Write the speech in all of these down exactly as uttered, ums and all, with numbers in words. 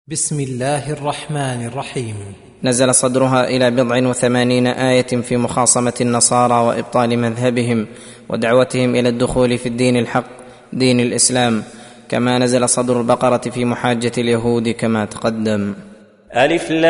بسم الله الرحمن الرحيم. نزل صدرها إلى بضع وثمانين آية في مخاصمة النصارى وإبطال مذهبهم ودعوتهم إلى الدخول في الدين الحق دين الإسلام، كما نزل صدر البقرة في محاجة اليهود كما تقدم. ألف لام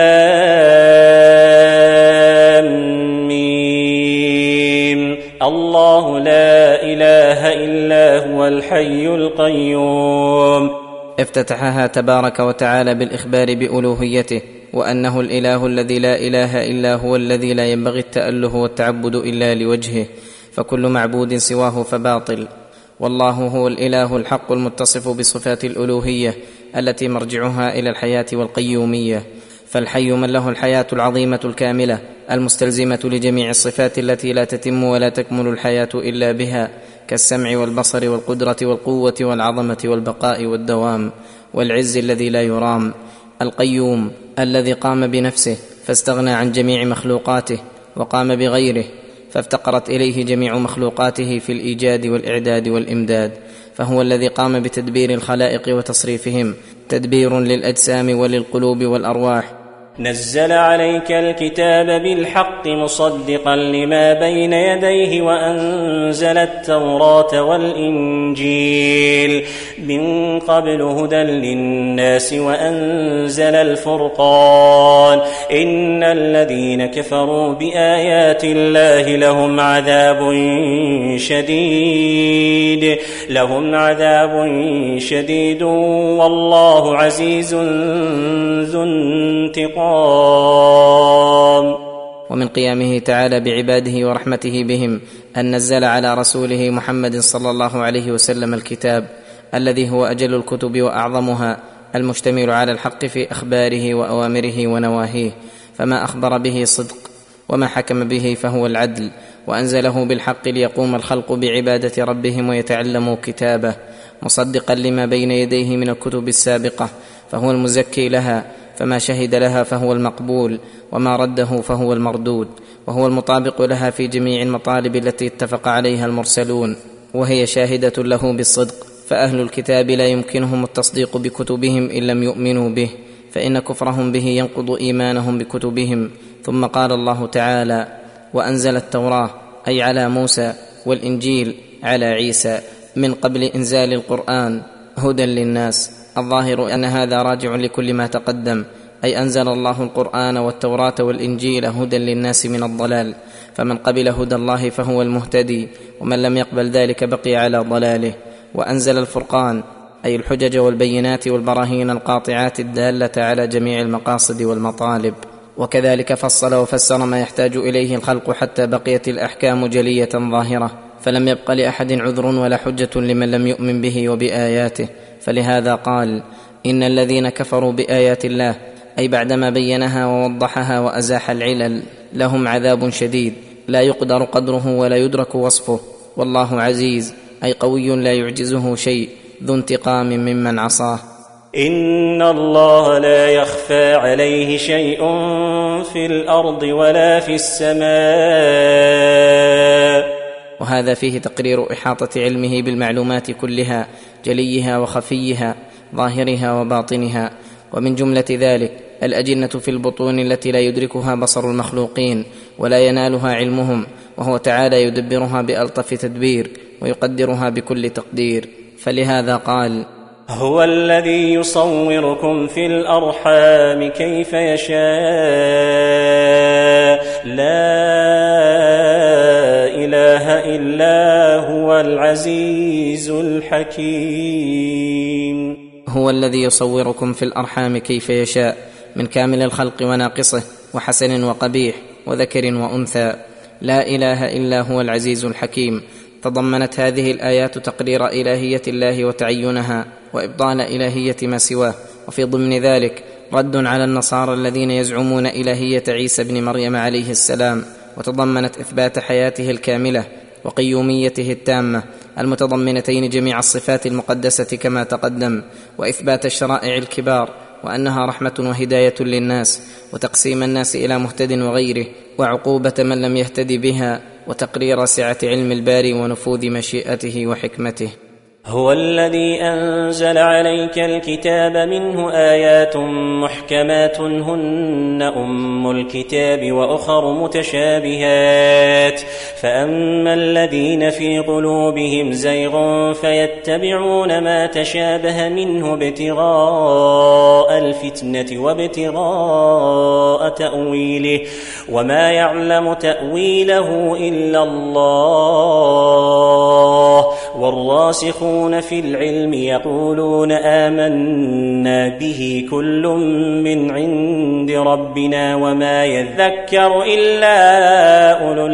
ميم. الله لا إله إلا هو الحي القيوم. افتتحها تبارك وتعالى بالإخبار بألوهيته، وأنه الإله الذي لا إله إلا هو، الذي لا ينبغي التأله والتعبد إلا لوجهه، فكل معبود سواه فباطل. والله هو الإله الحق المتصف بصفات الألوهية التي مرجعها إلى الحياة والقيومية، فالحي من له الحياة العظيمة الكاملة المستلزمة لجميع الصفات التي لا تتم ولا تكمل الحياة إلا بها، كالسمع والبصر والقدرة والقوة والعظمة والبقاء والدوام والعز الذي لا يرام. القيوم الذي قام بنفسه فاستغنى عن جميع مخلوقاته، وقام بغيره فافتقرت إليه جميع مخلوقاته في الإيجاد والإعداد والإمداد، فهو الذي قام بتدبير الخلائق وتصريفهم، تدبير للأجسام وللقلوب والأرواح. نزل عليك الكتاب بالحق مصدقا لما بين يديه وأنزل التوراة والإنجيل من قبل هدى للناس وأنزل الفرقان. إن الذين كفروا بآيات الله لهم عذاب شديد لهم عذاب شديد والله عزيز ذو انتقام. ومن قيامه تعالى بعباده ورحمته بهم أن نزل على رسوله محمد صلى الله عليه وسلم الكتاب الذي هو أجل الكتب وأعظمها، المشتمل على الحق في أخباره وأوامره ونواهيه، فما أخبر به صدق، وما حكم به فهو العدل، وأنزله بالحق ليقوم الخلق بعبادة ربهم ويتعلموا كتابه، مصدقا لما بين يديه من الكتب السابقة، فهو المزكي لها، فما شهد لها فهو المقبول، وما رده فهو المردود، وهو المطابق لها في جميع المطالب التي اتفق عليها المرسلون، وهي شاهدة له بالصدق. فأهل الكتاب لا يمكنهم التصديق بكتبهم إن لم يؤمنوا به، فإن كفرهم به ينقض إيمانهم بكتبهم. ثم قال الله تعالى: وأنزل التوراة أي على موسى، والإنجيل على عيسى من قبل إنزال القرآن هدى للناس. الظاهر أن هذا راجع لكل ما تقدم، أي أنزل الله القرآن والتوراة والإنجيل هدى للناس من الضلال، فمن قبل هدى الله فهو المهتدي، ومن لم يقبل ذلك بقي على ضلاله. وأنزل الفرقان أي الحجج والبينات والبراهين القاطعات الدالة على جميع المقاصد والمطالب، وكذلك فصل وفسر ما يحتاج إليه الخلق حتى بقيت الأحكام جلية ظاهرة، فلم يبق لأحد عذر ولا حجة لمن لم يؤمن به وبآياته. فلهذا قال: إن الذين كفروا بآيات الله، أي بعدما بينها ووضحها وأزاح العلل، لهم عذاب شديد لا يقدر قدره ولا يدرك وصفه. والله عزيز أي قوي لا يعجزه شيء، ذو انتقام ممن عصاه. إن الله لا يخفى عليه شيء في الأرض ولا في السماء. وهذا فيه تقرير إحاطة علمه بالمعلومات كلها، جليها وخفيها، ظاهرها وباطنها. ومن جملة ذلك الأجنة في البطون التي لا يدركها بصر المخلوقين ولا ينالها علمهم، وهو تعالى يدبرها بألطف تدبير ويقدرها بكل تقدير. فلهذا قال: هو الذي يصوركم في الأرحام كيف يشاء لا إله إلا هو العزيز الحكيم. هو الذي يصوركم في الأرحام كيف يشاء، من كامل الخلق وناقصه، وحسن وقبيح، وذكر وأنثى. لا إله إلا هو العزيز الحكيم. تضمنت هذه الآيات تقرير إلهية الله وتعينها، وإبطال إلهية ما سواه، وفي ضمن ذلك رد على النصارى الذين يزعمون إلهية عيسى بن مريم عليه السلام. وتضمنت إثبات حياته الكاملة وقيوميته التامة المتضمنتين جميع الصفات المقدسة كما تقدم، وإثبات الشرائع الكبار، وأنها رحمة وهداية للناس، وتقسيم الناس إلى مهتد وغيره، وعقوبة من لم يهتد بها، وتقرير سعة علم الباري ونفوذ مشيئته وحكمته. هو الذي أنزل عليك الكتاب منه آيات محكمات هن أم الكتاب وأخر متشابهات فأما الذين في قلوبهم زيغ فيتبعون ما تشابه منه ابتغاء الفتنة وابتغاء تأويله وما يعلم تأويله إلا الله والراسخون في العلم يقولون آمنا به كل من عند ربنا وما يذكر إلا أولو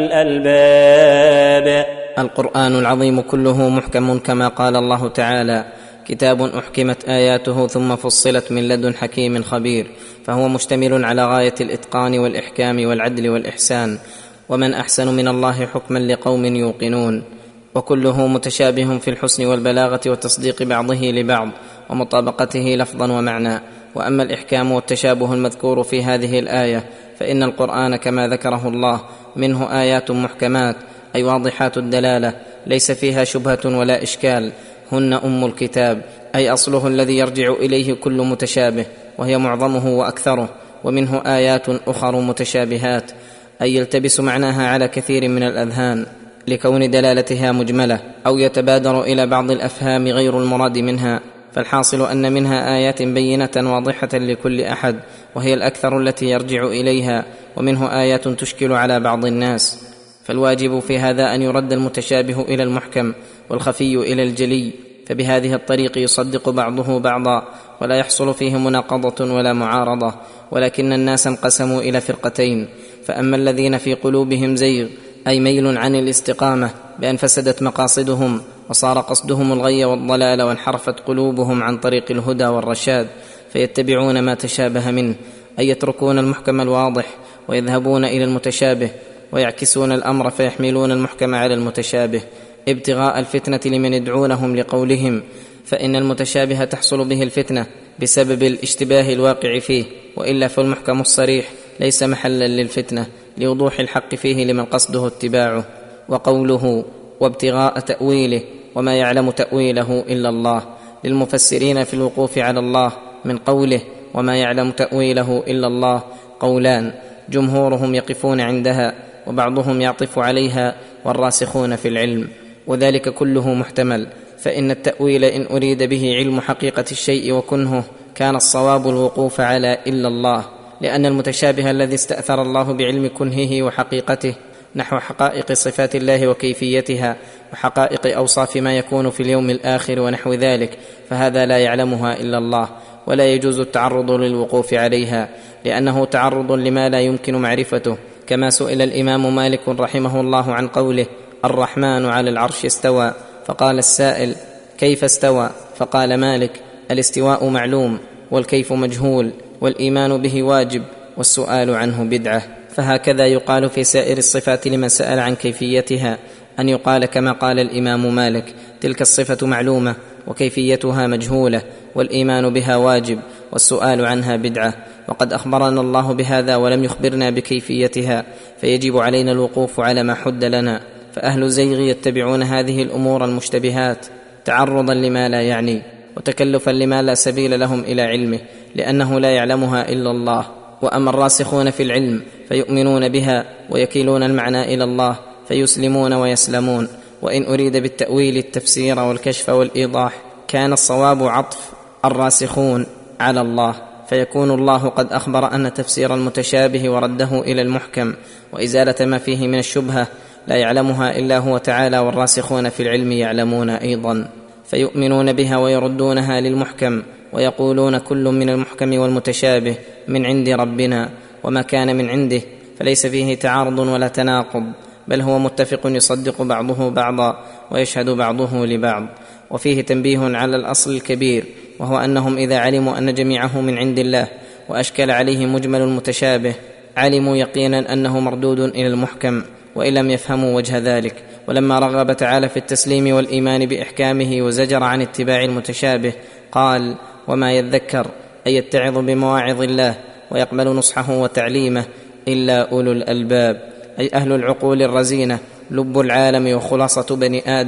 الألباب. القرآن العظيم كله محكم كما قال الله تعالى: كتاب أحكمت آياته ثم فصلت من لدن حكيم خبير، فهو مشتمل على غاية الإتقان والإحكام والعدل والإحسان، ومن أحسن من الله حكما لقوم يوقنون. وكله متشابه في الحسن والبلاغة وتصديق بعضه لبعض ومطابقته لفظا ومعنى. وأما الإحكام والتشابه المذكور في هذه الآية فإن القرآن كما ذكره الله منه آيات محكمات، أي واضحات الدلالة ليس فيها شبهة ولا إشكال، هن أم الكتاب، أي أصله الذي يرجع إليه كل متشابه، وهي معظمه وأكثره. ومنه آيات أخر متشابهات، أي يلتبس معناها على كثير من الأذهان لكون دلالتها مجملة أو يتبادر إلى بعض الأفهام غير المراد منها. فالحاصل أن منها آيات بينة واضحة لكل أحد، وهي الأكثر التي يرجع إليها، ومنه آيات تشكل على بعض الناس. فالواجب في هذا أن يرد المتشابه إلى المحكم والخفي إلى الجلي، فبهذه الطريق يصدق بعضه بعضا ولا يحصل فيه مناقضة ولا معارضة. ولكن الناس انقسموا إلى فرقتين: فأما الذين في قلوبهم زيغ، أي ميل عن الاستقامة بأن فسدت مقاصدهم وصار قصدهم الغي والضلال وانحرفت قلوبهم عن طريق الهدى والرشاد، فيتبعون ما تشابه منه، أي يتركون المحكم الواضح ويذهبون إلى المتشابه، ويعكسون الأمر فيحملون المحكم على المتشابه ابتغاء الفتنة لمن يدعونهم لقولهم، فإن المتشابه تحصل به الفتنة بسبب الاشتباه الواقع فيه، وإلا فالمحكم الصريح ليس محلا للفتنة لوضوح الحق فيه لمن قصده اتباعه. وقوله وابتغاء تأويله وما يعلم تأويله إلا الله للمفسرين في الوقوف على الله من قوله وما يعلم تأويله إلا الله قولان: جمهورهم يقفون عندها وبعضهم يعطف عليها والراسخون في العلم، وذلك كله محتمل. فإن التأويل إن أريد به علم حقيقة الشيء وكنهه كان الصواب الوقوف على إلا الله، لأن المتشابه الذي استأثر الله بعلم كنهه وحقيقته نحو حقائق صفات الله وكيفيتها وحقائق أوصاف ما يكون في اليوم الآخر ونحو ذلك، فهذا لا يعلمها إلا الله، ولا يجوز التعرض للوقوف عليها، لأنه تعرض لما لا يمكن معرفته. كما سئل الإمام مالك رحمه الله عن قوله الرحمن على العرش استوى، فقال السائل: كيف استوى؟ فقال مالك: الاستواء معلوم والكيف مجهول، والإيمان به واجب والسؤال عنه بدعة. فهكذا يقال في سائر الصفات لمن سأل عن كيفيتها، أن يقال كما قال الإمام مالك: تلك الصفة معلومة وكيفيتها مجهولة والإيمان بها واجب والسؤال عنها بدعة. وقد أخبرنا الله بهذا ولم يخبرنا بكيفيتها، فيجب علينا الوقوف على ما حد لنا. فأهل الزيغ يتبعون هذه الأمور المشتبهات تعرضا لما لا يعني وتكلفا لما لا سبيل لهم إلى علمه، لأنه لا يعلمها إلا الله. وأما الراسخون في العلم فيؤمنون بها ويكيلون المعنى إلى الله فيسلمون ويسلمون. وإن أريد بالتأويل التفسير والكشف والإيضاح كان الصواب عطف الراسخون على الله، فيكون الله قد أخبر أن تفسير المتشابه ورده إلى المحكم وإزالة ما فيه من الشبهة لا يعلمها إلا هو تعالى، والراسخون في العلم يعلمون أيضا، فيؤمنون بها ويردونها للمحكم ويقولون كل من المحكم والمتشابه من عند ربنا، وما كان من عنده فليس فيه تعارض ولا تناقض، بل هو متفق يصدق بعضه بعضا ويشهد بعضه لبعض. وفيه تنبيه على الأصل الكبير، وهو أنهم إذا علموا أن جميعه من عند الله وأشكل عليهم مجمل المتشابه علموا يقينا أنه مردود إلى المحكم، وإن لم يفهموا وجه ذلك. ولما رغب تعالى في التسليم والإيمان بإحكامه وزجر عن اتباع المتشابه قال: وما يذكر أي يتعظ بمواعظ الله ويقبل نصحه وتعليمه إلا أولو الألباب، أي أهل العقول الرزينة، لب العالم وخلاصة بني آدم،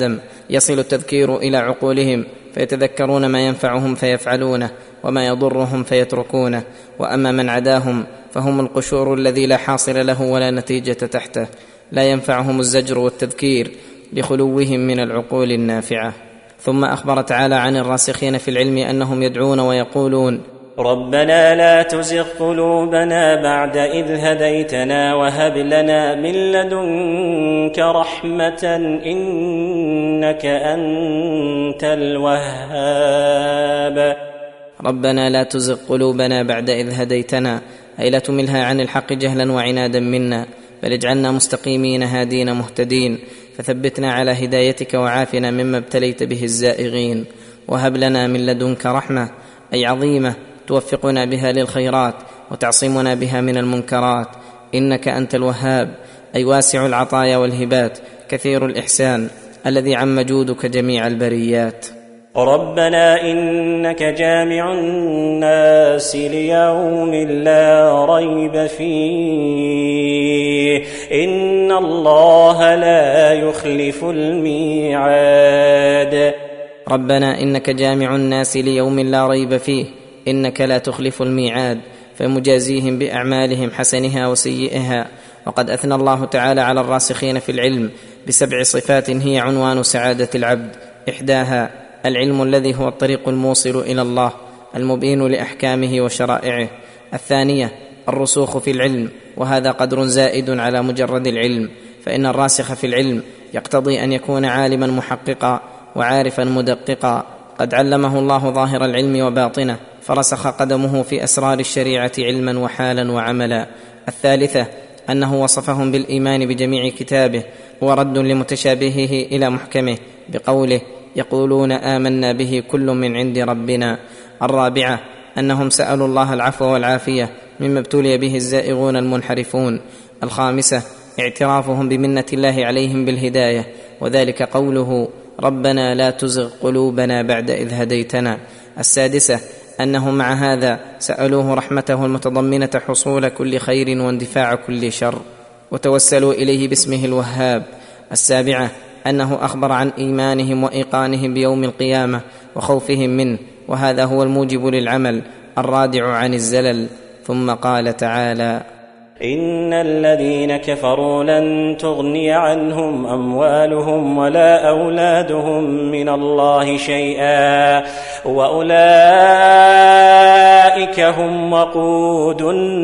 يصل التذكير إلى عقولهم فيتذكرون ما ينفعهم فيفعلونه وما يضرهم فيتركونه، وأما من عداهم فهم القشور الذي لا حاصل له ولا نتيجة تحته، لا ينفعهم الزجر والتذكير لخلوهم من العقول النافعة. ثم أخبر تعالى عن الراسخين في العلم أنهم يدعون ويقولون: ربنا لا تزغ قلوبنا بعد إذ هديتنا وهب لنا من لدنك رحمة إنك أنت الوهاب. ربنا لا تزغ قلوبنا بعد إذ هديتنا، أي لا تملها عن الحق جهلا وعنادا منا، بل اجعلنا مستقيمين هادين مهتدين، فثبتنا على هدايتك وعافنا مما ابتليت به الزائغين. وهب لنا من لدنك رحمة، أي عظيمة توفقنا بها للخيرات وتعصمنا بها من المنكرات، إنك أنت الوهاب، أي واسع العطايا والهبات كثير الإحسان الذي عم جودك جميع البريات. ربنا إنك جامع الناس ليوم لا ريب فيه إن الله لا يخلف الميعاد. ربنا إنك جامع الناس ليوم لا ريب فيه إنك لا تخلف الميعاد، فمجازيهم بأعمالهم حسنها وسيئها. وقد أثنى الله تعالى على الراسخين في العلم بسبع صفات هي عنوان سعادة العبد. إحداها العلم الذي هو الطريق الموصل إلى الله المبين لأحكامه وشرائعه. الثانية الرسوخ في العلم، وهذا قدر زائد على مجرد العلم، فإن الراسخ في العلم يقتضي أن يكون عالما محققا وعارفا مدققا، قد علمه الله ظاهر العلم وباطنه، فرسخ قدمه في أسرار الشريعة علما وحالا وعملا. الثالثة أنه وصفهم بالإيمان بجميع كتابه، ورد لمتشابهه إلى محكمه بقوله: يقولون آمنا به كل من عند ربنا. الرابعة أنهم سألوا الله العفو والعافية مما ابتلي به الزائغون المنحرفون. الخامسة اعترافهم بمنة الله عليهم بالهداية، وذلك قوله: ربنا لا تزغ قلوبنا بعد إذ هديتنا. السادسة أنهم مع هذا سألوه رحمته المتضمنة حصول كل خير واندفاع كل شر، وتوسلوا إليه باسمه الوهاب. السابعة أنه أخبر عن إيمانهم وإيقانهم بيوم القيامة وخوفهم منه، وهذا هو الموجب للعمل الرادع عن الزلل. ثم قال تعالى: إن الذين كفروا لن تغني عنهم أموالهم ولا أولادهم من الله شيئا وأولئك هم وقود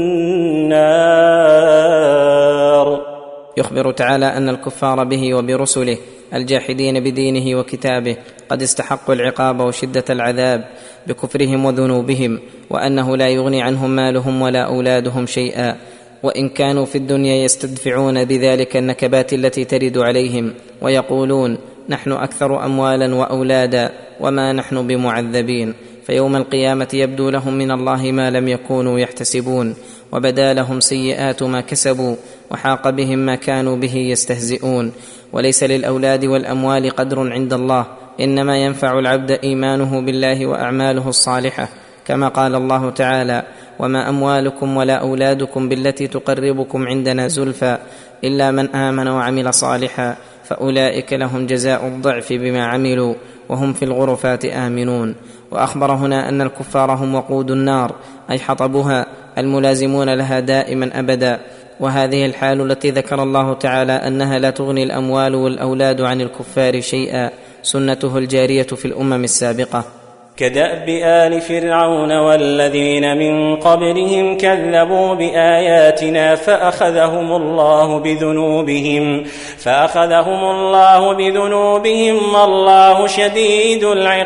النار. يخبر تعالى أن الكفار به وبرسله الجاحدين بدينه وكتابه قد استحقوا العقاب وشدة العذاب بكفرهم وذنوبهم، وأنه لا يغني عنهم مالهم ولا أولادهم شيئا، وإن كانوا في الدنيا يستدفعون بذلك النكبات التي ترد عليهم ويقولون: نحن أكثر أموالا وأولادا وما نحن بمعذبين. فيوم القيامة يبدو لهم من الله ما لم يكونوا يحتسبون، وبدا لهم سيئات ما كسبوا، وحاق بهم ما كانوا به يستهزئون. وليس للأولاد والأموال قدر عند الله، إنما ينفع العبد إيمانه بالله وأعماله الصالحة، كما قال الله تعالى: وما أموالكم ولا أولادكم بالتي تقربكم عندنا زلفى إلا من آمن وعمل صالحا فأولئك لهم جزاء الضعف بما عملوا وهم في الغرفات آمنون. وأخبر هنا أن الكفار هم وقود النار، أي حطبها الملازمون لها دائما أبدا. وهذه الحال التي ذكر الله تعالى أنها لا تغني الأموال والأولاد عن الكفار شيئا سنته الجارية في الأمم السابقة، كدأب آل فرعون والذين من قبلهم كذبوا بآياتنا فأخذهم الله بذنوبهم فأخذهم الله بذنوبهم والله شديد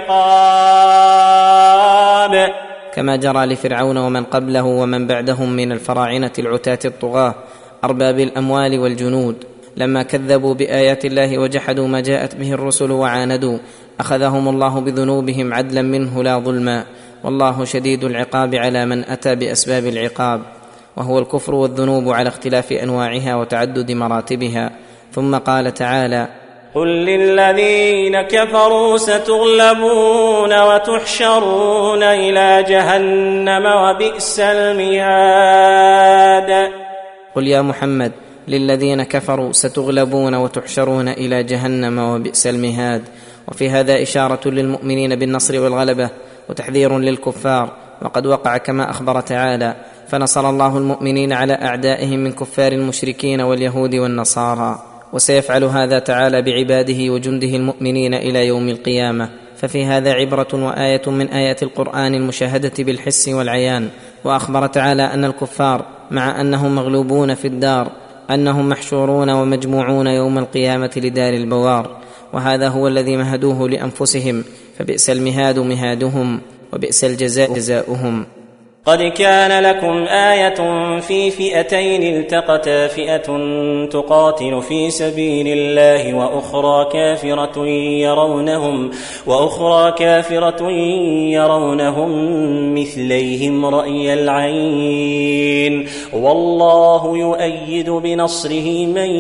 العقاب. كما جرى لفرعون ومن قبله ومن بعدهم من الفراعنة العتاة الطغاة أرباب الأموال والجنود، لما كذبوا بآيات الله وجحدوا ما جاءت به الرسل وعاندوا، أخذهم الله بذنوبهم عدلا منه لا ظلما، والله شديد العقاب على من أتى بأسباب العقاب، وهو الكفر والذنوب على اختلاف أنواعها وتعدد مراتبها. ثم قال تعالى: قل للذين كفروا ستغلبون وتحشرون إلى جهنم وبئس المهاد. قل يا محمد للذين كفروا ستغلبون وتحشرون إلى جهنم وبئس المهاد. وفي هذا إشارة للمؤمنين بالنصر والغلبة وتحذير للكفار، وقد وقع كما أخبر تعالى: فنصر الله المؤمنين على أعدائهم من كفار المشركين واليهود والنصارى. وسيفعل هذا تعالى بعباده وجنده المؤمنين إلى يوم القيامة. ففي هذا عبرة وآية من آيات القرآن المشاهدة بالحس والعيان. وأخبر تعالى أن الكفار مع أنهم مغلوبون في الدار أنهم محشورون ومجموعون يوم القيامة لدار البوار، وهذا هو الذي مهدوه لأنفسهم، فبئس المهاد مهادهم وبئس الجزاء جزاؤهم. قد كان لكم آية في فئتين التقتا، فئة تقاتل في سبيل الله وأخرى كافرة يرونهم وأخرى كافرة يرونهم مثليهم رأي العين، والله يؤيد بنصره من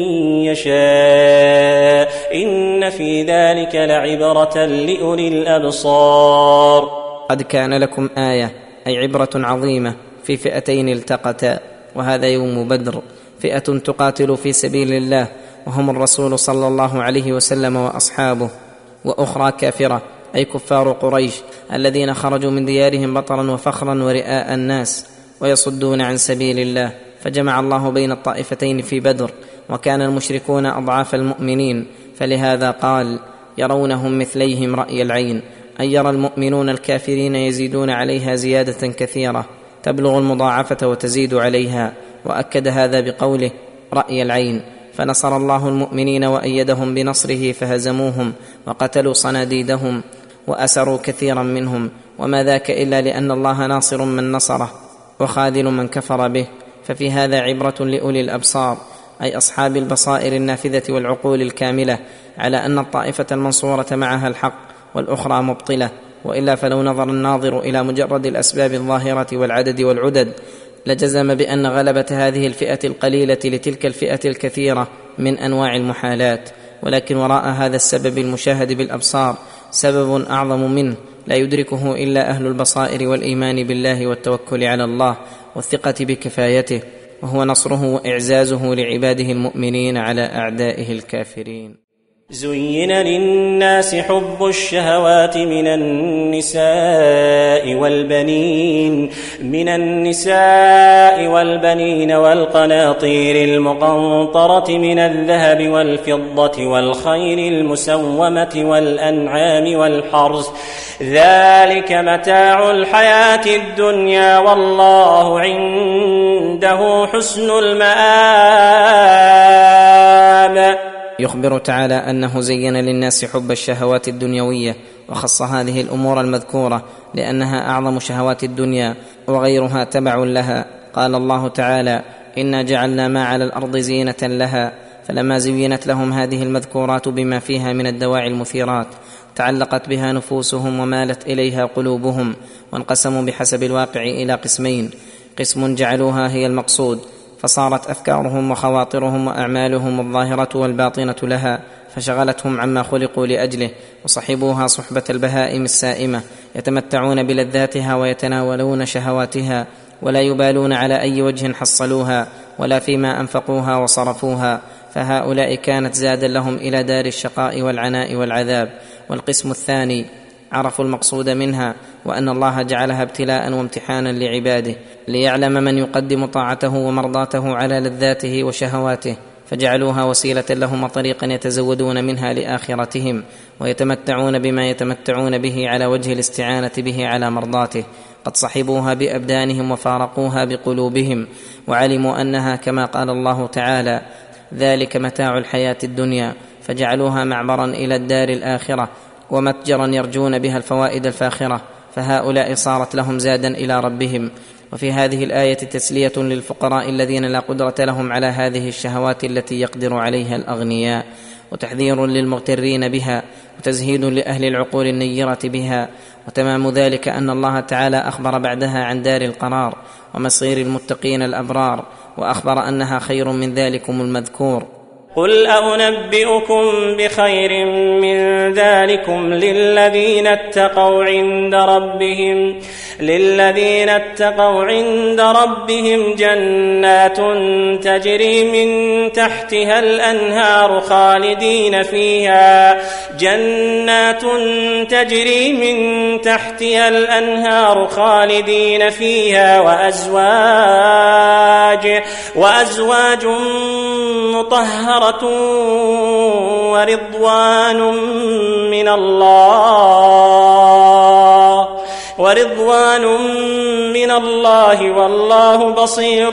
يشاء، إن في ذلك لعبرة لأولي الأبصار. قد كان لكم آية أي عبرة عظيمة في فئتين التقتا، وهذا يوم بدر، فئة تقاتل في سبيل الله وهم الرسول صلى الله عليه وسلم وأصحابه، وأخرى كافرة أي كفار قريش الذين خرجوا من ديارهم بطرا وفخرا ورئاء الناس ويصدون عن سبيل الله، فجمع الله بين الطائفتين في بدر، وكان المشركون أضعاف المؤمنين، فلهذا قال: يرونهم مثليهم رأي العين، أن يرى المؤمنون الكافرين يزيدون عليها زيادة كثيرة تبلغ المضاعفة وتزيد عليها، وأكد هذا بقوله رأي العين. فنصر الله المؤمنين وأيدهم بنصره فهزموهم وقتلوا صناديدهم وأسروا كثيرا منهم، وما ذاك إلا لأن الله ناصر من نصره وخاذل من كفر به. ففي هذا عبرة لأولي الأبصار أي أصحاب البصائر النافذة والعقول الكاملة على أن الطائفة المنصورة معها الحق والأخرى مبطلة، وإلا فلو نظر الناظر إلى مجرد الأسباب الظاهرة والعدد والعدد لجزم بأن غلبة هذه الفئة القليلة لتلك الفئة الكثيرة من أنواع المحالات، ولكن وراء هذا السبب المشاهد بالأبصار سبب أعظم منه لا يدركه إلا أهل البصائر والإيمان بالله والتوكل على الله والثقة بكفايته، وهو نصره وإعزازه لعباده المؤمنين على أعدائه الكافرين. زين للناس حب الشهوات من النساء والبنين من النساء والبنين والقناطير المقنطرة من الذهب والفضة والخيل المسومة والأنعام والحرث، ذلك متاع الحياة الدنيا، والله عنده حسن المآب. يخبر تعالى أنه زين للناس حب الشهوات الدنيوية، وخص هذه الأمور المذكورة لأنها أعظم شهوات الدنيا وغيرها تبع لها. قال الله تعالى: إنا جعلنا ما على الأرض زينة لها، فلما زينت لهم هذه المذكورات بما فيها من الدواعي المثيرات تعلقت بها نفوسهم ومالت إليها قلوبهم، وانقسموا بحسب الواقع إلى قسمين: قسم جعلوها هي المقصود، فصارت أفكارهم وخواطرهم وأعمالهم الظاهرة والباطنة لها، فشغلتهم عما خلقوا لأجله، وصحبوها صحبة البهائم السائمة، يتمتعون بلذاتها ويتناولون شهواتها، ولا يبالون على أي وجه حصلوها ولا فيما أنفقوها وصرفوها، فهؤلاء كانت زادا لهم إلى دار الشقاء والعناء والعذاب. والقسم الثاني عرفوا المقصود منها، وأن الله جعلها ابتلاء وامتحانا لعباده، ليعلم من يقدم طاعته ومرضاته على لذاته وشهواته، فجعلوها وسيلة لهم وطريقا يتزودون منها لآخرتهم، ويتمتعون بما يتمتعون به على وجه الاستعانة به على مرضاته. قد صحبوها بأبدانهم وفارقوها بقلوبهم، وعلموا أنها كما قال الله تعالى: ذلك متاع الحياة الدنيا، فجعلوها معبرا إلى الدار الآخرة ومتجرا يرجون بها الفوائد الفاخرة، فهؤلاء صارت لهم زادا إلى ربهم. وفي هذه الآية تسلية للفقراء الذين لا قدرة لهم على هذه الشهوات التي يقدر عليها الأغنياء، وتحذير للمغترين بها، وتزهيد لأهل العقول النيرة بها. وتمام ذلك أن الله تعالى أخبر بعدها عن دار القرار ومصير المتقين الأبرار، وأخبر أنها خير من ذلكم المذكور، قل أنبئكم بخير من ذلكم للذين اتقوا عند ربهم للذين اتقوا عند ربهم جنات تجري من تحتها الأنهار خالدين فيها جنات تجري من تحتها الأنهار خالدين فيها وأزواج وأزواج مطهرة ورضوان من الله ورضوان من الله والله بصير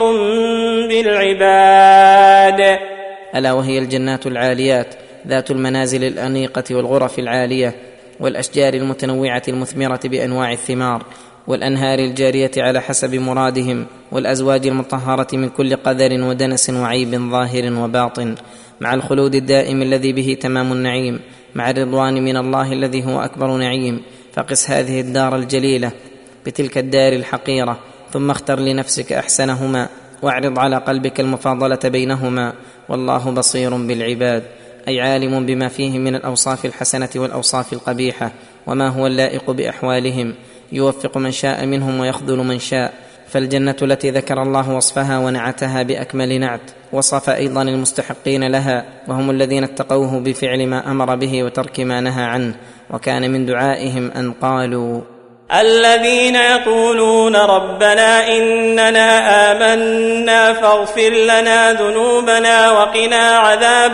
بالعباد. ألا وهي الجنات العاليات ذات المنازل الأنيقة والغرف العالية والأشجار المتنوعة المثمرة بأنواع الثمار والأنهار الجارية على حسب مرادهم والأزواج المطهرة من كل قذر ودنس وعيب ظاهر وباطن، مع الخلود الدائم الذي به تمام النعيم، مع الرضوان من الله الذي هو أكبر نعيم. فقس هذه الدار الجليلة بتلك الدار الحقيرة، ثم اختر لنفسك أحسنهما واعرض على قلبك المفاضلة بينهما، والله بصير بالعباد، أي عالم بما فيه من الأوصاف الحسنة والأوصاف القبيحة وما هو اللائق بأحوالهم، يوفق من شاء منهم ويخذل من شاء. فالجنة التي ذكر الله وصفها ونعتها بأكمل نعت، وصف أيضا المستحقين لها وهم الذين اتقوه بفعل ما أمر به وترك ما نهى عنه، وكان من دعائهم أن قالوا: الذين يقولون ربنا إننا آمنا فاغفر لنا ذنوبنا وقنا عذاب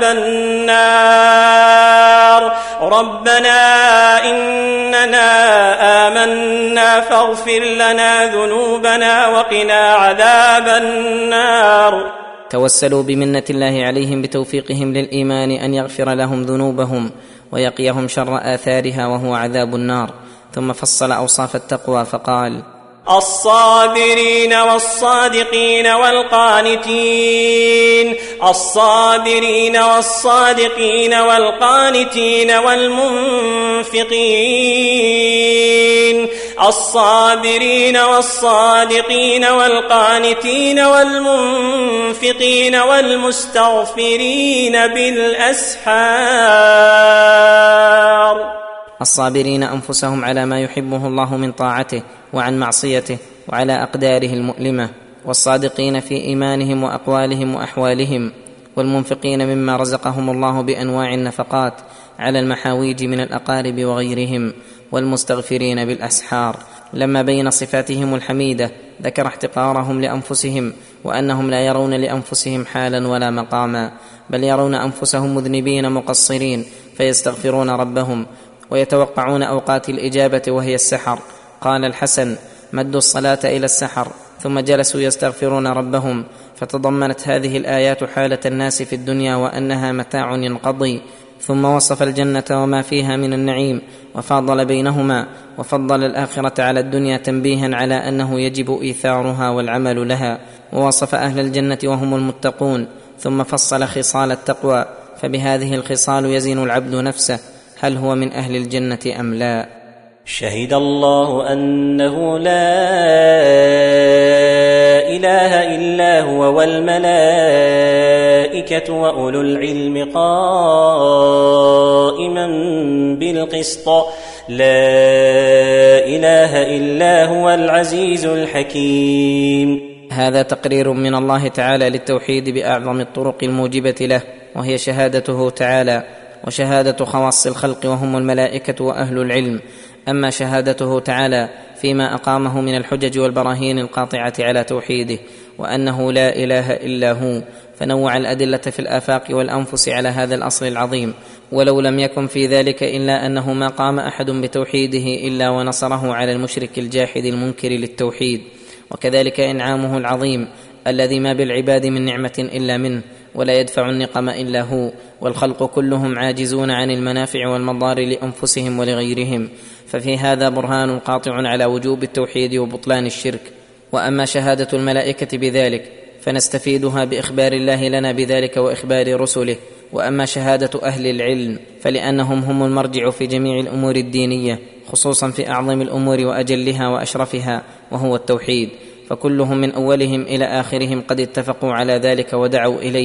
النار ربنا إننا آمنا فاغفر لنا ذنوبنا وقنا عذاب النار. توسلوا بمنة الله عليهم بتوفيقهم للإيمان أن يغفر لهم ذنوبهم ويقيهم شر آثارها وهو عذاب النار. ثم فصل أوصاف التقوى فقال: الصابرين والصادقين والقانتين الصابرين والصادقين والقانتين والمنفقين الصابرين والصادقين والقانتين والمنفقين والمستغفرين بالأسحار. الصابرين أنفسهم على ما يحبه الله من طاعته وعن معصيته وعلى أقداره المؤلمة، والصادقين في إيمانهم وأقوالهم وأحوالهم، والمنفقين مما رزقهم الله بأنواع النفقات على المحاويج من الأقارب وغيرهم، والمستغفرين بالأسحار. لما بين صفاتهم الحميدة ذكر احتقارهم لأنفسهم وأنهم لا يرون لأنفسهم حالا ولا مقاما، بل يرون أنفسهم مذنبين مقصرين فيستغفرون ربهم ويتوقعون أوقات الإجابة وهي السحر. قال الحسن: مدوا الصلاة إلى السحر، ثم جلسوا يستغفرون ربهم. فتضمنت هذه الآيات حالة الناس في الدنيا وأنها متاع ينقضي، ثم وصف الجنة وما فيها من النعيم وفاضل بينهما، وفضل الآخرة على الدنيا تنبيها على أنه يجب إيثارها والعمل لها، ووصف أهل الجنة وهم المتقون، ثم فصل خصال التقوى، فبهذه الخصال يزن العبد نفسه هل هو من أهل الجنة أم لا. شهد الله أنه لا إله إلا هو والملائكة وأولو العلم قائما بالقسط لا إله إلا هو العزيز الحكيم. هذا تقرير من الله تعالى للتوحيد بأعظم الطرق الموجبة له، وهي شهادته تعالى وشهادة خواص الخلق وهم الملائكة وأهل العلم. أما شهادته تعالى فيما أقامه من الحجج والبراهين القاطعة على توحيده وأنه لا إله إلا هو، فنوع الأدلة في الآفاق والأنفس على هذا الأصل العظيم، ولو لم يكن في ذلك إلا أنه ما قام أحد بتوحيده إلا ونصره على المشرك الجاحد المنكر للتوحيد. وكذلك إنعامه العظيم الذي ما بالعباد من نعمة إلا منه، ولا يدفع النقم إلا هو، والخلق كلهم عاجزون عن المنافع والمضار لأنفسهم ولغيرهم، ففي هذا برهان قاطع على وجوب التوحيد وبطلان الشرك. وأما شهادة الملائكة بذلك فنستفيدها بإخبار الله لنا بذلك وإخبار رسله. وأما شهادة أهل العلم فلأنهم هم المرجع في جميع الأمور الدينية، خصوصا في أعظم الأمور وأجلها وأشرفها وهو التوحيد، فكلهم من أولهم إلى آخرهم قد اتفقوا على ذلك ودعوا إليه،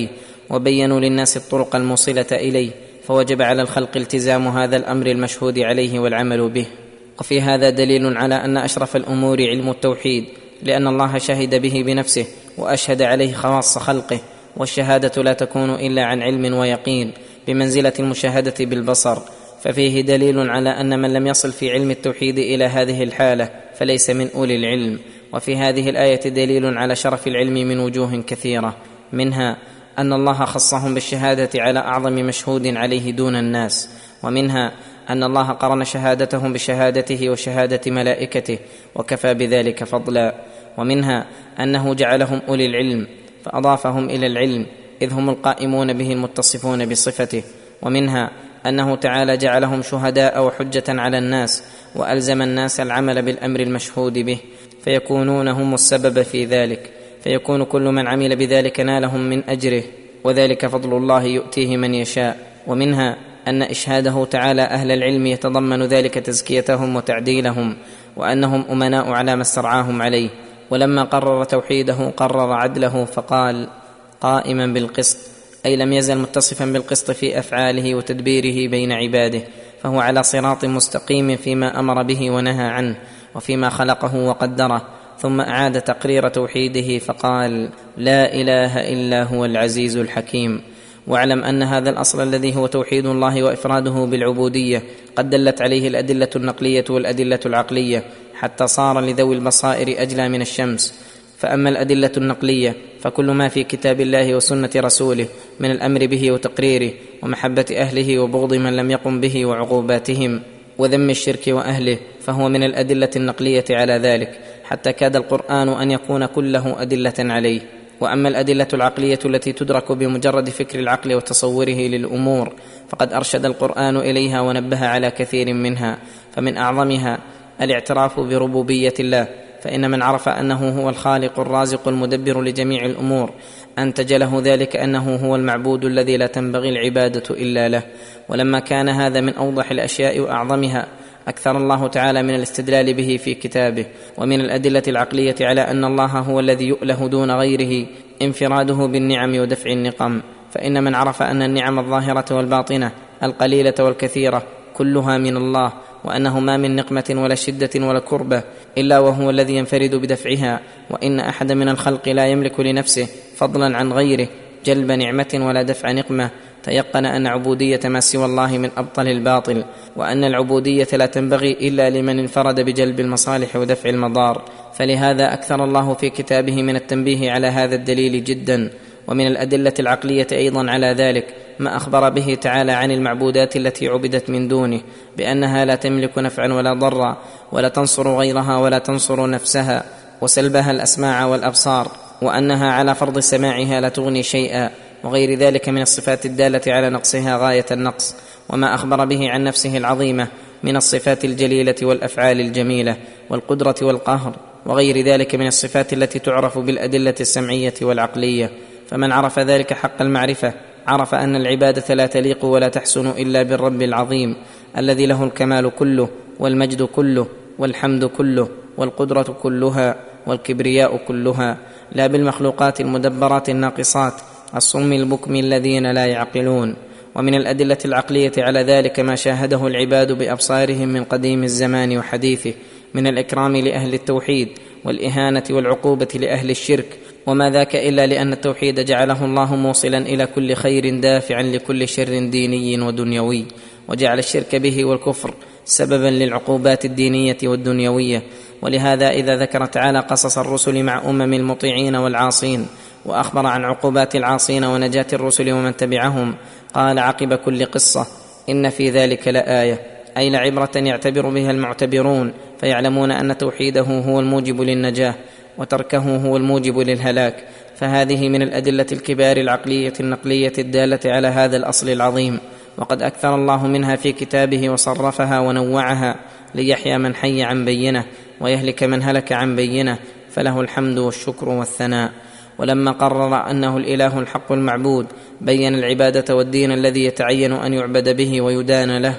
وبينوا للناس الطرق الموصله اليه، فوجب على الخلق التزام هذا الامر المشهود عليه والعمل به. وفي هذا دليل على ان اشرف الامور علم التوحيد، لان الله شهد به بنفسه واشهد عليه خواص خلقه، والشهاده لا تكون الا عن علم ويقين بمنزله المشاهده بالبصر، ففيه دليل على ان من لم يصل في علم التوحيد الى هذه الحاله فليس من اولي العلم. وفي هذه الايه دليل على شرف العلم من وجوه كثيره، منها ان الله خصهم بالشهاده على اعظم مشهود عليه دون الناس، ومنها ان الله قرن شهادتهم بشهادته وشهاده ملائكته وكفى بذلك فضلا، ومنها انه جعلهم اولي العلم فاضافهم الى العلم اذ هم القائمون به المتصفون بصفته، ومنها انه تعالى جعلهم شهداء وحجه على الناس والزم الناس العمل بالامر المشهود به، فيكونون هم السبب في ذلك، فيكون كل من عمل بذلك نالهم من اجره، وذلك فضل الله يؤتيه من يشاء. ومنها ان اشهاده تعالى اهل العلم يتضمن ذلك تزكيتهم وتعديلهم، وانهم امناء على ما استرعاهم عليه. ولما قرر توحيده قرر عدله فقال قائما بالقسط، اي لم يزل متصفا بالقسط في افعاله وتدبيره بين عباده، فهو على صراط مستقيم فيما امر به ونهى عنه وفيما خلقه وقدره. ثم اعاد تقرير توحيده فقال لا اله الا هو العزيز الحكيم. واعلم ان هذا الاصل الذي هو توحيد الله وافراده بالعبوديه قد دلت عليه الادله النقليه والادله العقليه، حتى صار لذوي البصائر اجلى من الشمس. فاما الادله النقليه فكل ما في كتاب الله وسنه رسوله من الامر به وتقريره ومحبه اهله وبغض من لم يقم به وعقوباتهم وذم الشرك واهله، فهو من الادله النقليه على ذلك، حتى كاد القران ان يكون كله ادله عليه. واما الادله العقليه التي تدرك بمجرد فكر العقل وتصوره للامور فقد ارشد القران اليها ونبه على كثير منها، فمن اعظمها الاعتراف بربوبيه الله، فان من عرف انه هو الخالق الرازق المدبر لجميع الامور انتج له ذلك انه هو المعبود الذي لا تنبغي العباده الا له. ولما كان هذا من اوضح الاشياء واعظمها اكثر الله تعالى من الاستدلال به في كتابه. ومن الادله العقليه على ان الله هو الذي يؤله دون غيره انفراده بالنعم ودفع النقم، فان من عرف ان النعم الظاهره والباطنه القليله والكثيره كلها من الله، وانه ما من نقمه ولا شده ولا كربه الا وهو الذي ينفرد بدفعها، وان احد من الخلق لا يملك لنفسه فضلا عن غيره جلب نعمه ولا دفع نقمه، تيقن ان عبوديه ما سوى الله من ابطل الباطل، وان العبوديه لا تنبغي الا لمن انفرد بجلب المصالح ودفع المضار. فلهذا اكثر الله في كتابه من التنبيه على هذا الدليل جدا. ومن الادله العقليه ايضا على ذلك ما اخبر به تعالى عن المعبودات التي عبدت من دونه بانها لا تملك نفعا ولا ضرا ولا تنصر غيرها ولا تنصر نفسها، وسلبها الاسماع والابصار، وانها على فرض سماعها لا تغني شيئا، وغير ذلك من الصفات الداله على نقصها غايه النقص. وما اخبر به عن نفسه العظيمه من الصفات الجليله والافعال الجميله والقدره والقهر، وغير ذلك من الصفات التي تعرف بالادله السمعيه والعقليه. فمن عرف ذلك حق المعرفه عرف ان العباده لا تليق ولا تحسن الا بالرب العظيم الذي له الكمال كله والمجد كله والحمد كله والقدره كلها والكبرياء كلها، لا بالمخلوقات المدبرات الناقصات الصم البكم الذين لا يعقلون. ومن الادله العقليه على ذلك ما شاهده العباد بابصارهم من قديم الزمان وحديثه من الاكرام لاهل التوحيد والاهانه والعقوبه لاهل الشرك، وما ذاك الا لان التوحيد جعله الله موصلا الى كل خير دافعا لكل شر ديني ودنيوي، وجعل الشرك به والكفر سببا للعقوبات الدينيه والدنيويه. ولهذا اذا ذكر تعالى قصص الرسل مع امم المطيعين والعاصين واخبر عن عقوبات العاصين ونجاه الرسل ومن تبعهم قال عقب كل قصه ان في ذلك لايه، اي لعبره يعتبر بها المعتبرون فيعلمون ان توحيده هو الموجب للنجاه وتركه هو الموجب للهلاك. فهذه من الادله الكبار العقليه النقليه الداله على هذا الاصل العظيم، وقد اكثر الله منها في كتابه وصرفها ونوعها ليحيى من حي عن بينه ويهلك من هلك عن بينه، فله الحمد والشكر والثناء. ولما قرر انه الاله الحق المعبود بين العباده والدين الذي يتعين ان يعبد به ويدان له،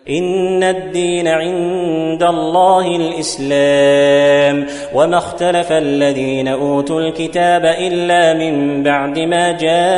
إن الدين عند الله الإسلام وما اختلف الذين أوتوا الكتاب إلا من بعد ما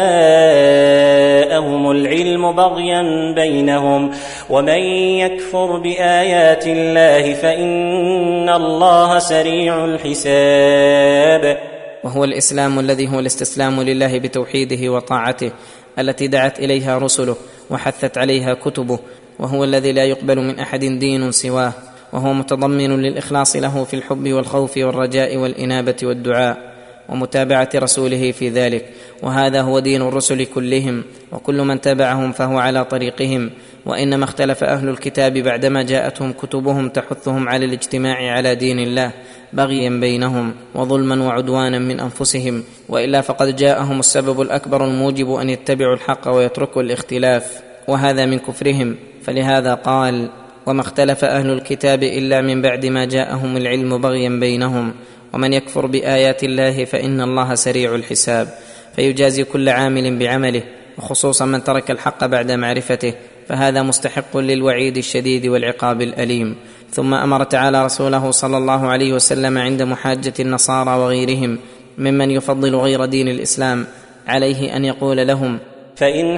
جاءهم العلم بغيا بينهم ومن يكفر بآيات الله فإن الله سريع الحساب. وهو الإسلام الذي هو الاستسلام لله بتوحيده وطاعته التي دعت إليها رسله وحثت عليها كتبه، وهو الذي لا يقبل من أحد دين سواه، وهو متضمن للإخلاص له في الحب والخوف والرجاء والإنابة والدعاء ومتابعة رسوله في ذلك. وهذا هو دين الرسل كلهم، وكل من تبعهم فهو على طريقهم. وإنما اختلف أهل الكتاب بعدما جاءتهم كتبهم تحثهم على الاجتماع على دين الله بغيا بينهم وظلما وعدوانا من أنفسهم، وإلا فقد جاءهم السبب الأكبر الموجب أن يتبعوا الحق ويتركوا الاختلاف، وهذا من كفرهم. فلهذا قال: وما اختلف أهل الكتاب إلا من بعد ما جاءهم العلم بغيا بينهم ومن يكفر بآيات الله فإن الله سريع الحساب. فيجازي كل عامل بعمله، وخصوصا من ترك الحق بعد معرفته، فهذا مستحق للوعيد الشديد والعقاب الأليم. ثم أمر تعالى رسوله صلى الله عليه وسلم عند محاجة النصارى وغيرهم ممن يفضل غير دين الإسلام عليه أن يقول لهم: فإن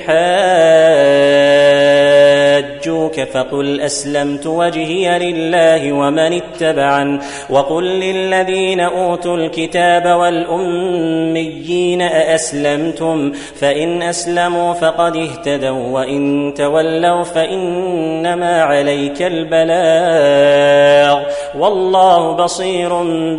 حاجوك فقل أسلمت وجهي لله ومن اتبعن وقل للذين أوتوا الكتاب والأميين أأسلمتم فإن أسلموا فقد اهتدوا وإن تولوا فإنما عليك البلاغ والله بصير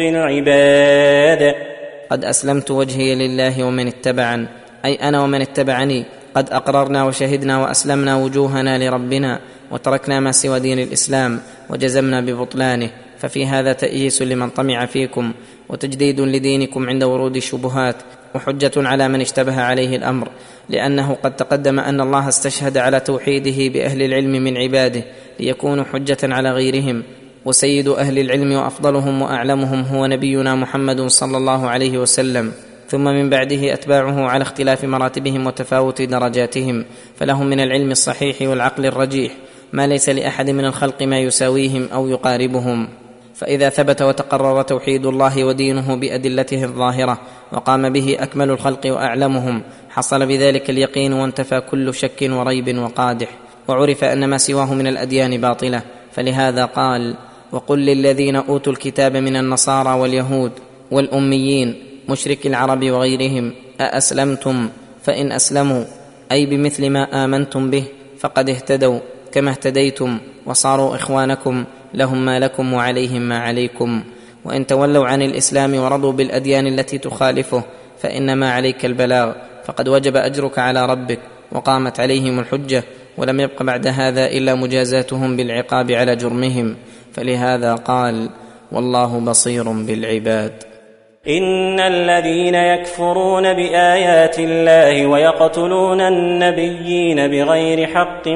بالعباد. قد أسلمت وجهي لله ومن اتبعن، أي أنا ومن اتبعني قد أقررنا وشهدنا وأسلمنا وجوهنا لربنا وتركنا ما سوى دين الإسلام وجزمنا ببطلانه. ففي هذا تأييس لمن طمع فيكم وتجديد لدينكم عند ورود الشبهات، وحجة على من اشتبه عليه الأمر، لأنه قد تقدم أن الله استشهد على توحيده بأهل العلم من عباده ليكونوا حجة على غيرهم. وسيد أهل العلم وأفضلهم وأعلمهم هو نبينا محمد صلى الله عليه وسلم، ثم من بعده أتباعه على اختلاف مراتبهم وتفاوت درجاتهم، فلهم من العلم الصحيح والعقل الرجيح ما ليس لأحد من الخلق ما يساويهم أو يقاربهم. فإذا ثبت وتقرر توحيد الله ودينه بأدلته الظاهرة وقام به أكمل الخلق وأعلمهم، حصل بذلك اليقين وانتفى كل شك وريب وقادح، وعرف أن ما سواه من الأديان باطلة. فلهذا قال: وقل للذين أوتوا الكتاب من النصارى واليهود والأميين مشرك العرب وغيرهم أأسلمتم فإن أسلموا، أي بمثل ما آمنتم به فقد اهتدوا كما اهتديتم وصاروا إخوانكم، لهم ما لكم وعليهم ما عليكم. وإن تولوا عن الإسلام ورضوا بالأديان التي تخالفه فإنما عليك البلاغ، فقد وجب أجرك على ربك وقامت عليهم الحجة، ولم يبق بعد هذا إلا مجازاتهم بالعقاب على جرمهم. فلهذا قال: والله بصير بالعباد. إن الذين يكفرون بآيات الله ويقتلون النبيين بغير حق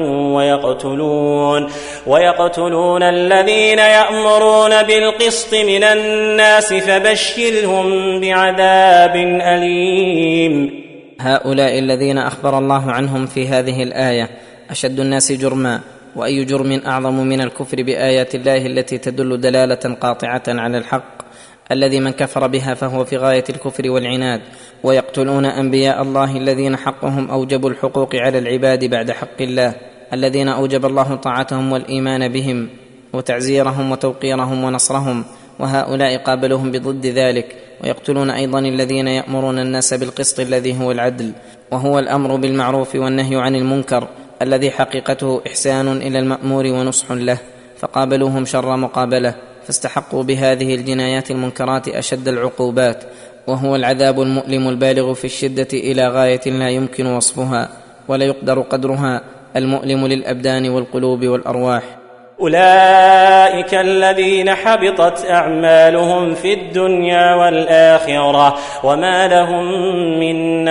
ويقتلون, ويقتلون الذين يأمرون بالقسط من الناس فبشرهم بعذاب أليم. هؤلاء الذين أخبر الله عنهم في هذه الآية أشد الناس جرما، وأي جرم أعظم من الكفر بآيات الله التي تدل دلالة قاطعة على الحق الذي من كفر بها فهو في غاية الكفر والعناد. ويقتلون أنبياء الله الذين حقهم أوجب الحقوق على العباد بعد حق الله، الذين أوجب الله طاعتهم والإيمان بهم وتعزيرهم وتوقيرهم ونصرهم، وهؤلاء قابلوهم بضد ذلك. ويقتلون أيضا الذين يأمرون الناس بالقسط الذي هو العدل، وهو الأمر بالمعروف والنهي عن المنكر الذي حقيقته إحسان إلى المأمور ونصح له، فقابلوهم شر مقابلة، فاستحقوا بهذه الجنايات المنكرات أشد العقوبات، وهو العذاب المؤلم البالغ في الشدة إلى غاية لا يمكن وصفها ولا يقدر قدرها، المؤلم للأبدان والقلوب والأرواح. أولئك الذين حبطت أعمالهم في الدنيا والآخرة وما لهم من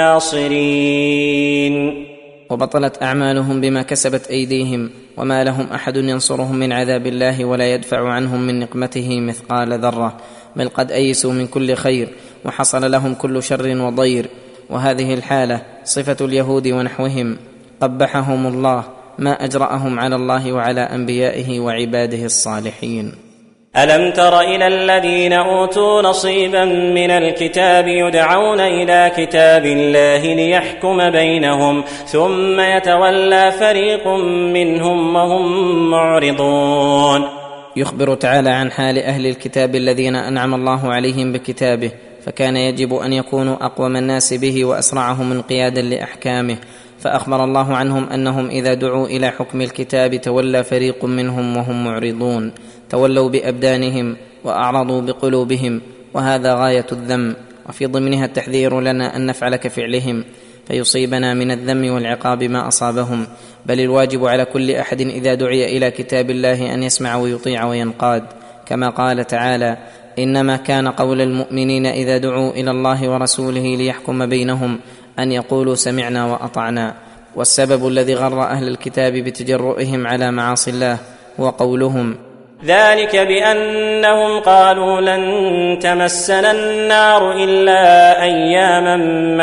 ناصرين. وبطلت أعمالهم بما كسبت أيديهم، وما لهم أحد ينصرهم من عذاب الله ولا يدفع عنهم من نقمته مثقال ذرة، بل قد أيسوا من كل خير وحصل لهم كل شر وضير. وهذه الحالة صفة اليهود ونحوهم قبحهم الله، ما أجرأهم على الله وعلى أنبيائه وعباده الصالحين. ألم تر إلى الذين أوتوا نصيبا من الكتاب يدعون إلى كتاب الله ليحكم بينهم ثم يتولى فريق منهم وهم معرضون. يخبر تعالى عن حال أهل الكتاب الذين أنعم الله عليهم بكتابه، فكان يجب أن يكونوا أقوم الناس به وأسرعهم انقيادا لأحكامه، فأخبر الله عنهم أنهم إذا دعوا إلى حكم الكتاب تولى فريق منهم وهم معرضون، تولوا بأبدانهم وأعرضوا بقلوبهم، وهذا غاية الذم، وفي ضمنها التحذير لنا أن نفعل كفعلهم فيصيبنا من الذم والعقاب ما أصابهم، بل الواجب على كل أحد إذا دعي إلى كتاب الله أن يسمع ويطيع وينقاد، كما قال تعالى: إنما كان قول المؤمنين إذا دعوا إلى الله ورسوله ليحكم بينهم أن يقولوا سمعنا وأطعنا. والسبب الذي غر أهل الكتاب بتجرؤهم على معاصي الله هو قولهم: ذلك بأنهم قالوا لن تمسنا النار إلا أياما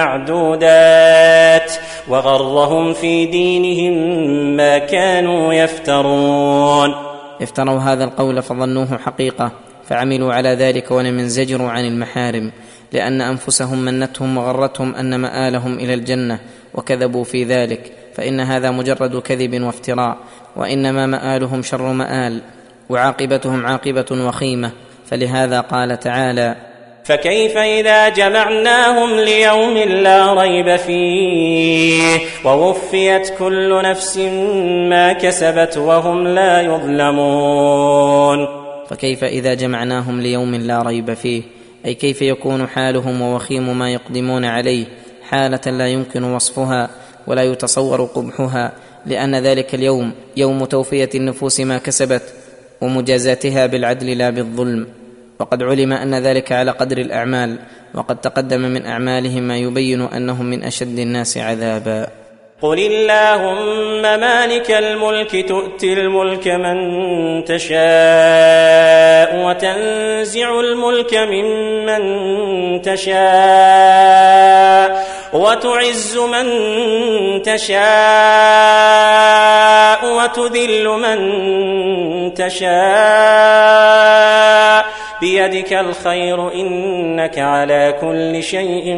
معدودات وغرهم في دينهم ما كانوا يفترون. افتروا هذا القول فظنوه حقيقة فعملوا على ذلك ولم ينزجروا عن المحارم، لأن أنفسهم منتهم وغرتهم أن مآلهم إلى الجنة وكذبوا في ذلك، فإن هذا مجرد كذب وافتراء، وإنما مآلهم شر مآل وعاقبتهم عاقبة وخيمة. فلهذا قال تعالى: فكيف إذا جمعناهم ليوم لا ريب فيه ووفيت كل نفس ما كسبت وهم لا يظلمون. فكيف إذا جمعناهم ليوم لا ريب فيه، أي كيف يكون حالهم ووخيم ما يقدمون عليه حالة لا يمكن وصفها ولا يتصور قبحها، لأن ذلك اليوم يوم توفية النفوس ما كسبت ومجازاتها بالعدل لا بالظلم، وقد علم أن ذلك على قدر الأعمال، وقد تقدم من أعمالهم ما يبين أنهم من أشد الناس عذابا. قل اللهم مالك الملك تؤتي الملك من تشاء وتنزع الملك ممن تشاء وتعز من تشاء وتذل من تشاء بيدك الخير إنك على كل شيء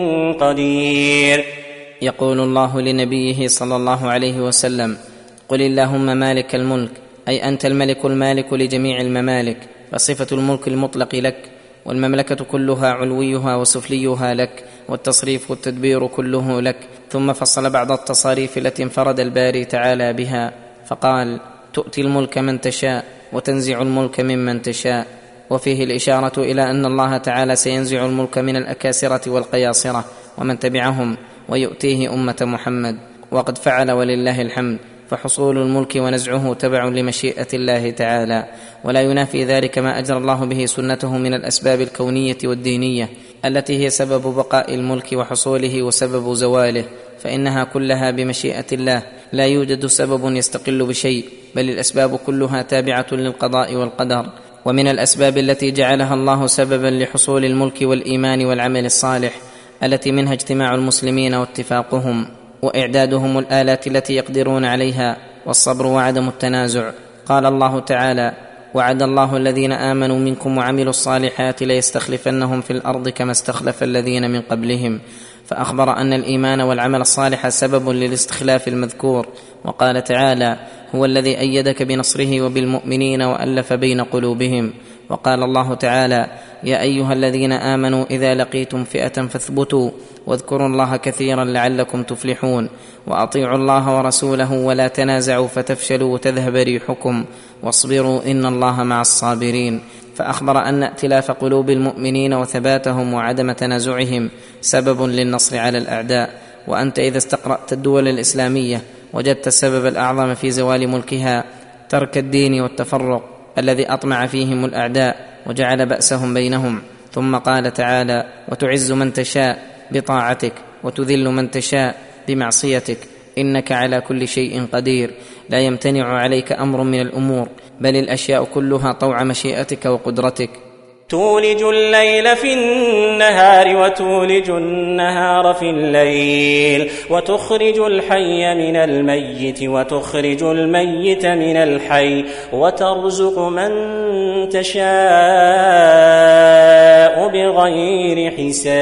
قدير. يقول الله لنبيه صلى الله عليه وسلم: قل اللهم مالك الملك، أي أنت الملك المالك لجميع الممالك، فصفة الملك المطلق لك، والمملكة كلها علويها وسفليها لك، والتصريف والتدبير كله لك. ثم فصل بعض التصاريف التي انفرد الباري تعالى بها فقال: تؤتي الملك من تشاء وتنزع الملك ممن تشاء، وفيه الإشارة إلى أن الله تعالى سينزع الملك من الأكاسرة والقياصرة ومن تبعهم ويؤتيه أمة محمد، وقد فعل ولله الحمد، فحصول الملك ونزعه تبع لمشيئة الله تعالى، ولا ينافي ذلك ما أجرى الله به سنته من الأسباب الكونية والدينية التي هي سبب بقاء الملك وحصوله وسبب زواله، فإنها كلها بمشيئة الله، لا يوجد سبب يستقل بشيء، بل الأسباب كلها تابعة للقضاء والقدر. ومن الأسباب التي جعلها الله سببا لحصول الملك والإيمان والعمل الصالح التي منها اجتماع المسلمين واتفاقهم وإعدادهم الآلات التي يقدرون عليها، والصبر وعدم التنازع. قال الله تعالى: وعد الله الذين آمنوا منكم وعملوا الصالحات ليستخلفنهم في الأرض كما استخلف الذين من قبلهم، فأخبر أن الإيمان والعمل الصالح سبب للاستخلاف المذكور. وقال تعالى: هو الذي أيدك بنصره وبالمؤمنين وألف بين قلوبهم. وقال الله تعالى: يا أيها الذين آمنوا إذا لقيتم فئة فاثبتوا واذكروا الله كثيرا لعلكم تفلحون، وأطيعوا الله ورسوله ولا تنازعوا فتفشلوا وتذهب ريحكم واصبروا إن الله مع الصابرين. فأخبر أن ائتلاف قلوب المؤمنين وثباتهم وعدم تنازعهم سبب للنصر على الأعداء. وأنت إذا استقرأت الدول الإسلامية وجدت السبب الأعظم في زوال ملكها ترك الدين والتفرق الذي أطمع فيهم الأعداء وجعل بأسهم بينهم. ثم قال تعالى: وتعز من تشاء بطاعتك وتذل من تشاء بمعصيتك إنك على كل شيء قدير. لا يمتنع عليك أمر من الأمور، بل الأشياء كلها طوع مشيئتك وقدرتك. تولج الليل في النهار وتولج النهار في الليل وتخرج الحي من الميت وتخرج الميت من الحي وترزق من تشاء بغير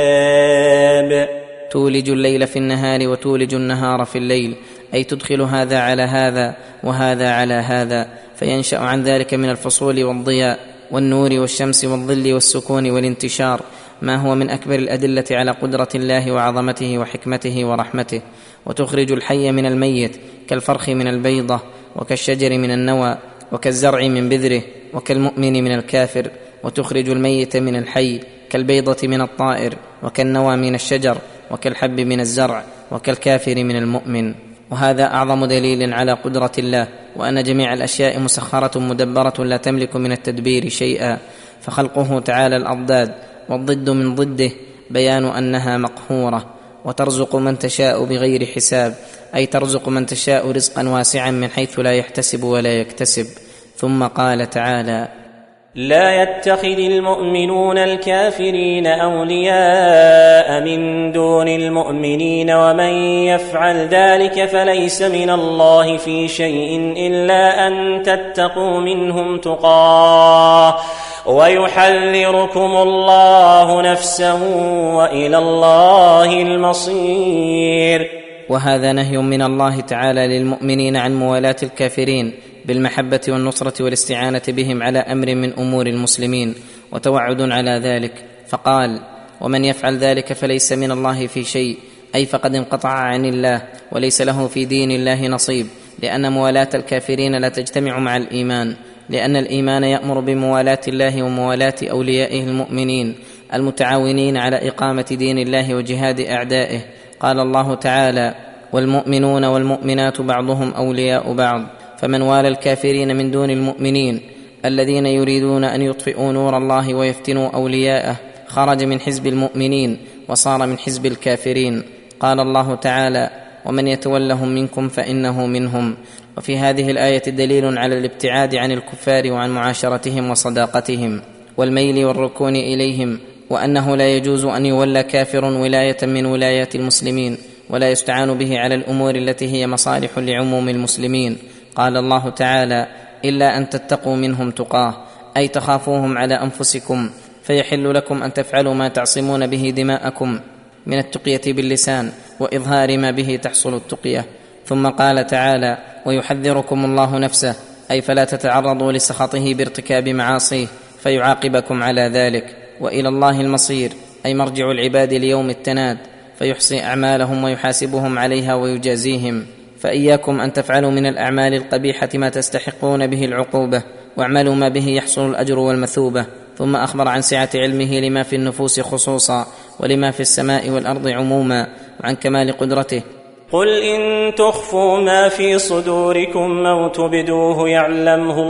حساب. تولج الليل في النهار وتولج النهار في الليل، أي تدخل هذا على هذا وهذا على هذا، فينشأ عن ذلك من الفصول والضياء والنور والشمس والظل والسكون والانتشار ما هو من أكبر الأدلة على قدرة الله وعظمته وحكمته ورحمته. وتخرج الحي من الميت كالفرخ من البيضة، وكالشجر من النوى، وكالزرع من بذره، وكالمؤمن من الكافر. وتخرج الميت من الحي كالبيضة من الطائر، وكالنوى من الشجر، وكالحب من الزرع، وكالكافر من المؤمن. وهذا أعظم دليل على قدرة الله، وأن جميع الأشياء مسخرة مدبرة لا تملك من التدبير شيئا. فخلقه تعالى الأضداد والضد من ضده بيان أنها مقهورة. وترزق من تشاء بغير حساب، أي ترزق من تشاء رزقا واسعا من حيث لا يحتسب ولا يكتسب. ثم قال تعالى: لا يتخذ المؤمنون الكافرين أولياء من دون المؤمنين ومن يفعل ذلك فليس من الله في شيء إلا أن تتقوا منهم تقاه ويحذركم الله نفسه وإلى الله المصير. وهذا نهي من الله تعالى للمؤمنين عن موالاة الكافرين بالمحبة والنصرة والاستعانة بهم على أمر من أمور المسلمين، وتوعد على ذلك، فقال: ومن يفعل ذلك فليس من الله في شيء، أي فقد انقطع عن الله وليس له في دين الله نصيب، لأن موالاة الكافرين لا تجتمع مع الإيمان، لأن الإيمان يأمر بموالاة الله وموالاة أوليائه المؤمنين المتعاونين على إقامة دين الله وجهاد أعدائه. قال الله تعالى: والمؤمنون والمؤمنات بعضهم أولياء بعض. فمن والى الكافرين من دون المؤمنين الذين يريدون أن يطفئوا نور الله ويفتنوا أولياءه خرج من حزب المؤمنين وصار من حزب الكافرين. قال الله تعالى: ومن يتولهم منكم فإنه منهم. وفي هذه الآية دليل على الابتعاد عن الكفار وعن معاشرتهم وصداقتهم والميل والركون إليهم، وأنه لا يجوز أن يولى كافر ولاية من ولايات المسلمين ولا يستعان به على الأمور التي هي مصالح لعموم المسلمين. قال الله تعالى: إلا أن تتقوا منهم تقاه، أي تخافوهم على أنفسكم، فيحل لكم أن تفعلوا ما تعصمون به دماءكم من التقية باللسان وإظهار ما به تحصل التقية. ثم قال تعالى: ويحذركم الله نفسه، أي فلا تتعرضوا لسخطه بارتكاب معاصيه فيعاقبكم على ذلك. وإلى الله المصير، أي مرجع العباد ليوم التناد، فيحصي أعمالهم ويحاسبهم عليها ويجازيهم. فإياكم أن تفعلوا من الأعمال القبيحة ما تستحقون به العقوبة، واعملوا ما به يحصل الأجر والمثوبة. ثم أخبر عن سعة علمه لما في النفوس خصوصا ولما في السماء والأرض عموما، وعن كمال قدرته. قل إن تخفوا ما في صدوركم أو تبدوه يعلمه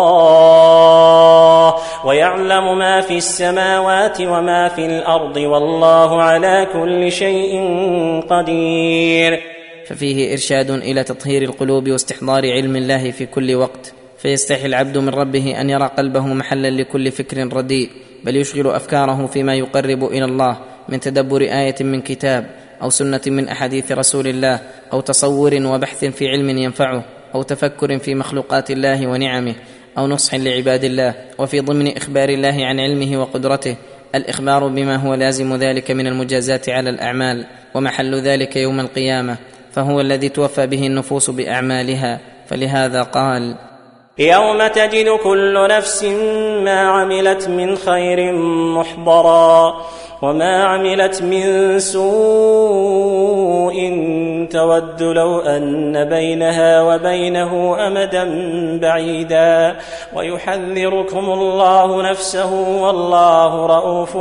الله ويعلم ما في السماوات وما في الأرض والله على كل شيء قدير. ففيه إرشاد إلى تطهير القلوب واستحضار علم الله في كل وقت، فيستحي العبد من ربه أن يرى قلبه محلا لكل فكر رديء، بل يشغل أفكاره فيما يقرب إلى الله من تدبر آية من كتاب أو سنة من أحاديث رسول الله، أو تصور وبحث في علم ينفعه، أو تفكر في مخلوقات الله ونعمه، أو نصح لعباد الله. وفي ضمن إخبار الله عن علمه وقدرته الإخبار بما هو لازم ذلك من المجازات على الأعمال، ومحل ذلك يوم القيامة، فهو الذي توفى به النفوس بأعمالها. فلهذا قال: يوم تجد كل نفس ما عملت من خير محضرا وما عملت من سوء تود لو أن بينها وبينه أمدا بعيدا ويحذركم الله نفسه والله رؤوف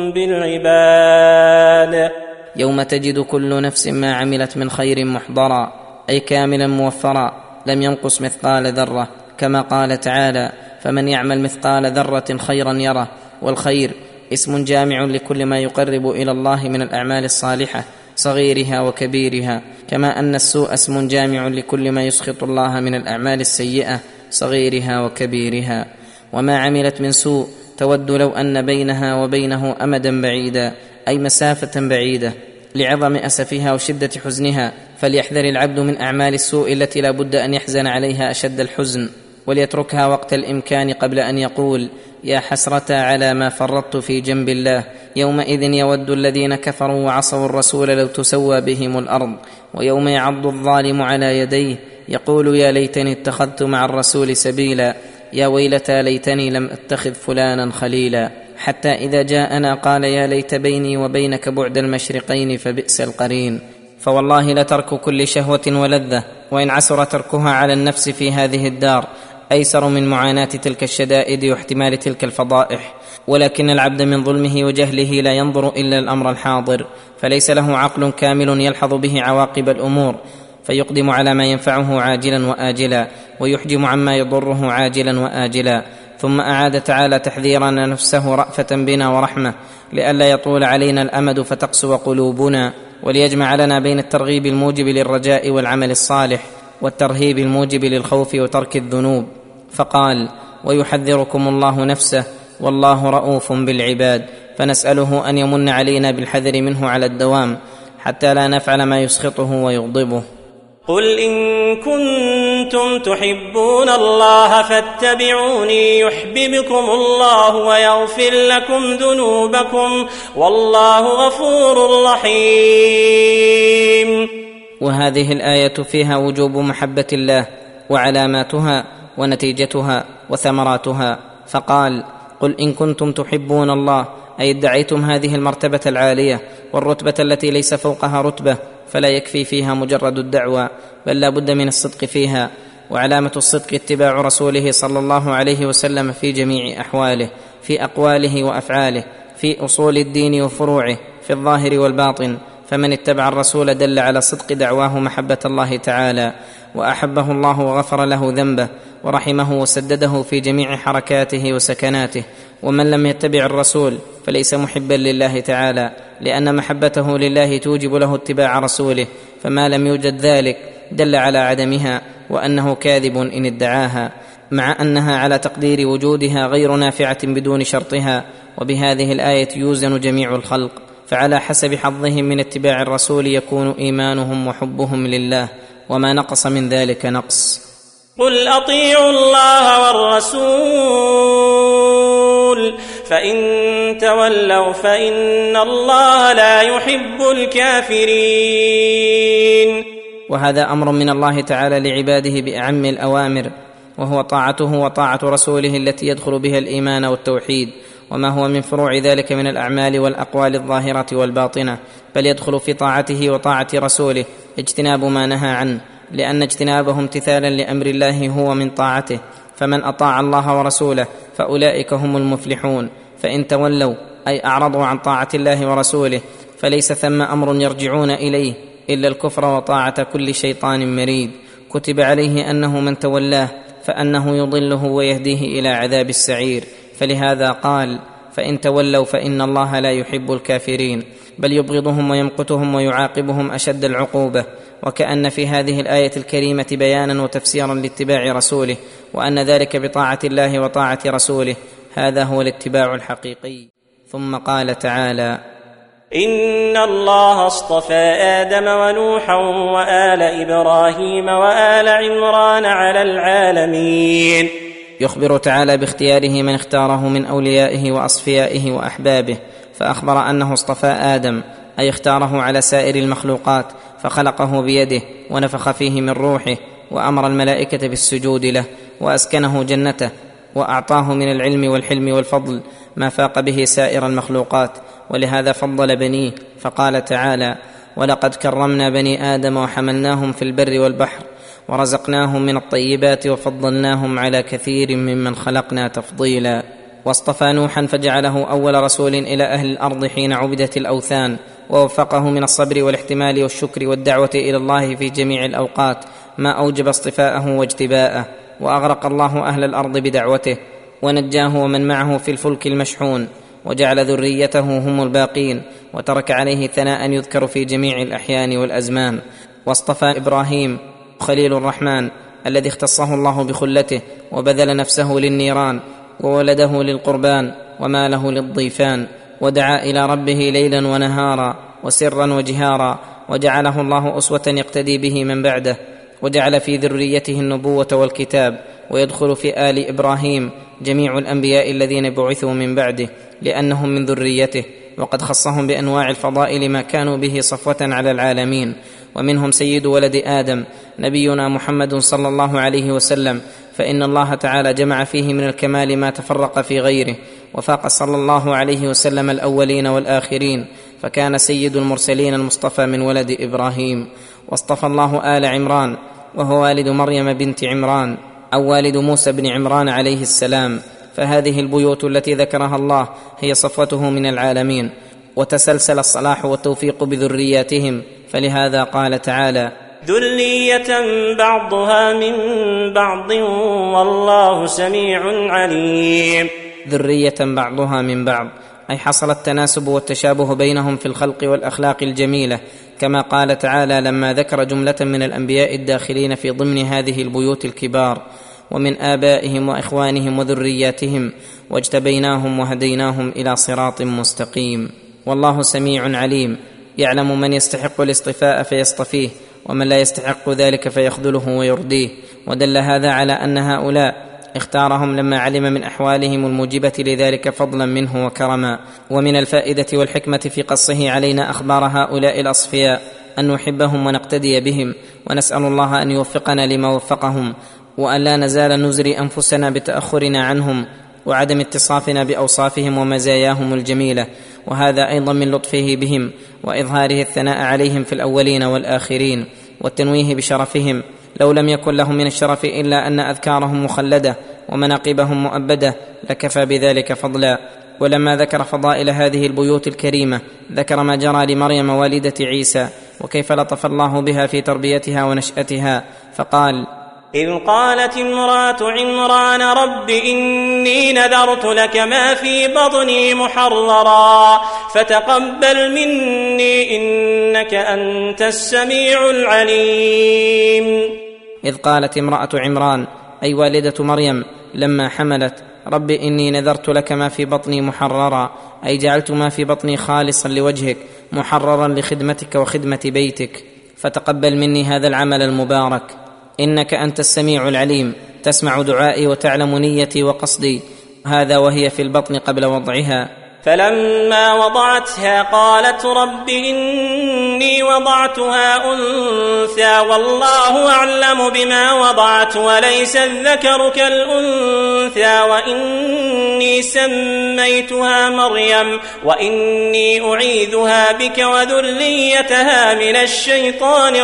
بالعباد. يوم تجد كل نفس ما عملت من خير محضرا، أي كاملا موفرا لم ينقص مثقال ذرة، كما قال تعالى: فمن يعمل مثقال ذرة خيرا يره. والخير اسم جامع لكل ما يقرب إلى الله من الأعمال الصالحة صغيرها وكبيرها، كما أن السوء اسم جامع لكل ما يسخط الله من الأعمال السيئة صغيرها وكبيرها. وما عملت من سوء تود لو أن بينها وبينه أمدا بعيدا، أي مسافة بعيدة، لعظم أسفها وشدة حزنها. فليحذر العبد من أعمال السوء التي لا بد أن يحزن عليها أشد الحزن، وليتركها وقت الإمكان قبل أن يقول يا حسرة على ما فرطت في جنب الله. يومئذ يود الذين كفروا وعصوا الرسول لو تسوى بهم الأرض. ويوم يعض الظالم على يديه يقول يا ليتني اتخذت مع الرسول سبيلا، يا ويلتى ليتني لم أتخذ فلانا خليلا. حتى إذا جاءنا قال يا ليت بيني وبينك بعد المشرقين فبئس القرين. فوالله لترك كل شهوة ولذة وإن عسر تركها على النفس في هذه الدار أيسر من معاناة تلك الشدائد واحتمال تلك الفضائح. ولكن العبد من ظلمه وجهله لا ينظر إلا الأمر الحاضر، فليس له عقل كامل يلحظ به عواقب الأمور، فيقدم على ما ينفعه عاجلا وآجلا، ويحجم عما يضره عاجلا وآجلا. ثم أعاد تعالى تحذيرنا نفسه رأفة بنا ورحمة، لئلا يطول علينا الأمد فتقسو قلوبنا، وليجمع لنا بين الترغيب الموجب للرجاء والعمل الصالح والترهيب الموجب للخوف وترك الذنوب. فقال ويحذركم الله نفسه والله رؤوف بالعباد. فنسأله أن يمن علينا بالحذر منه على الدوام حتى لا نفعل ما يسخطه ويغضبه. قل إن كنتم تحبون الله فاتبعوني يحببكم الله ويغفر لكم ذنوبكم والله غفور رحيم. وهذه الآية فيها وجوب محبة الله وعلاماتها ونتيجتها وثمراتها. فقال قل إن كنتم تحبون الله، أي ادعيتم هذه المرتبة العالية والرتبة التي ليس فوقها رتبة، فلا يكفي فيها مجرد الدعوة، بل لا بد من الصدق فيها. وعلامة الصدق اتباع رسوله صلى الله عليه وسلم في جميع أحواله، في أقواله وأفعاله، في أصول الدين وفروعه، في الظاهر والباطن. فمن اتبع الرسول دل على صدق دعواه محبة الله تعالى، وأحبه الله وغفر له ذنبه ورحمه وسدده في جميع حركاته وسكناته. ومن لم يتبع الرسول فليس محبا لله تعالى، لأن محبته لله توجب له اتباع رسوله، فما لم يوجد ذلك دل على عدمها وأنه كاذب إن ادعاها، مع أنها على تقدير وجودها غير نافعة بدون شرطها. وبهذه الآية يوزن جميع الخلق، فعلى حسب حظهم من اتباع الرسول يكون إيمانهم وحبهم لله، وما نقص من ذلك نقص. قل أطيعوا الله والرسول فإن تولوا فإن الله لا يحب الكافرين. وهذا أمر من الله تعالى لعباده بأعم الأوامر، وهو طاعته وطاعة رسوله التي يدخل بها الإيمان والتوحيد، وما هو من فروع ذلك من الأعمال والأقوال الظاهرة والباطنة، بل يدخل في طاعته وطاعة رسوله اجتناب ما نهى عنه، لأن اجتنابه امتثالا لأمر الله هو من طاعته. فمن أطاع الله ورسوله فأولئك هم المفلحون. فإن تولوا أي أعرضوا عن طاعة الله ورسوله فليس ثم أمر يرجعون إليه إلا الكفر وطاعة كل شيطان مريد، كتب عليه أنه من تولاه فأنه يضله ويهديه إلى عذاب السعير. فلهذا قال فإن تولوا فإن الله لا يحب الكافرين، بل يبغضهم ويمقتهم ويعاقبهم أشد العقوبة. وكأن في هذه الآية الكريمة بيانا وتفسيرا لاتباع رسوله، وأن ذلك بطاعة الله وطاعة رسوله، هذا هو الاتباع الحقيقي. ثم قال تعالى إن الله اصطفى آدم ونوحا وآل إبراهيم وآل عمران على العالمين. يخبر تعالى باختياره من اختاره من أوليائه وأصفيائه وأحبابه، فأخبر أنه اصطفى آدم، أي اختاره على سائر المخلوقات، فخلقه بيده ونفخ فيه من روحه، وأمر الملائكة بالسجود له، وأسكنه جنته، وأعطاه من العلم والحلم والفضل ما فاق به سائر المخلوقات. ولهذا فضل بنيه، فقال تعالى ولقد كرمنا بني آدم وحملناهم في البر والبحر ورزقناهم من الطيبات وفضلناهم على كثير ممن خلقنا تفضيلا. واصطفى نوحا فجعله أول رسول إلى أهل الأرض حين عبدت الأوثان، ووفقه من الصبر والاحتمال والشكر والدعوة إلى الله في جميع الأوقات ما أوجب اصطفاءه واجتباءه. وأغرق الله أهل الأرض بدعوته، ونجاه ومن معه في الفلك المشحون، وجعل ذريته هم الباقين، وترك عليه ثناء يذكر في جميع الأحيان والأزمان. واصطفى إبراهيم خليل الرحمن الذي اختصه الله بخلته وبذل نفسه للنيران وولده للقربان، وماله للضيفان، ودعا إلى ربه ليلا ونهارا وسرا وجهارا، وجعله الله أسوة يقتدي به من بعده، وجعل في ذريته النبوة والكتاب، ويدخل في آل إبراهيم جميع الأنبياء الذين بعثوا من بعده لأنهم من ذريته، وقد خصهم بأنواع الفضائل ما كانوا به صفوة على العالمين، ومنهم سيد ولد آدم نبينا محمد صلى الله عليه وسلم، فإن الله تعالى جمع فيه من الكمال ما تفرق في غيره، وفاق صلى الله عليه وسلم الأولين والآخرين، فكان سيد المرسلين المصطفى من ولد إبراهيم. واصطفى الله آل عمران، وهو والد مريم بنت عمران أو والد موسى بن عمران عليه السلام، فهذه البيوت التي ذكرها الله هي صفوته من العالمين، وتسلسل الصلاح والتوفيق بذرياتهم، فلهذا قال تعالى: ذرية بعضها من بعض والله سميع عليم. ذرية بعضها من بعض، أي حصل التناسب والتشابه بينهم في الخلق والأخلاق الجميلة، كما قال تعالى لما ذكر جملة من الأنبياء الداخلين في ضمن هذه البيوت الكبار: ومن آبائهم وإخوانهم وذرياتهم واجتبيناهم وهديناهم إلى صراط مستقيم. والله سميع عليم، يعلم من يستحق الاصطفاء فيصطفيه، ومن لا يستحق ذلك فيخذله ويرديه. ودل هذا على أن هؤلاء اختارهم لما علم من أحوالهم الموجبة لذلك فضلا منه وكرما. ومن الفائدة والحكمة في قصه علينا أخبار هؤلاء الأصفياء أن نحبهم ونقتدي بهم، ونسأل الله أن يوفقنا لما وفقهم، وأن لا نزال نزري أنفسنا بتأخرنا عنهم وعدم اتصافنا بأوصافهم ومزاياهم الجميلة، وهذا أيضا من لطفه بهم وإظهاره الثناء عليهم في الأولين والآخرين والتنويه بشرفهم. لو لم يكن لهم من الشرف إلا أن أذكارهم مخلدة ومناقبهم مؤبدة لكفى بذلك فضلا. ولما ذكر فضائل هذه البيوت الكريمة ذكر ما جرى لمريم والدة عيسى، وكيف لطف الله بها في تربيتها ونشأتها، فقال: إذ قالت امرأة عمران رب إني نذرت لك ما في بطني محررا فتقبل مني إنك أنت السميع العليم. إذ قالت امرأة عمران أي والدة مريم لما حملت: رب إني نذرت لك ما في بطني محررا، أي جعلت ما في بطني خالصا لوجهك محررا لخدمتك وخدمة بيتك، فتقبل مني هذا العمل المبارك، إنك أنت السميع العليم، تسمع دعائي وتعلم نيتي وقصدي. هذا وهي في البطن قبل وضعها. فلما وضعتها قالت رب إني وضعتها أنثى والله أعلم بما وضعت وليس الذكر كالأنثى وإني سميتها مريم وإني أعيذها بك وذريتها من الشيطان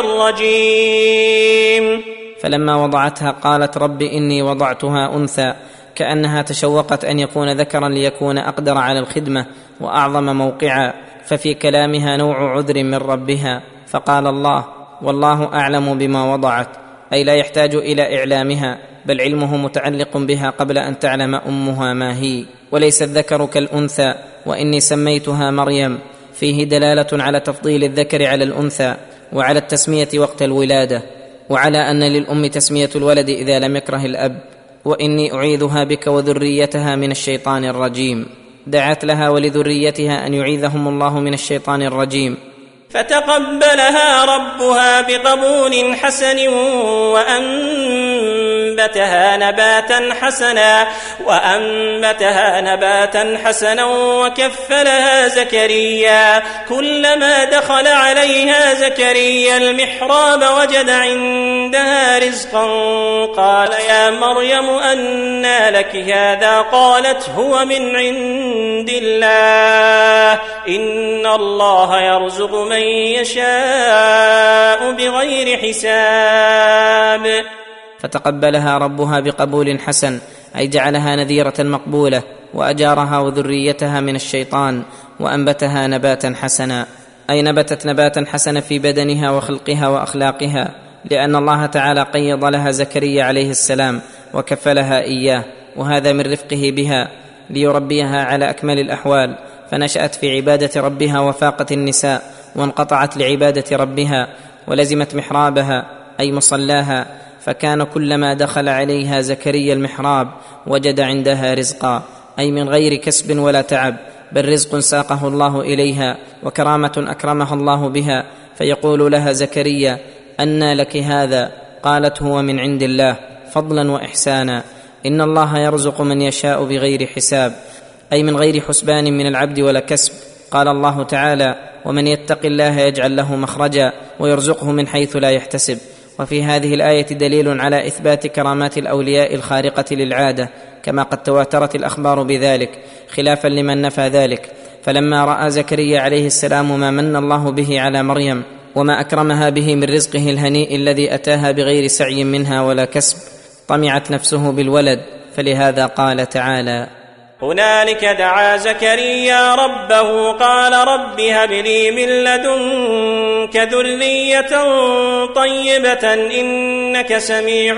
الرجيم. فلما وضعتها قالت رب إني وضعتها أنثى، كأنها تشوقت أن يكون ذكرا ليكون أقدر على الخدمة وأعظم موقعا، ففي كلامها نوع عذر من ربها، فقال الله: والله أعلم بما وضعت، أي لا يحتاج إلى إعلامها، بل علمه متعلق بها قبل أن تعلم أمها ما هي. وليس الذكر كالأنثى، وإني سميتها مريم، فيه دلالة على تفضيل الذكر على الأنثى وعلى التسمية وقت الولادة، وعلى أن للأم تسمية الولد إذا لم يكره الأب. وإني أعيذها بك وذريتها من الشيطان الرجيم، دعت لها ولذريتها أن يعيذهم الله من الشيطان الرجيم، فتقبلها ربها بقبول حسن وأنبتها نباتا حسنا وأنبتها نباتا حسنا وكفلها زكريا. كلما دخل عليها زكريا المحراب وجد عندها رزقا قال يا مريم أنى لك هذا؟ قالت هو من عند الله إن الله يرزق من يشاء بغير حساب. فتقبلها ربها بقبول حسن، أي جعلها نذيرة مقبولة، وأجارها وذريتها من الشيطان، وأنبتها نباتا حسنا، أي نبتت نباتا حسنا في بدنها وخلقها وأخلاقها، لأن الله تعالى قيض لها زكريا عليه السلام وكفلها إياه، وهذا من رفقه بها ليربيها على أكمل الأحوال، فنشأت في عبادة ربها وفاقت النساء، وانقطعت لعبادة ربها ولزمت محرابها أي مصلاها، فكان كلما دخل عليها زكريا المحراب وجد عندها رزقا، أي من غير كسب ولا تعب، بل رزق ساقه الله إليها وكرامة أكرمها الله بها، فيقول لها زكريا: أنى لك هذا؟ قالت: هو من عند الله فضلا وإحسانا، إن الله يرزق من يشاء بغير حساب، أي من غير حسبان من العبد ولا كسب. قال الله تعالى: ومن يتق الله يجعل له مخرجا ويرزقه من حيث لا يحتسب. وفي هذه الآية دليل على إثبات كرامات الأولياء الخارقة للعادة، كما قد تواترت الأخبار بذلك، خلافا لمن نفى ذلك. فلما رأى زكريا عليه السلام ما من الله به على مريم وما أكرمها به من رزقه الهنيء الذي أتاها بغير سعي منها ولا كسب، طمعت نفسه بالولد، فلهذا قال تعالى: هنالك دعا زكريا ربه قال رب هب لي من لدنك ذرية طيبة إنك سميع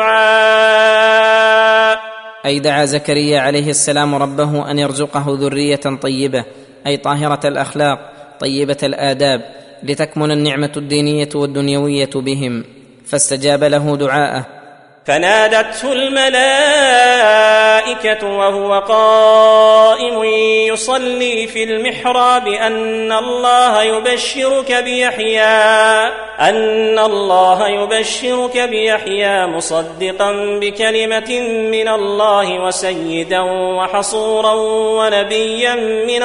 الدعاء. أي دعا زكريا عليه السلام ربه أن يرزقه ذرية طيبة، أي طاهرة الأخلاق طيبة الآداب، لتكمن النعمة الدينية والدنيوية بهم، فاستجاب له دعاءه. فنادته الملائكة وهو قائم يصلي في المحراب أن الله يبشرك بيحيى أن الله يبشرك بيحيى مصدقا بكلمة من الله وسيدا وحصورا ونبيا من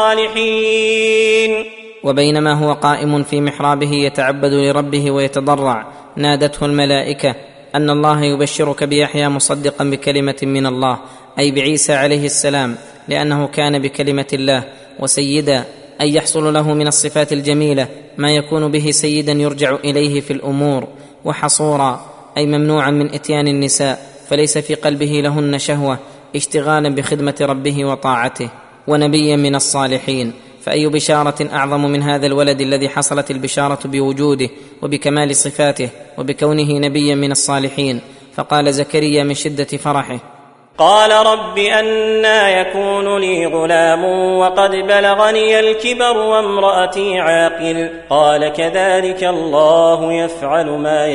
الصالحين. وبينما هو قائم في محرابه يتعبد لربه ويتضرع، نادته الملائكة أن الله يبشرك بيحيى مصدقا بكلمة من الله، أي بعيسى عليه السلام، لأنه كان بكلمة الله، وسيدا أي يحصل له من الصفات الجميلة ما يكون به سيدا يرجع إليه في الأمور، وحصورا أي ممنوعا من إتيان النساء، فليس في قلبه لهن شهوة، اشتغالا بخدمة ربه وطاعته، ونبيا من الصالحين. فأي بشارة أعظم من هذا الولد الذي حصلت البشارة بوجوده وبكمال صفاته وبكونه نبيا من الصالحين. فقال زكريا من شدة فرحه: قال رب أنى يكون لي غلام وقد بلغني الكبر وامرأتي عاقر. قال كذلك الله يفعل ما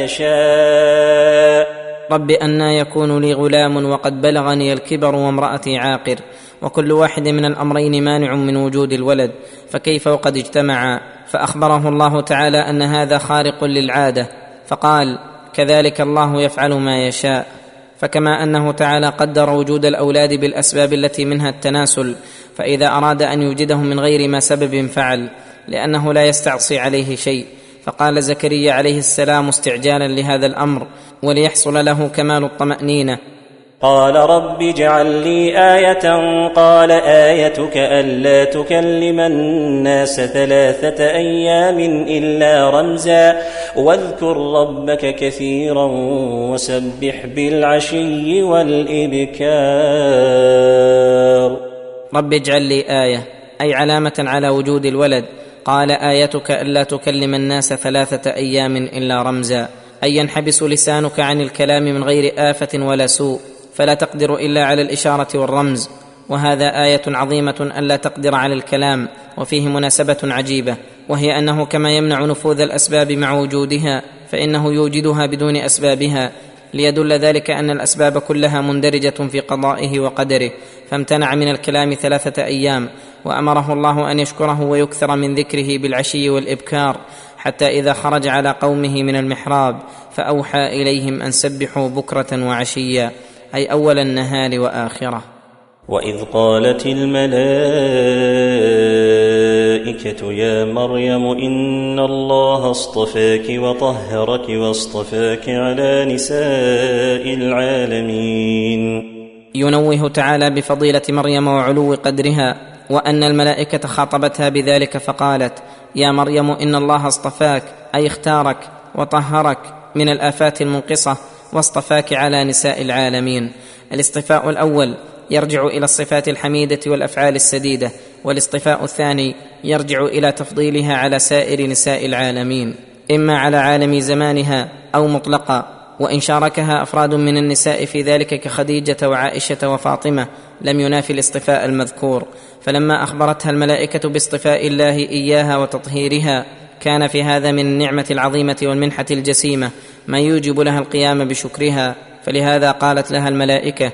يشاء. رب أنى يكون لي غلام وقد بلغني الكبر وامرأتي عاقر، وكل واحد من الأمرين مانع من وجود الولد، فكيف وقد اجتمعا؟ فأخبره الله تعالى أن هذا خارق للعادة، فقال: كذلك الله يفعل ما يشاء. فكما أنه تعالى قدر وجود الأولاد بالأسباب التي منها التناسل، فإذا أراد أن يوجدهم من غير ما سبب فعل، لأنه لا يستعصي عليه شيء. فقال زكريا عليه السلام استعجالا لهذا الأمر وليحصل له كمال الطمأنينة: قال رب اجعل لي آية. قال آيتك ألا تكلم الناس ثلاثة أيام إلا رمزا واذكر ربك كثيرا وسبح بالعشي والإبكار. رب اجعل لي آية، أي علامة على وجود الولد. قال آيتك ألا تكلم الناس ثلاثة أيام إلا رمزا، أي ينحبس لسانك عن الكلام من غير آفة ولا سوء، فلا تقدر إلا على الإشارة والرمز. وهذا آية عظيمة ألا تقدر على الكلام، وفيه مناسبة عجيبة، وهي أنه كما يمنع نفوذ الأسباب مع وجودها فإنه يوجدها بدون أسبابها، ليدل ذلك أن الأسباب كلها مندرجة في قضائه وقدره، فامتنع من الكلام ثلاثة أيام، وأمره الله أن يشكره ويكثر من ذكره بالعشي والإبكار، حتى إذا خرج على قومه من المحراب فأوحى إليهم أن سبحوا بكرة وعشيا، أي أول النهار وآخرة. وإذ قالت الملائكة يا مريم إن الله اصطفاك وطهرك واصطفاك على نساء العالمين. ينوه تعالى بفضيلة مريم وعلو قدرها، وأن الملائكة خاطبتها بذلك فقالت: يا مريم إن الله اصطفاك، أي اختارك وطهرك من الآفات المنقصة، واصطفاك على نساء العالمين. الاصطفاء الأول يرجع إلى الصفات الحميدة والأفعال السديدة، والاصطفاء الثاني يرجع إلى تفضيلها على سائر نساء العالمين، إما على عالم زمانها أو مطلقا، وإن شاركها أفراد من النساء في ذلك كخديجة وعائشة وفاطمة لم ينافي الاصطفاء المذكور. فلما أخبرتها الملائكة باصطفاء الله إياها وتطهيرها كان في هذا من النعمة العظيمة والمنحة الجسيمة ما يوجب لها القيام بشكرها، فلهذا قالت لها الملائكة: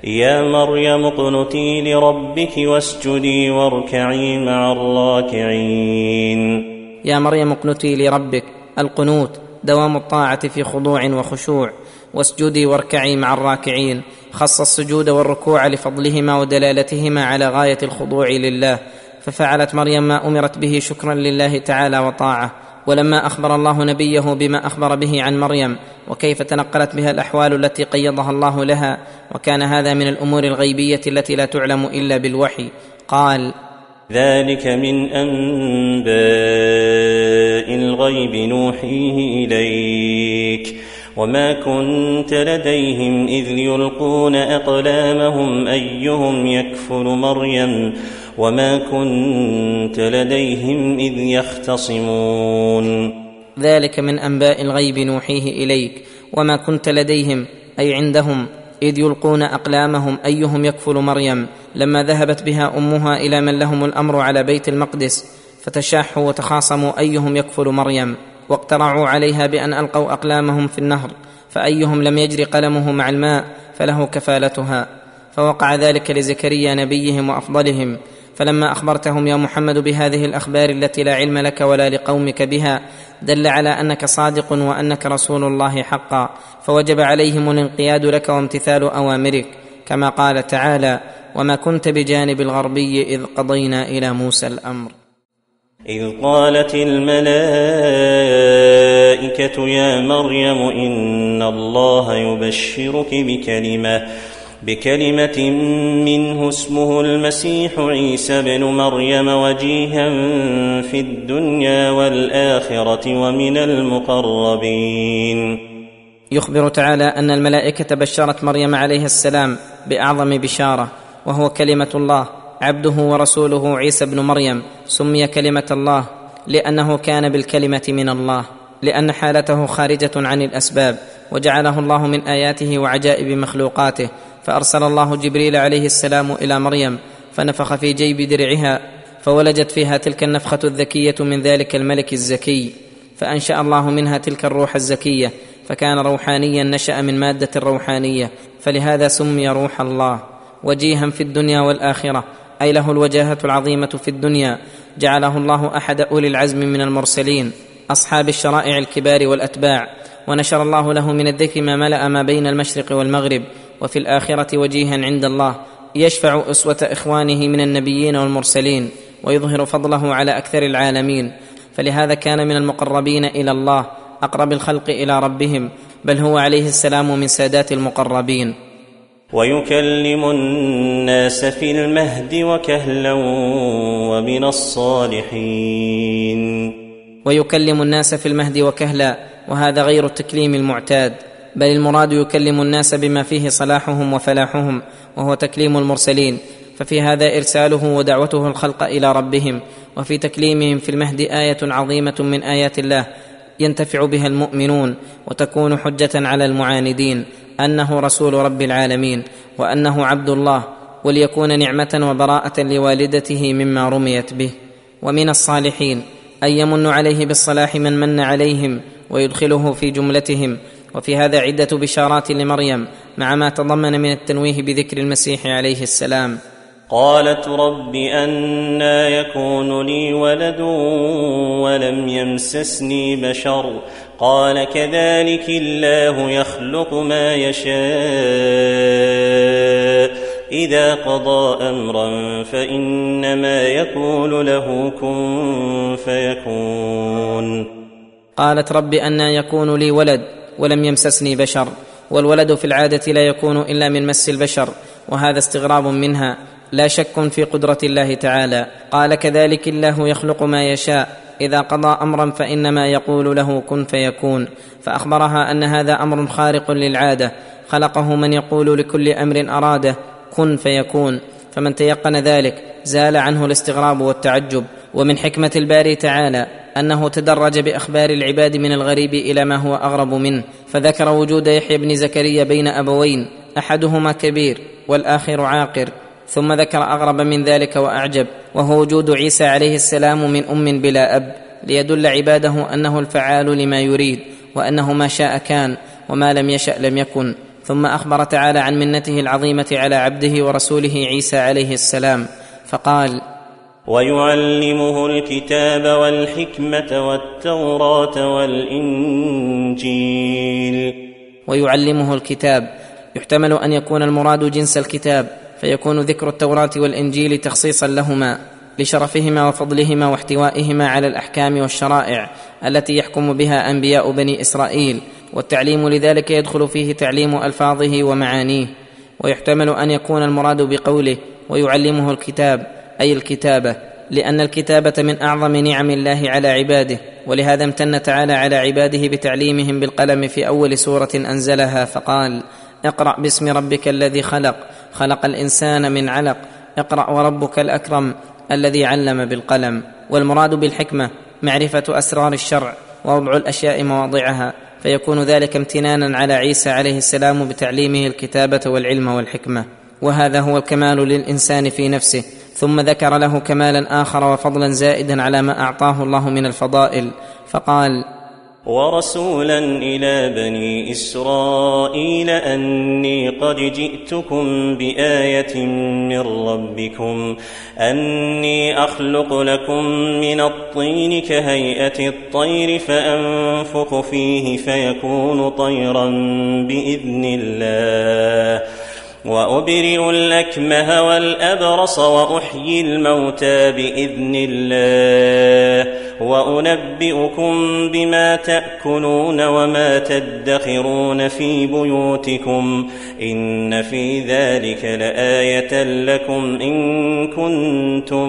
يا مريم اقنتي لربك واسجدي واركعي مع الراكعين. يا مريم اقنتي لربك، القنوت دوام الطاعة في خضوع وخشوع، واسجدي واركعي مع الراكعين. خص السجود والركوع لفضلهما ودلالتهما على غاية الخضوع لله، ففعلت مريم ما أمرت به شكرا لله تعالى وطاعة. ولما أخبر الله نبيه بما أخبر به عن مريم وكيف تنقلت بها الأحوال التي قيضها الله لها، وكان هذا من الأمور الغيبية التي لا تعلم إلا بالوحي، قال: ذلك من أنباء الغيب نوحيه إليك وما كنت لديهم إذ يلقون أقلامهم أيهم يكفل مريم وما كنت لديهم إذ يختصمون. ذلك من أنباء الغيب نوحيه إليك وما كنت لديهم أي عندهم إذ يلقون أقلامهم أيهم يكفل مريم، لما ذهبت بها أمها إلى من لهم الأمر على بيت المقدس فتشاحوا وتخاصموا أيهم يكفل مريم، واقترعوا عليها بأن ألقوا أقلامهم في النهر، فأيهم لم يجري قلمه مع الماء فله كفالتها. فوقع ذلك لزكريا نبيهم وأفضلهم، فلما أخبرتهم يا محمد بهذه الأخبار التي لا علم لك ولا لقومك بها دل على أنك صادق وأنك رسول الله حقا، فوجب عليهم الانقياد لك وامتثال أوامرك، كما قال تعالى: وما كنت بجانب الغربي إذ قضينا إلى موسى الأمر. إذ قالت الملائكة يا مريم إن الله يبشرك بكلمة بكلمة منه اسمه المسيح عيسى بن مريم وجيها في الدنيا والآخرة ومن المقربين. يخبر تعالى أن الملائكة بشرت مريم عليه السلام بأعظم بشارة، وهو كلمة الله عبده ورسوله عيسى بن مريم. سمي كلمة الله لأنه كان بالكلمة من الله، لأن حالته خارجة عن الأسباب، وجعله الله من آياته وعجائب مخلوقاته. فأرسل الله جبريل عليه السلام إلى مريم فنفخ في جيب درعها فولجت فيها تلك النفخة الذكية من ذلك الملك الزكي، فأنشأ الله منها تلك الروح الزكية، فكان روحانيا نشأ من مادة روحانية، فلهذا سمي روح الله. وجيها في الدنيا والآخرة أي له الوجاهة العظيمة في الدنيا، جعله الله أحد أولي العزم من المرسلين أصحاب الشرائع الكبار والأتباع، ونشر الله له من الذكر ما ملأ ما بين المشرق والمغرب. وفي الآخرة وجيها عند الله يشفع أسوة إخوانه من النبيين والمرسلين، ويظهر فضله على أكثر العالمين، فلهذا كان من المقربين إلى الله أقرب الخلق إلى ربهم، بل هو عليه السلام من سادات المقربين. ويكلم الناس في المهد وكهلا ومن الصالحين. ويكلم الناس في المهد وكهلا، وهذا غير التكليم المعتاد، بل المراد يكلم الناس بما فيه صلاحهم وفلاحهم، وهو تكليم المرسلين، ففي هذا إرساله ودعوته الخلق إلى ربهم. وفي تكليمهم في المهد آية عظيمة من آيات الله ينتفع بها المؤمنون وتكون حجة على المعاندين، أنه رسول رب العالمين وأنه عبد الله، وليكون نعمة وبراءة لوالدته مما رميت به. ومن الصالحين أن يمن عليه بالصلاح من من عليهم ويدخله في جملتهم. وفي هذا عدة بشارات لمريم مع ما تضمن من التنويه بذكر المسيح عليه السلام. قالت رب أنى يكون لي ولد ولم يمسسني بشر قال كذلك الله يخلق ما يشاء إذا قضى أمرا فإنما يقول له كن فيكون. قالت رب أنى يكون لي ولد ولم يمسسني بشر، والولد في العادة لا يكون إلا من مس البشر، وهذا استغراب منها لا شك في قدرة الله تعالى. قال كذلك الله يخلق ما يشاء إذا قضى أمرا فإنما يقول له كن فيكون، فأخبرها أن هذا أمر خارق للعادة، خلقه من يقول لكل أمر أراده كن فيكون، فمن تيقن ذلك زال عنه الاستغراب والتعجب. ومن حكمة الباري تعالى أنه تدرج بأخبار العباد من الغريب إلى ما هو أغرب منه، فذكر وجود يحيى بن زكريا بين أبوين أحدهما كبير والآخر عاقر، ثم ذكر أغرب من ذلك وأعجب، وهو وجود عيسى عليه السلام من أم بلا أب، ليدل عباده أنه الفعال لما يريد، وأنه ما شاء كان وما لم يشأ لم يكن، ثم أخبر تعالى عن منته العظيمة على عبده ورسوله عيسى عليه السلام فقال: ويعلمه الكتاب والحكمة والتوراة والإنجيل. ويعلمه الكتاب يحتمل أن يكون المراد جنس الكتاب، فيكون ذكر التوراة والإنجيل تخصيصا لهما لشرفهما وفضلهما واحتوائهما على الأحكام والشرائع التي يحكم بها أنبياء بني إسرائيل، والتعليم لذلك يدخل فيه تعليم ألفاظه ومعانيه. ويحتمل أن يكون المراد بقوله ويعلمه الكتاب أي الكتابة، لأن الكتابة من أعظم نعم الله على عباده، ولهذا امتن تعالى على عباده بتعليمهم بالقلم في أول سورة أنزلها فقال: اقرأ باسم ربك الذي خلق خلق الإنسان من علق اقرأ وربك الأكرم الذي علم بالقلم. والمراد بالحكمة معرفة أسرار الشرع ووضع الأشياء مواضعها، فيكون ذلك امتنانا على عيسى عليه السلام بتعليمه الكتابة والعلم والحكمة، وهذا هو الكمال للإنسان في نفسه. ثم ذكر له كمالا آخر وفضلا زائدا على ما أعطاه الله من الفضائل فقال: ورسولا إلى بني إسرائيل أني قد جئتكم بآية من ربكم أني أخلق لكم من الطين كهيئة الطير فأنفخ فيه فيكون طيرا بإذن الله وأبرئ الأكمه والأبرص وأحيي الموتى بإذن الله وأنبئكم بما تأكلون وما تدخرون في بيوتكم إن في ذلك لآية لكم إن كنتم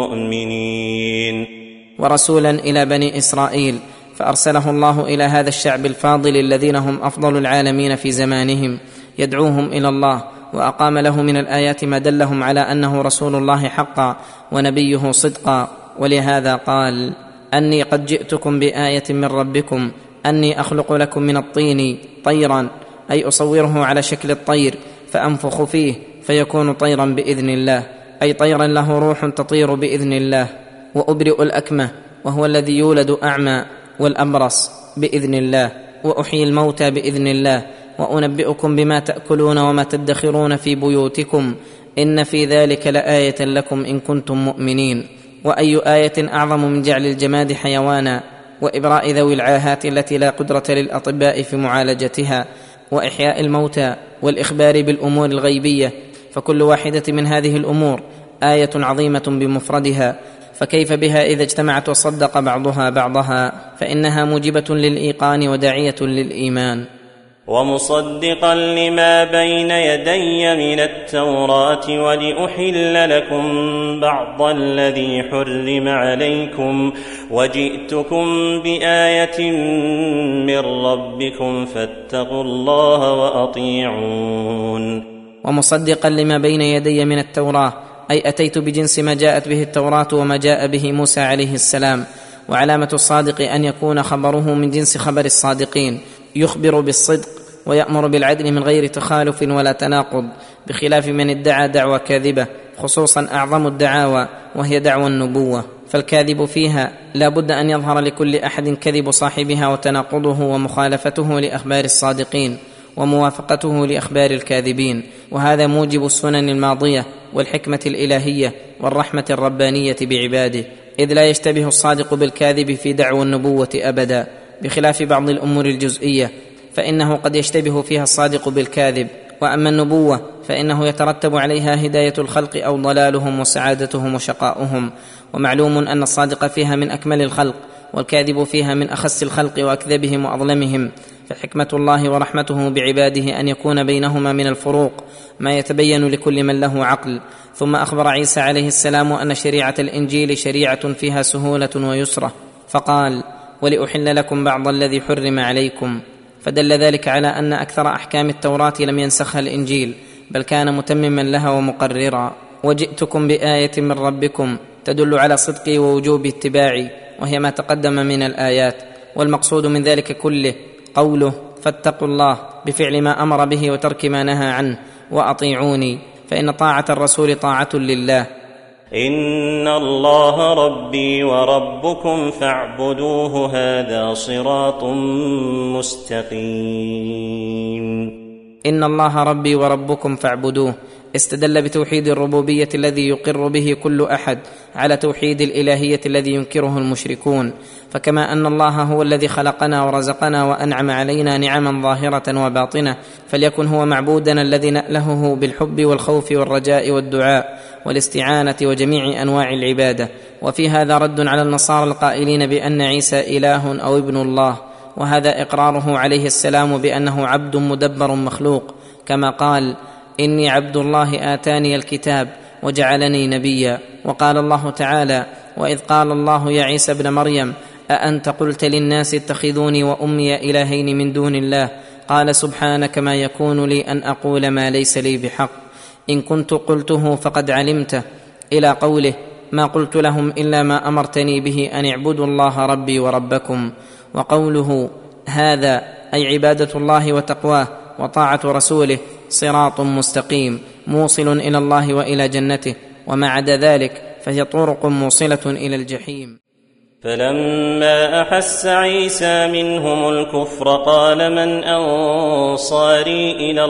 مؤمنين. ورسولا إلى بني إسرائيل، فأرسله الله إلى هذا الشعب الفاضل الذين هم أفضل العالمين في زمانهم، يدعوهم إلى الله، وأقام له من الآيات ما دلهم على أنه رسول الله حقا ونبيه صدقا. ولهذا قال: أني قد جئتكم بآية من ربكم أني أخلق لكم من الطين طيرا، أي أصوره على شكل الطير فأنفخ فيه فيكون طيرا بإذن الله، أي طيرا له روح تطير بإذن الله. وأبرئ الأكمه وهو الذي يولد أعمى، والأبرص بإذن الله، وأحيي الموتى بإذن الله، وأنبئكم بما تأكلون وما تدخرون في بيوتكم إن في ذلك لآية لكم إن كنتم مؤمنين. وأي آية أعظم من جعل الجماد حيوانا، وإبراء ذوي العاهات التي لا قدرة للأطباء في معالجتها، وإحياء الموتى، والإخبار بالأمور الغيبية، فكل واحدة من هذه الأمور آية عظيمة بمفردها، فكيف بها إذا اجتمعت وصدق بعضها بعضها، فإنها موجبة للإيقان وداعية للإيمان. ومصدقا لما بين يدي من التوراة ولأحل لكم بعض الذي حرم عليكم وجئتكم بآية من ربكم فاتقوا الله وأطيعون. ومصدقا لما بين يدي من التوراة، أي أتيت بجنس ما جاءت به التوراة وما جاء به موسى عليه السلام. وعلامة الصادق أن يكون خبره من جنس خبر الصادقين، يخبر بالصدق ويأمر بالعدل من غير تخالف ولا تناقض، بخلاف من ادعى دعوى كاذبة، خصوصا أعظم الدعاوى وهي دعوى النبوة، فالكاذب فيها لا بد أن يظهر لكل أحد كذب صاحبها وتناقضه ومخالفته لأخبار الصادقين وموافقته لأخبار الكاذبين. وهذا موجب السنن الماضية والحكمة الإلهية والرحمة الربانية بعباده، إذ لا يشتبه الصادق بالكاذب في دعوى النبوة أبدا، بخلاف بعض الأمور الجزئية فإنه قد يشتبه فيها الصادق بالكاذب. وأما النبوة فإنه يترتب عليها هداية الخلق أو ضلالهم وسعادتهم وشقاؤهم، ومعلوم أن الصادق فيها من أكمل الخلق والكاذب فيها من أخس الخلق وأكذبهم وأظلمهم، فحكمة الله ورحمته بعباده أن يكون بينهما من الفروق ما يتبين لكل من له عقل. ثم أخبر عيسى عليه السلام أن شريعة الإنجيل شريعة فيها سهولة ويسرة، فقال: ولأحل لكم بعض الذي حرم عليكم، فدل ذلك على أن أكثر أحكام التوراة لم ينسخها الإنجيل، بل كان متمما لها ومقررا. وجئتكم بآية من ربكم تدل على صدقي ووجوب اتباعي، وهي ما تقدم من الآيات. والمقصود من ذلك كله قوله: فاتقوا الله، بفعل ما أمر به وترك ما نهى عنه، وأطيعوني، فإن طاعة الرسول طاعة لله. إن الله ربي وربكم فاعبدوه هذا صراط مستقيم. إن الله ربي وربكم فاعبدوه. استدل بتوحيد الربوبية الذي يقر به كل أحد على توحيد الإلهية الذي ينكره المشركون. فكما أن الله هو الذي خلقنا ورزقنا وأنعم علينا نعما ظاهرة وباطنة، فليكن هو معبودنا الذي نألهه بالحب والخوف والرجاء والدعاء والاستعانة وجميع أنواع العبادة. وفي هذا رد على النصارى القائلين بأن عيسى إله أو ابن الله، وهذا إقراره عليه السلام بأنه عبد مدبر مخلوق، كما قال: إني عبد الله آتاني الكتاب وجعلني نبيا. وقال الله تعالى: وإذ قال الله يا عيسى ابن مريم أأنت قلت للناس اتخذوني وأمي إلهين من دون الله؟ قال: سبحانك ما يكون لي أن أقول ما ليس لي بحق، إن كنت قلته فقد علمته، إلى قوله: ما قلت لهم إلا ما أمرتني به أن اعبدوا الله ربي وربكم. وقوله هذا أي عبادة الله وتقواه وطاعة رسوله صراط مستقيم موصل إلى الله وإلى جنته، وما عدا ذلك فهي طرق موصلة إلى الجحيم. فلما أحس عيسى منهم الكفر قال: من أنصاري إلى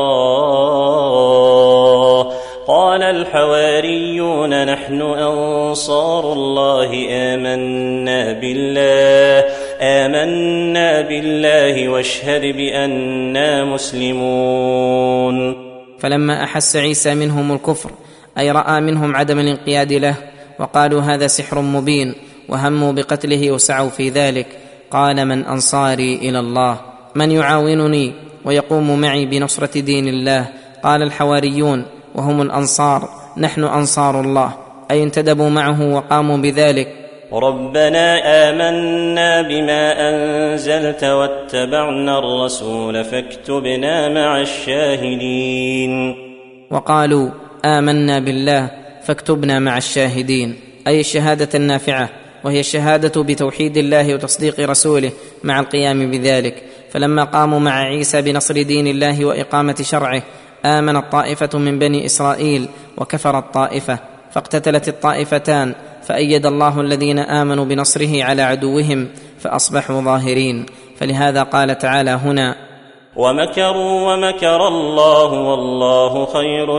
الله؟ قال الحواريون: نحن أنصار الله، آمنا بالله آمنا بالله واشهد بأننا مسلمون. فلما أحس عيسى منهم الكفر أي رأى منهم عدم الانقياد له، وقالوا هذا سحر مبين، وهموا بقتله وسعوا في ذلك، قال: من أنصاري إلى الله؟ من يعاونني ويقوم معي بنصرة دين الله؟ قال الحواريون وهم الأنصار: نحن أنصار الله، أي انتدبوا معه وقاموا بذلك: ربنا آمنا بما أنزلت واتبعنا الرسول فاكتبنا مع الشاهدين. وقالوا آمنا بالله فاكتبنا مع الشاهدين، أي الشهادة النافعة، وهي الشهادة بتوحيد الله وتصديق رسوله مع القيام بذلك. فلما قاموا مع عيسى بنصر دين الله وإقامة شرعه آمنت طائفة من بني إسرائيل وكفرت طائفة، فاقتتلت الطائفتان، فأيد الله الذين آمنوا بنصره على عدوهم فأصبحوا ظاهرين. فلهذا قال تعالى هنا: ومكروا ومكر الله والله خير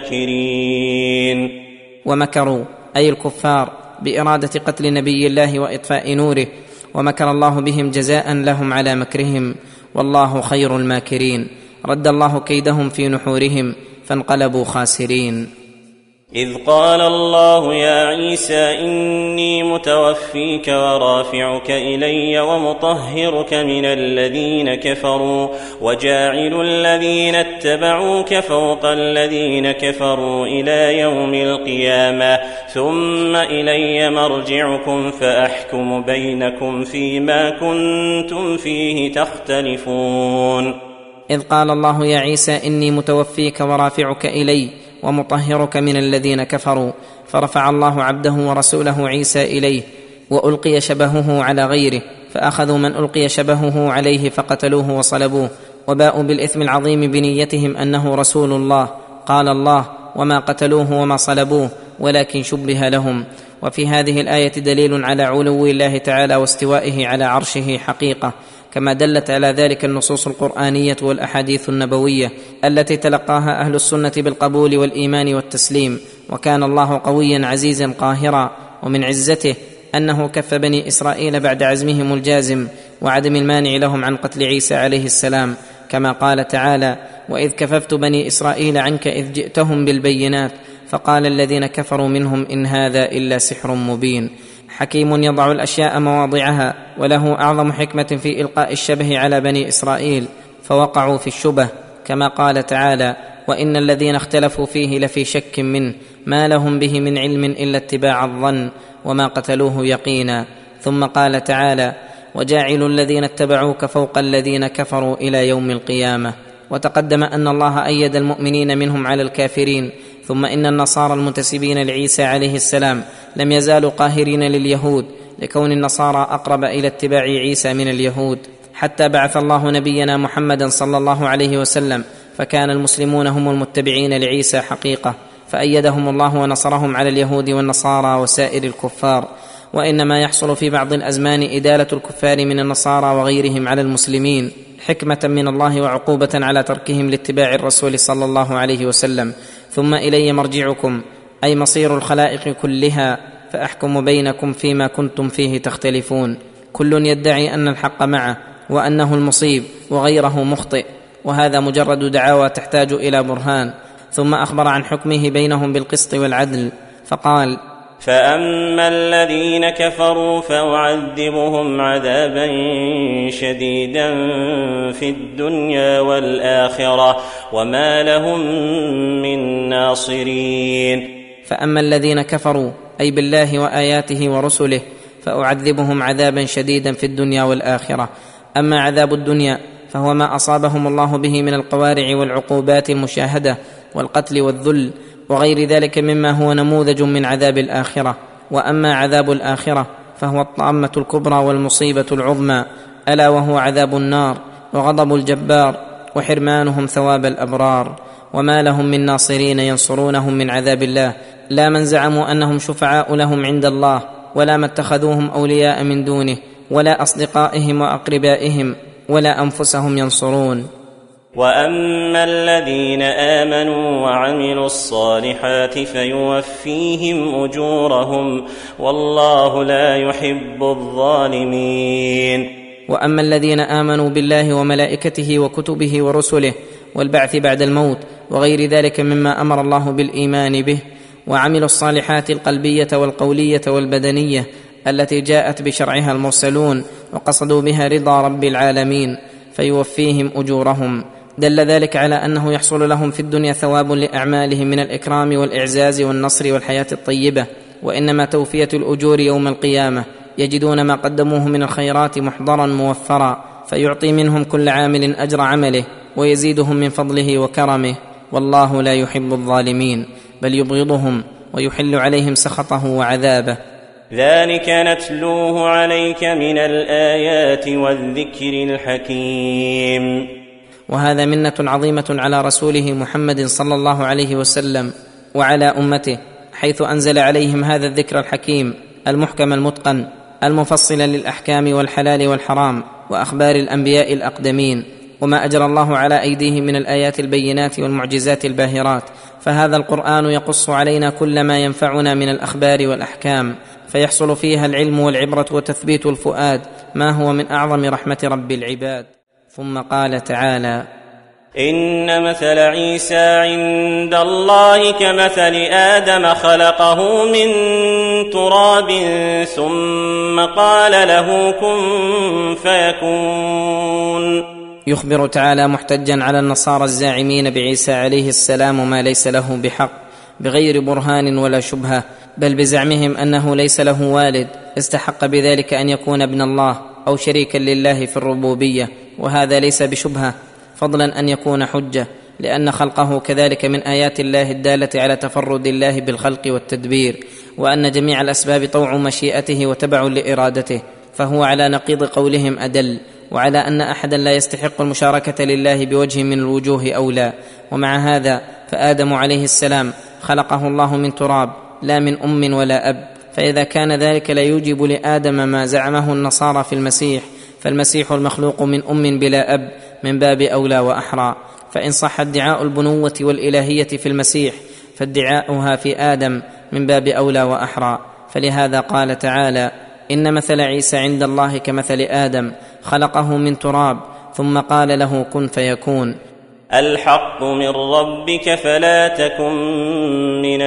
الماكرين. ومكروا أي الكفار بإرادة قتل نبي الله وإطفاء نوره، ومكر الله بهم جزاء لهم على مكرهم، والله خير الماكرين. رد الله كيدهم في نحورهم فانقلبوا خاسرين. إذ قال الله يا عيسى إني متوفيك ورافعك إلي ومطهرك من الذين كفروا وجاعل الذين اتبعوك فوق الذين كفروا إلى يوم القيامة ثم إلي مرجعكم فأحكم بينكم فيما كنتم فيه تختلفون. إذ قال الله يا عيسى إني متوفيك ورافعك إلي ومطهرك من الذين كفروا، فرفع الله عبده ورسوله عيسى إليه، وألقي شبهه على غيره، فأخذوا من ألقي شبهه عليه فقتلوه وصلبوه، وباءوا بالإثم العظيم بنيتهم أنه رسول الله. قال الله: وما قتلوه وما صلبوه ولكن شبه لهم. وفي هذه الآية دليل على علو الله تعالى واستوائه على عرشه حقيقة، كما دلت على ذلك النصوص القرآنية والأحاديث النبوية التي تلقاها أهل السنة بالقبول والإيمان والتسليم. وكان الله قويا عزيزا قاهرا، ومن عزته أنه كف بني إسرائيل بعد عزمهم الجازم وعدم المانع لهم عن قتل عيسى عليه السلام، كما قال تعالى: وإذ كففت بني إسرائيل عنك إذ جئتهم بالبينات فقال الذين كفروا منهم إن هذا إلا سحر مبين. حكيم يضع الأشياء مواضعها، وله أعظم حكمة في إلقاء الشبه على بني إسرائيل فوقعوا في الشبه، كما قال تعالى: وإن الذين اختلفوا فيه لفي شك منه ما لهم به من علم إلا اتباع الظن وما قتلوه يقينا. ثم قال تعالى: وجاعل الذين اتبعوك فوق الذين كفروا إلى يوم القيامة. وتقدم أن الله أيد المؤمنين منهم على الكافرين. ثم إن النصارى المنتسبين لعيسى عليه السلام لم يزالوا قاهرين لليهود، لكون النصارى أقرب إلى اتباع عيسى من اليهود، حتى بعث الله نبينا محمدا صلى الله عليه وسلم، فكان المسلمون هم المتبعين لعيسى حقيقة، فأيدهم الله ونصرهم على اليهود والنصارى وسائر الكفار. وإنما يحصل في بعض الأزمان إدالة الكفار من النصارى وغيرهم على المسلمين حكمة من الله وعقوبة على تركهم لاتباع الرسول صلى الله عليه وسلم. ثم إلي مرجعكم أي مصير الخلائق كلها فأحكم بينكم فيما كنتم فيه تختلفون. كل يدعي أن الحق معه وأنه المصيب وغيره مخطئ، وهذا مجرد دعاوى تحتاج إلى برهان. ثم أخبر عن حكمه بينهم بالقسط والعدل فقال: فأما الذين كفروا فأعذبهم عذابا شديدا في الدنيا والآخرة وما لهم من ناصرين. فأما الذين كفروا أي بالله وآياته ورسله فأعذبهم عذابا شديدا في الدنيا والآخرة. أما عذاب الدنيا فهو ما أصابهم الله به من القوارع والعقوبات المشاهدة والقتل والذل وغير ذلك مما هو نموذج من عذاب الآخرة. وأما عذاب الآخرة فهو الطامة الكبرى والمصيبة العظمى، ألا وهو عذاب النار وغضب الجبار وحرمانهم ثواب الأبرار. وما لهم من ناصرين ينصرونهم من عذاب الله، لا من زعموا أنهم شفعاء لهم عند الله، ولا ما اتخذوهم أولياء من دونه، ولا أصدقائهم وأقربائهم، ولا أنفسهم ينصرون. وأما الذين آمنوا وعملوا الصالحات فيوفيهم أجورهم والله لا يحب الظالمين. وأما الذين آمنوا بالله وملائكته وكتبه ورسله والبعث بعد الموت وغير ذلك مما أمر الله بالإيمان به، وعملوا الصالحات القلبية والقولية والبدنية التي جاءت بشرعها المرسلون وقصدوا بها رضا رب العالمين، فيوفيهم أجورهم. دل ذلك على أنه يحصل لهم في الدنيا ثواب لأعمالهم من الإكرام والإعزاز والنصر والحياة الطيبة، وإنما توفية الأجور يوم القيامة يجدون ما قدموه من الخيرات محضرا موفرا، فيعطي منهم كل عامل أجر عمله ويزيدهم من فضله وكرمه. والله لا يحب الظالمين بل يبغضهم ويحل عليهم سخطه وعذابه. ذلك نتلوه عليك من الآيات والذكر الحكيم. وهذا منة عظيمة على رسوله محمد صلى الله عليه وسلم وعلى أمته، حيث أنزل عليهم هذا الذكر الحكيم المحكم المتقن المفصل للأحكام والحلال والحرام وأخبار الأنبياء الأقدمين، وما أجرى الله على أيديهم من الآيات البينات والمعجزات الباهرات. فهذا القرآن يقص علينا كل ما ينفعنا من الأخبار والأحكام، فيحصل فيها العلم والعبرة وتثبيت الفؤاد، ما هو من أعظم رحمة رب العباد. ثم قال تعالى: إن مثل عيسى عند الله كمثل آدم خلقه من تراب ثم قال له كن فيكون. يخبر تعالى محتجا على النصارى الزاعمين بعيسى عليه السلام ما ليس له بحق، بغير برهان ولا شبهة، بل بزعمهم أنه ليس له والد استحق بذلك أن يكون ابن الله أو شريكا لله في الربوبية، وهذا ليس بشبهة، فضلا أن يكون حجة، لأن خلقه كذلك من آيات الله الدالة على تفرد الله بالخلق والتدبير، وأن جميع الأسباب طوع مشيئته وتبع لإرادته، فهو على نقيض قولهم أدل، وعلى أن أحدا لا يستحق المشاركة لله بوجه من الوجوه أولى. ومع هذا فآدم عليه السلام خلقه الله من تراب لا من أم ولا أب، فإذا كان ذلك لا يوجب لآدم ما زعمه النصارى في المسيح، فالمسيح المخلوق من أم بلا أب من باب أولى وأحرى. فإن صح ادعاء البنوة والإلهية في المسيح فادعاؤها في آدم من باب أولى وأحرى. فلهذا قال تعالى: إن مثل عيسى عند الله كمثل آدم خلقه من تراب ثم قال له كن فيكون. الحق من ربك فلا تكن من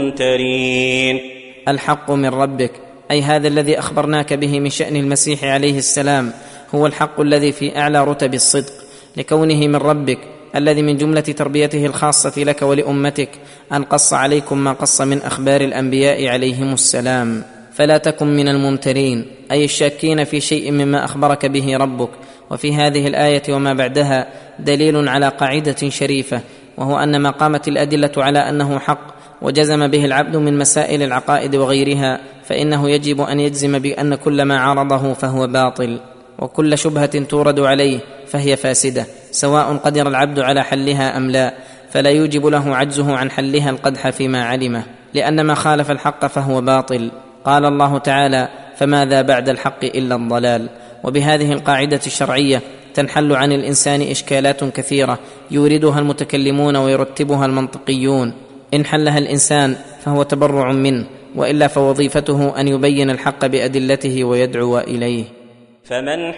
الممترين. الحق من ربك أي هذا الذي أخبرناك به من شأن المسيح عليه السلام هو الحق الذي في أعلى رتب الصدق، لكونه من ربك الذي من جملة تربيته الخاصة لك ولأمتك أن قص عليكم ما قص من أخبار الأنبياء عليهم السلام. فلا تكن من الممترين أي الشاكين في شيء مما أخبرك به ربك. وفي هذه الآية وما بعدها دليل على قاعدة شريفة، وهو أن ما قامت الأدلة على أنه حق وجزم به العبد من مسائل العقائد وغيرها، فإنه يجب أن يجزم بأن كل ما عارضه فهو باطل، وكل شبهة تورد عليه فهي فاسدة، سواء قدر العبد على حلها أم لا، فلا يوجب له عجزه عن حلها القدح فيما علمه، لأن ما خالف الحق فهو باطل. قال الله تعالى: فماذا بعد الحق إلا الضلال. وبهذه القاعدة الشرعية تنحل عن الإنسان إشكالات كثيرة يوردها المتكلمون ويرتبها المنطقيون. إن حلها الإنسان فهو تبرع منه، وإلا فوظيفته أن يبين الحق بأدلته ويدعو إليه. فمن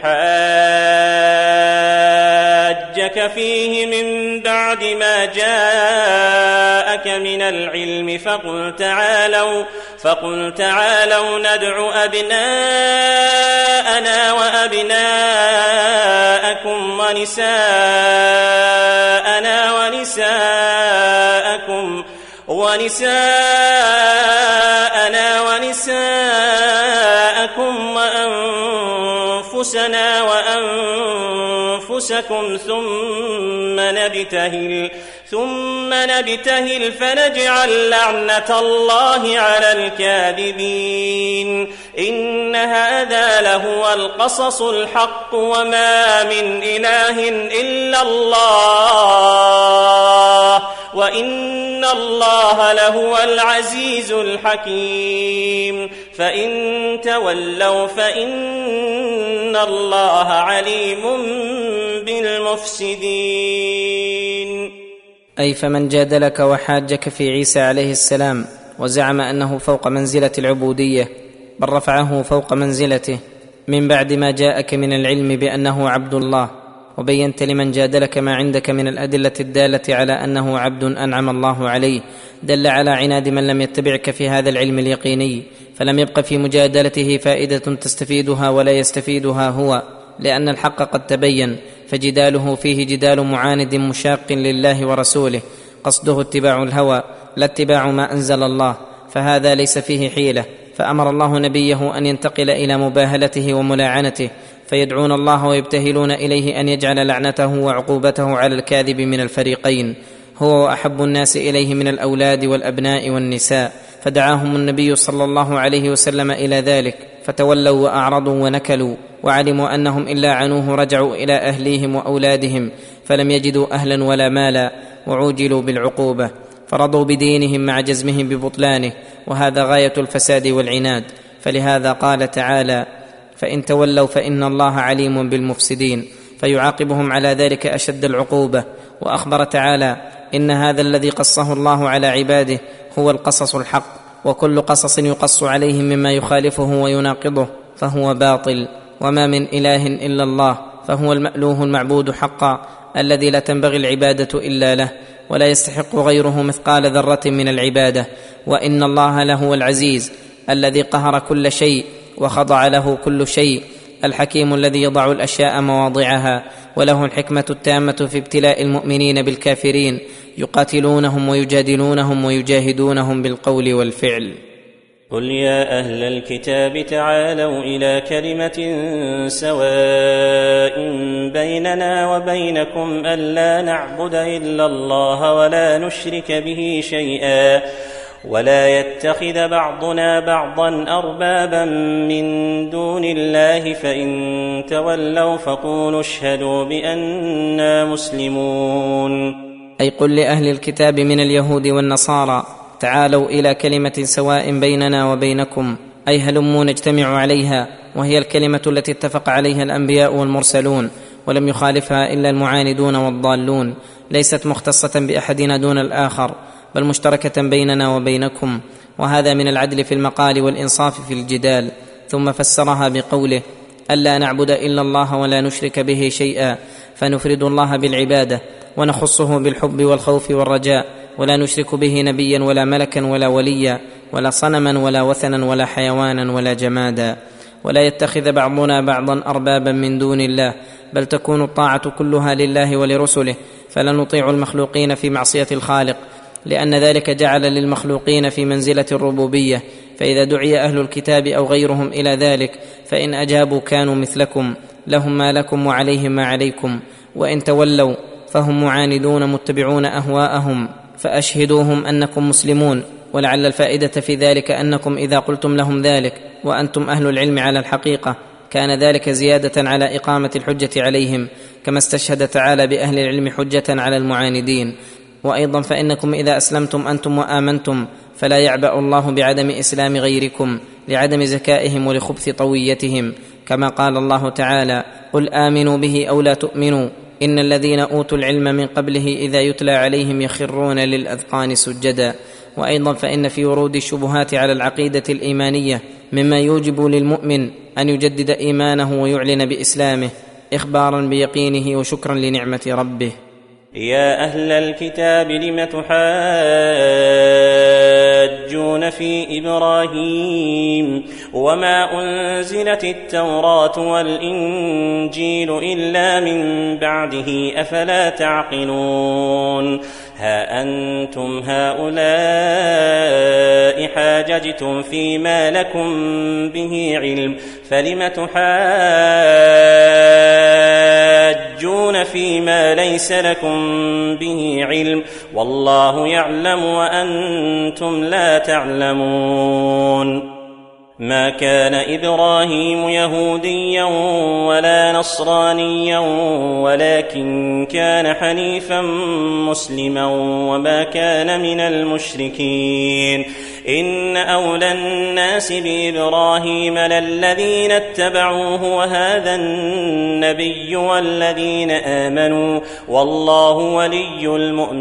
حاجك فيه من بعد ما جاءك من العلم فقل تعالوا, فقل تعالوا ندع أبناءنا وأبناءكم ونساءنا ونساءكم ونساءنا ونساءكم وأنفسنا وأنفسكم ثم نبتهل ثم نبتهل فنجعل لعنة الله على الكاذبين. إن هذا لهو القصص الحق وما من إله إلا الله وإن الله لهو العزيز الحكيم. فإن تولوا فإن الله عليم بالمفسدين. أي فمن جادلك وحاجك في عيسى عليه السلام وزعم أنه فوق منزلة العبودية بل رفعه فوق منزلته من بعد ما جاءك من العلم بأنه عبد الله، وبينت لمن جادلك ما عندك من الأدلة الدالة على أنه عبد أنعم الله عليه، دل على عناد من لم يتبعك في هذا العلم اليقيني، فلم يبق في مجادلته فائدة تستفيدها ولا يستفيدها هو، لأن الحق قد تبين، فجداله فيه جدال معاند مشاق لله ورسوله، قصده اتباع الهوى لا اتباع ما أنزل الله، فهذا ليس فيه حيلة. فأمر الله نبيه أن ينتقل إلى مباهلته وملاعنته، فيدعون الله ويبتهلون إليه أن يجعل لعنته وعقوبته على الكاذب من الفريقين، هو وأحب الناس إليه من الأولاد والأبناء والنساء، فدعاهم النبي صلى الله عليه وسلم إلى ذلك، فتولوا وأعرضوا ونكلوا، وعلموا أنهم إن لاعنوه رجعوا إلى أهليهم وأولادهم، فلم يجدوا أهلا ولا مالا، وعوجلوا بالعقوبة، فرضوا بدينهم مع جزمهم ببطلانه، وهذا غاية الفساد والعناد. فلهذا قال تعالى: فإن تولوا فإن الله عليم بالمفسدين، فيعاقبهم على ذلك أشد العقوبة. وأخبر تعالى: إن هذا الذي قصه الله على عباده هو القصص الحق، وكل قصص يقص عليهم مما يخالفه ويناقضه فهو باطل، وما من إله إلا الله، فهو المألوه المعبود حقا الذي لا تنبغي العبادة إلا له، ولا يستحق غيره مثقال ذرة من العبادة. وإن الله لهو العزيز الذي قهر كل شيء وخضع له كل شيء، الحكيم الذي يضع الأشياء مواضعها، وله الحكمة التامة في ابتلاء المؤمنين بالكافرين، يقاتلونهم ويجادلونهم ويجاهدونهم بالقول والفعل. قل يا أهل الكتاب تعالوا إلى كلمة سواء بيننا وبينكم ألا نعبد إلا الله ولا نشرك به شيئا ولا يتخذ بعضنا بعضا أربابا من دون الله، فإن تولوا فقولوا اشهدوا بأننا مسلمون. أي قل لأهل الكتاب من اليهود والنصارى: تعالوا إلى كلمة سواء بيننا وبينكم، أي هلموا نجتمع عليها، وهي الكلمة التي اتفق عليها الأنبياء والمرسلون ولم يخالفها إلا المعاندون والضالون، ليست مختصة بأحدنا دون الآخر، بل مشتركة بيننا وبينكم، وهذا من العدل في المقال والإنصاف في الجدال. ثم فسرها بقوله: ألا نعبد إلا الله ولا نشرك به شيئا، فنفرد الله بالعبادة ونخصه بالحب والخوف والرجاء، ولا نشرك به نبيا ولا ملكا ولا وليا ولا صنما ولا وثنا ولا حيوانا ولا جمادا، ولا يتخذ بعضنا بعضا أربابا من دون الله، بل تكون الطاعة كلها لله ولرسله، فلا نطيع المخلوقين في معصية الخالق، لأن ذلك جعل للمخلوقين في منزلة الربوبية. فإذا دعي أهل الكتاب أو غيرهم إلى ذلك فإن أجابوا كانوا مثلكم، لهم ما لكم وعليهم ما عليكم، وإن تولوا فهم معاندون متبعون أهواءهم، فأشهدوهم أنكم مسلمون. ولعل الفائدة في ذلك أنكم إذا قلتم لهم ذلك وأنتم أهل العلم على الحقيقة كان ذلك زيادة على إقامة الحجة عليهم، كما استشهد تعالى بأهل العلم حجة على المعاندين. وأيضا فإنكم إذا أسلمتم أنتم وآمنتم فلا يعبأ الله بعدم إسلام غيركم لعدم زكائهم ولخبث طويتهم، كما قال الله تعالى: قل آمنوا به أو لا تؤمنوا إن الذين أوتوا العلم من قبله إذا يتلى عليهم يخرون للأذقان سجدا. وأيضا فإن في ورود الشبهات على العقيدة الإيمانية مما يوجب للمؤمن أن يجدد إيمانه ويعلن بإسلامه إخبارا بيقينه وشكرا لنعمة ربه. يا أهل الكتاب لم تحاجون في إبراهيم وما أنزلت التوراة والإنجيل إلا من بعده أفلا تعقلون. ها أنتم هؤلاء حاججتم فيما لكم به علم فلم تحاجون فيما ليس لكم به علم والله يعلم وأنتم لا تعلمون. ما كان إبراهيم يهوديا ولا نصرانيا ولكن كان حنيفا مسلما وما كان من المشركين. إن أولى الناس بإبراهيم للذين اتبعوه وهذا النبي والذين آمنوا والله ولي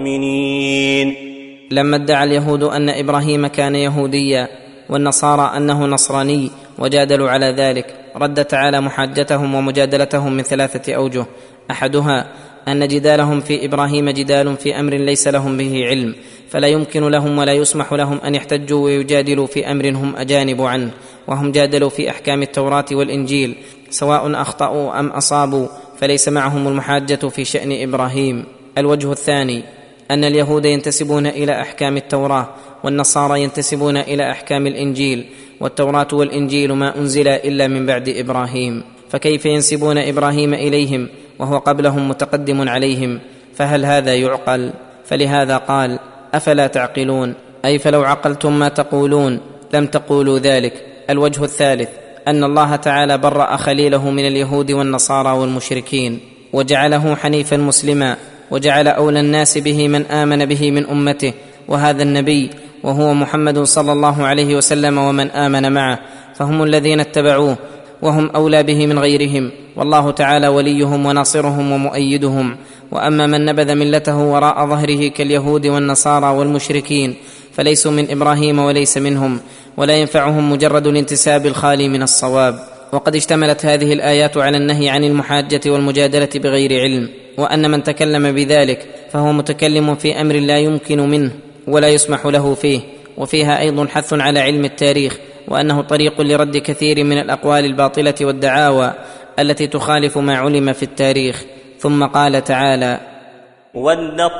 المؤمنين. لما ادعى اليهود أن إبراهيم كان يهوديا والنصارى أنه نصراني وجادلوا على ذلك، رد تعالى محاجتهم ومجادلتهم من ثلاثة أوجه: أحدها أن جدالهم في إبراهيم جدال في أمر ليس لهم به علم، فلا يمكن لهم ولا يسمح لهم أن يحتجوا ويجادلوا في أمر هم أجانب عنه، وهم جادلوا في أحكام التوراة والإنجيل سواء أخطأوا أم أصابوا، فليس معهم المحاجة في شأن إبراهيم. الوجه الثاني أن اليهود ينتسبون إلى أحكام التوراة والنصارى ينتسبون إلى أحكام الإنجيل، والتوراة والإنجيل ما أنزل إلا من بعد إبراهيم، فكيف ينسبون إبراهيم إليهم وهو قبلهم متقدم عليهم؟ فهل هذا يعقل؟ فلهذا قال: أفلا تعقلون، أي فلو عقلتم ما تقولون لم تقولوا ذلك. الوجه الثالث أن الله تعالى برأ خليله من اليهود والنصارى والمشركين وجعله حنيفا مسلما، وجعل أولى الناس به من آمن به من أمته وهذا النبي وهو محمد صلى الله عليه وسلم ومن آمن معه، فهم الذين اتبعوه وهم أولى به من غيرهم، والله تعالى وليهم وناصرهم ومؤيدهم. وأما من نبذ ملته وراء ظهره كاليهود والنصارى والمشركين فليسوا من إبراهيم وليس منهم، ولا ينفعهم مجرد الانتساب الخالي من الصواب. وقد اشتملت هذه الآيات على النهي عن المحاجة والمجادلة بغير علم، وأن من تكلم بذلك فهو متكلم في أمر لا يمكن منه ولا يسمح له فيه. وفيها أيضا حث على علم التاريخ، وأنه طريق لرد كثير من الأقوال الباطلة والدعاوى التي تخالف ما علم في التاريخ. ثم قال تعالى: ودت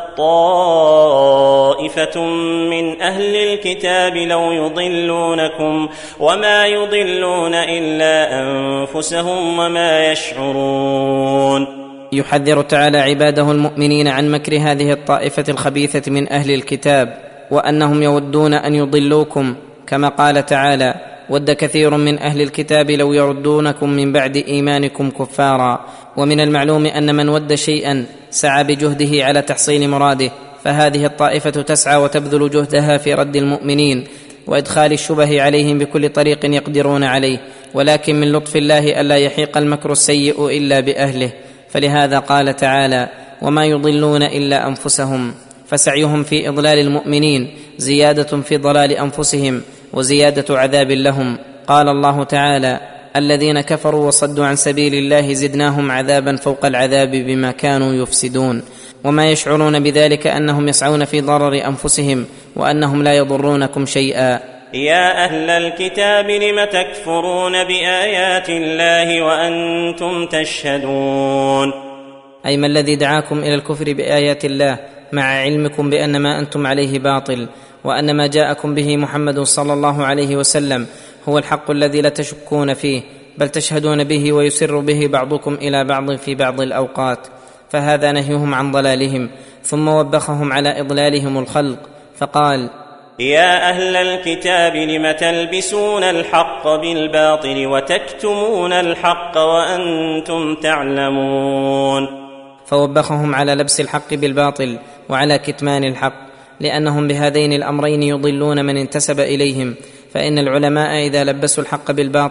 طائفة من أهل الكتاب لو يضلونكم وما يضلون إلا أنفسهم وما يشعرون. يحذر تعالى عباده المؤمنين عن مكر هذه الطائفة الخبيثة من أهل الكتاب، وأنهم يودون أن يضلوكم، كما قال تعالى: ود كثير من أهل الكتاب لو يردونكم من بعد إيمانكم كفارا. ومن المعلوم أن من ود شيئا سعى بجهده على تحصيل مراده، فهذه الطائفة تسعى وتبذل جهدها في رد المؤمنين وإدخال الشبه عليهم بكل طريق يقدرون عليه، ولكن من لطف الله ألا يحيق المكر السيء إلا بأهله. فلهذا قال تعالى: وما يضلون إلا أنفسهم، فسعيهم في إضلال المؤمنين زيادة في ضلال أنفسهم وزيادة عذاب لهم. قال الله تعالى: الذين كفروا وصدوا عن سبيل الله زدناهم عذابا فوق العذاب بما كانوا يفسدون. وما يشعرون بذلك أنهم يسعون في ضرر أنفسهم وأنهم لا يضرونكم شيئا. يا أهل الكتاب لم تكفرون بآيات الله وأنتم تشهدون، أي ما الذي دعاكم إلى الكفر بآيات الله مع علمكم بأن ما أنتم عليه باطل، وأن ما جاءكم به محمد صلى الله عليه وسلم هو الحق الذي لا تشكون فيه، بل تشهدون به ويسر به بعضكم إلى بعض في بعض الأوقات. فهذا نهيهم عن ضلالهم، ثم وبخهم على إضلالهم الخلق فقال: يا أهل الكتاب لم تلبسون الحق بالباطل وتكتمون الحق وأنتم تعلمون. فوبخهم على لبس الحق بالباطل وعلى كتمان الحق، لأنهم بهذين الأمرين يضلون من انتسب إليهم. فإن العلماء إذا لبسوا الحق بالباطل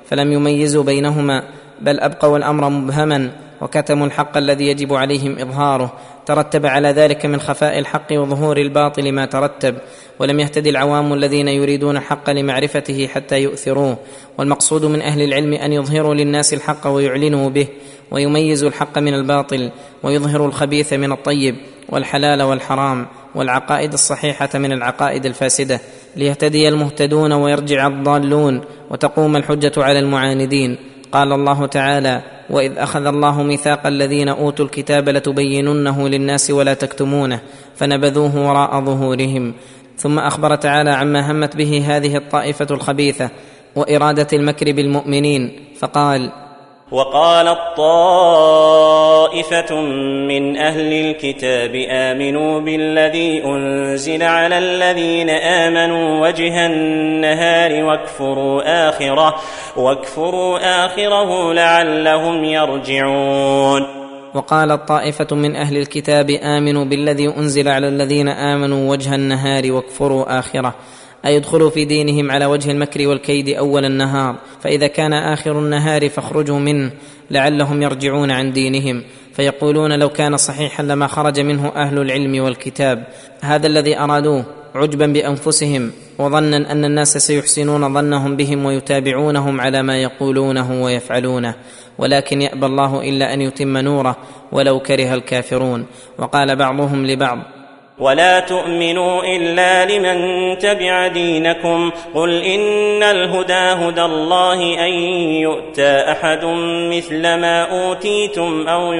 فلم يميزوا بينهما، بل أبقوا الأمر مبهما وكتموا الحق الذي يجب عليهم إظهاره. ترتب على ذلك من خفاء الحق وظهور الباطل ما ترتب، ولم يهتدي العوام الذين يريدون الحق لمعرفته حتى يؤثروه. والمقصود من أهل العلم أن يظهروا للناس الحق ويعلنوا به، ويميزوا الحق من الباطل، ويظهروا الخبيث من الطيب، والحلال والحرام، والعقائد الصحيحة من العقائد الفاسدة، ليهتدي المهتدون ويرجع الضالون، وتقوم الحجة على المعاندين. قال الله تعالى: وإذ أخذ الله ميثاق الذين أوتوا الكتاب لتبيننه للناس ولا تكتمونه فنبذوه وراء ظهورهم. ثم أخبر تعالى عما همت به هذه الطائفة الخبيثة وإرادة المكر بالمؤمنين، فقال: وقالت طائفة من أهل الكتاب آمنوا بالذي أنزل على الذين آمنوا وجه النهار واكفروا آخره, واكفروا آخره لعلهم يرجعون. وقالت طائفة من أهل الكتاب آمنوا بالذي أنزل على الذين آمنوا وجه النهار واكفروا آخره، أي يدخلوا في دينهم على وجه المكر والكيد أول النهار، فإذا كان آخر النهار فاخرجوا منه لعلهم يرجعون عن دينهم، فيقولون لو كان صحيحا لما خرج منه أهل العلم والكتاب. هذا الذي أرادوه عجبا بأنفسهم، وظنا أن الناس سيحسنون ظنهم بهم ويتابعونهم على ما يقولونه ويفعلونه، ولكن يأبى الله إلا أن يتم نوره ولو كره الكافرون. وقال بعضهم لبعض: ولا تؤمنوا إلا لمن تبع دينكم، قل إن الهدى هدى الله أن يؤتى أحد مثل ما أوتيتم أو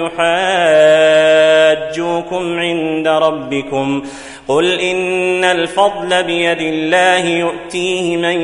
يحاجوكم عند ربكم، قل إن الفضل بيد الله يؤتيه من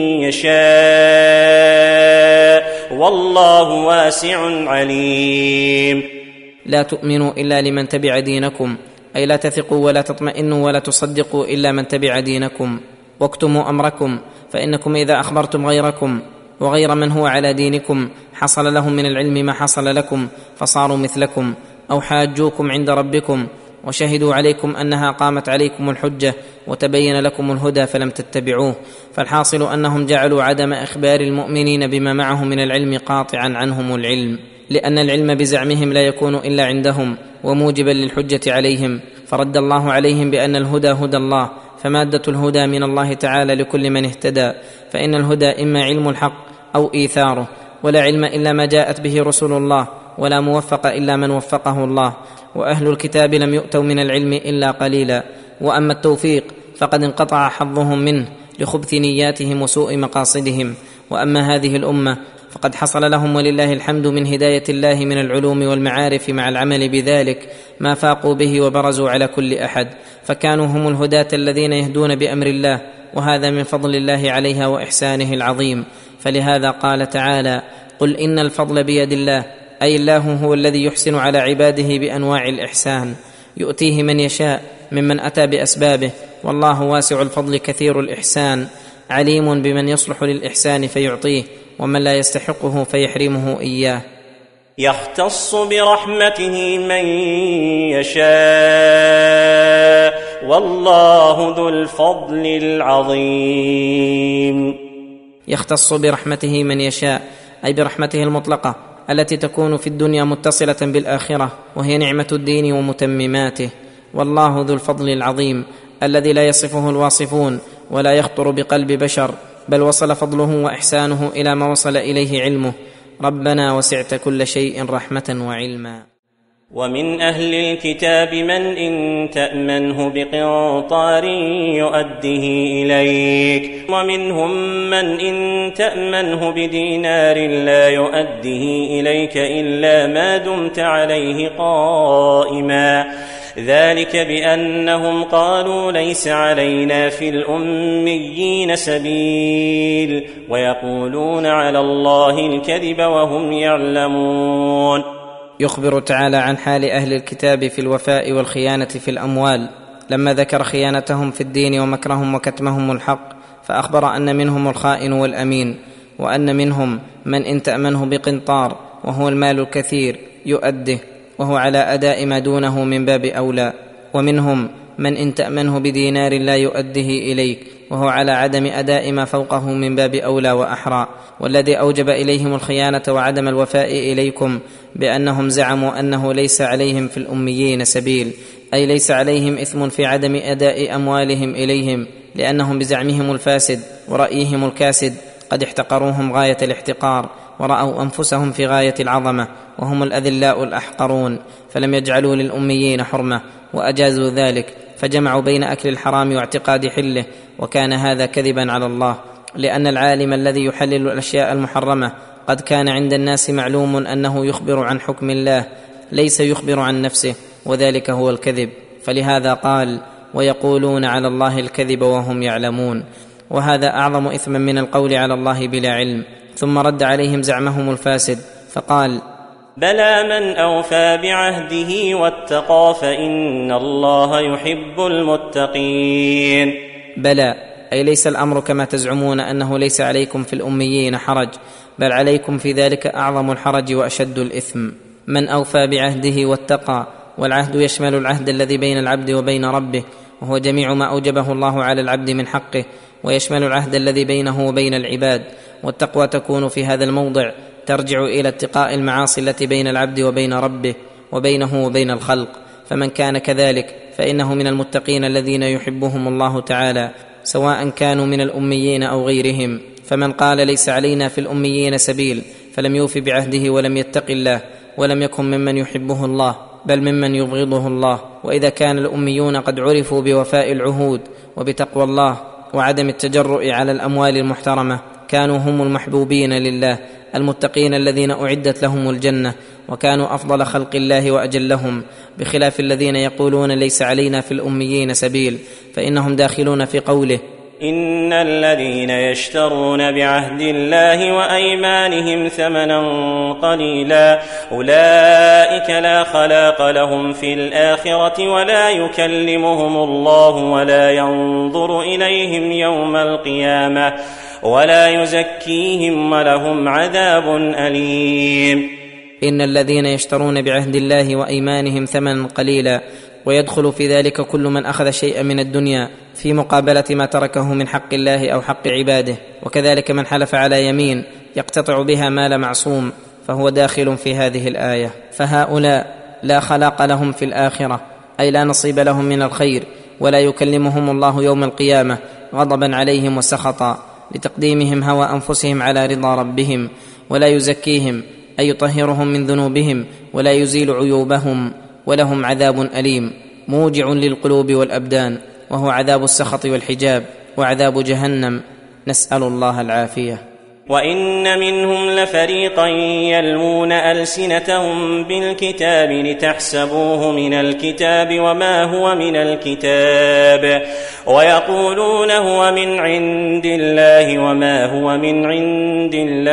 يشاء والله واسع عليم. لا تؤمنوا إلا لمن تبع دينكم، أي لا تثقوا ولا تطمئنوا ولا تصدقوا إلا من تبع دينكم، واكتموا أمركم، فإنكم إذا أخبرتم غيركم وغير من هو على دينكم حصل لهم من العلم ما حصل لكم فصاروا مثلكم، أو حاجوكم عند ربكم وشهدوا عليكم أنها قامت عليكم الحجة وتبين لكم الهدى فلم تتبعوه. فالحاصل أنهم جعلوا عدم إخبار المؤمنين بما معه من العلم قاطعا عنهم العلم، لأن العلم بزعمهم لا يكون إلا عندهم وموجبا للحجة عليهم. فرد الله عليهم بأن الهدى هدى الله، فمادة الهدى من الله تعالى لكل من اهتدى، فإن الهدى إما علم الحق أو إيثاره، ولا علم إلا ما جاءت به رسول الله، ولا موفق إلا من وفقه الله. وأهل الكتاب لم يؤتوا من العلم إلا قليلا، وأما التوفيق فقد انقطع حظهم منه لخبث نياتهم وسوء مقاصدهم. وأما هذه الأمة فقد حصل لهم ولله الحمد من هداية الله من العلوم والمعارف مع العمل بذلك ما فاقوا به وبرزوا على كل أحد، فكانوا هم الهداة الذين يهدون بأمر الله، وهذا من فضل الله عليها وإحسانه العظيم. فلهذا قال تعالى: قل إن الفضل بيد الله، أي الله هو الذي يحسن على عباده بأنواع الإحسان، يؤتيه من يشاء ممن أتى بأسبابه، والله واسع الفضل كثير الإحسان، عليم بمن يصلح للإحسان فيعطيه، ومن لا يستحقه فيحرمه إياه. يختص برحمته من يشاء والله ذو الفضل العظيم. يختص برحمته من يشاء، أي برحمته المطلقة التي تكون في الدنيا متصلة بالآخرة، وهي نعمة الدين ومتمماته. والله ذو الفضل العظيم الذي لا يصفه الواصفون ولا يخطر بقلب بشر، بل وصل فضله وإحسانه إلى ما وصل إليه علمه. ربنا وسعت كل شيء رحمة وعلما. ومن أهل الكتاب من إن تأمنه بقنطار يؤده إليك، ومنهم من إن تأمنه بدينار لا يؤده إليك إلا ما دمت عليه قائما، ذلك بأنهم قالوا ليس علينا في الأميين سبيل ويقولون على الله الكذب وهم يعلمون. يخبر تعالى عن حال أهل الكتاب في الوفاء والخيانة في الأموال، لما ذكر خيانتهم في الدين ومكرهم وكتمهم الحق، فأخبر أن منهم الخائن والأمين، وأن منهم من إن تأمنه بقنطار وهو المال الكثير يؤده، وهو على أداء ما دونه من باب أولى، ومنهم من إن تأمنه بدينار لا يؤده إليك، وهو على عدم أداء ما فوقه من باب أولى وأحرى. والذي أوجب إليهم الخيانة وعدم الوفاء إليكم بأنهم زعموا أنه ليس عليهم في الأميين سبيل، أي ليس عليهم إثم في عدم أداء أموالهم إليهم، لأنهم بزعمهم الفاسد ورأيهم الكاسد قد احتقروهم غاية الاحتقار، ورأوا أنفسهم في غاية العظمة، وهم الأذلاء الأحقرون، فلم يجعلوا للأميين حرمة وأجازوا ذلك، فجمعوا بين أكل الحرام واعتقاد حله، وكان هذا كذبا على الله، لأن العالم الذي يحلل الأشياء المحرمة قد كان عند الناس معلوم أنه يخبر عن حكم الله، ليس يخبر عن نفسه، وذلك هو الكذب. فلهذا قال: ويقولون على الله الكذب وهم يعلمون. وهذا أعظم إثما من القول على الله بلا علم. ثم رد عليهم زعمهم الفاسد فقال: بلى من أوفى بعهده واتقى فإن الله يحب المتقين. بلى، أي ليس الأمر كما تزعمون أنه ليس عليكم في الأميين حرج، بل عليكم في ذلك أعظم الحرج وأشد الإثم. من أوفى بعهده واتقى، والعهد يشمل العهد الذي بين العبد وبين ربه، وهو جميع ما أوجبه الله على العبد من حقه، ويشمل العهد الذي بينه وبين العباد. والتقوى تكون في هذا الموضع ترجع إلى اتقاء المعاصي التي بين العبد وبين ربه وبينه وبين الخلق، فمن كان كذلك فإنه من المتقين الذين يحبهم الله تعالى، سواء كانوا من الأميين أو غيرهم. فمن قال ليس علينا في الأميين سبيل فلم يوف بعهده ولم يتق الله، ولم يكن ممن يحبه الله، بل ممن يبغضه الله. وإذا كان الأميون قد عرفوا بوفاء العهود وبتقوى الله وعدم التجرؤ على الأموال المحترمة، كانوا هم المحبوبين لله المتقين الذين أعدت لهم الجنة، وكانوا أفضل خلق الله وأجلهم، بخلاف الذين يقولون ليس علينا في الأميين سبيل، فإنهم داخلون في قوله: إن الذين يشترون بعهد الله وأيمانهم ثمنا قليلا أولئك لا خلاق لهم في الآخرة ولا يكلمهم الله ولا ينظر إليهم يوم القيامة ولا يزكيهم ولهم عذاب أليم. إن الذين يشترون بعهد الله وأيمانهم ثمنا قليلا، ويدخل في ذلك كل من أخذ شيئا من الدنيا في مقابلة ما تركه من حق الله أو حق عباده، وكذلك من حلف على يمين يقتطع بها مال معصوم، فهو داخل في هذه الآية. فهؤلاء لا خلاق لهم في الآخرة، أي لا نصيب لهم من الخير، ولا يكلمهم الله يوم القيامة غضبا عليهم وسخطا لتقديمهم هوى أنفسهم على رضا ربهم، ولا يزكيهم أي يطهرهم من ذنوبهم ولا يزيل عيوبهم، ولهم عذاب أليم موجع للقلوب والأبدان، وهو عذاب السخط والحجاب وعذاب جهنم، نسأل الله العافية. وإن منهم لفريقا يلمون ألسنتهم بالكتاب لتحسبوه من الكتاب وما هو من الكتاب ويقولون هو من عند الله وما هو من عند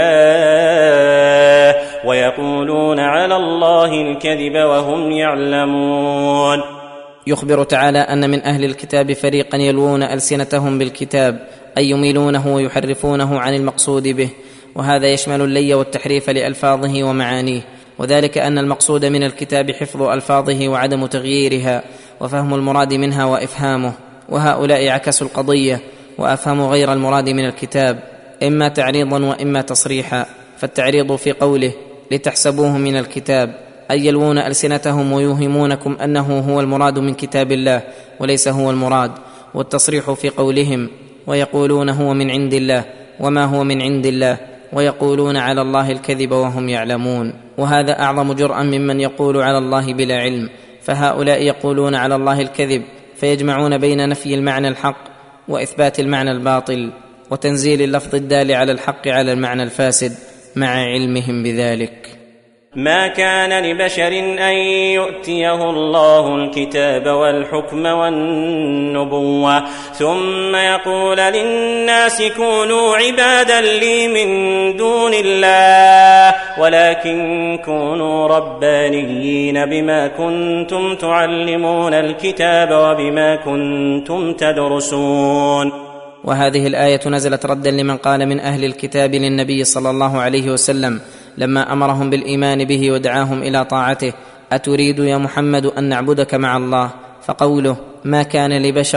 الله ويقولون على الله الكذب وهم يعلمون. يخبر تعالى أن من أهل الكتاب فريقا يلوون ألسنتهم بالكتاب، أي يميلونه ويحرفونه عن المقصود به، وهذا يشمل اللي والتحريف لألفاظه ومعانيه، وذلك أن المقصود من الكتاب حفظ ألفاظه وعدم تغييرها وفهم المراد منها وإفهامه. وهؤلاء عكسوا القضية وأفهموا غير المراد من الكتاب، إما تعريضا وإما تصريحا. فالتعريض في قوله لتحسبوه من الكتاب، أي يلوون ألسنتهم ويوهمونكم أنه هو المراد من كتاب الله وليس هو المراد. والتصريح في قولهم ويقولون هو من عند الله وما هو من عند الله ويقولون على الله الكذب وهم يعلمون، وهذا أعظم جرأا ممن يقول على الله بلا علم. فهؤلاء يقولون على الله الكذب، فيجمعون بين نفي المعنى الحق وإثبات المعنى الباطل، وتنزيل اللفظ الدال على الحق على المعنى الفاسد مع علمهم بذلك. ما كان لبشر أن يؤتيه الله الكتاب والحكم والنبوة ثم يقول للناس كونوا عبادا لي من دون الله ولكن كونوا ربانيين بما كنتم تعلمون الكتاب وبما كنتم تدرسون. وهذه الآية نزلت ردا لمن قال من أهل الكتاب للنبي صلى الله عليه وسلم لما أمرهم بالإيمان به ودعاهم إلى طاعته: أتريد يا محمد أن نعبدك مع الله؟ فقوله ما كان لبشر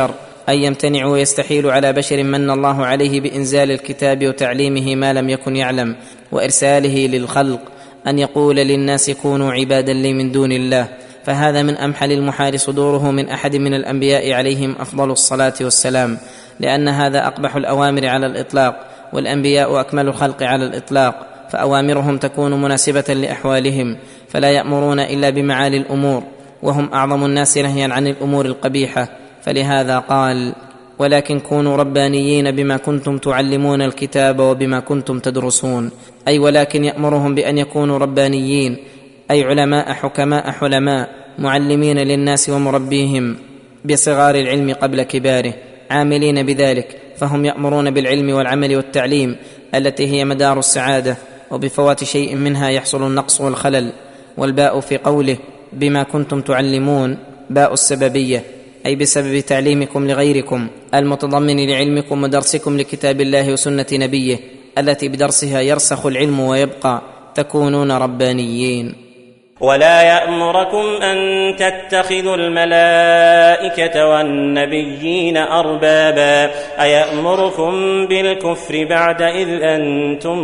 أن يمتنع ويستحيل على بشر من الله عليه بإنزال الكتاب وتعليمه ما لم يكن يعلم وإرساله للخلق أن يقول للناس كونوا عبادا لي من دون الله، فهذا من أمحل المحال صدوره من أحد من الأنبياء عليهم أفضل الصلاة والسلام، لأن هذا أقبح الأوامر على الإطلاق، والأنبياء أكمل الخلق على الإطلاق، فأوامرهم تكون مناسبة لأحوالهم، فلا يأمرون إلا بمعالي الأمور، وهم أعظم الناس نهيا عن الأمور القبيحة. فلهذا قال: ولكن كونوا ربانيين بما كنتم تعلمون الكتاب وبما كنتم تدرسون، أي ولكن يأمرهم بأن يكونوا ربانيين، أي علماء حكماء حلماء معلمين للناس ومربيهم بصغار العلم قبل كباره، عاملين بذلك، فهم يأمرون بالعلم والعمل والتعليم التي هي مدار السعادة، وبفوات شيء منها يحصل النقص والخلل. والباء في قوله بما كنتم تعلمون باء السببية، أي بسبب تعليمكم لغيركم المتضمن لعلمكم ودرسكم لكتاب الله وسنة نبيه التي بدرسها يرسخ العلم ويبقى، تكونون ربانيين. ولا يأمركم أن تتخذوا الملائكة والنبيين أربابا أيأمركم بالكفر بعد إذ أنتم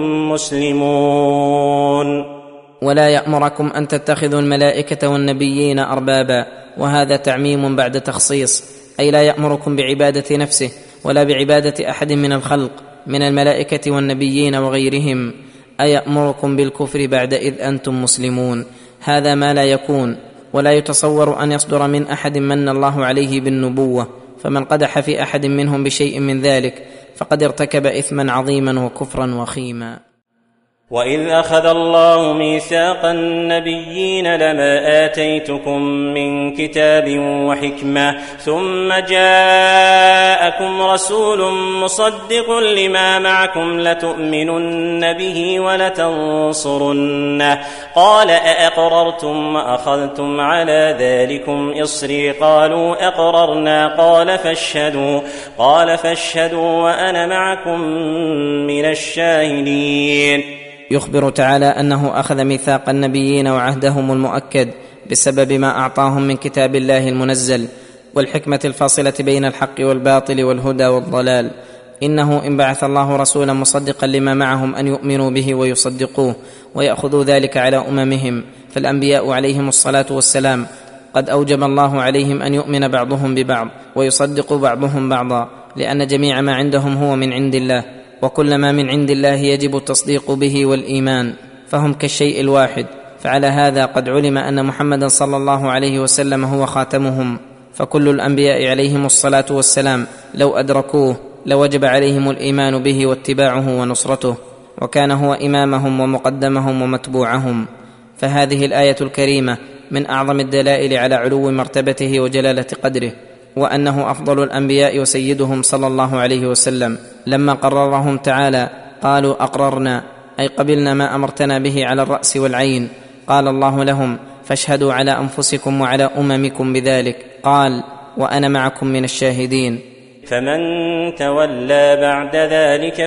مسلمون. ولا يأمركم أن تتخذوا الملائكة والنبيين أربابا، وهذا تعميم بعد تخصيص، أي لا يأمركم بعبادة نفسه ولا بعبادة أحد من الخلق من الملائكة والنبيين وغيرهم. أيأمركم بالكفر بعد إذ أنتم مسلمون، هذا ما لا يكون ولا يتصور أن يصدر من أحد من الله عليه بالنبوة، فمن قدح في أحد منهم بشيء من ذلك فقد ارتكب إثما عظيما وكفرا وخيما. وإذ أخذ الله ميثاق النبيين لما آتيتكم من كتاب وحكمة ثم جاءكم رسول مصدق لما معكم لتؤمنن به ولتنصرنه قال أأقررتم وأخذتم على ذلكم إصري قالوا أقررنا قال فاشهدوا قال فاشهدوا وأنا معكم من الشاهدين. يخبر تعالى أنه أخذ ميثاق النبيين وعهدهم المؤكد بسبب ما أعطاهم من كتاب الله المنزل والحكمة الفاصلة بين الحق والباطل والهدى والضلال. إنه إن بعث الله رسولا مصدقا لما معهم أن يؤمنوا به ويصدقوه ويأخذوا ذلك على أممهم، فالأنبياء عليهم الصلاة والسلام قد أوجب الله عليهم أن يؤمن بعضهم ببعض ويصدق بعضهم بعضا، لأن جميع ما عندهم هو من عند الله، وكل ما من عند الله يجب التصديق به والإيمان، فهم كالشيء الواحد. فعلى هذا قد علم أن محمدا صلى الله عليه وسلم هو خاتمهم، فكل الأنبياء عليهم الصلاة والسلام لو أدركوه لوجب عليهم الإيمان به واتباعه ونصرته، وكان هو إمامهم ومقدمهم ومتبوعهم. فهذه الآية الكريمة من أعظم الدلائل على علو مرتبته وجلالة قدره، وأنه أفضل الأنبياء وسيدهم صلى الله عليه وسلم. لما قررهم تعالى قالوا أقررنا، أي قبلنا ما أمرتنا به على الرأس والعين. قال الله لهم فاشهدوا على أنفسكم وعلى أممكم بذلك، قال وأنا معكم من الشاهدين. فمن تولى بعد ذلك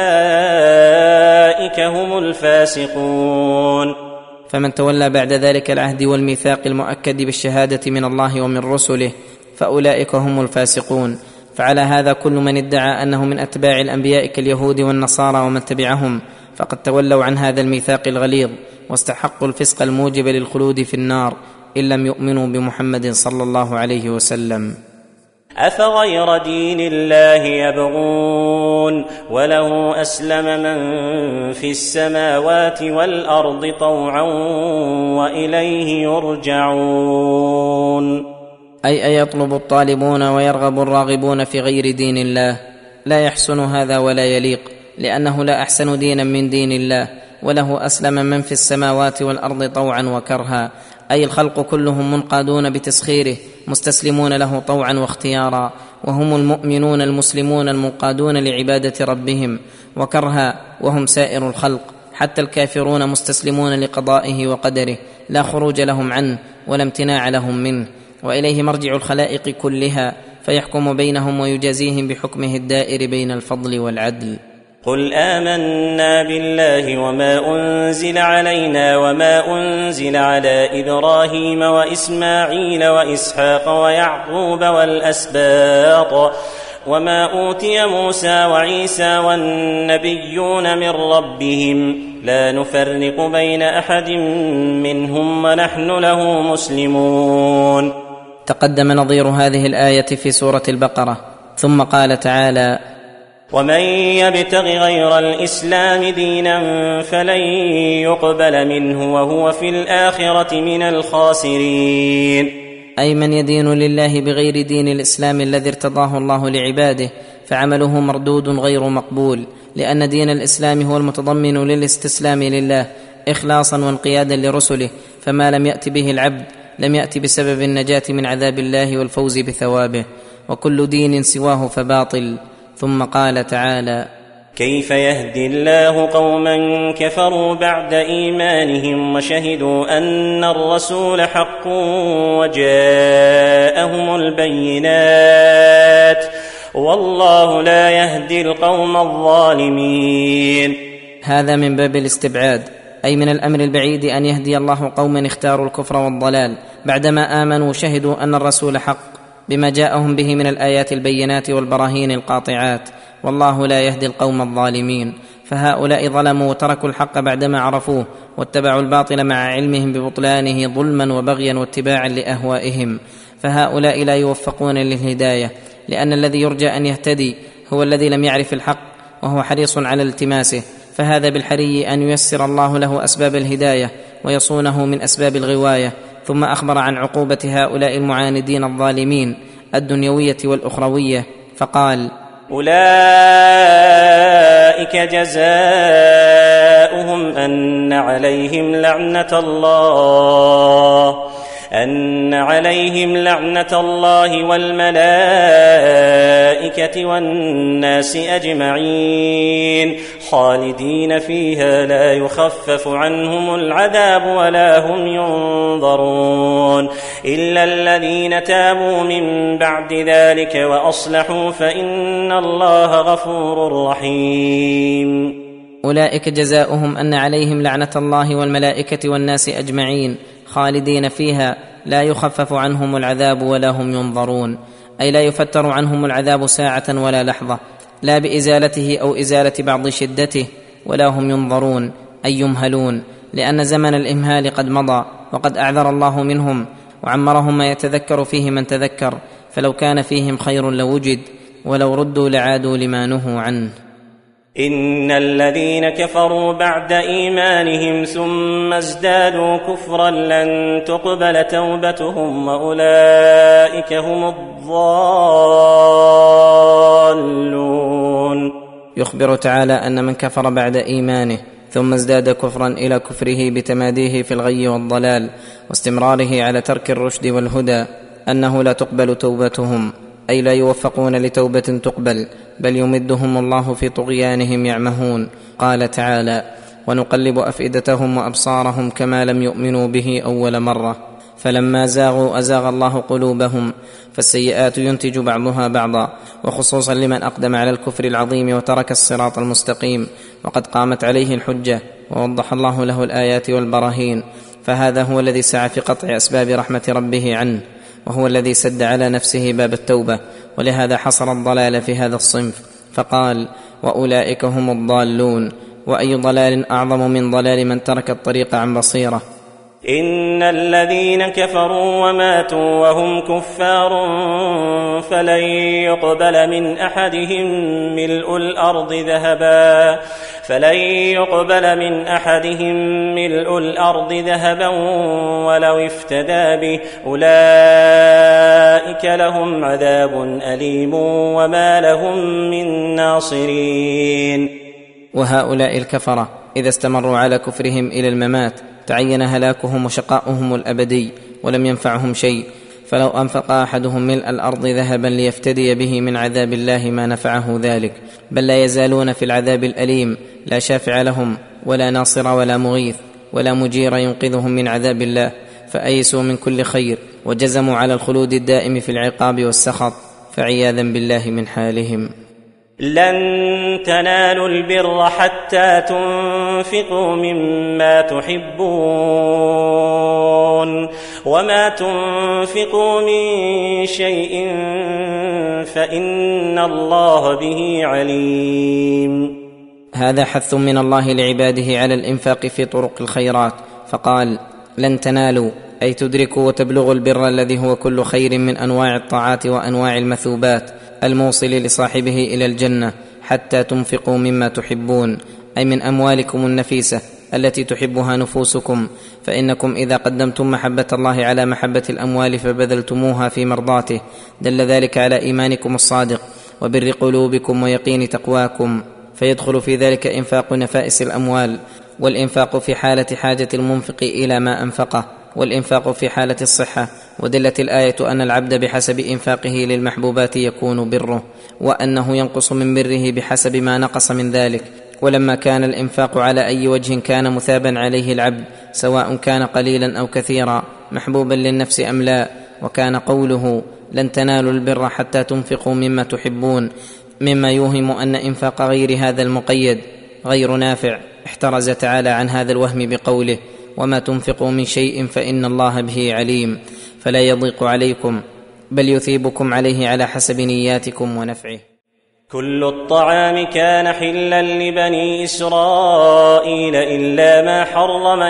فأولئك هم الفاسقون. فمن تولى بعد ذلك العهد والميثاق المؤكد بالشهادة من الله ومن رسله فأولئك هم الفاسقون. فعلى هذا كل من ادعى أنه من أتباع الأنبياء كاليهود والنصارى ومن تبعهم فقد تولوا عن هذا الميثاق الغليظ واستحقوا الفسق الموجب للخلود في النار إن لم يؤمنوا بمحمد صلى الله عليه وسلم. أفغير دين الله يبغون وله أسلم من في السماوات والأرض طوعا وإليه يرجعون. أي أيطلب الطالبون ويرغب الراغبون في غير دين الله. لا يحسن هذا ولا يليق، لأنه لا أحسن دينا من دين الله. وله أسلم من في السماوات والأرض طوعا وكرها، أي الخلق كلهم منقادون بتسخيره مستسلمون له طوعا واختيارا، وهم المؤمنون المسلمون المنقادون لعبادة ربهم، وكرها وهم سائر الخلق حتى الكافرون مستسلمون لقضائه وقدره لا خروج لهم عنه ولا امتناع لهم منه، وإليه مرجع الخلائق كلها فيحكم بينهم ويجازيهم بحكمه الدائر بين الفضل والعدل. قل آمنا بالله وما أنزل علينا وما أنزل على إبراهيم وإسماعيل وإسحاق ويعقوب والأسباط وما أوتي موسى وعيسى والنبيون من ربهم لا نفرق بين أحد منهم ونحن له مسلمون. تقدم نظير هذه الآية في سورة البقرة، ثم قال تعالى: ومن يبتغ غير الإسلام دينا فلن يقبل منه وهو في الآخرة من الخاسرين. أي من يدين لله بغير دين الإسلام الذي ارتضاه الله لعباده فعمله مردود غير مقبول، لأن دين الإسلام هو المتضمن للاستسلام لله إخلاصا وانقيادا لرسله، فما لم يأت به العبد لم يأت بسبب النجاة من عذاب الله والفوز بثوابه، وكل دين سواه فباطل. ثم قال تعالى: كيف يهدي الله قوما كفروا بعد إيمانهم وشهدوا أن الرسول حق وجاءهم البينات والله لا يهدي القوم الظالمين. هذا من باب الاستبعاد، أي من الأمر البعيد أن يهدي الله قوما اختاروا الكفر والضلال بعدما آمنوا وشهدوا أن الرسول حق بما جاءهم به من الآيات البينات والبراهين القاطعات، والله لا يهدي القوم الظالمين. فهؤلاء ظلموا وتركوا الحق بعدما عرفوه، واتبعوا الباطل مع علمهم ببطلانه ظلما وبغيا واتباعا لأهوائهم، فهؤلاء لا يوفقون للهداية، لأن الذي يرجى أن يهتدي هو الذي لم يعرف الحق وهو حريص على التماسه، فهذا بالحري أن ييسر الله له أسباب الهداية ويصونه من أسباب الغواية. ثم أخبر عن عقوبة هؤلاء المعاندين الظالمين الدنيوية والأخروية فقال: أولئك جزاؤهم أن عليهم لعنة الله أن عليهم لعنة الله والملائكة والناس أجمعين خالدين فيها لا يخفف عنهم العذاب ولا هم ينظرون إلا الذين تابوا من بعد ذلك وأصلحوا فإن الله غفور رحيم. أولئك جزاؤهم أن عليهم لعنة الله والملائكة والناس أجمعين خالدين فيها لا يخفف عنهم العذاب ولا هم ينظرون، أي لا يفتر عنهم العذاب ساعة ولا لحظة، لا بإزالته أو إزالة بعض شدته، ولا هم ينظرون أي يمهلون، لأن زمن الإمهال قد مضى وقد أعذر الله منهم وعمرهم ما يتذكر فيه من تذكر، فلو كان فيهم خير لوجد ولو ردوا لعادوا لما نهوا عنه. إن الذين كفروا بعد إيمانهم ثم ازدادوا كفرا لن تقبل توبتهم وأولئك هم الضالون. يخبر تعالى أن من كفر بعد إيمانه ثم ازداد كفرا إلى كفره بتماديه في الغي والضلال واستمراره على ترك الرشد والهدى أنه لا تقبل توبتهم، أي لا يوفقون لتوبة تقبل، بل يمدهم الله في طغيانهم يعمهون. قال تعالى: ونقلب أفئدتهم وأبصارهم كما لم يؤمنوا به أول مرة فلما زاغوا أزاغ الله قلوبهم، فالسيئات ينتج بعضها بعضا، وخصوصا لمن أقدم على الكفر العظيم وترك الصراط المستقيم وقد قامت عليه الحجة ووضح الله له الآيات والبراهين، فهذا هو الذي سعى في قطع أسباب رحمة ربه عنه، وهو الذي سد على نفسه باب التوبة، ولهذا حصر الضلال في هذا الصنف فقال: وأولئك هم الضالون. وأي ضلال أعظم من ضلال من ترك الطريق عن بصيرة. إن الذين كفروا وماتوا وهم كفار فلن يقبل من أحدهم ملء الأرض ذهبا فلن يقبل من أحدهم ملء الأرض ذهبا ولو افتدى به أولئك لهم عذاب أليم وما لهم من ناصرين. وهؤلاء الكفرة إذا استمروا على كفرهم إلى الممات تعين هلاكهم وشقاؤهم الأبدي ولم ينفعهم شيء، فلو أنفق أحدهم ملء الأرض ذهبا ليفتدي به من عذاب الله ما نفعه ذلك، بل لا يزالون في العذاب الأليم، لا شافع لهم ولا ناصر ولا مغيث ولا مجير ينقذهم من عذاب الله، فأيسوا من كل خير وجزموا على الخلود الدائم في العقاب والسخط، فعياذا بالله من حالهم. لن تنالوا البر حتى تنفقوا مما تحبون وما تنفقوا من شيء فإن الله به عليم. هذا حث من الله لعباده على الإنفاق في طرق الخيرات، فقال: لن تنالوا، أي تدركوا وتبلغوا البر الذي هو كل خير من أنواع الطاعات وأنواع المثوبات الموصل لصاحبه إلى الجنة، حتى تنفقوا مما تحبون، أي من أموالكم النفيسة التي تحبها نفوسكم، فإنكم إذا قدمتم محبة الله على محبة الأموال فبذلتموها في مرضاته دل ذلك على إيمانكم الصادق وبر قلوبكم ويقين تقواكم، فيدخل في ذلك إنفاق نفائس الأموال، والإنفاق في حالة حاجة المنفق إلى ما أنفقه، والإنفاق في حالة الصحة. ودلت الآية أن العبد بحسب إنفاقه للمحبوبات يكون بره، وأنه ينقص من بره بحسب ما نقص من ذلك. ولما كان الإنفاق على أي وجه كان مثابا عليه العبد، سواء كان قليلا أو كثيرا، محبوبا للنفس أم لا. وكان قوله: لن تنالوا البر حتى تنفقوا مما تحبون مما يوهم أن إنفاق غير هذا المقيد غير نافع. احترز تعالى عن هذا الوهم بقوله: وما تنفقوا من شيء فإن الله به عليم، فلا يضيق عليكم بل يثيبكم عليه على حسب نياتكم ونفعه. كل الطعام كان حلا لبني إسرائيل إلا ما حرم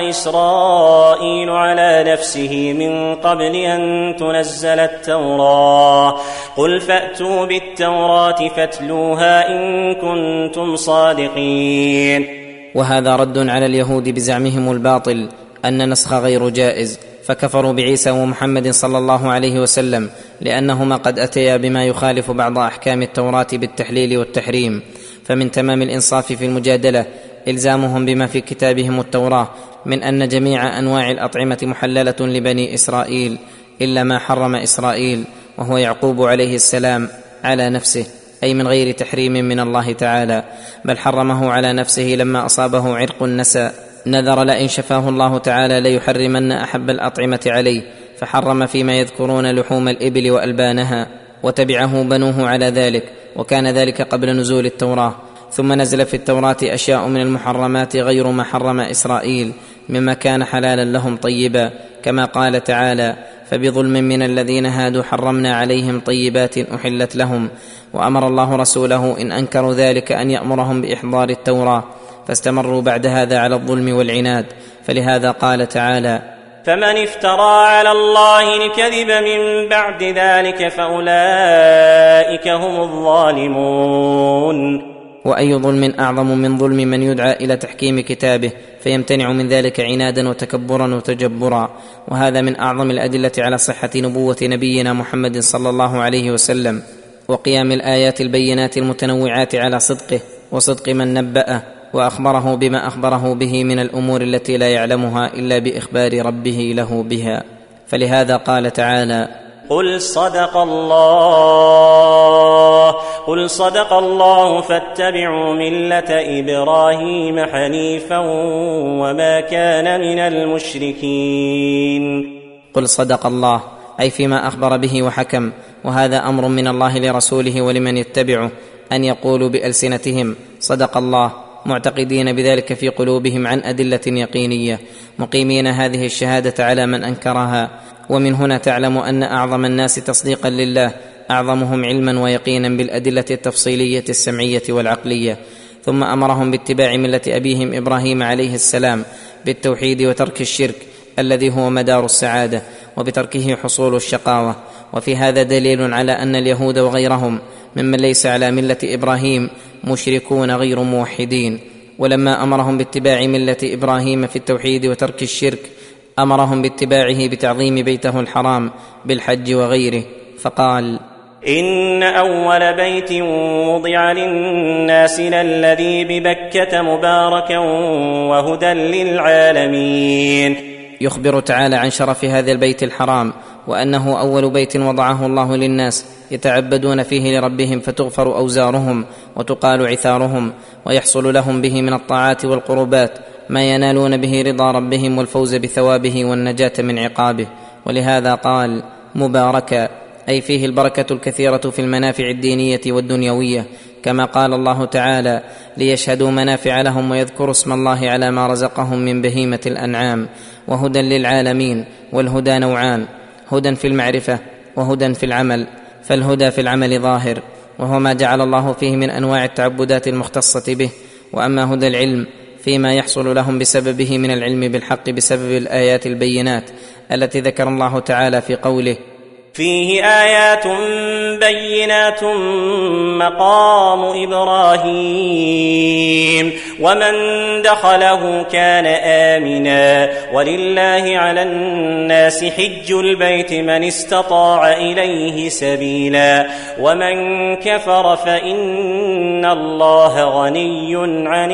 إسرائيل على نفسه من قبل أن تنزل التوراة. قل فأتوا بالتوراة فاتلوها إن كنتم صادقين. وهذا رد على اليهود بزعمهم الباطل أن نسخ غير جائز، فكفروا بعيسى ومحمد صلى الله عليه وسلم لأنهما قد أتيا بما يخالف بعض أحكام التوراة بالتحليل والتحريم. فمن تمام الإنصاف في المجادلة إلزامهم بما في كتابهم التوراة من أن جميع أنواع الأطعمة محللة لبني إسرائيل إلا ما حرم إسرائيل، وهو يعقوب عليه السلام، على نفسه، أي من غير تحريم من الله تعالى، بل حرمه على نفسه لما أصابه عرق النساء، نذر لئن شفاه الله تعالى ليحرمن أحب الأطعمة عليه، فحرم فيما يذكرون لحوم الإبل وألبانها، وتبعه بنوه على ذلك، وكان ذلك قبل نزول التوراة. ثم نزل في التوراة أشياء من المحرمات غير ما حرم إسرائيل مما كان حلالا لهم طيبا، كما قال تعالى: فبظلم من الذين هادوا حرمنا عليهم طيبات أحلت لهم. وأمر الله رسوله إن أنكروا ذلك أن يأمرهم بإحضار التوراة، فاستمروا بعد هذا على الظلم والعناد. فلهذا قال تعالى: فمن افترى على الله الكذب من بعد ذلك فأولئك هم الظالمون. وأي ظلم أعظم من ظلم من يدعى إلى تحكيم كتابه فيمتنع من ذلك عنادا وتكبرا وتجبرا. وهذا من أعظم الأدلة على صحة نبوة نبينا محمد صلى الله عليه وسلم، وقيام الآيات البينات المتنوعات على صدقه وصدق من نبأه وأخبره بما أخبره به من الأمور التي لا يعلمها إلا بإخبار ربه له بها. فلهذا قال تعالى: قل صدق الله قل صدق الله فاتبعوا ملة إبراهيم حنيفا وما كان من المشركين. قل صدق الله، أي فيما أخبر به وحكم. وهذا أمر من الله لرسوله ولمن يتبعه أن يقولوا بألسنتهم صدق الله، معتقدين بذلك في قلوبهم عن أدلة يقينية، مقيمين هذه الشهادة على من أنكرها. ومن هنا تعلم أن أعظم الناس تصديقا لله أعظمهم علما ويقينا بالأدلة التفصيلية السمعية والعقلية. ثم أمرهم باتباع ملة أبيهم إبراهيم عليه السلام بالتوحيد وترك الشرك الذي هو مدار السعادة، وبتركه حصول الشقاوة. وفي هذا دليل على أن اليهود وغيرهم ممن ليس على ملة إبراهيم مشركون غير موحدين. ولما أمرهم باتباع ملة إبراهيم في التوحيد وترك الشرك أمرهم باتباعه بتعظيم بيته الحرام بالحج وغيره، فقال: إن أول بيت وضع للناس للذي ببكة مباركا وهدى للعالمين. يخبر تعالى عن شرف هذا البيت الحرام، وأنه أول بيت وضعه الله للناس يتعبدون فيه لربهم فتغفر أوزارهم وتقال عثارهم، ويحصل لهم به من الطاعات والقربات ما ينالون به رضا ربهم والفوز بثوابه والنجاة من عقابه. ولهذا قال: مباركا، أي فيه البركة الكثيرة في المنافع الدينية والدنيوية، كما قال الله تعالى: ليشهدوا منافع لهم ويذكروا اسم الله على ما رزقهم من بهيمة الأنعام، وهدى للعالمين. والهدى نوعان: هدى في المعرفة وهدى في العمل. فالهدى في العمل ظاهر، وهو ما جعل الله فيه من أنواع التعبدات المختصة به. وأما هدى العلم فيما يحصل لهم بسببه من العلم بالحق بسبب الآيات البينات التي ذكر الله تعالى في قوله: فيه آيات بينات مقام إبراهيم ومن دخله كان آمنا ولله على الناس حج البيت من استطاع إليه سبيلا ومن كفر فإن الله غني عن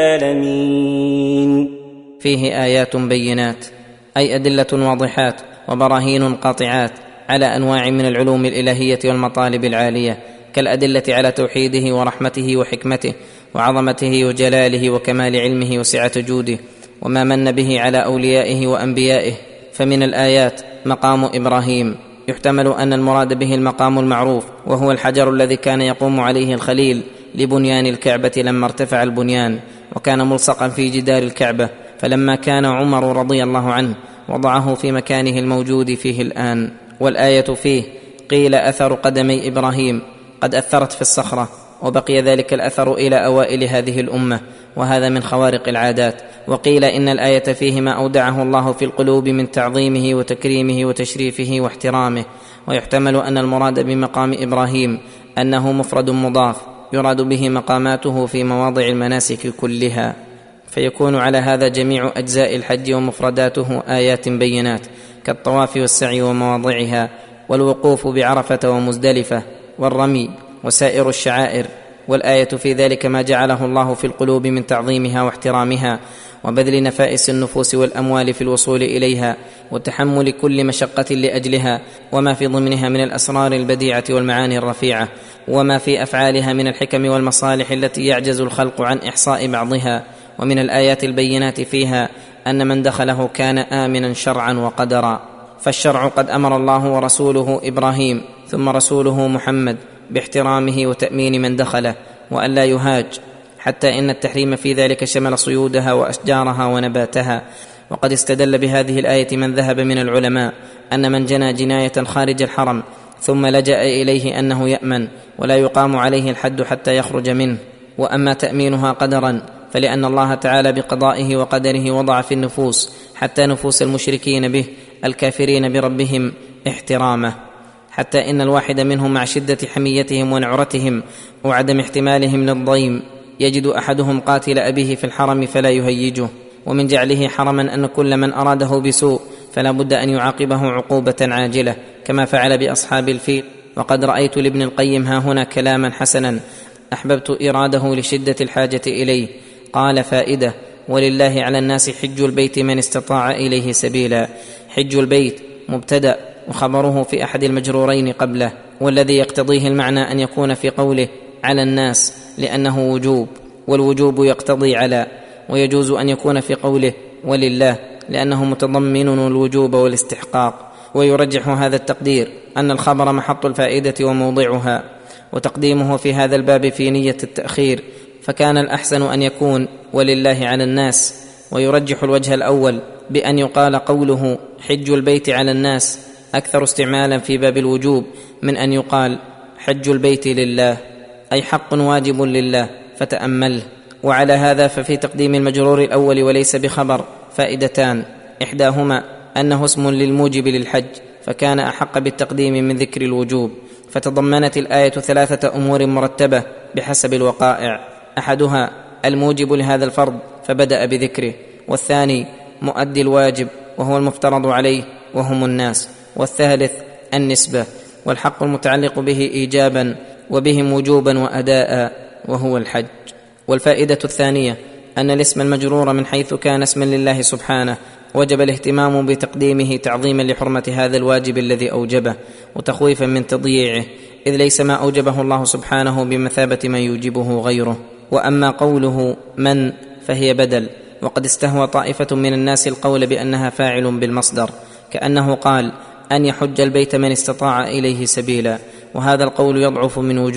العالمين. فيه آيات بينات أي أدلة واضحات وبراهين قاطعات على أنواع من العلوم الإلهية والمطالب العالية، كالأدلة على توحيده ورحمته وحكمته وعظمته وجلاله وكمال علمه وسعة جوده وما من به على أوليائه وأنبيائه. فمن الآيات مقام إبراهيم، يحتمل أن المراد به المقام المعروف، وهو الحجر الذي كان يقوم عليه الخليل لبنيان الكعبة لما ارتفع البنيان، وكان ملصقا في جدار الكعبة، فلما كان عمر رضي الله عنه وضعه في مكانه الموجود فيه الآن. والآية فيه قيل أثر قدمي إبراهيم قد أثرت في الصخرة، وبقي ذلك الأثر إلى أوائل هذه الأمة، وهذا من خوارق العادات. وقيل إن الآية فيه ما أودعه الله في القلوب من تعظيمه وتكريمه وتشريفه واحترامه. ويحتمل أن المراد بمقام إبراهيم أنه مفرد مضاف يراد به مقاماته في مواضع المناسك كلها، فيكون على هذا جميع أجزاء الحج ومفرداته آيات بينات، كالطواف والسعي ومواضعها، والوقوف بعرفة ومزدلفة، والرمي وسائر الشعائر. والآية في ذلك ما جعله الله في القلوب من تعظيمها واحترامها وبذل نفائس النفوس والأموال في الوصول إليها وتحمل كل مشقة لأجلها، وما في ضمنها من الأسرار البديعة والمعاني الرفيعة، وما في أفعالها من الحكم والمصالح التي يعجز الخلق عن إحصاء بعضها. ومن الآيات البينات فيها أن من دخله كان آمنا شرعا وقدرا، فالشرع قد أمر الله ورسوله إبراهيم ثم رسوله محمد باحترامه وتأمين من دخله وأن لا يهاج، حتى إن التحريم في ذلك شمل صيودها وأشجارها ونباتها. وقد استدل بهذه الآية من ذهب من العلماء أن من جنى جناية خارج الحرم ثم لجأ إليه أنه يأمن ولا يقام عليه الحد حتى يخرج منه. وأما تأمينها قدرا فلأن الله تعالى بقضائه وقدره وضع في النفوس حتى نفوس المشركين به الكافرين بربهم احترامه، حتى إن الواحد منهم مع شدة حميتهم ونعرتهم وعدم احتمالهم للضيم يجد أحدهم قاتل أبيه في الحرم فلا يهيجه. ومن جعله حرما أن كل من أراده بسوء فلا بد أن يعاقبه عقوبة عاجلة، كما فعل بأصحاب الفيل. وقد رأيت لابن القيم ها هنا كلاما حسنا أحببت إراده لشدة الحاجة إليه. قال: فائدة: ولله على الناس حج البيت من استطاع إليه سبيلا. حج البيت مبتدأ وخبره في أحد المجرورين قبله، والذي يقتضيه المعنى أن يكون في قوله على الناس لأنه وجوب، والوجوب يقتضي على، ويجوز أن يكون في قوله ولله لأنه متضمن الوجوب والاستحقاق. ويرجح هذا التقدير أن الخبر محط الفائدة وموضعها، وتقديمه في هذا الباب في نية التأخير، فكان الأحسن أن يكون ولله على الناس. ويرجح الوجه الأول بأن يقال قوله حج البيت على الناس أكثر استعمالا في باب الوجوب من أن يقال حج البيت لله، أي حق واجب لله فتأمله. وعلى هذا ففي تقديم المجرور الأول وليس بخبر فائدتان: إحداهما أنه اسم للموجب للحج فكان أحق بالتقديم من ذكر الوجوب، فتضمنت الآية ثلاثة أمور مرتبة بحسب الوقائع: أحدها الموجب لهذا الفرض فبدأ بذكره، والثاني مؤدي الواجب وهو المفترض عليه وهم الناس، والثالث النسبة والحق المتعلق به إيجابا وبهم وجوبا وأداء وهو الحج. والفائدة الثانية أن الاسم المجرور من حيث كان اسما لله سبحانه وجب الاهتمام بتقديمه تعظيما لحرمة هذا الواجب الذي أوجبه وتخويفا من تضييعه، إذ ليس ما أوجبه الله سبحانه بمثابة من يوجبه غيره. وأما قوله من فهي بدل، وقد استهوى طائفة من الناس القول بأنها فاعل بالمصدر، كأنه قال أن يحج البيت من استطاع إليه سبيلا، وهذا القول يضعف من وجوه: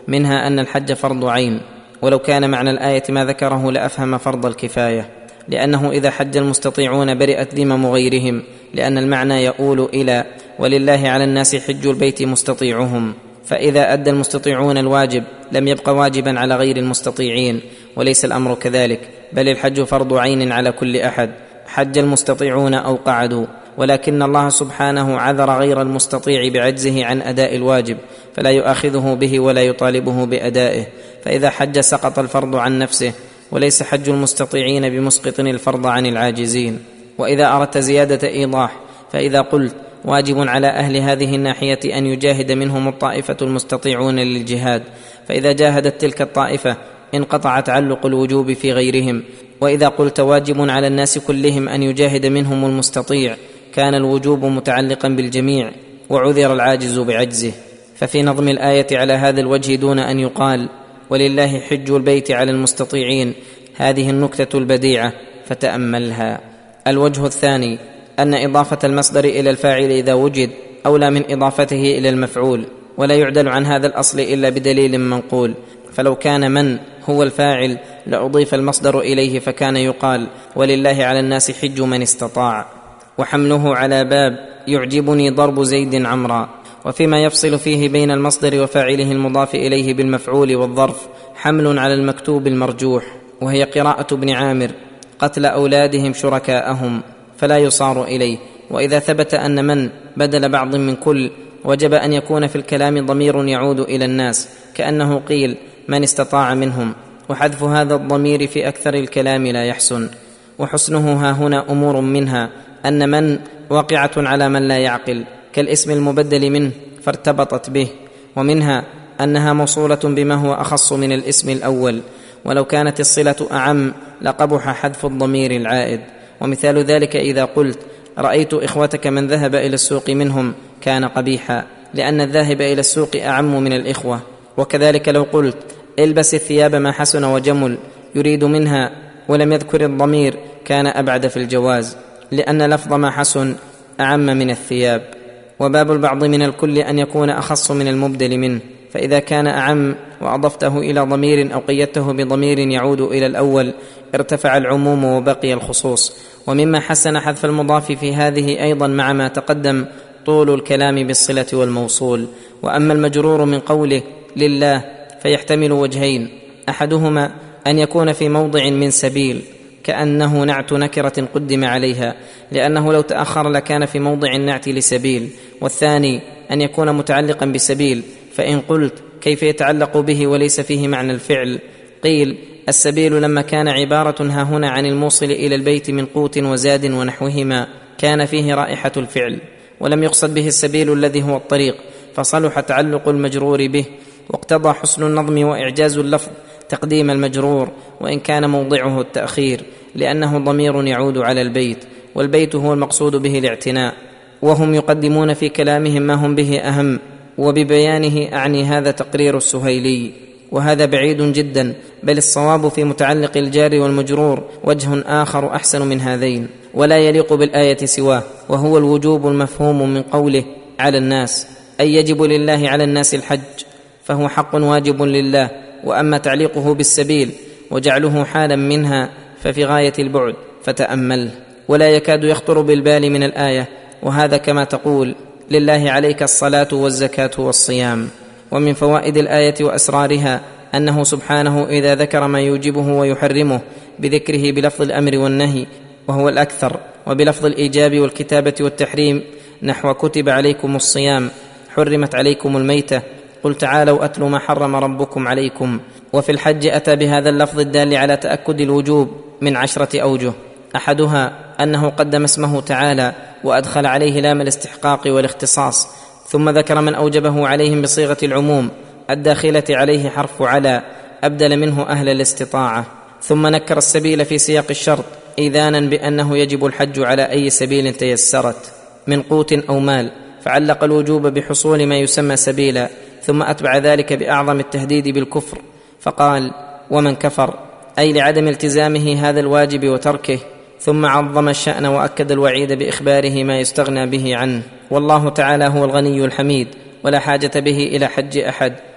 منها أن الحج فرض عين، ولو كان معنى الآية ما ذكره لأفهم فرض الكفاية، لأنه إذا حج المستطيعون برئت ذمم غيرهم، لأن المعنى يؤول إلى ولله على الناس حج البيت مستطيعهم، فإذا أدى المستطيعون الواجب لم يبق واجبا على غير المستطيعين، وليس الأمر كذلك، بل الحج فرض عين على كل أحد حج المستطيعون أو قعدوا، ولكن الله سبحانه عذر غير المستطيع بعجزه عن أداء الواجب، فلا يؤاخذه به ولا يطالبه بأدائه، فإذا حج سقط الفرض عن نفسه، وليس حج المستطيعين بمسقط الفرض عن العاجزين. وإذا أردت زيادة إيضاح، فإذا قلت واجب على أهل هذه الناحية أن يجاهد منهم الطائفة المستطيعون للجهاد، فإذا جاهدت تلك الطائفة انقطع تعلق الوجوب في غيرهم، وإذا قلت واجب على الناس كلهم أن يجاهد منهم المستطيع كان الوجوب متعلقا بالجميع وعذر العاجز بعجزه. ففي نظم الآية على هذا الوجه دون أن يقال ولله حج البيت على المستطيعين هذه النكتة البديعة فتأملها. الوجه الثاني أن إضافة المصدر إلى الفاعل إذا وجد أولى من إضافته إلى المفعول، ولا يعدل عن هذا الأصل إلا بدليل منقول، فلو كان من هو الفاعل لأضيف المصدر إليه فكان يقال ولله على الناس حج من استطاع. وحمله على باب يعجبني ضرب زيد عمرا، وفيما يفصل فيه بين المصدر وفاعله المضاف إليه بالمفعول والظرف حمل على المكتوب المرجوح، وهي قراءة ابن عامر قتل أولادهم شركاءهم، فلا يصار إليه. وإذا ثبت أن من بدل بعض من كل وجب أن يكون في الكلام ضمير يعود إلى الناس، كأنه قيل من استطاع منهم، وحذف هذا الضمير في أكثر الكلام لا يحسن. وحسنه ها هنا أمور، منها أن من واقعة على من لا يعقل كالاسم المبدل منه فارتبطت به، ومنها أنها موصولة بما هو أخص من الاسم الأول، ولو كانت الصلة أعم لقبح حذف الضمير العائد. ومثال ذلك إذا قلت رأيت إخوتك من ذهب إلى السوق منهم كان قبيحا، لأن الذاهب إلى السوق أعم من الإخوة. وكذلك لو قلت البس الثياب ما حسن وجمل يريد منها ولم يذكر الضمير كان أبعد في الجواز، لأن لفظ ما حسن أعم من الثياب. وباب البعض من الكل أن يكون أخص من المبدل منه، فإذا كان أعم وأضفته إلى ضمير أو قيدته بضمير يعود إلى الأول ارتفع العموم وبقي الخصوص. ومما حسن حذف المضاف في هذه أيضا مع ما تقدم طول الكلام بالصلة والموصول. وأما المجرور من قوله لله فيحتمل وجهين، أحدهما أن يكون في موضع من سبيل كأنه نعت نكرة قدم عليها، لأنه لو تأخر لكان في موضع النعت لسبيل، والثاني أن يكون متعلقا بسبيل، فإن قلت كيف يتعلق به وليس فيه معنى الفعل؟ قيل السبيل لما كان عبارة ها هنا عن الموصل إلى البيت من قوت وزاد ونحوهما كان فيه رائحة الفعل، ولم يقصد به السبيل الذي هو الطريق، فصلح تعلق المجرور به، واقتضى حسن النظم وإعجاز اللفظ تقديم المجرور وإن كان موضعه التأخير، لأنه ضمير يعود على البيت، والبيت هو المقصود به الاعتناء، وهم يقدمون في كلامهم ما هم به أهم، وببيانه أعني هذا تقرير السهيلي، وهذا بعيد جدا، بل الصواب في متعلق الجار والمجرور وجه آخر أحسن من هذين ولا يليق بالآية سواه، وهو الوجوب المفهوم من قوله على الناس، أي يجب لله على الناس الحج، فهو حق واجب لله. وأما تعليقه بالسبيل وجعله حالا منها ففي غاية البعد، فتأمله ولا يكاد يخطر بالبال من الآية، وهذا كما تقول لله عليك الصلاة والزكاة والصيام. ومن فوائد الآية وأسرارها أنه سبحانه إذا ذكر ما يوجبه ويحرمه بذكره بلفظ الأمر والنهي وهو الأكثر، وبلفظ الإيجاب والكتابة والتحريم، نحو كتب عليكم الصيام، حرمت عليكم الميتة، قل تعالوا أتل ما حرم ربكم عليكم. وفي الحج أتى بهذا اللفظ الدال على تأكد الوجوب من عشرة أوجه، أحدها أنه قدم اسمه تعالى وأدخل عليه لام الاستحقاق والاختصاص، ثم ذكر من أوجبه عليهم بصيغة العموم الداخلة عليه حرف على أبدل منه أهل الاستطاعة، ثم نكر السبيل في سياق الشرط إذانا بأنه يجب الحج على أي سبيل تيسرت من قوت أو مال، فعلق الوجوب بحصول ما يسمى سبيلا، ثم أتبع ذلك بأعظم التهديد بالكفر فقال ومن كفر، أي لعدم التزامه هذا الواجب وتركه، ثم عظم الشأن وأكد الوعيد بإخباره ما يستغنى به عنه. والله تعالى هو الغني الحميد ولا حاجة به إلى حج أحد،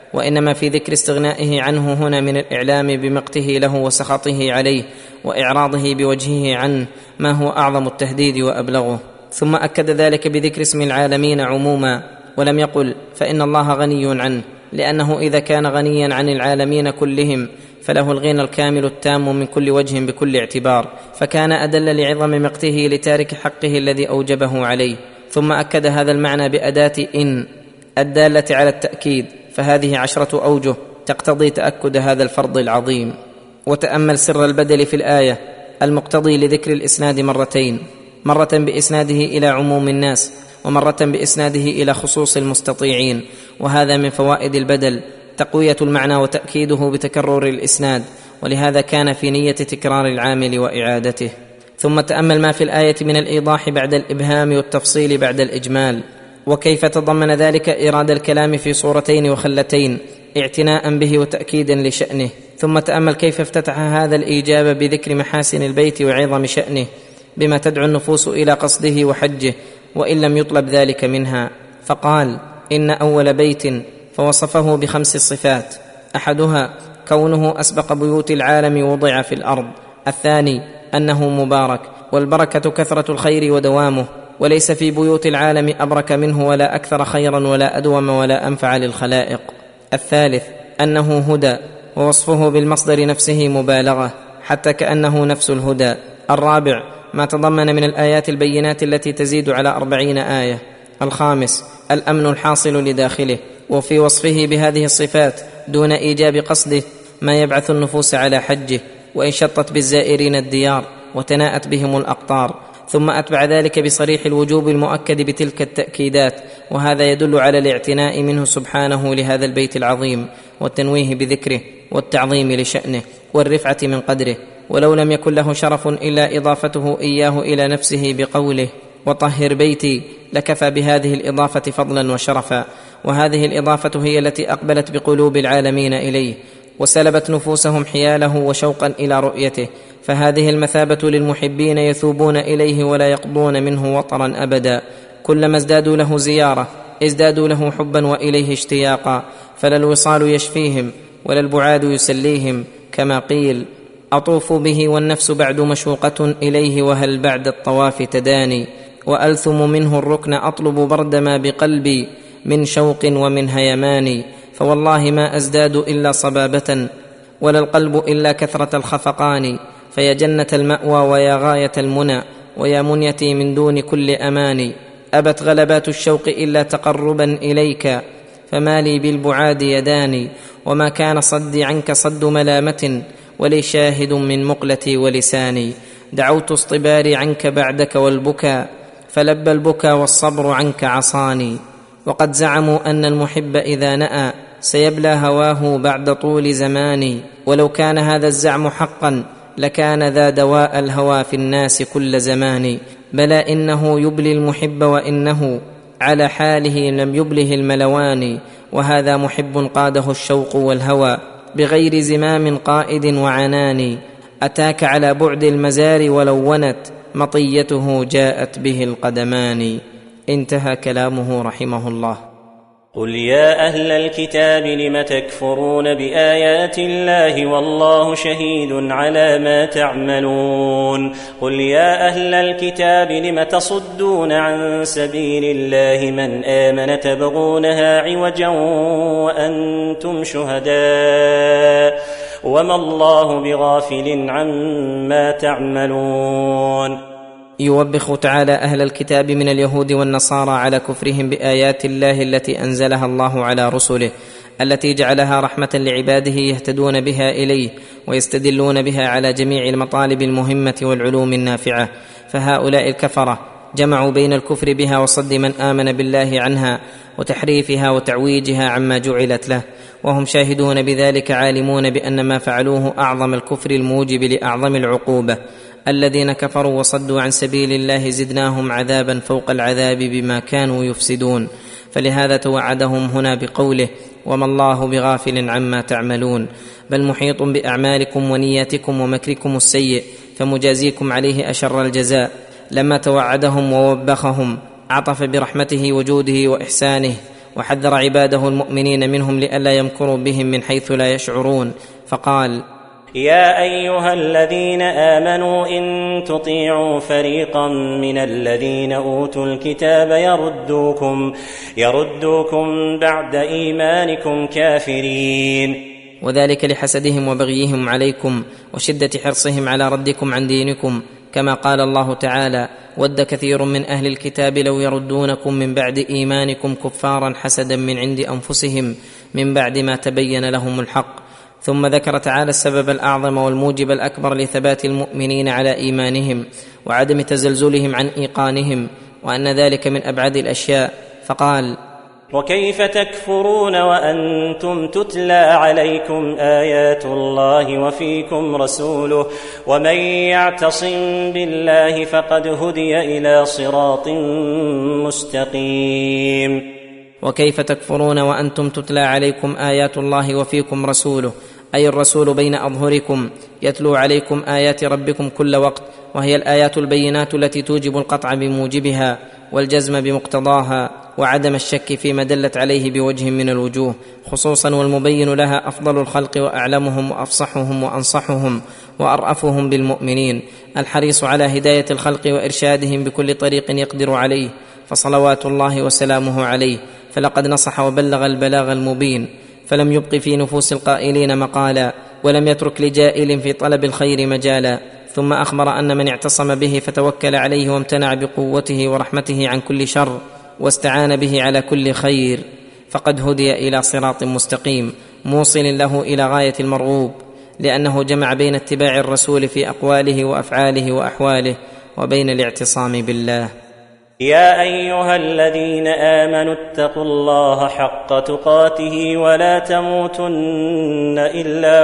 وإنما في ذكر استغنائه عنه هنا من الإعلام بمقته له وسخطه عليه وإعراضه بوجهه عنه ما هو أعظم التهديد وأبلغه. ثم أكد ذلك بذكر اسم العالمين عموما، ولم يقل فإن الله غني عنه، لأنه إذا كان غنيا عن العالمين كلهم فله الغنى الكامل التام من كل وجه بكل اعتبار، فكان أدل لعظم مقته لتارك حقه الذي أوجبه عليه. ثم أكد هذا المعنى بأداة إن الدالة على التأكيد، فهذه عشرة أوجه تقتضي تأكد هذا الفرض العظيم. وتأمل سر البدل في الآية المقتضي لذكر الإسناد مرتين، مرة بإسناده إلى عموم الناس، ومرة بإسناده إلى خصوص المستطيعين، وهذا من فوائد البدل تقوية المعنى وتأكيده بتكرر الإسناد، ولهذا كان في نية تكرار العامل وإعادته. ثم تأمل ما في الآية من الإيضاح بعد الإبهام والتفصيل بعد الإجمال، وكيف تضمن ذلك إيراد الكلام في صورتين وخلتين اعتناء به وتأكيدا لشأنه. ثم تأمل كيف افتتح هذا الإيجاب بذكر محاسن البيت وعظم شأنه، بما تدعو النفوس إلى قصده وحجه وإن لم يطلب ذلك منها، فقال إن أول بيت، فوصفه بخمس صفات: أحدها كونه أسبق بيوت العالم وضع في الأرض، الثاني أنه مبارك، والبركة كثرة الخير ودوامه، وليس في بيوت العالم أبرك منه ولا أكثر خيرا ولا أدوم ولا أنفع للخلائق، الثالث أنه هدى، ووصفه بالمصدر نفسه مبالغة حتى كأنه نفس الهدى، الرابع ما تضمن من الآيات البينات التي تزيد على أربعين آية، الخامس الأمن الحاصل لداخله، وفي وصفه بهذه الصفات دون إيجاب قصده ما يبعث النفوس على حجه، وإن شطت بالزائرين الديار وتناءت بهم الأقطار. ثم أتبع ذلك بصريح الوجوب المؤكد بتلك التأكيدات، وهذا يدل على الاعتناء منه سبحانه لهذا البيت العظيم، والتنويه بذكره والتعظيم لشأنه والرفعة من قدره، ولو لم يكن له شرف إلا إضافته إياه إلى نفسه بقوله وطهر بيتي، لكفى بهذه الإضافة فضلا وشرفا. وهذه الإضافة هي التي أقبلت بقلوب العالمين إليه وسلبت نفوسهم حياله وشوقا إلى رؤيته، فهذه المثابة للمحبين يثوبون إليه ولا يقضون منه وطرا أبدا، كلما ازدادوا له زيارة ازدادوا له حبا وإليه اشتياقا، فلا الوصال يشفيهم ولا البعاد يسليهم، كما قيل أطوف به والنفس بعد مشوقة إليه، وهل بعد الطواف تداني، وألثم منه الركن أطلب برد ما بقلبي من شوق ومن هيمان، فوالله ما أزداد إلا صبابة ولا القلب إلا كثرة الخفقان، فيا جنة المأوى ويا غاية المنى ويا منيتي من دون كل أمان، أبت غلبات الشوق إلا تقربا إليك، فما لي بالبعاد يداني، وما كان صدي عنك صد ملامة، ولي شاهد من مقلتي ولساني، دعوت اصطباري عنك بعدك والبكاء، فلبى البكا والصبر عنك عصاني، وقد زعموا أن المحب إذا نأى سيبلى هواه بعد طول زمان، ولو كان هذا الزعم حقا لكان ذا دواء الهوى في الناس كل زمان، بلى إنه يبلي المحب وإنه على حاله لم يبله الملوان، وهذا محب قاده الشوق والهوى بغير زمام قائد وعنان، أتاك على بعد المزار ولونت مطيته جاءت به القدمان. انتهى كلامه رحمه الله. قل يا أهل الكتاب لم تكفرون بآيات الله والله شهيد على ما تعملون. قل يا أهل الكتاب لم تصدون عن سبيل الله من آمن تبغونها عوجا وأنتم شهداء وما الله بغافل عما تعملون. يوبخ تعالى أهل الكتاب من اليهود والنصارى على كفرهم بآيات الله التي أنزلها الله على رسله، التي جعلها رحمة لعباده يهتدون بها إليه ويستدلون بها على جميع المطالب المهمة والعلوم النافعة. فهؤلاء الكفرة جمعوا بين الكفر بها وصد من آمن بالله عنها وتحريفها وتعويجها عما جعلت له، وهم شاهدون بذلك عالمون بأن ما فعلوه أعظم الكفر الموجب لأعظم العقوبة. الذين كفروا وصدوا عن سبيل الله زدناهم عذابا فوق العذاب بما كانوا يفسدون، فلهذا توعدهم هنا بقوله وما الله بغافل عما تعملون، بل محيط بأعمالكم ونياتكم ومكركم السيء فمجازيكم عليه أشر الجزاء. لما توعدهم ووبخهم عطف برحمته وجوده وإحسانه وحذر عباده المؤمنين منهم لئلا يمكروا بهم من حيث لا يشعرون، فقال: يا أيها الذين آمنوا إن تطيعوا فريقا من الذين أوتوا الكتاب يردوكم, يردوكم بعد إيمانكم كافرين. وذلك لحسدهم وبغيهم عليكم وشدة حرصهم على ردكم عن دينكم، كما قال الله تعالى: ود كثير من أهل الكتاب لو يردونكم من بعد إيمانكم كفارا حسدا من عند أنفسهم من بعد ما تبين لهم الحق. ثم ذكر تعالى السبب الأعظم والموجب الأكبر لثبات المؤمنين على إيمانهم وعدم تزلزلهم عن إيقانهم، وأن ذلك من أبعد الأشياء، فقال: وكيف تكفرون وأنتم تتلى عليكم آيات الله وفيكم رسوله ومن يعتصم بالله فقد هدي إلى صراط مستقيم. وكيف تكفرون وأنتم تتلى عليكم آيات الله وفيكم رسوله، أي الرسول بين أظهركم يتلو عليكم آيات ربكم كل وقت، وهي الآيات البينات التي توجب القطع بموجبها والجزم بمقتضاها وعدم الشك فيما دلت عليه بوجه من الوجوه، خصوصا والمبين لها أفضل الخلق وأعلمهم وأفصحهم وأنصحهم وأرأفهم بالمؤمنين، الحريص على هداية الخلق وإرشادهم بكل طريق يقدر عليه، فصلوات الله وسلامه عليه. فلقد نصح وبلغ البلاغ المبين، فلم يبق في نفوس القائلين مقالا، ولم يترك لجائل في طلب الخير مجالا. ثم أخبر أن من اعتصم به فتوكل عليه وامتنع بقوته ورحمته عن كل شر واستعان به على كل خير فقد هدي إلى صراط مستقيم موصل له إلى غاية المرغوب، لأنه جمع بين اتباع الرسول في أقواله وأفعاله وأحواله وبين الاعتصام بالله. يا أيها الذين آمنوا اتقوا الله حق تقاته ولا تموتن إلا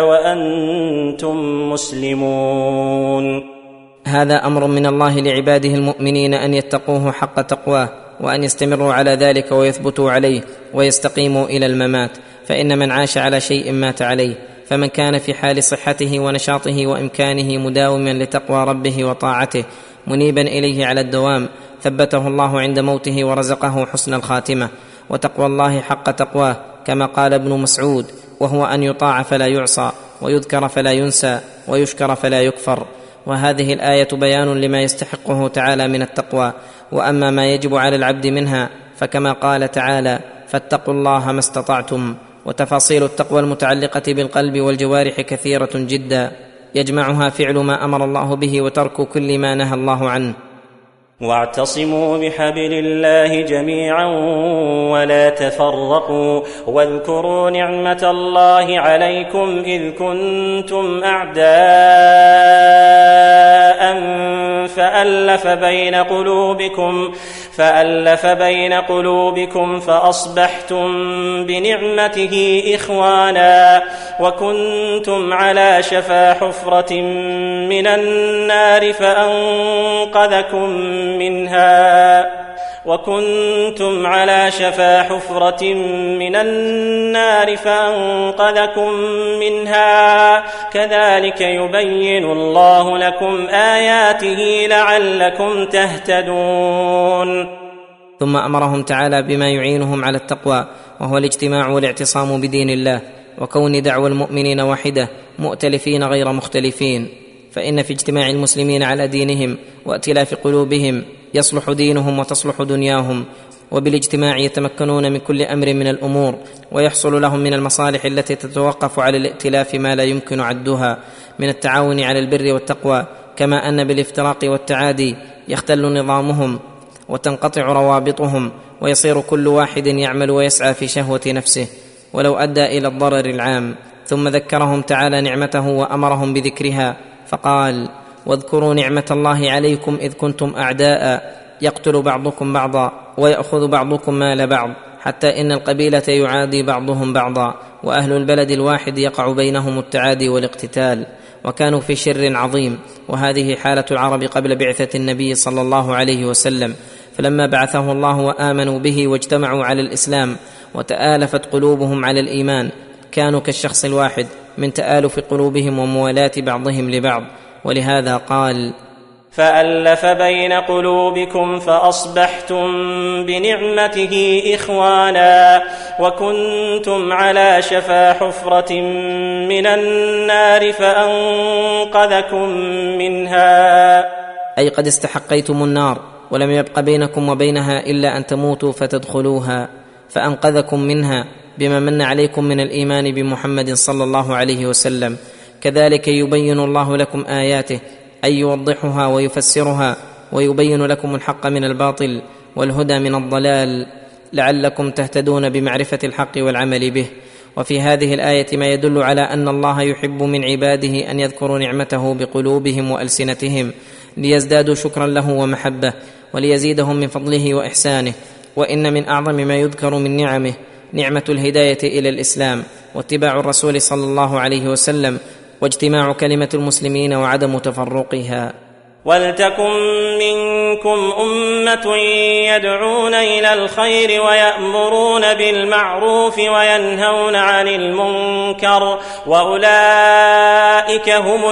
وأنتم مسلمون. هذا أمر من الله لعباده المؤمنين أن يتقوه حق تقواه، وأن يستمروا على ذلك ويثبتوا عليه ويستقيموا إلى الممات، فإن من عاش على شيء مات عليه. فمن كان في حال صحته ونشاطه وإمكانه مداوما لتقوى ربه وطاعته منيبا إليه على الدوام ثبته الله عند موته ورزقه حسن الخاتمة. وتقوى الله حق تقواه كما قال ابن مسعود: وهو أن يطاع فلا يعصى ويذكر فلا ينسى ويشكر فلا يكفر. وهذه الآية بيان لما يستحقه تعالى من التقوى، وأما ما يجب على العبد منها فكما قال تعالى: فاتقوا الله ما استطعتم. وتفاصيل التقوى المتعلقة بالقلب والجوارح كثيرة جدا، يجمعها فعل ما أمر الله به وترك كل ما نهى الله عنه. واعتصموا بحبل الله جميعا ولا تفرقوا واذكروا نعمة الله عليكم إذ كنتم أعداء فألف بين قلوبكم فألف بين قلوبكم فأصبحتم بنعمته إخوانا وكنتم على شفا حفرة من النار فأنقذكم منها وكنتم على شفا حفرة من النار فأنقذكم منها كذلك يبين الله لكم آياته لعلكم تهتدون. ثم أمرهم تعالى بما يعينهم على التقوى، وهو الاجتماع والاعتصام بدين الله، وكون دعوى المؤمنين واحدة مؤتلفين غير مختلفين، فإن في اجتماع المسلمين على دينهم وائتلاف قلوبهم يصلح دينهم وتصلح دنياهم، وبالاجتماع يتمكنون من كل أمر من الأمور، ويحصل لهم من المصالح التي تتوقف على الائتلاف ما لا يمكن عدها من التعاون على البر والتقوى، كما أن بالافتراق والتعادي يختل نظامهم وتنقطع روابطهم، ويصير كل واحد يعمل ويسعى في شهوة نفسه ولو أدى إلى الضرر العام. ثم ذكرهم تعالى نعمته وأمرهم بذكرها فقال: واذكروا نعمة الله عليكم إذ كنتم أعداء يقتل بعضكم بعضا ويأخذ بعضكم مال بعض، حتى إن القبيلة يعادي بعضهم بعضا، وأهل البلد الواحد يقع بينهم التعادي والاقتتال، وكانوا في شر عظيم. وهذه حالة العرب قبل بعثة النبي صلى الله عليه وسلم، فلما بعثه الله وآمنوا به واجتمعوا على الإسلام وتآلفت قلوبهم على الإيمان كانوا كالشخص الواحد من تآلف قلوبهم وموالاة بعضهم لبعض. ولهذا قال: فألف بين قلوبكم فأصبحتم بنعمته إخوانا وكنتم على شفا حفرة من النار فأنقذكم منها. أي قد استحقيتم النار ولم يبق بينكم وبينها إلا أن تموتوا فتدخلوها، فأنقذكم منها بما من عليكم من الإيمان بمحمد صلى الله عليه وسلم. كذلك يبين الله لكم آياته، أي يوضحها ويفسرها ويبين لكم الحق من الباطل والهدى من الضلال لعلكم تهتدون بمعرفة الحق والعمل به. وفي هذه الآية ما يدل على أن الله يحب من عباده أن يذكروا نعمته بقلوبهم وألسنتهم ليزدادوا شكرا له ومحبة وليزيدهم من فضله وإحسانه. وإن من أعظم ما يذكر من نعمه نعمة الهداية إلى الإسلام واتباع الرسول صلى الله عليه وسلم واجتماع كلمة المسلمين وعدم تفرقها. ولتكن منكم أمة يدعون إلى الخير ويأمرون بالمعروف وينهون عن المنكر وأولئك هم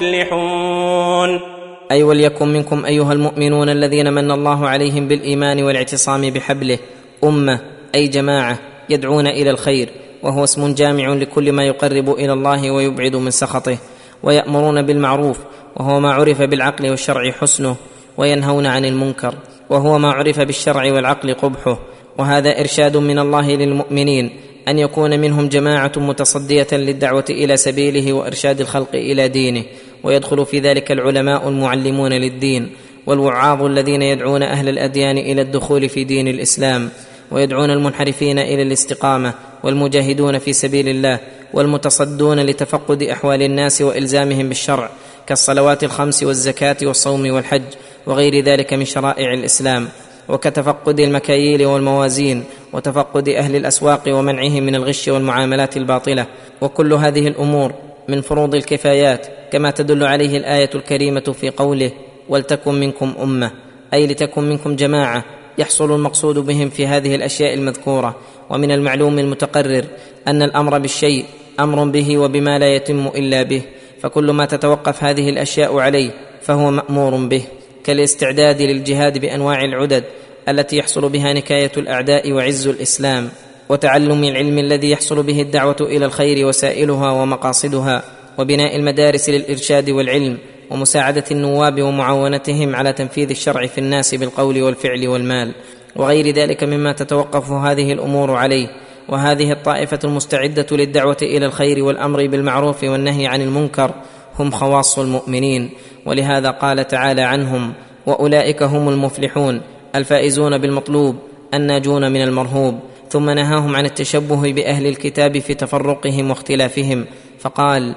المفلحون. أي وليكن منكم أيها المؤمنون الذين من الله عليهم بالإيمان والاعتصام بحبله أمة، أي جماعة يدعون إلى الخير، وهو اسم جامع لكل ما يقرب إلى الله ويبعد من سخطه، ويأمرون بالمعروف وهو ما عرف بالعقل والشرع حسنه، وينهون عن المنكر وهو ما عرف بالشرع والعقل قبحه. وهذا إرشاد من الله للمؤمنين أن يكون منهم جماعة متصدية للدعوة إلى سبيله وإرشاد الخلق إلى دينه، ويدخل في ذلك العلماء المعلمون للدين والوعاظ الذين يدعون أهل الأديان إلى الدخول في دين الإسلام، ويدعون المنحرفين إلى الاستقامة، والمجاهدون في سبيل الله، والمتصدون لتفقد أحوال الناس وإلزامهم بالشرع كالصلوات الخمس والزكاة والصوم والحج وغير ذلك من شرائع الإسلام، وكتفقد المكاييل والموازين وتفقد أهل الأسواق ومنعهم من الغش والمعاملات الباطلة. وكل هذه الأمور من فروض الكفايات كما تدل عليه الآية الكريمة في قوله ولتكن منكم أمة، أي لتكن منكم جماعة يحصل المقصود بهم في هذه الأشياء المذكورة. ومن المعلوم المتقرر أن الأمر بالشيء أمر به وبما لا يتم إلا به، فكل ما تتوقف هذه الأشياء عليه فهو مأمور به، كالاستعداد للجهاد بأنواع العدد التي يحصل بها نكاية الأعداء وعز الإسلام، وتعلم العلم الذي يحصل به الدعوة إلى الخير وسائلها ومقاصدها، وبناء المدارس للإرشاد والعلم، ومساعدة النواب ومعاونتهم على تنفيذ الشرع في الناس بالقول والفعل والمال، وغير ذلك مما تتوقف هذه الأمور عليه. وهذه الطائفة المستعدة للدعوة إلى الخير والأمر بالمعروف والنهي عن المنكر هم خواص المؤمنين، ولهذا قال تعالى عنهم وأولئك هم المفلحون، الفائزون بالمطلوب الناجون من المرهوب. ثم نهاهم عن التشبه بأهل الكتاب في تفرقهم واختلافهم فقال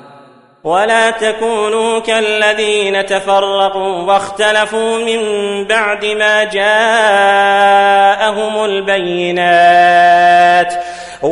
ولا تكونوا كالذين تفرقوا واختلفوا من بعد ما جاءهم البينات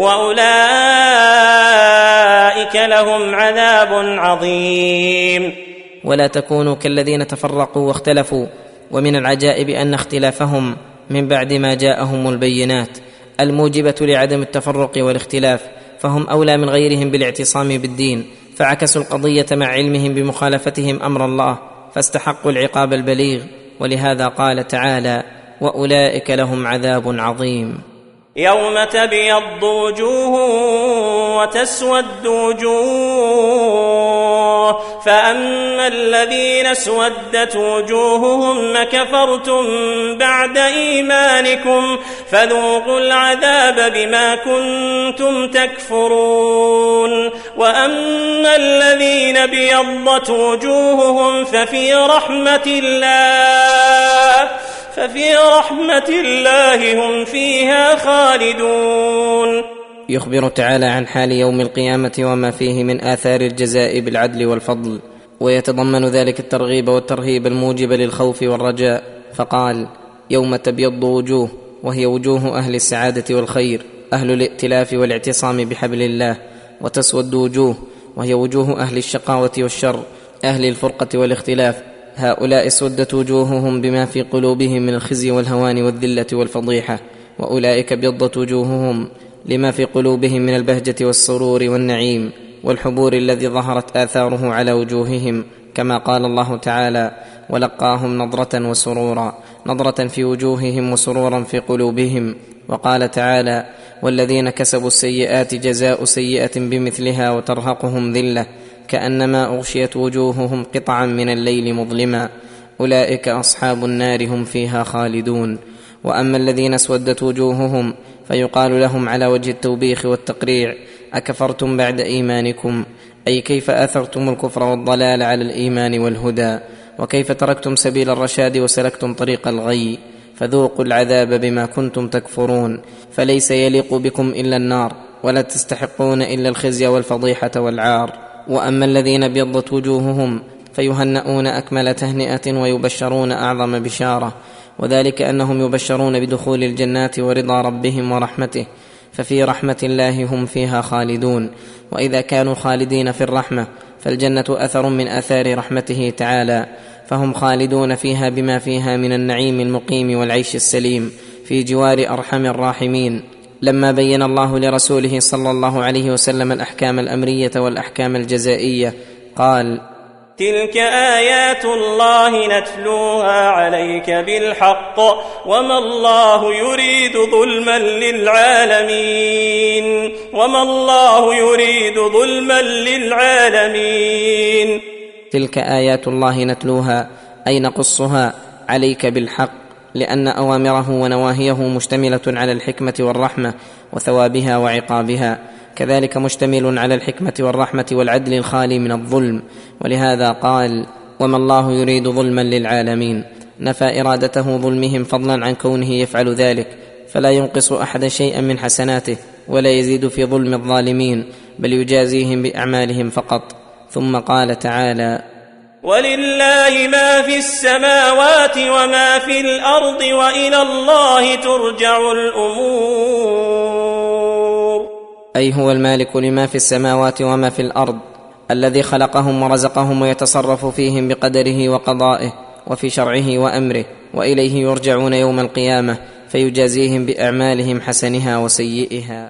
وأولئك لهم عذاب عظيم. ولا تكونوا كالذين تفرقوا واختلفوا، ومن العجائب أن اختلافهم من بعد ما جاءهم البينات الموجبة لعدم التفرق والاختلاف، فهم أولى من غيرهم بالاعتصام بالدين، فعكسوا القضية مع علمهم بمخالفتهم أمر الله فاستحقوا العقاب البليغ. ولهذا قال تعالى وأولئك لهم عذاب عظيم. يوم تبيض وجوه وتسود وجوه، فأما الذين اسودت وجوههم كفرتم بعد إيمانكم فذوقوا العذاب بما كنتم تكفرون، وأما الذين بيضت وجوههم ففي رحمة الله ففي رحمة الله هم فيها خالدون. يخبر تعالى عن حال يوم القيامة وما فيه من آثار الجزاء بالعدل والفضل، ويتضمن ذلك الترغيب والترهيب الموجب للخوف والرجاء، فقال يوم تبيض وجوه، وهي وجوه أهل السعادة والخير أهل الائتلاف والاعتصام بحبل الله، وتسود وجوه، وهي وجوه أهل الشقاوة والشر أهل الفرقة والاختلاف، هؤلاء اسودت وجوههم بما في قلوبهم من الخزي والهوان والذلة والفضيحة، وأولئك ابيضت وجوههم لما في قلوبهم من البهجة والسرور والنعيم والحبور الذي ظهرت آثاره على وجوههم، كما قال الله تعالى ولقاهم نضرة وسرورا، نضرة في وجوههم وسرورا في قلوبهم. وقال تعالى: والذين كسبوا السيئات جزاء سيئة بمثلها وترهقهم ذلة كأنما أغشيت وجوههم قطعا من الليل مظلما، أولئك أصحاب النار هم فيها خالدون. وأما الذين اسودت وجوههم فيقال لهم على وجه التوبيخ والتقريع: أكفرتم بعد إيمانكم؟ أي كيف أثرتم الكفر والضلال على الإيمان والهدى، وكيف تركتم سبيل الرشاد وسلكتم طريق الغي، فذوقوا العذاب بما كنتم تكفرون، فليس يليق بكم إلا النار، ولا تستحقون إلا الخزي والفضيحة والعار. وأما الذين ابيضت وجوههم فيهنؤون أكمل تهنئة ويبشرون أعظم بشارة، وذلك أنهم يبشرون بدخول الجنات ورضا ربهم ورحمته، ففي رحمة الله هم فيها خالدون. وإذا كانوا خالدين في الرحمة فالجنة أثر من آثار رحمته تعالى، فهم خالدون فيها بما فيها من النعيم المقيم والعيش السليم في جوار أرحم الراحمين. لما بين الله لرسوله صلى الله عليه وسلم الأحكام الأمرية والأحكام الجزائية قال: تلك آيات الله نتلوها عليك بالحق وما الله يريد ظلما للعالمين وما الله يريد ظلما للعالمين. تلك آيات الله نتلوها أي نقصها عليك بالحق، لأن أوامره ونواهيه مشتملة على الحكمة والرحمة وثوابها وعقابها، كذلك مشتمل على الحكمة والرحمة والعدل الخالي من الظلم. ولهذا قال: وما الله يريد ظلما للعالمين، نفى إرادته ظلمهم فضلا عن كونه يفعل ذلك، فلا ينقص أحد شيئا من حسناته ولا يزيد في ظلم الظالمين، بل يجازيهم بأعمالهم فقط. ثم قال تعالى: ولله ما في السماوات وما في الأرض وإلى الله ترجع الأمور. أي هو المالك لما في السماوات وما في الأرض، الذي خلقهم ورزقهم ويتصرف فيهم بقدره وقضائه وفي شرعه وأمره، وإليه يرجعون يوم القيامة فيجازيهم بأعمالهم حسنها وسيئها.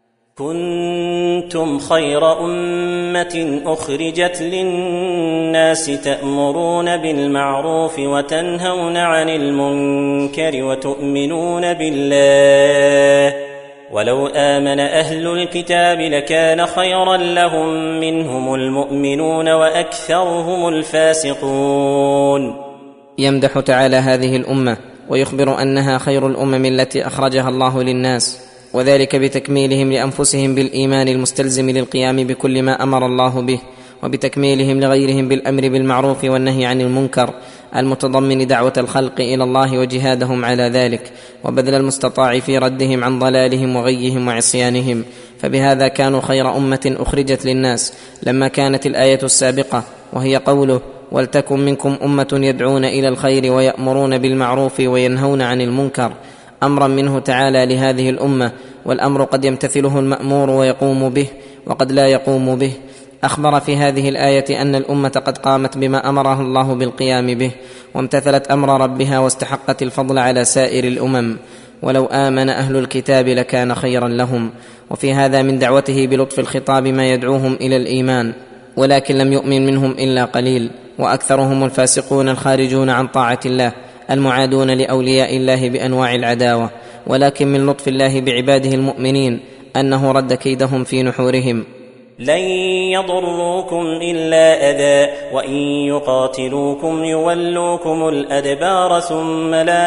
كنتم خير أمة أخرجت للناس تأمرون بالمعروف وتنهون عن المنكر وتؤمنون بالله، ولو آمن أهل الكتاب لكان خيرا لهم منهم المؤمنون وأكثرهم الفاسقون. يمدح تعالى هذه الأمة ويخبر أنها خير الأمم التي أخرجها الله للناس، وذلك بتكميلهم لأنفسهم بالإيمان المستلزم للقيام بكل ما أمر الله به، وبتكميلهم لغيرهم بالأمر بالمعروف والنهي عن المنكر المتضمن دعوة الخلق إلى الله وجهادهم على ذلك، وبذل المستطاع في ردهم عن ضلالهم وغيهم وعصيانهم. فبهذا كانوا خير أمة أخرجت للناس، لما كانت الآية السابقة وهي قوله: ولتكن منكم أمة يدعون إلى الخير ويأمرون بالمعروف وينهون عن المنكر، أمرا منه تعالى لهذه الأمة، والأمر قد يمتثله المأمور ويقوم به وقد لا يقوم به. أخبر في هذه الآية أن الأمة قد قامت بما أمرها الله بالقيام به، وامتثلت أمر ربها واستحقت الفضل على سائر الأمم. ولو آمن أهل الكتاب لكان خيرا لهم. وفي هذا من دعوته بلطف الخطاب ما يدعوهم إلى الإيمان، ولكن لم يؤمن منهم إلا قليل، وأكثرهم الفاسقون الخارجون عن طاعة الله المعادون لأولياء الله بأنواع العداوة. ولكن من لطف الله بعباده المؤمنين أنه رد كيدهم في نحورهم. لن يضروكم إلا أذى وإن يقاتلوكم يولوكم الأدبار ثم لا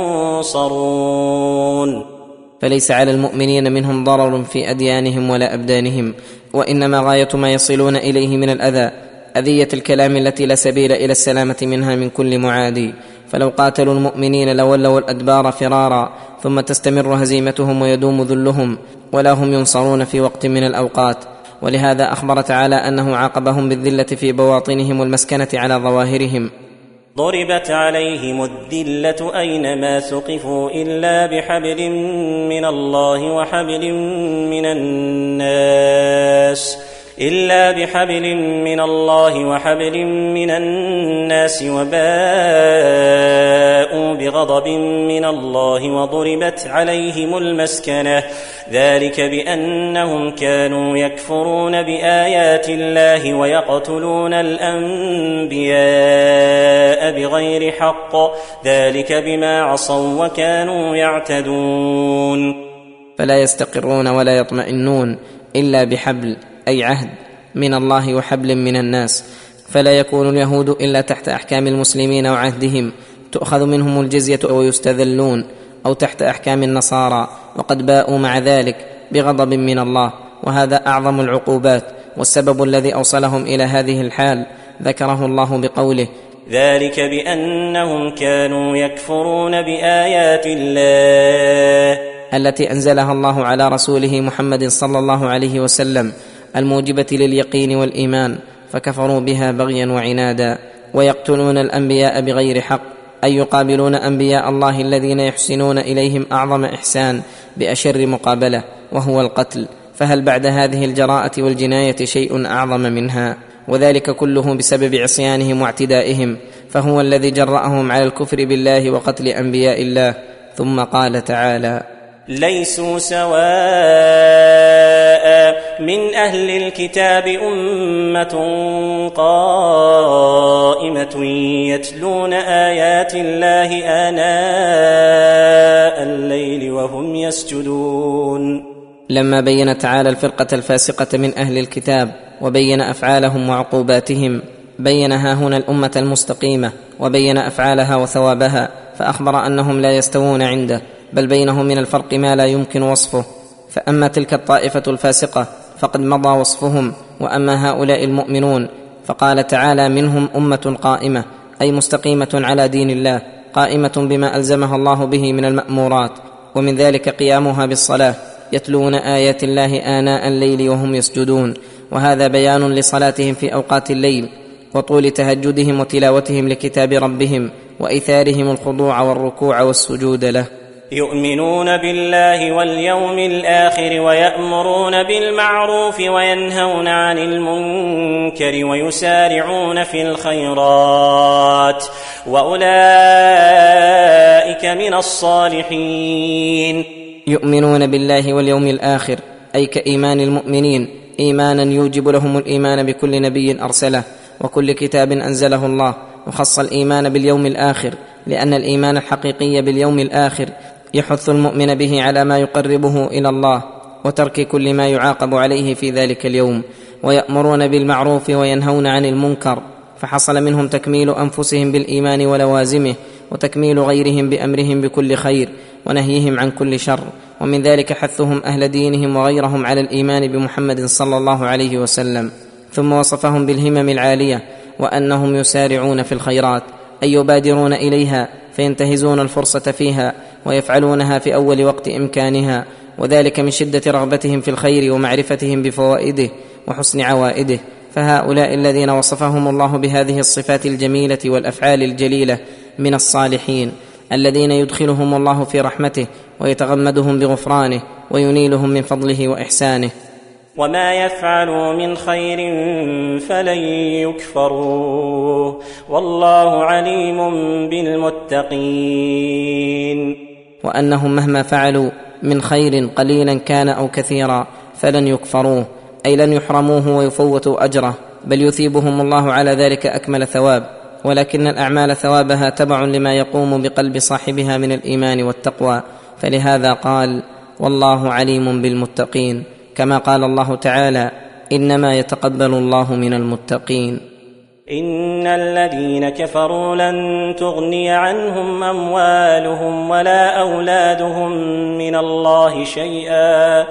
ينصرون. فليس على المؤمنين منهم ضرر في أديانهم ولا أبدانهم، وإنما غاية ما يصلون إليه من الأذى أذية الكلام التي لا سبيل إلى السلامة منها من كل معادي. فلو قاتلوا المؤمنين لولوا الأدبار فرارا، ثم تستمر هزيمتهم ويدوم ذلهم، ولا هم ينصرون في وقت من الأوقات. ولهذا أخبر تعالى أنه عاقبهم بالذلة في بواطنهم والمسكنة على ظواهرهم. ضربت عليهم الذلة أينما ثقفوا إلا بحبل من الله وحبل من الناس إلا بحبل من الله وحبل من الناس وباءوا بغضب من الله وضربت عليهم المسكنة ذلك بأنهم كانوا يكفرون بآيات الله ويقتلون الأنبياء بغير حق ذلك بما عصوا وكانوا يعتدون. فلا يستقرون ولا يطمئنون إلا بحبل أي عهد من الله وحبل من الناس، فلا يكون اليهود إلا تحت أحكام المسلمين وعهدهم تؤخذ منهم الجزية ويستذلون، أو تحت أحكام النصارى وقد باءوا مع ذلك بغضب من الله، وهذا أعظم العقوبات. والسبب الذي أوصلهم إلى هذه الحال ذكره الله بقوله ذلك بأنهم كانوا يكفرون بآيات الله التي أنزلها الله على رسوله محمد صلى الله عليه وسلم الموجبة لليقين والإيمان، فكفروا بها بغيا وعنادا. ويقتلون الأنبياء بغير حق أي يقابلون أنبياء الله الذين يحسنون إليهم أعظم إحسان بأشر مقابلة وهو القتل، فهل بعد هذه الجراءة والجناية شيء أعظم منها؟ وذلك كله بسبب عصيانهم واعتدائهم، فهو الذي جرأهم على الكفر بالله وقتل أنبياء الله. ثم قال تعالى ليسوا سواء من أهل الكتاب أمة قائمة يتلون آيات الله آناء الليل وهم يسجدون. لما بين تعالى الفرقة الفاسقة من أهل الكتاب وبين أفعالهم وعقوباتهم، بين ها هنا الأمة المستقيمة وبين أفعالها وثوابها، فأخبر أنهم لا يستوون عنده، بل بينهم من الفرق ما لا يمكن وصفه. فأما تلك الطائفة الفاسقة فقد مضى وصفهم، وأما هؤلاء المؤمنون فقال تعالى منهم أمة قائمة أي مستقيمة على دين الله، قائمة بما ألزمها الله به من المأمورات، ومن ذلك قيامها بالصلاة، يتلون آيات الله آناء الليل وهم يسجدون، وهذا بيان لصلاتهم في أوقات الليل وطول تهجدهم وتلاوتهم لكتاب ربهم وإيثارهم الخضوع والركوع والسجود له. يؤمنون بالله واليوم الآخر ويأمرون بالمعروف وينهون عن المنكر ويسارعون في الخيرات وأولئك من الصالحين. يؤمنون بالله واليوم الآخر أي كإيمان المؤمنين، إيمانا يوجب لهم الإيمان بكل نبي أرسله وكل كتاب أنزله الله، وخص الإيمان باليوم الآخر لأن الإيمان الحقيقي باليوم الآخر يحث المؤمن به على ما يقربه إلى الله وترك كل ما يعاقب عليه في ذلك اليوم. ويأمرون بالمعروف وينهون عن المنكر، فحصل منهم تكميل أنفسهم بالإيمان ولوازمه، وتكميل غيرهم بأمرهم بكل خير ونهيهم عن كل شر، ومن ذلك حثهم أهل دينهم وغيرهم على الإيمان بمحمد صلى الله عليه وسلم. ثم وصفهم بالهمم العالية وأنهم يسارعون في الخيرات أي يبادرون إليها، فينتهزون الفرصة فيها ويفعلونها في أول وقت إمكانها، وذلك من شدة رغبتهم في الخير ومعرفتهم بفوائده وحسن عوائده. فهؤلاء الذين وصفهم الله بهذه الصفات الجميلة والأفعال الجليلة من الصالحين الذين يدخلهم الله في رحمته ويتغمدهم بغفرانه وينيلهم من فضله وإحسانه. وما يفعلوا من خير فلن يكفروه والله عليم بالمتقين. وأنهم مهما فعلوا من خير قليلا كان أو كثيرا فلن يكفروه أي لن يحرموه ويفوتوا أجره، بل يثيبهم الله على ذلك أكمل ثواب. ولكن الأعمال ثوابها تبع لما يقوم بقلب صاحبها من الإيمان والتقوى، فلهذا قال والله عليم بالمتقين، كما قال الله تعالى إنما يتقبل الله من المتقين. إن الذين كفروا لن تغني عنهم أموالهم ولا أولادهم من الله شيئا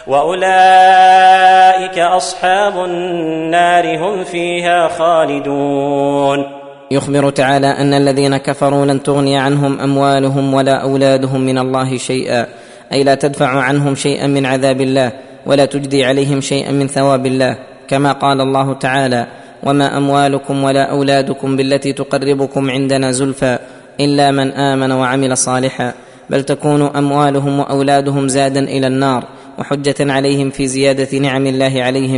وأولئك أصحاب النار هم فيها خالدون. يخبر تعالى أن الذين كفروا لن تغني عنهم أموالهم ولا أولادهم من الله شيئا، أي لا تدفع عنهم شيئا من عذاب الله ولا تجدي عليهم شيئا من ثواب الله، كما قال الله تعالى وما أموالكم ولا أولادكم بالتي تقربكم عندنا زلفى إلا من آمن وعمل صالحا، بل تكون أموالهم وأولادهم زادا إلى النار وحجة عليهم في زيادة نعم الله عليهم،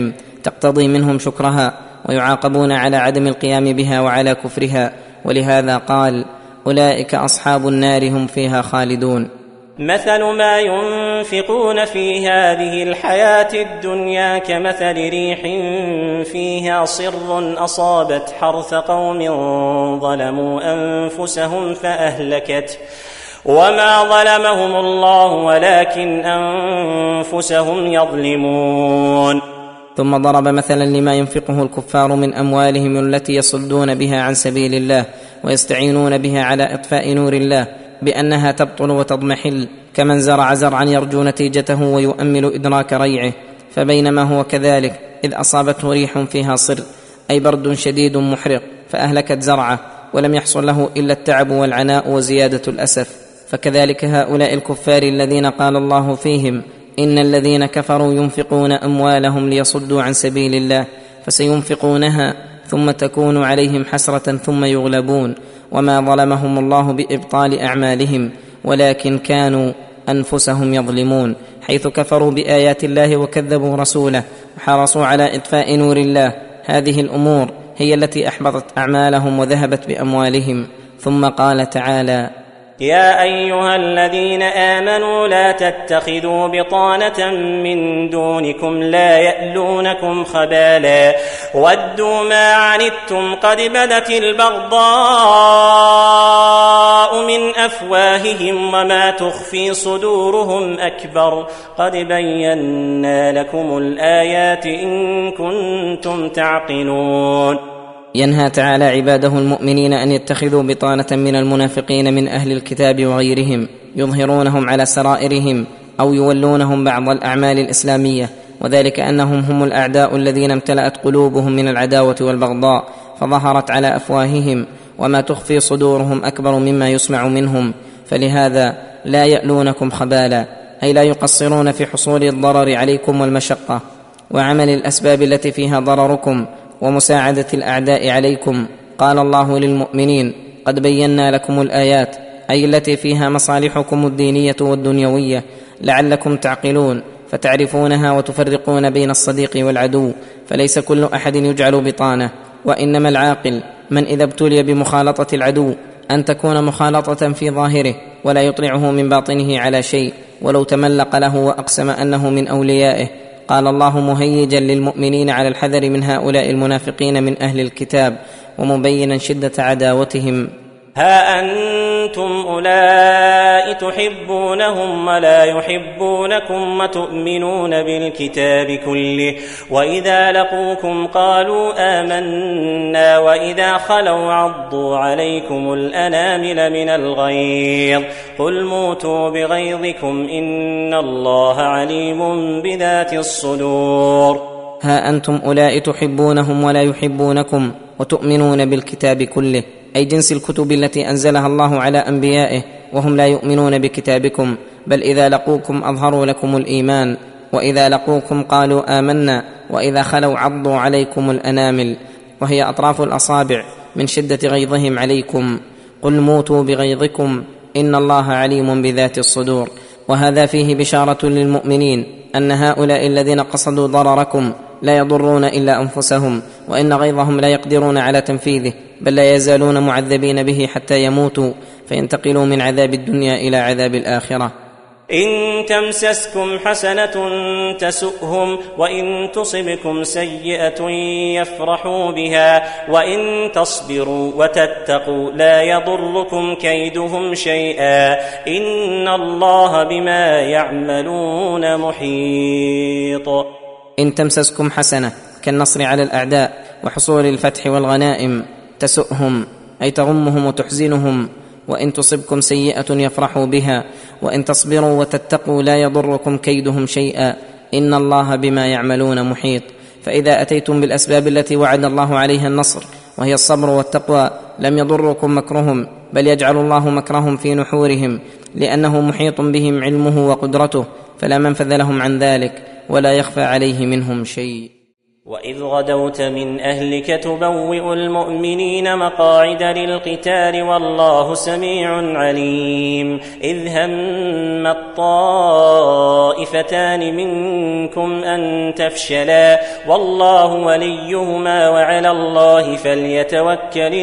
تقتضي منهم شكرها، ويعاقبون على عدم القيام بها وعلى كفرها. ولهذا قال: أولئك أصحاب النار هم فيها خالدون. مثل ما ينفقون في هذه الحياة الدنيا كمثل ريح فيها صر أصابت حرث قوم ظلموا أنفسهم فأهلكت، وما ظلمهم الله ولكن أنفسهم يظلمون. ثم ضرب مثلا لما ينفقه الكفار من أموالهم التي يصدون بها عن سبيل الله ويستعينون بها على إطفاء نور الله بأنها تبطل وتضمحل، كمن زرع زرعا يرجو نتيجته ويؤمل إدراك ريعه، فبينما هو كذلك إذ أصابته ريح فيها صر، أي برد شديد محرق، فأهلكت زرعه ولم يحصل له إلا التعب والعناء وزيادة الأسف. فكذلك هؤلاء الكفار الذين قال الله فيهم: إن الذين كفروا ينفقون أموالهم ليصدوا عن سبيل الله فسينفقونها ثم تكون عليهم حسرة ثم يغلبون، وما ظلمهم الله بإبطال أعمالهم ولكن كانوا أنفسهم يظلمون، حيث كفروا بآيات الله وكذبوا رسوله وحرصوا على إطفاء نور الله. هذه الأمور هي التي أحبطت أعمالهم وذهبت بأموالهم. ثم قال تعالى: يا أيها الذين آمنوا لا تتخذوا بطانة من دونكم لا يألونكم خبالا ودوا ما عنتم قد بدت البغضاء من أفواههم وما تخفي صدورهم أكبر قد بينا لكم الآيات إن كنتم تعقلون. ينهى تعالى عباده المؤمنين أن يتخذوا بطانة من المنافقين من أهل الكتاب وغيرهم يظهرونهم على سرائرهم أو يولونهم بعض الأعمال الإسلامية، وذلك أنهم هم الأعداء الذين امتلأت قلوبهم من العداوة والبغضاء فظهرت على أفواههم، وما تخفي صدورهم أكبر مما يسمع منهم، فلهذا لا يألونكم خبالا، أي لا يقصرون في حصول الضرر عليكم والمشقة وعمل الأسباب التي فيها ضرركم ومساعدة الأعداء عليكم. قال الله للمؤمنين: قد بينا لكم الآيات، أي التي فيها مصالحكم الدينية والدنيوية لعلكم تعقلون، فتعرفونها وتفرقون بين الصديق والعدو، فليس كل أحد يجعل بطانة، وإنما العاقل من إذا ابتلي بمخالطة العدو أن تكون مخالطة في ظاهره ولا يطلعه من باطنه على شيء ولو تملق له وأقسم أنه من أوليائه. قال الله مهيجا للمؤمنين على الحذر من هؤلاء المنافقين من أهل الكتاب ومبينا شدة عداوتهم: ها أنتم أولئك تحبونهم ولا يحبونكم وتؤمنون بالكتاب كله وإذا لقوكم قالوا آمنا وإذا خلوا عضوا عليكم الأنامل من الغيظ قل موتوا بغيظكم إن الله عليم بذات الصدور. ها أنتم أولئك تحبونهم ولا يحبونكم وتؤمنون بالكتاب كله، أي جنس الكتب التي أنزلها الله على أنبيائه، وهم لا يؤمنون بكتابكم، بل إذا لقوكم أظهروا لكم الإيمان، وإذا لقوكم قالوا آمنا وإذا خلوا عضوا عليكم الأنامل، وهي أطراف الأصابع من شدة غيظهم عليكم. قل موتوا بغيظكم إن الله عليم بذات الصدور. وهذا فيه بشارة للمؤمنين أن هؤلاء الذين قصدوا ضرركم لا يضرون إلا أنفسهم، وإن غيظهم لا يقدرون على تنفيذه، بل لا يزالون معذبين به حتى يموتوا فينتقلوا من عذاب الدنيا إلى عذاب الآخرة. إن تمسسكم حسنة تسؤهم وإن تصبكم سيئة يفرحوا بها وإن تصبروا وتتقوا لا يضركم كيدهم شيئا إن الله بما يعملون محيط. إن تمسسكم حسنة كالنصر على الأعداء وحصول الفتح والغنائم تسؤهم، أي تغمهم وتحزنهم، وإن تصبكم سيئة يفرحوا بها وإن تصبروا وتتقوا لا يضركم كيدهم شيئا إن الله بما يعملون محيط. فإذا أتيتم بالأسباب التي وعد الله عليها النصر وهي الصبر والتقوى لم يضركم مكرهم، بل يجعل الله مكرهم في نحورهم، لأنه محيط بهم علمه وقدرته، فلا منفذ لهم عن ذلك ولا يخفى عليه منهم شيء. وإذ غدوت من أهلك تبوئ المؤمنين مقاعد للقتال والله سميع عليم. إذ هم الطائفتان منكم أن تفشلا والله وليهما وعلى الله فليتوكل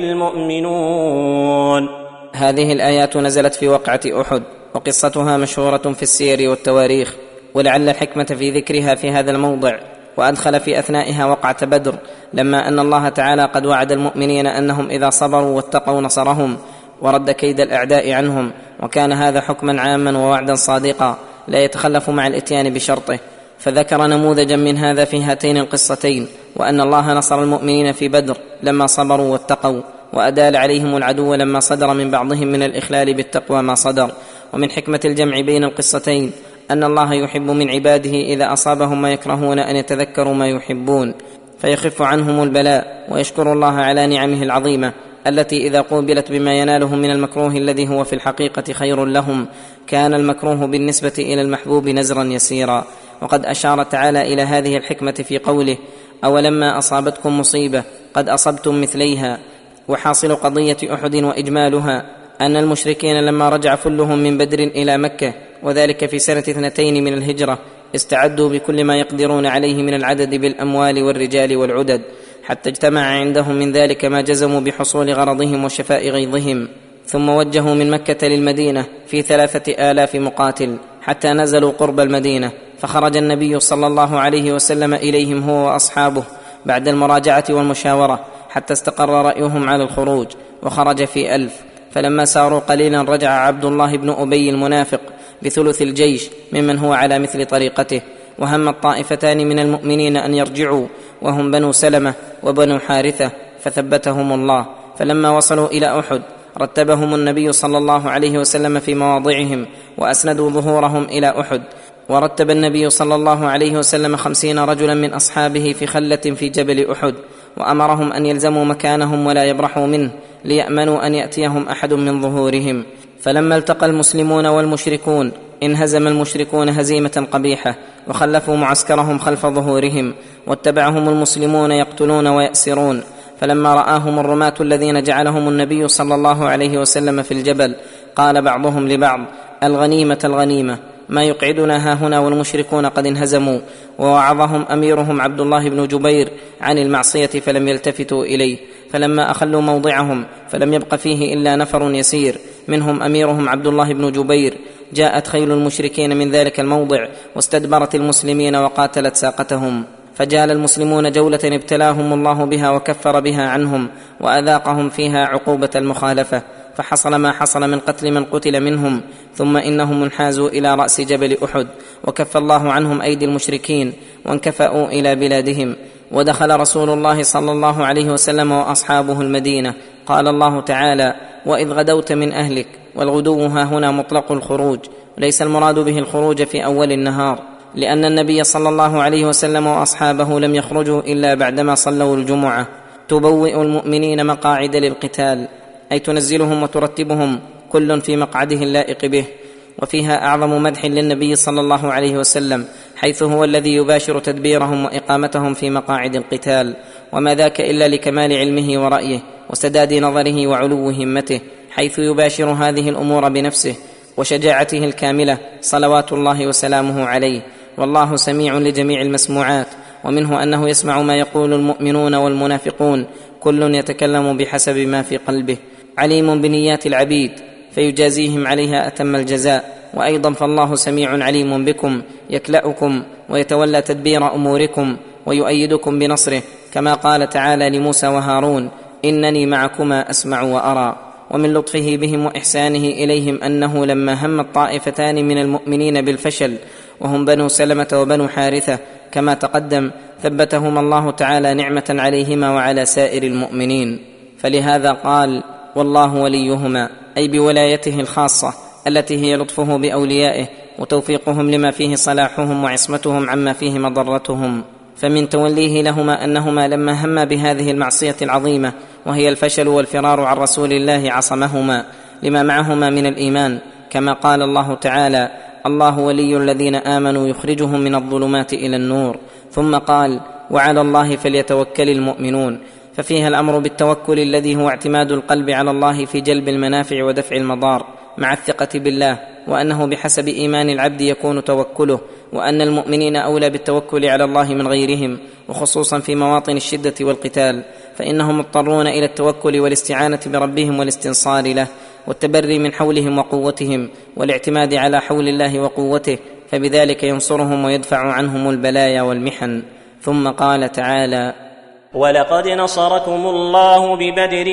المؤمنون. هذه الآيات نزلت في وقعة أحد، وقصتها مشهورة في السير والتواريخ، ولعل الحكمة في ذكرها في هذا الموضع وأدخل في أثنائها وقعة بدر، لما أن الله تعالى قد وعد المؤمنين أنهم إذا صبروا واتقوا نصرهم ورد كيد الأعداء عنهم، وكان هذا حكما عاما ووعدا صادقا لا يتخلف مع الإتيان بشرطه. فذكر نموذجا من هذا في هاتين القصتين، وأن الله نصر المؤمنين في بدر لما صبروا واتقوا، وأدال عليهم العدو لما صدر من بعضهم من الإخلال بالتقوى ما صدر. ومن حكمة الجمع بين القصتين أن الله يحب من عباده إذا أصابهم ما يكرهون أن يتذكروا ما يحبون فيخف عنهم البلاء، ويشكر الله على نعمه العظيمة التي إذا قوبلت بما ينالهم من المكروه الذي هو في الحقيقة خير لهم كان المكروه بالنسبة إلى المحبوب نزرا يسيرا. وقد أشار تعالى إلى هذه الحكمة في قوله: أولما أصابتكم مصيبة قد أصبتم مثليها. وحاصل قضية أحد وإجمالها أن المشركين لما رجع فلهم من بدر إلى مكة، وذلك في سنة اثنتين من الهجرة، استعدوا بكل ما يقدرون عليه من العدد بالأموال والرجال والعدد، حتى اجتمع عندهم من ذلك ما جزموا بحصول غرضهم وشفاء غيظهم. ثم وجهوا من مكة للمدينة في ثلاثة آلاف مقاتل حتى نزلوا قرب المدينة، فخرج النبي صلى الله عليه وسلم إليهم هو وأصحابه بعد المراجعة والمشاورة حتى استقر رأيهم على الخروج، وخرج في ألف. فلما ساروا قليلا رجع عبد الله بن أبي المنافق بثلث الجيش ممن هو على مثل طريقته. وهم الطائفتان من المؤمنين أن يرجعوا، وهم بنو سلمة وبنو حارثة، فثبتهم الله. فلما وصلوا إلى أحد رتبهم النبي صلى الله عليه وسلم في مواضعهم، وأسندوا ظهورهم إلى أحد. ورتب النبي صلى الله عليه وسلم خمسين رجلا من أصحابه في خلة في جبل أحد، وأمرهم أن يلزموا مكانهم ولا يبرحوا منه ليأمنوا أن يأتيهم أحد من ظهورهم. فلما التقى المسلمون والمشركون انهزم المشركون هزيمة قبيحة، وخلفوا معسكرهم خلف ظهورهم، واتبعهم المسلمون يقتلون ويأسرون. فلما رآهم الرماة الذين جعلهم النبي صلى الله عليه وسلم في الجبل قال بعضهم لبعض: الغنيمة الغنيمة، ما يقعدنا هاهنا والمشركون قد انهزموا. ووعظهم أميرهم عبد الله بن جبير عن المعصية فلم يلتفتوا إليه. فلما أخلوا موضعهم فلم يبق فيه إلا نفر يسير منهم أميرهم عبد الله بن جبير، جاءت خيل المشركين من ذلك الموضع واستدبرت المسلمين وقاتلت ساقتهم، فجال المسلمون جولة ابتلاهم الله بها وكفر بها عنهم وأذاقهم فيها عقوبة المخالفة، فحصل ما حصل من قتل من قتل منهم. ثم إنهم انحازوا إلى رأس جبل أحد، وكف الله عنهم أيدي المشركين وانكفأوا إلى بلادهم. ودخل رسول الله صلى الله عليه وسلم وأصحابه المدينة. قال الله تعالى: وإذ غدوت من أهلك. والغدو ها هنا مطلق الخروج، ليس المراد به الخروج في أول النهار، لأن النبي صلى الله عليه وسلم وأصحابه لم يخرجوا إلا بعدما صلوا الجمعة. تبوئ المؤمنين مقاعد للقتال، أي تنزلهم وترتبهم كل في مقعده اللائق به. وفيها أعظم مدح للنبي صلى الله عليه وسلم، حيث هو الذي يباشر تدبيرهم وإقامتهم في مقاعد القتال، وما ذاك إلا لكمال علمه ورأيه وسداد نظره وعلو همته، حيث يباشر هذه الأمور بنفسه وشجاعته الكاملة صلوات الله وسلامه عليه. والله سميع لجميع المسموعات، ومنه أنه يسمع ما يقول المؤمنون والمنافقون، كل يتكلم بحسب ما في قلبه. عليم بنيات العبيد فيجازيهم عليها أتم الجزاء. وأيضا فالله سميع عليم بكم، يكلأكم ويتولى تدبير أموركم ويؤيدكم بنصره، كما قال تعالى لموسى وهارون: إنني معكما أسمع وأرى. ومن لطفه بهم وإحسانه إليهم أنه لما هم الطائفتان من المؤمنين بالفشل، وهم بنو سلمة وبنو حارثة كما تقدم، ثبتهما الله تعالى نعمة عليهما وعلى سائر المؤمنين. فلهذا قال: والله وليهما، أي بولايته الخاصة التي هي لطفه بأوليائه وتوفيقهم لما فيه صلاحهم وعصمتهم عما فيه مضرتهم. فمن توليه لهما أنهما لما هما بهذه المعصية العظيمة وهي الفشل والفرار عن رسول الله عصمهما لما معهما من الإيمان، كما قال الله تعالى: الله ولي الذين آمنوا يخرجهم من الظلمات إلى النور. ثم قال: وعلى الله فليتوكل المؤمنون، ففيها الامر بالتوكل الذي هو اعتماد القلب على الله في جلب المنافع ودفع المضار مع الثقة بالله، وأنه بحسب إيمان العبد يكون توكله، وأن المؤمنين أولى بالتوكل على الله من غيرهم، وخصوصا في مواطن الشدة والقتال، فإنهم مضطرون إلى التوكل والاستعانة بربهم والاستنصار له، والتبري من حولهم وقوتهم، والاعتماد على حول الله وقوته، فبذلك ينصرهم ويدفع عنهم البلايا والمحن. ثم قال تعالى: ولقد نصركم الله ببدر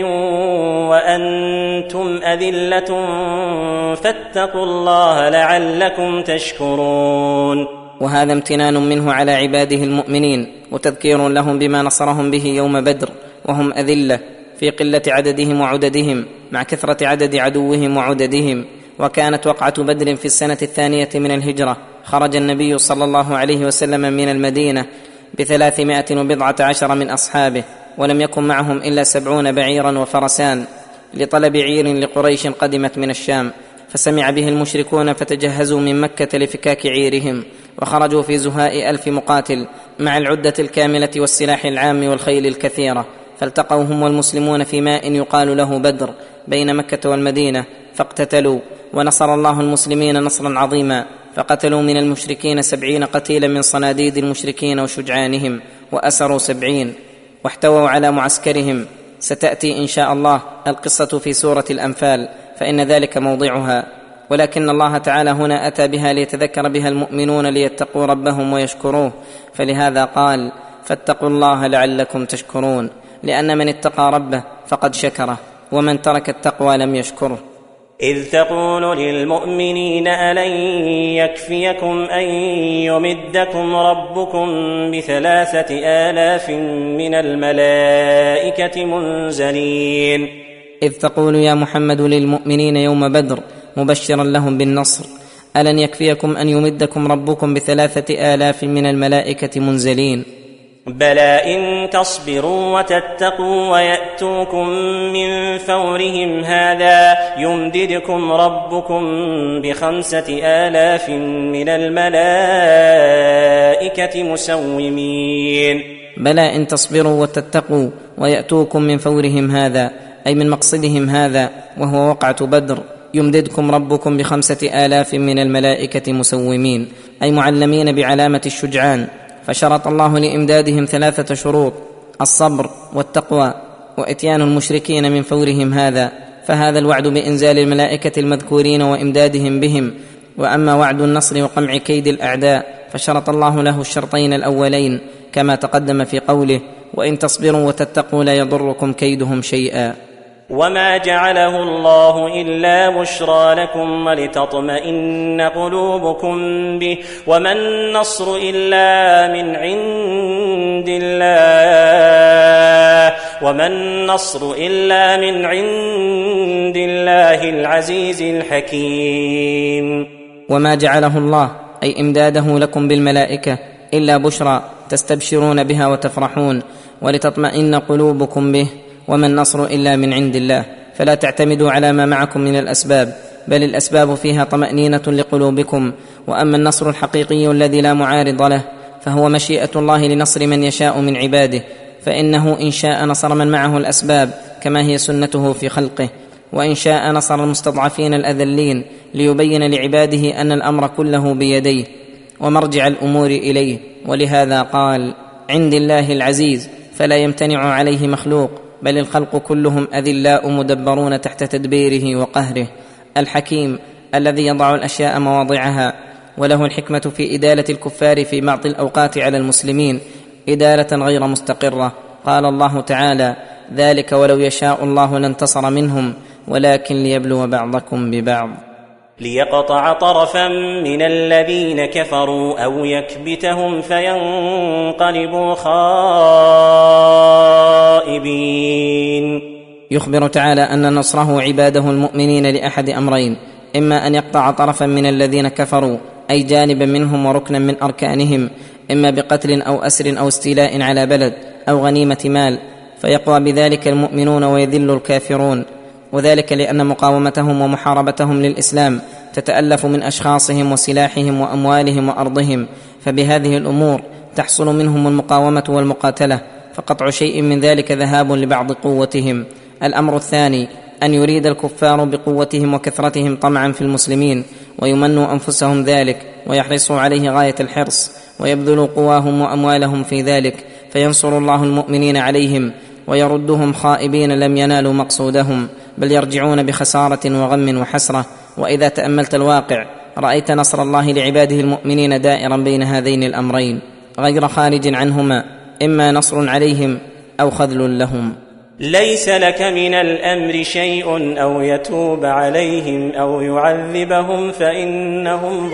وأنتم أذلة فاتقوا الله لعلكم تشكرون. وهذا امتنان منه على عباده المؤمنين، وتذكير لهم بما نصرهم به يوم بدر وهم أذلة في قلة عددهم وعددهم مع كثرة عدد عدوهم وعددهم. وكانت وقعة بدر في السنة الثانية من الهجرة، خرج النبي صلى الله عليه وسلم من المدينة بثلاثمائة وبضعة عشر من أصحابه، ولم يكن معهم إلا سبعون بعيرا وفرسان لطلب عير لقريش قدمت من الشام، فسمع به المشركون فتجهزوا من مكة لفكاك عيرهم، وخرجوا في زهاء ألف مقاتل مع العدة الكاملة والسلاح العام والخيل الكثيرة، فالتقوا هم والمسلمون في ماء يقال له بدر بين مكة والمدينة، فاقتتلوا، ونصر الله المسلمين نصرا عظيما، فقتلوا من المشركين سبعين قتيلا من صناديد المشركين وشجعانهم، وأسروا سبعين، واحتووا على معسكرهم. ستأتي إن شاء الله القصة في سورة الأنفال، فإن ذلك موضعها، ولكن الله تعالى هنا أتى بها ليتذكر بها المؤمنون ليتقوا ربهم ويشكروه، فلهذا قال: فاتقوا الله لعلكم تشكرون، لأن من اتقى ربه فقد شكره، ومن ترك التقوى لم يشكره. إذ تقول للمؤمنين ألن يكفيكم أن يمدكم ربكم بثلاثة آلاف من الملائكة منزلين. إذ تقول يا محمد للمؤمنين يوم بدر مبشرا لهم بالنصر: ألن يكفيكم أن يمدكم ربكم بثلاثة آلاف من الملائكة منزلين. بلى إن تصبروا وتتقوا ويأتوكم من فورهم هذا يمددكم ربكم بخمسة آلاف من الملائكة مسومين. بلى إن تصبروا وتتقوا ويأتوكم من فورهم هذا، أي من مقصدهم هذا وهو وقعة بدر، يمددكم ربكم بخمسة آلاف من الملائكة مسومين، أي معلمين بعلامة الشجعان. فشرط الله لإمدادهم ثلاثة شروط: الصبر والتقوى وإتيان المشركين من فورهم هذا، فهذا الوعد بإنزال الملائكة المذكورين وإمدادهم بهم. وأما وعد النصر وقمع كيد الأعداء فشرط الله له الشرطين الأولين كما تقدم في قوله: وإن تصبروا وتتقوا لا يضركم كيدهم شيئا. وما جعله الله إلا بشرى لكم ولتطمئن قلوبكم به وما النصر إلا من عند الله وما النصر إلا من عند الله العزيز الحكيم. وما جعله الله أي إمداده لكم بالملائكة إلا بشرى تستبشرون بها وتفرحون، ولتطمئن قلوبكم به، وما النصر إلا من عند الله، فلا تعتمدوا على ما معكم من الأسباب، بل الأسباب فيها طمأنينة لقلوبكم. وأما النصر الحقيقي الذي لا معارض له فهو مشيئة الله لنصر من يشاء من عباده، فإنه إن شاء نصر من معه الأسباب كما هي سنته في خلقه، وإن شاء نصر المستضعفين الأذلين ليبين لعباده أن الأمر كله بيديه ومرجع الأمور إليه. ولهذا قال: عند الله العزيز، فلا يمتنع عليه مخلوق، بل الخلق كلهم أذلاء مدبرون تحت تدبيره وقهره. الحكيم الذي يضع الأشياء مواضعها، وله الحكمة في إدالة الكفار في بعض الأوقات على المسلمين إدالة غير مستقرة. قال الله تعالى: ذلك ولو يشاء الله لانتصر منهم ولكن ليبلو بعضكم ببعض. ليقطع طرفا من الذين كفروا أو يكبتهم فينقلبوا خائبين. يخبر تعالى أن نصره عباده المؤمنين لأحد أمرين: إما أن يقطع طرفا من الذين كفروا أي جانبا منهم وركنا من أركانهم، إما بقتل أو أسر أو استيلاء على بلد أو غنيمة مال، فيقوى بذلك المؤمنون ويذل الكافرون، وذلك لأن مقاومتهم ومحاربتهم للإسلام تتألف من أشخاصهم وسلاحهم وأموالهم وأرضهم، فبهذه الأمور تحصل منهم المقاومة والمقاتلة، فقطع شيء من ذلك ذهاب لبعض قوتهم. الأمر الثاني أن يريد الكفار بقوتهم وكثرتهم طمعا في المسلمين، ويمنوا أنفسهم ذلك ويحرصوا عليه غاية الحرص، ويبذلوا قواهم وأموالهم في ذلك، فينصر الله المؤمنين عليهم ويردهم خائبين لم ينالوا مقصودهم، بل يرجعون بخسارة وغم وحسرة. وإذا تأملت الواقع رأيت نصر الله لعباده المؤمنين دائرا بين هذين الأمرين غير خارج عنهما، إما نصر عليهم أو خذل لهم. ليس لك من الأمر شيء أو يتوب عليهم أو يعذبهم فإنهم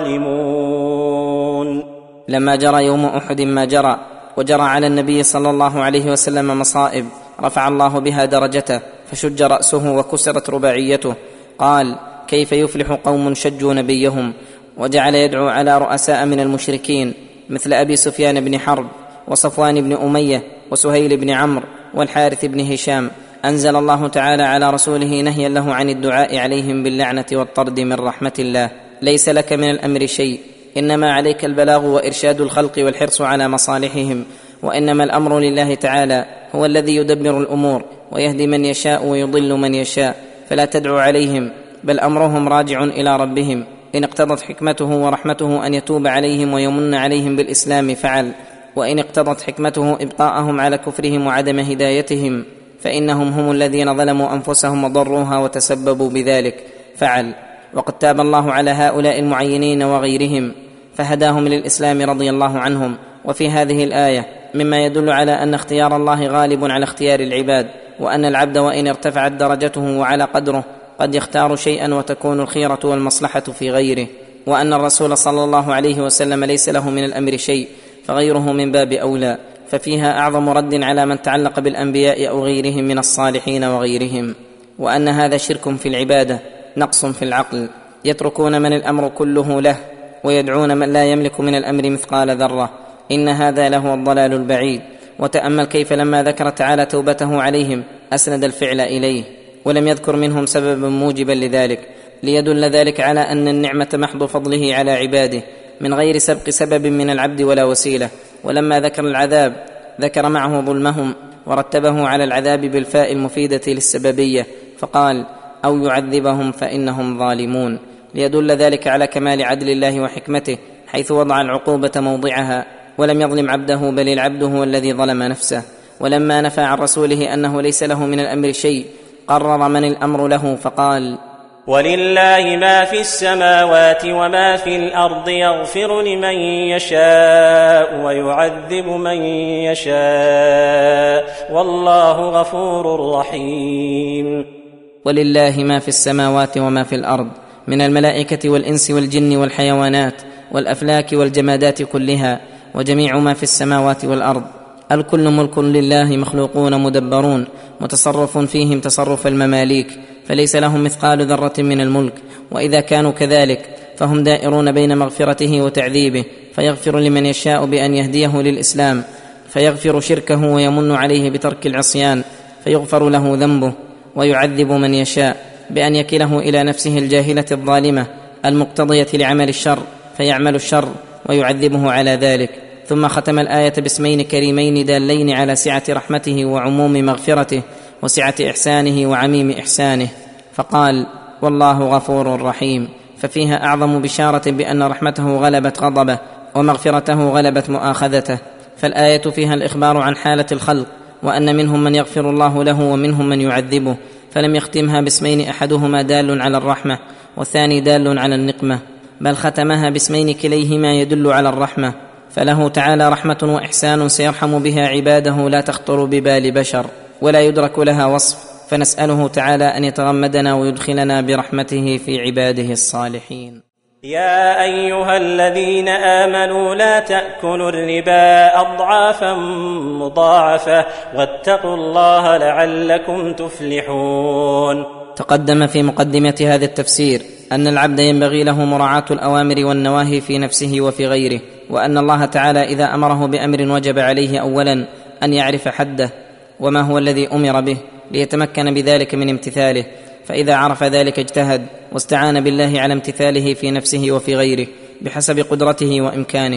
ظالمون. لما جرى يوم أحد ما جرى، وجرى على النبي صلى الله عليه وسلم مصائب رفع الله بها درجته، فشج رأسه وكسرت رباعيته. قال: كيف يفلح قوم شجوا نبيهم؟ وجعل يدعو على رؤساء من المشركين مثل أبي سفيان بن حرب وصفوان بن أمية وسهيل بن عمرو والحارث بن هشام. أنزل الله تعالى على رسوله نهيا له عن الدعاء عليهم باللعنة والطرد من رحمة الله. ليس لك من الأمر شيء، إنما عليك البلاغ وإرشاد الخلق والحرص على مصالحهم، وإنما الأمر لله تعالى، هو الذي يدبر الأمور ويهدي من يشاء ويضل من يشاء، فلا تدعو عليهم، بل أمرهم راجع إلى ربهم. إن اقتضت حكمته ورحمته أن يتوب عليهم ويمن عليهم بالإسلام فعل، وإن اقتضت حكمته إبقاءهم على كفرهم وعدم هدايتهم فإنهم هم الذين ظلموا أنفسهم وضروها وتسببوا بذلك فعل. وقد تاب الله على هؤلاء المعينين وغيرهم فهداهم للإسلام رضي الله عنهم. وفي هذه الآية مما يدل على أن اختيار الله غالب على اختيار العباد، وأن العبد وإن ارتفعت درجته وعلى قدره قد يختار شيئا وتكون الخيرة والمصلحة في غيره، وأن الرسول صلى الله عليه وسلم ليس له من الأمر شيء فغيره من باب أولى، ففيها أعظم رد على من تعلق بالأنبياء أو غيرهم من الصالحين وغيرهم. وأن هذا شرك في العبادة، نقص في العقل، يتركون من الأمر كله له ويدعون من لا يملك من الأمر مثقال ذرة، إن هذا لهو الضلال البعيد. وتأمل كيف لما ذكر تعالى توبته عليهم أسند الفعل إليه، ولم يذكر منهم سببا موجبا لذلك، ليدل ذلك على أن النعمة محض فضله على عباده من غير سبق سبب من العبد ولا وسيلة. ولما ذكر العذاب ذكر معه ظلمهم ورتبه على العذاب بالفاء المفيدة للسببية، فقال: أو يعذبهم فإنهم ظالمون، ليدل ذلك على كمال عدل الله وحكمته، حيث وضع العقوبة موضعها ولم يظلم عبده، بل العبد هو الذي ظلم نفسه. ولما نفى عن رسوله أنه ليس له من الأمر شيء قرر من الأمر له فقال: ولله ما في السماوات وما في الأرض، يغفر لمن يشاء ويعذب من يشاء، والله غفور رحيم. ولله ما في السماوات وما في الأرض من الملائكة والإنس والجن والحيوانات والأفلاك والجمادات كلها، وجميع ما في السماوات والأرض الكل ملك لله، مخلوقون مدبرون متصرف فيهم تصرف المماليك، فليس لهم مثقال ذرة من الملك. وإذا كانوا كذلك فهم دائرون بين مغفرته وتعذيبه، فيغفر لمن يشاء بأن يهديه للإسلام، فيغفر شركه ويمن عليه بترك العصيان فيغفر له ذنبه، ويعذب من يشاء بأن يكله إلى نفسه الجاهلة الظالمة المقتضية لعمل الشر فيعمل الشر ويعذبه على ذلك. ثم ختم الآية باسمين كريمين دالين على سعة رحمته وعموم مغفرته وسعة إحسانه وعميم إحسانه، فقال: والله غفور رحيم، ففيها أعظم بشارة بأن رحمته غلبت غضبه ومغفرته غلبت مؤاخذته. فالآية فيها الإخبار عن حالة الخلق، وأن منهم من يغفر الله له ومنهم من يعذبه، فلم يختمها باسمين أحدهما دال على الرحمة والثاني دال على النقمة، بل ختمها باسمين كليهما يدل على الرحمة. فله تعالى رحمة وإحسان سيرحم بها عباده لا تخطر ببال بشر ولا يدرك لها وصف، فنسأله تعالى أن يتغمدنا ويدخلنا برحمته في عباده الصالحين. يا أيها الذين آمنوا لا تأكلوا الربا أضعافا مضاعفة واتقوا الله لعلكم تفلحون. تقدم في مقدمة هذا التفسير أن العبد ينبغي له مراعاة الأوامر والنواهي في نفسه وفي غيره، وأن الله تعالى إذا أمره بأمر وجب عليه أولا أن يعرف حده وما هو الذي أمر به ليتمكن بذلك من امتثاله، فإذا عرف ذلك اجتهد واستعان بالله على امتثاله في نفسه وفي غيره بحسب قدرته وإمكانه.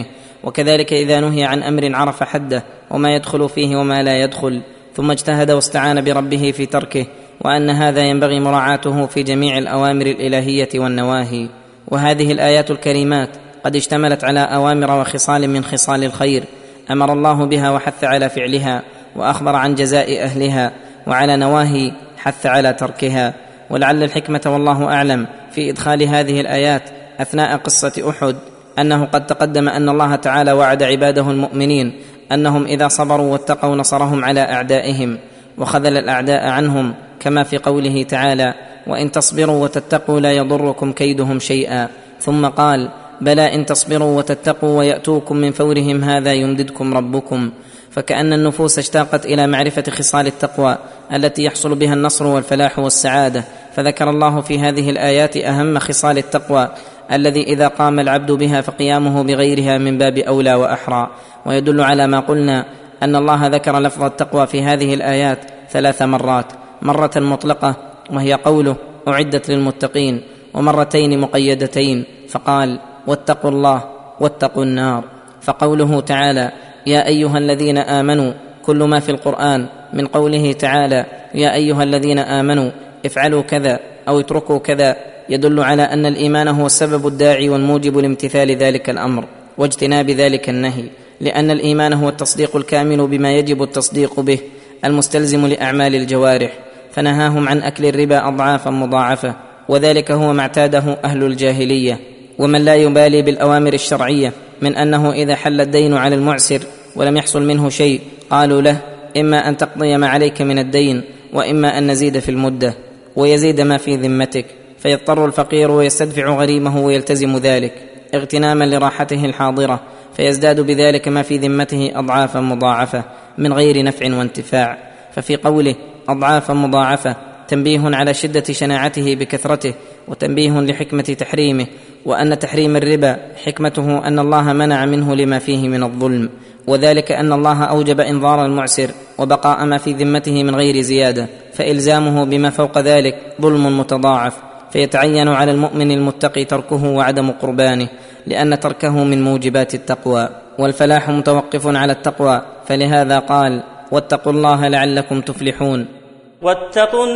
وكذلك إذا نهي عن أمر عرف حده وما يدخل فيه وما لا يدخل، ثم اجتهد واستعان بربه في تركه، وأن هذا ينبغي مراعاته في جميع الأوامر الإلهية والنواهي. وهذه الآيات الكريمات قد اشتملت على أوامر وخصال من خصال الخير أمر الله بها وحث على فعلها، وأخبر عن جزاء أهلها، وعلى نواهي حث على تركها. ولعل الحكمة والله أعلم في إدخال هذه الآيات أثناء قصة أحد أنه قد تقدم أن الله تعالى وعد عباده المؤمنين أنهم إذا صبروا واتقوا نصرهم على أعدائهم وخذل الأعداء عنهم، كما في قوله تعالى: وإن تصبروا وتتقوا لا يضركم كيدهم شيئا. ثم قال: بلى إن تصبروا وتتقوا ويأتوكم من فورهم هذا يمددكم ربكم. فكأن النفوس اشتاقت إلى معرفة خصال التقوى التي يحصل بها النصر والفلاح والسعادة، فذكر الله في هذه الآيات أهم خصال التقوى الذي إذا قام العبد بها فقيامه بغيرها من باب أولى وأحرى. ويدل على ما قلنا أن الله ذكر لفظ التقوى في هذه الآيات ثلاث مرات: مرة مطلقة وهي قوله: أعدت للمتقين، ومرتين مقيدتين فقال: واتقوا الله واتقوا النار. فقوله تعالى: يا أيها الذين آمنوا، كل ما في القرآن من قوله تعالى: يا أيها الذين آمنوا افعلوا كذا أو اتركوا كذا، يدل على أن الإيمان هو السبب الداعي والموجب لامتثال ذلك الأمر واجتناب ذلك النهي، لأن الإيمان هو التصديق الكامل بما يجب التصديق به المستلزم لأعمال الجوارح، فنهاهم عن أكل الربا أضعافا مضاعفة، وذلك هو ما اعتاده أهل الجاهلية. ومن لا يبالي بالأوامر الشرعية من أنه إذا حل الدين على المعسر ولم يحصل منه شيء قالوا له: إما أن تقضي ما عليك من الدين، وإما أن نزيد في المدة ويزيد ما في ذمتك، فيضطر الفقير ويستدفع غريمه ويلتزم ذلك اغتناما لراحته الحاضرة، فيزداد بذلك ما في ذمته أضعافا مضاعفة من غير نفع وانتفاع. ففي قوله أضعافا مضاعفة تنبيه على شدة شناعته بكثرته، وتنبيه لحكمة تحريمه، وأن تحريم الربا حكمته أن الله منع منه لما فيه من الظلم، وذلك أن الله أوجب إنظار المعسر وبقاء ما في ذمته من غير زيادة، فإلزامه بما فوق ذلك ظلم متضاعف، فيتعين على المؤمن المتقي تركه وعدم قربانه، لأن تركه من موجبات التقوى، والفلاح متوقف على التقوى، فلهذا قال: واتقوا الله لعلكم تفلحون. واتقوا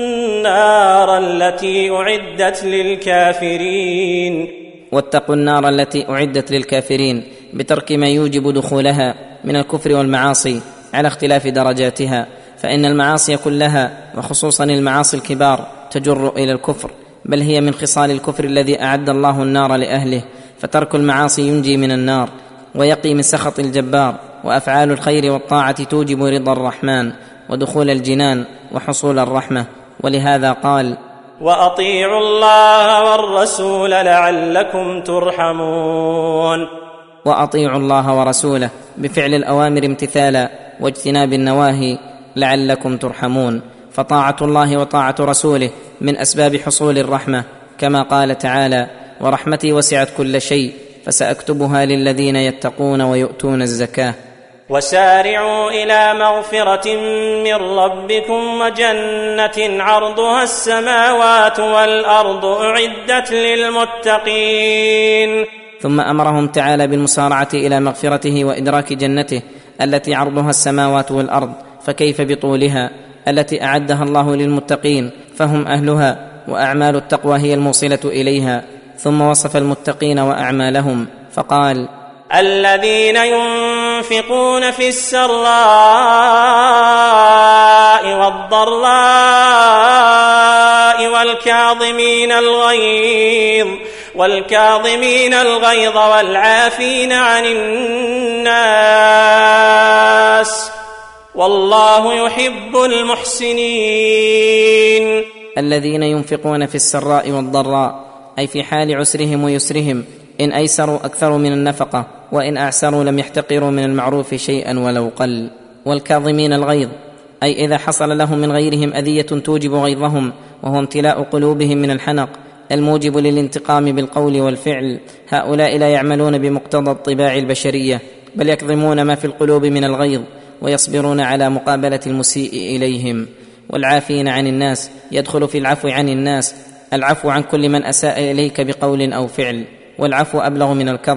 النار التي أعدت للكافرين. واتقوا النار التي أعدت للكافرين بترك ما يوجب دخولها من الكفر والمعاصي على اختلاف درجاتها، فإن المعاصي كلها وخصوصا المعاصي الكبار تجر إلى الكفر، بل هي من خصال الكفر الذي أعد الله النار لأهله، فترك المعاصي ينجي من النار ويقي من سخط الجبار، وأفعال الخير والطاعة توجب رضا الرحمن ودخول الجنان وحصول الرحمة. ولهذا قال: وأطيعوا الله والرسول لعلكم ترحمون. وأطيعوا الله ورسوله بفعل الأوامر امتثالا واجتناب النواهي لعلكم ترحمون، فطاعة الله وطاعة رسوله من أسباب حصول الرحمة، كما قال تعالى: ورحمتي وسعت كل شيء فسأكتبها للذين يتقون ويؤتون الزكاة. وسارعوا إلى مغفرة من ربكم وجنة عرضها السماوات والأرض أعدت للمتقين. ثم أمرهم تعالى بالمسارعة إلى مغفرته وإدراك جنته التي عرضها السماوات والأرض، فكيف بطولها التي أعدها الله للمتقين، فهم أهلها، وأعمال التقوى هي الموصلة إليها. ثم وصف المتقين وأعمالهم فقال: الذين ينفقون في السراء والضراء والكاظمين الغيظ والكاظمين الغيظ والعافين عن الناس والله يحب المحسنين. الذين ينفقون في السراء والضراء أي في حال عسرهم ويسرهم، إن أيسروا أكثروا من النفقة، وإن أعسروا لم يحتقروا من المعروف شيئا ولو قل. والكاظمين الغيظ أي إذا حصل لهم من غيرهم أذية توجب غيظهم، وهو امتلاء قلوبهم من الحنق الموجب للانتقام بالقول والفعل، هؤلاء لا يعملون بمقتضى الطباع البشرية، بل يكظمون ما في القلوب من الغيظ ويصبرون على مقابلة المسيء إليهم. والعافين عن الناس يدخل في العفو عن الناس العفو عن كل من أساء إليك بقول أو فعل، والعفو أبلغ من الكظم،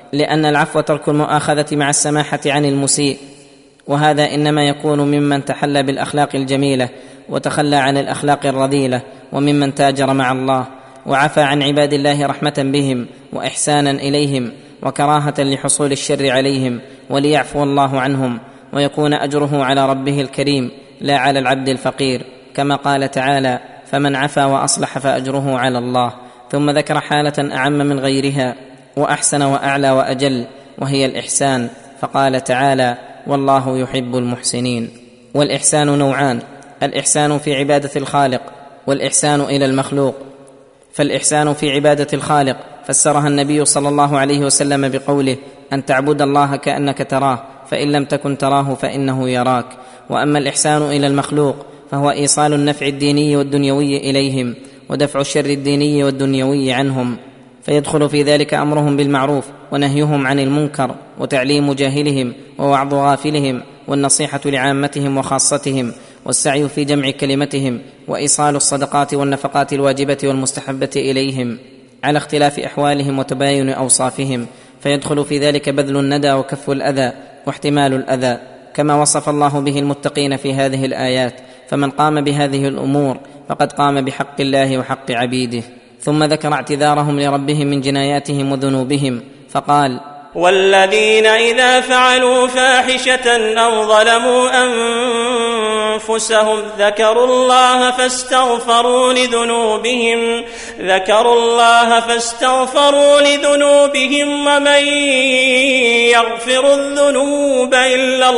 لأن العفو ترك المؤاخذة مع السماحة عن المسيء، وهذا إنما يكون ممن تحلى بالأخلاق الجميلة وتخلى عن الأخلاق الرذيلة، وممن تاجر مع الله وعفى عن عباد الله رحمة بهم وإحسانا إليهم وكراهة لحصول الشر عليهم، وليعفو الله عنهم ويكون أجره على ربه الكريم لا على العبد الفقير، كما قال تعالى: فمن عفا وأصلح فأجره على الله. ثم ذكر حالة أعم من غيرها وأحسن وأعلى وأجل، وهي الإحسان، فقال تعالى: والله يحب المحسنين. والإحسان نوعان: الإحسان في عبادة الخالق، والإحسان إلى المخلوق. فالإحسان في عبادة الخالق فسرها النبي صلى الله عليه وسلم بقوله: أن تعبد الله كأنك تراه، فإن لم تكن تراه فإنه يراك. وأما الإحسان إلى المخلوق فهو إيصال النفع الديني والدنيوي إليهم، ودفع الشر الديني والدنيوي عنهم، فيدخل في ذلك أمرهم بالمعروف ونهيهم عن المنكر، وتعليم جاهلهم ووعظ غافلهم، والنصيحة لعامتهم وخاصتهم، والسعي في جمع كلمتهم، وإيصال الصدقات والنفقات الواجبة والمستحبة إليهم على اختلاف أحوالهم وتباين أوصافهم، فيدخل في ذلك بذل الندى وكف الأذى واحتمال الأذى، كما وصف الله به المتقين في هذه الآيات. فمن قام بهذه الأمور فقد قام بحق الله وحق عبيده. ثم ذكر اعتذارهم لربهم من جناياتهم وذنوبهم، فقال: والذين إذا فعلوا فاحشة أو ظلموا أنفسهم ذكروا الله فاستغفروا لذنوبهم ذكروا الله فاستغفروا لذنوبهم ومن يغفر الذنوب إلا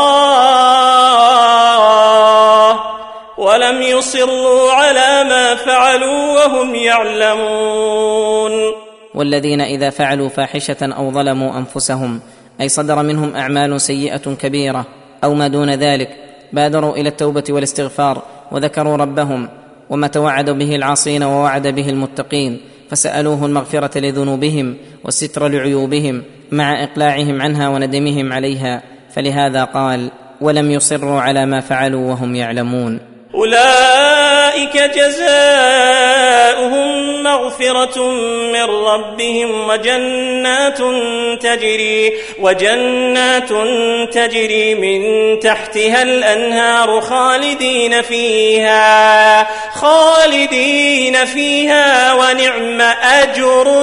الله ولم يصروا على ما فعلوا وهم يعلمون. والذين إذا فعلوا فاحشة أو ظلموا أنفسهم، أي صدر منهم أعمال سيئة كبيرة أو ما دون ذلك، بادروا إلى التوبة والاستغفار وذكروا ربهم وما توعد به العاصين ووعد به المتقين، فسألوه المغفرة لذنوبهم والستر لعيوبهم مع إقلاعهم عنها وندمهم عليها، فلهذا قال: ولم يصروا على ما فعلوا وهم يعلمون. أولئك جزاؤهم مغفرة من ربهم وجنات تجري وجنات تجري من تحتها الأنهار خالدين فيها خالدين فيها ونعم أجر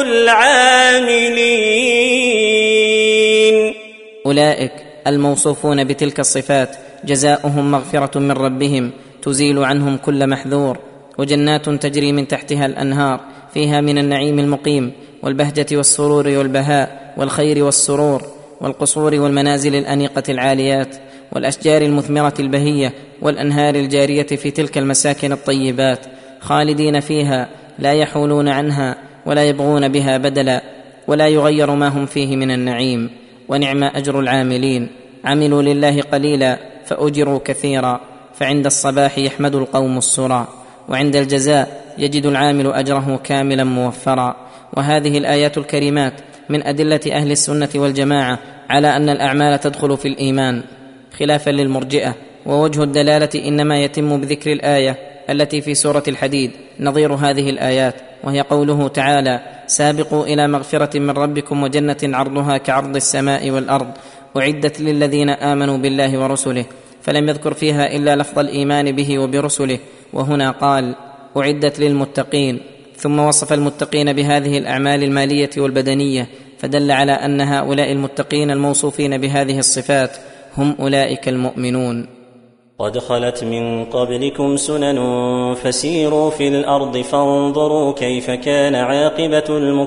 العاملين. أولئك الموصوفون بتلك الصفات جزاؤهم مغفرة من ربهم تزيل عنهم كل محذور، وجنات تجري من تحتها الأنهار فيها من النعيم المقيم والبهجة والسرور والبهاء والخير والسرور، والقصور والمنازل الأنيقة العاليات، والأشجار المثمرة البهية، والأنهار الجارية في تلك المساكن الطيبات، خالدين فيها لا يحولون عنها ولا يبغون بها بدلا، ولا يغير ما هم فيه من النعيم. ونعم أجر العاملين، عملوا لله قليلا فأجروا كثيرا، فعند الصباح يحمد القوم السرى، وعند الجزاء يجد العامل أجره كاملا موفرا. وهذه الآيات الكريمات من أدلة أهل السنة والجماعة على أن الأعمال تدخل في الإيمان، خلافا للمرجئة. ووجه الدلالة إنما يتم بذكر الآية التي في سورة الحديد نظير هذه الآيات، وهي قوله تعالى: سابقوا إلى مغفرة من ربكم وجنة عرضها كعرض السماء والأرض أعدت للذين آمنوا بالله ورسله، فلم يذكر فيها إلا لفظ الإيمان به وبرسله، وهنا قال: أعدت للمتقين، ثم وصف المتقين بهذه الأعمال المالية والبدنية، فدل على أن هؤلاء المتقين الموصوفين بهذه الصفات هم أولئك المؤمنون. قد خلت من قبلكم سنن فسيروا في الأرض فانظروا كيف كان عاقبة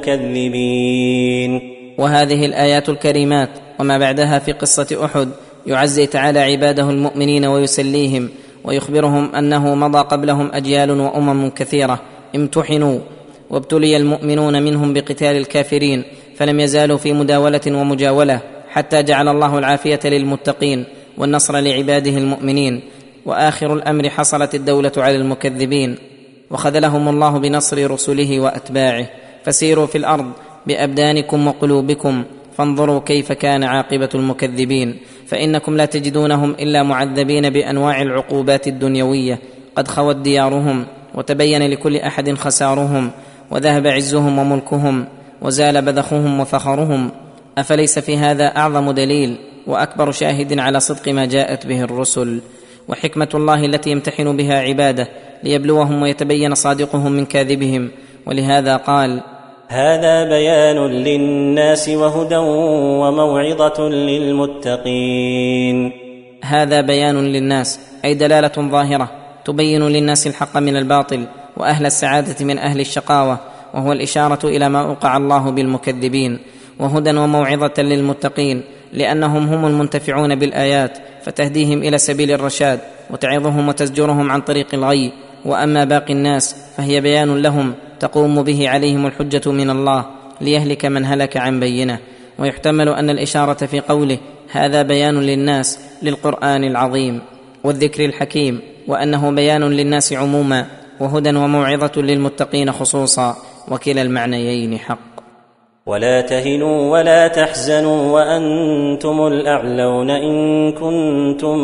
المكذبين. وهذه الآيات الكريمات وما بعدها في قصة أحد يعزي تعالى عباده المؤمنين ويسليهم، ويخبرهم أنه مضى قبلهم أجيال وأمم كثيرة امتحنوا وابتلي المؤمنون منهم بقتال الكافرين، فلم يزالوا في مداولة ومجاولة حتى جعل الله العافية للمتقين والنصر لعباده المؤمنين، وآخر الأمر حصلت الدولة على المكذبين، وخذلهم الله بنصر رسله وأتباعه. فسيروا في الأرض بأبدانكم وقلوبكم فانظروا كيف كان عاقبة المكذبين، فإنكم لا تجدونهم إلا معذبين بأنواع العقوبات الدنيوية، قد خوت ديارهم وتبين لكل أحد خسارهم، وذهب عزهم وملكهم، وزال بذخهم وفخرهم، أفليس في هذا أعظم دليل وأكبر شاهد على صدق ما جاءت به الرسل؟ وحكمة الله التي يمتحن بها عباده ليبلوهم ويتبين صادقهم من كاذبهم. ولهذا قال: هذا بيان للناس وهدى وموعظة للمتقين. هذا بيان للناس أي دلالة ظاهرة تبين للناس الحق من الباطل وأهل السعادة من أهل الشقاوة، وهو الإشارة إلى ما أوقع الله بالمكذبين، وهدى وموعظة للمتقين لأنهم هم المنتفعون بالآيات فتهديهم إلى سبيل الرشاد وتعظهم وتزجرهم عن طريق الغي. وأما باقي الناس فهي بيان لهم تقوم به عليهم الحجة من الله ليهلك من هلك عن بينه. ويحتمل أن الإشارة في قوله هذا بيان للناس للقرآن العظيم والذكر الحكيم، وأنه بيان للناس عموما وهدى وموعظة للمتقين خصوصا، وكلا المعنيين حق. ولا تهنوا ولا تحزنوا وأنتم الأعلون إن كنتم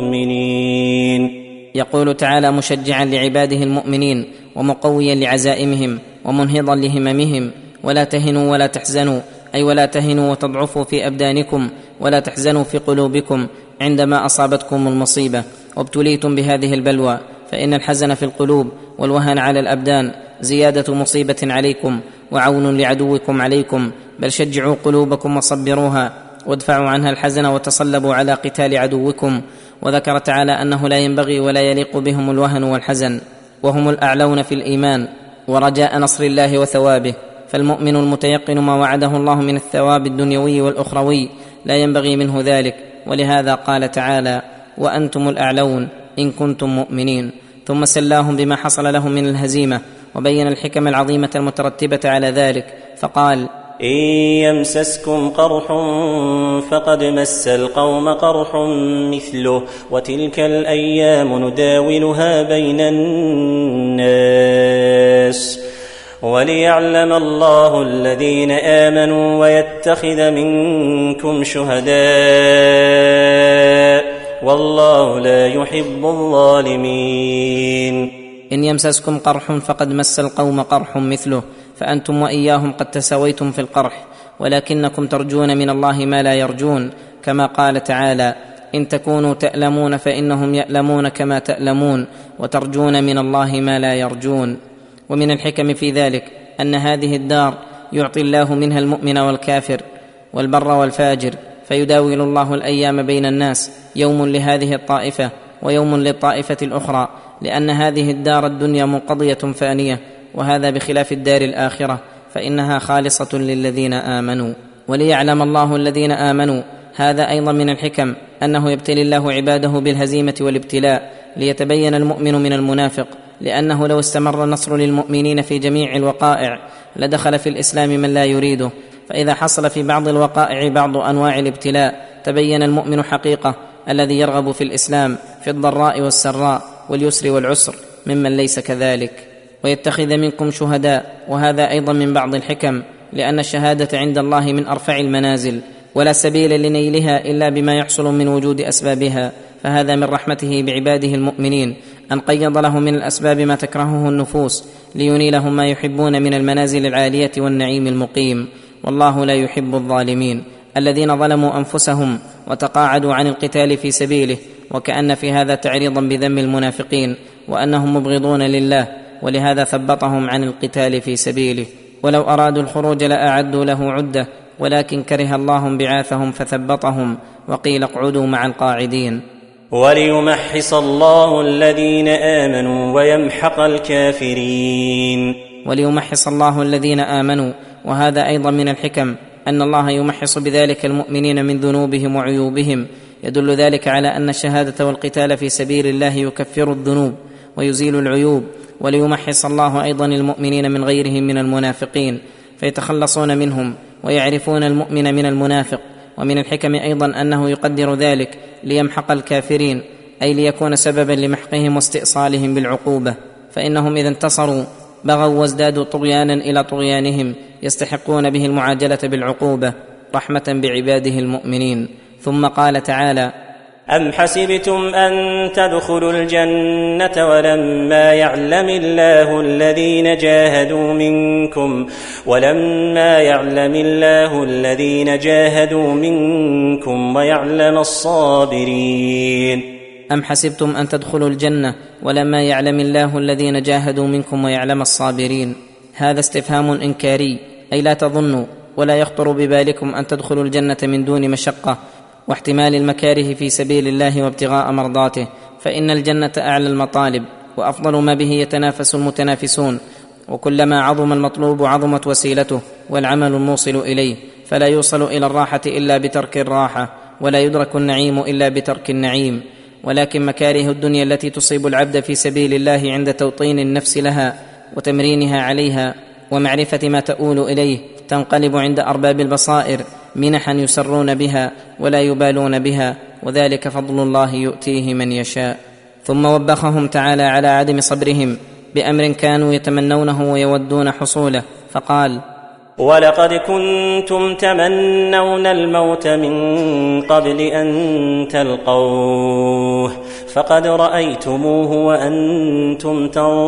مؤمنين. يقول تعالى مشجعا لعباده المؤمنين ومقويا لعزائمهم ومنهضا لهممهم: ولا تهنوا ولا تحزنوا، أي ولا تهنوا وتضعفوا في أبدانكم ولا تحزنوا في قلوبكم عندما أصابتكم المصيبة وابتليتم بهذه البلوى، فإن الحزن في القلوب والوهن على الأبدان زيادة مصيبة عليكم وعون لعدوكم عليكم، بل شجعوا قلوبكم وصبروها وادفعوا عنها الحزن وتصلبوا على قتال عدوكم. وذكر تعالى أنه لا ينبغي ولا يليق بهم الوهن والحزن، وهم الأعلون في الإيمان ورجاء نصر الله وثوابه، فالمؤمن المتيقن ما وعده الله من الثواب الدنيوي والأخروي لا ينبغي منه ذلك. ولهذا قال تعالى: وأنتم الأعلون إن كنتم مؤمنين، ثم سلاهم بما حصل لهم من الهزيمة وبين الحكم العظيمة المترتبة على ذلك، فقال: إن يمسسكم قرح فقد مس القوم قرح مثله وتلك الأيام نداولها بين الناس وليعلم الله الذين آمنوا ويتخذ منكم شهداء والله لا يحب الظالمين. إن يمسسكم قرح فقد مس القوم قرح مثله، فأنتم وإياهم قد تساويتم في القرح، ولكنكم ترجون من الله ما لا يرجون، كما قال تعالى: إن تكونوا تألمون فإنهم يألمون كما تألمون وترجون من الله ما لا يرجون. ومن الحكم في ذلك أن هذه الدار يعطي الله منها المؤمن والكافر والبر والفاجر، فيداول الله الأيام بين الناس، يوم لهذه الطائفة ويوم للطائفة الأخرى، لأن هذه الدار الدنيا منقضية فانية، وهذا بخلاف الدار الآخرة فإنها خالصة للذين آمنوا. وليعلم الله الذين آمنوا، هذا أيضا من الحكم أنه يبتلي الله عباده بالهزيمة والابتلاء ليتبين المؤمن من المنافق، لأنه لو استمر النصر للمؤمنين في جميع الوقائع لدخل في الإسلام من لا يريده، فإذا حصل في بعض الوقائع بعض أنواع الابتلاء تبين المؤمن حقيقة الذي يرغب في الإسلام في الضراء والسراء واليسر والعسر ممن ليس كذلك، ويتخذ منكم شهداء، وهذا أيضا من بعض الحكم، لأن الشهادة عند الله من أرفع المنازل، ولا سبيل لنيلها إلا بما يحصل من وجود أسبابها، فهذا من رحمته بعباده المؤمنين أن قيض له من الأسباب ما تكرهه النفوس لينيلهم ما يحبون من المنازل العالية والنعيم المقيم. والله لا يحب الظالمين الذين ظلموا أنفسهم وتقاعدوا عن القتال في سبيله، وكأن في هذا تعريضا بذم المنافقين وأنهم مبغضون لله، ولهذا ثبطهم عن القتال في سبيله. ولو أرادوا الخروج لأعدوا له عدة، ولكن كره الله انبعاثهم فثبطهم، وقيل اقعدوا مع القاعدين. وليمحص الله الذين آمنوا ويمحق الكافرين. وليمحص الله الذين آمنوا، وهذا أيضا من الحكم أن الله يمحص بذلك المؤمنين من ذنوبهم وعيوبهم، يدل ذلك على أن الشهادة والقتال في سبيل الله يكفر الذنوب ويزيل العيوب. وليمحص الله أيضا المؤمنين من غيرهم من المنافقين فيتخلصون منهم ويعرفون المؤمن من المنافق. ومن الحكم أيضا أنه يقدر ذلك ليمحق الكافرين، أي ليكون سببا لمحقهم واستئصالهم بالعقوبة، فإنهم إذا انتصروا بغوا وازدادوا طغيانا إلى طغيانهم يستحقون به المعاجلة بالعقوبة رحمة بعباده المؤمنين. ثم قال تعالى: أم حسبتم أن تدخلوا الجنة ولما يعلم الله الذين جاهدوا منكم ولما يعلم الله الذين جاهدوا منكم ويعلم الصابرين أم حسبتم أن تدخلوا الجنة ولما يعلم الله الذين جاهدوا منكم ويعلم الصابرين. هذا استفهام إنكاري، أي لا تظنوا ولا يخطر ببالكم أن تدخلوا الجنة من دون مشقة واحتمال المكاره في سبيل الله وابتغاء مرضاته، فإن الجنة أعلى المطالب وأفضل ما به يتنافس المتنافسون، وكلما عظم المطلوب عظمت وسيلته والعمل الموصل إليه، فلا يوصل إلى الراحة إلا بترك الراحة، ولا يدرك النعيم إلا بترك النعيم. ولكن مكاره الدنيا التي تصيب العبد في سبيل الله عند توطين النفس لها وتمرينها عليها ومعرفة ما تؤول إليه تنقلب عند أرباب البصائر منحا يسرون بها ولا يبالون بها، وذلك فضل الله يؤتيه من يشاء. ثم وبخهم تعالى على عدم صبرهم بأمر كانوا يتمنونه ويودون حصوله، فقال: ولقد كنتم تمنون الموت من قبل أن تلقوه فقد رأيتموه وأنتم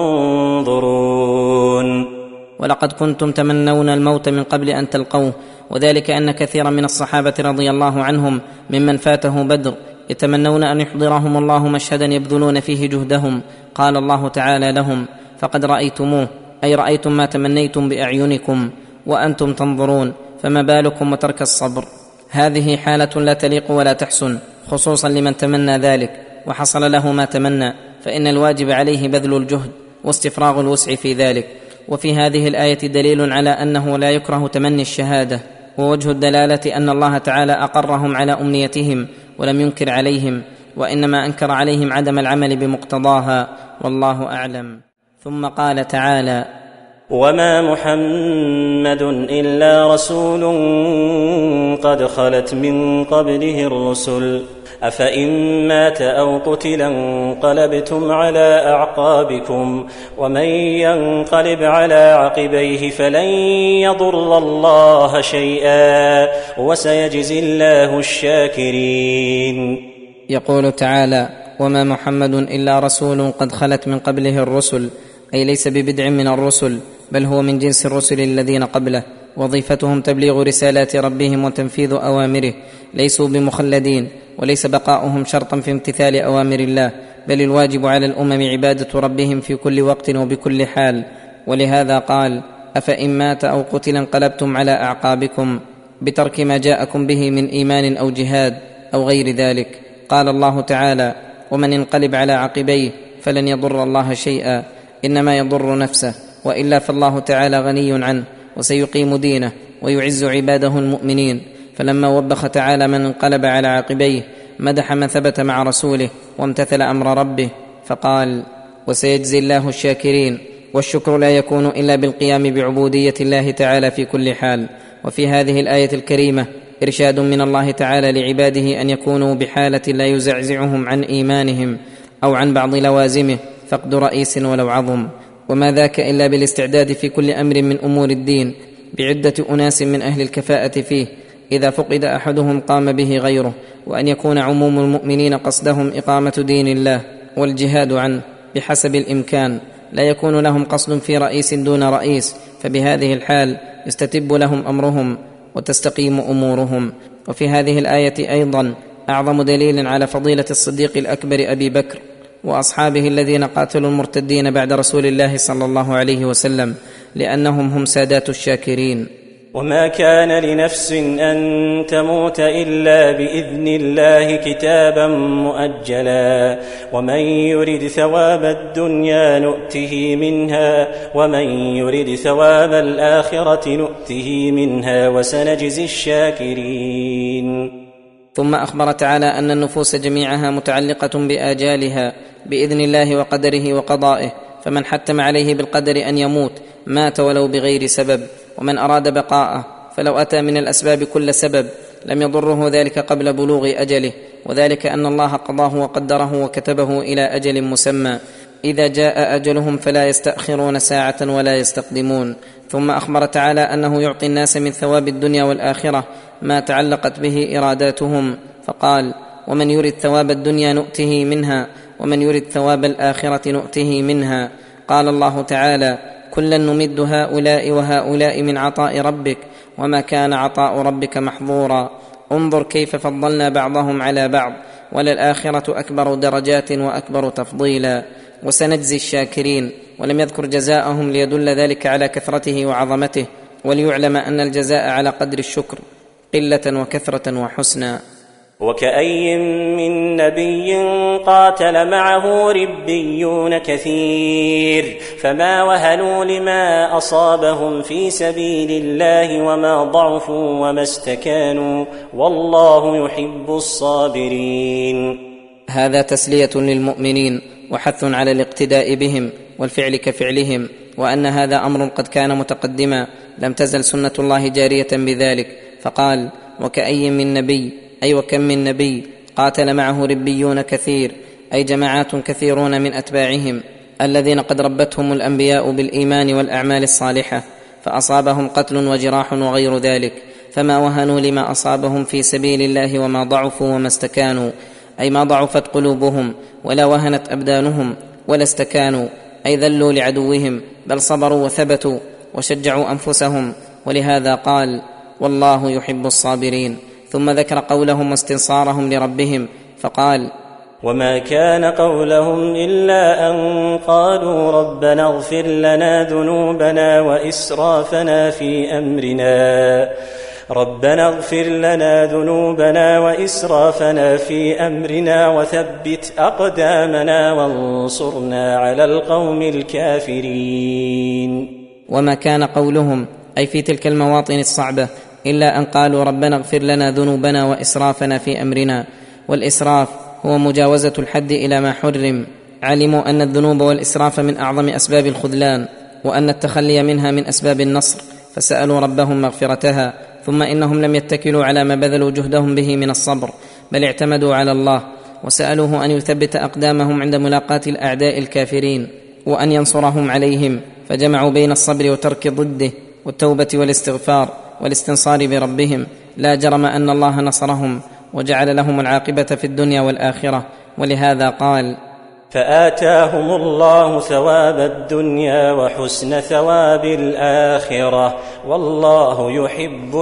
تنظرون. ولقد كنتم تمنون الموت من قبل أن تلقوه، وذلك أن كثيرا من الصحابة رضي الله عنهم ممن فاته بدر يتمنون أن يحضرهم الله مشهدا يبذلون فيه جهدهم. قال الله تعالى لهم: فقد رأيتموه، أي رأيتم ما تمنيتم بأعينكم وأنتم تنظرون، فما بالكم وترك الصبر. هذه حالة لا تليق ولا تحسن، خصوصا لمن تمنى ذلك وحصل له ما تمنى، فإن الواجب عليه بذل الجهد واستفراغ الوسع في ذلك. وفي هذه الآية دليل على أنه لا يكره تمني الشهادة، ووجه الدلالة أن الله تعالى أقرهم على أمنيتهم ولم ينكر عليهم، وإنما أنكر عليهم عدم العمل بمقتضاها، والله أعلم. ثم قال تعالى: وما محمد إلا رسول قد خلت من قبله الرسل أفإن مات أو قتل انقلبتم على أعقابكم ومن ينقلب على عقبيه فلن يضر الله شيئا وسيجزي الله الشاكرين. يقول تعالى: وما محمد إلا رسول قد خلت من قبله الرسل، أي ليس ببدع من الرسل، بل هو من جنس الرسل الذين قبله، وظيفتهم تبليغ رسالات ربهم وتنفيذ أوامره، ليسوا بمخلدين، وليس بقاؤهم شرطا في امتثال أوامر الله، بل الواجب على الأمم عبادة ربهم في كل وقت وبكل حال. ولهذا قال: أفإن مات أو قتل انقلبتم على أعقابكم، بترك ما جاءكم به من إيمان أو جهاد أو غير ذلك. قال الله تعالى: ومن انقلب على عقبيه فلن يضر الله شيئا، إنما يضر نفسه، وإلا فالله تعالى غني عنه وسيقيم دينه ويعز عباده المؤمنين. فلما وبخ تعالى من انقلب على عقبيه مدح من ثبت مع رسوله وامتثل أمر ربه، فقال: وسيجزي الله الشاكرين. والشكر لا يكون إلا بالقيام بعبودية الله تعالى في كل حال. وفي هذه الآية الكريمة إرشاد من الله تعالى لعباده أن يكونوا بحالة لا يزعزعهم عن إيمانهم أو عن بعض لوازمه فقد رئيس ولو عظم، وما ذاك إلا بالاستعداد في كل أمر من أمور الدين بعدة أناس من أهل الكفاءة فيه، إذا فقد أحدهم قام به غيره، وأن يكون عموم المؤمنين قصدهم إقامة دين الله والجهاد عنه بحسب الإمكان، لا يكون لهم قصد في رئيس دون رئيس، فبهذه الحال يستتب لهم أمرهم وتستقيم أمورهم. وفي هذه الآية أيضا أعظم دليل على فضيلة الصديق الأكبر أبي بكر وأصحابه الذين قاتلوا المرتدين بعد رسول الله صلى الله عليه وسلم، لأنهم هم سادات الشاكرين. وما كان لنفس أن تموت إلا بإذن الله كتابا مؤجلا ومن يرد ثواب الدنيا نؤته منها ومن يرد ثواب الآخرة نؤته منها وسنجزي الشاكرين. ثم أخبر تعالى أن النفوس جميعها متعلقة بآجالها بإذن الله وقدره وقضائه، فمن حتم عليه بالقدر أن يموت مات ولو بغير سبب، ومن أراد بقاءه فلو أتى من الأسباب كل سبب لم يضره ذلك قبل بلوغ أجله، وذلك أن الله قضاه وقدره وكتبه إلى أجل مسمى، إذا جاء أجلهم فلا يستأخرون ساعة ولا يستقدمون. ثم أخبر تعالى أنه يعطي الناس من ثواب الدنيا والآخرة ما تعلقت به إراداتهم، فقال: ومن يرد ثواب الدنيا نؤته منها ومن يرد ثواب الآخرة نؤته منها. قال الله تعالى: كلا نمد هؤلاء وهؤلاء من عطاء ربك وما كان عطاء ربك محظورا. انظر كيف فضلنا بعضهم على بعض، وللآخرة أكبر درجات وأكبر تفضيلا. وسنجزي الشاكرين. ولم يذكر جزاءهم ليدل ذلك على كثرته وعظمته، وليعلم أن الجزاء على قدر الشكر قلة وكثرة وحسنا. وكأي من نبي قاتل معه ربيون كثير فما وهنوا لما أصابهم في سبيل الله وما ضعفوا وما استكانوا والله يحب الصابرين. هذا تسلية للمؤمنين وحث على الاقتداء بهم والفعل كفعلهم، وأن هذا أمر قد كان متقدما لم تزل سنة الله جارية بذلك. فقال: وكأي من نبي، أي وكم من نبي قاتل معه ربيون كثير، أي جماعات كثيرون من أتباعهم الذين قد ربتهم الأنبياء بالإيمان والأعمال الصالحة، فأصابهم قتل وجراح وغير ذلك، فما وهنوا لما أصابهم في سبيل الله وما ضعفوا وما استكانوا، أي ما ضعفت قلوبهم ولا وهنت أبدانهم ولا استكانوا، أي ذلوا لعدوهم، بل صبروا وثبتوا وشجعوا أنفسهم. ولهذا قال: والله يحب الصابرين. ثم ذكر قولهم واستنصارهم لربهم فقال: وما كان قولهم إلا أن قالوا ربنا اغفر لنا ذنوبنا وإسرافنا في أمرنا ربنا اغفر لنا ذنوبنا وإسرافنا في أمرنا وثبت أقدامنا وانصرنا على القوم الكافرين. وما كان قولهم، أي في تلك المواطن الصعبة، إلا أن قالوا ربنا اغفر لنا ذنوبنا وإسرافنا في أمرنا. والإسراف هو مجاوزة الحد إلى ما حرم. علموا أن الذنوب والإسراف من أعظم أسباب الخذلان، وأن التخلي منها من أسباب النصر، فسألوا ربهم مغفرتها. ثم إنهم لم يتكلوا على ما بذلوا جهدهم به من الصبر، بل اعتمدوا على الله وسألوه أن يثبت أقدامهم عند ملاقاة الأعداء الكافرين وأن ينصرهم عليهم، فجمعوا بين الصبر وترك ضده والتوبة والاستغفار والاستنصار بربهم. لا جرم أن الله نصرهم وجعل لهم العاقبة في الدنيا والآخرة. ولهذا قال: فآتاهم الله ثواب الدنيا وحسن ثواب الآخرة والله يحب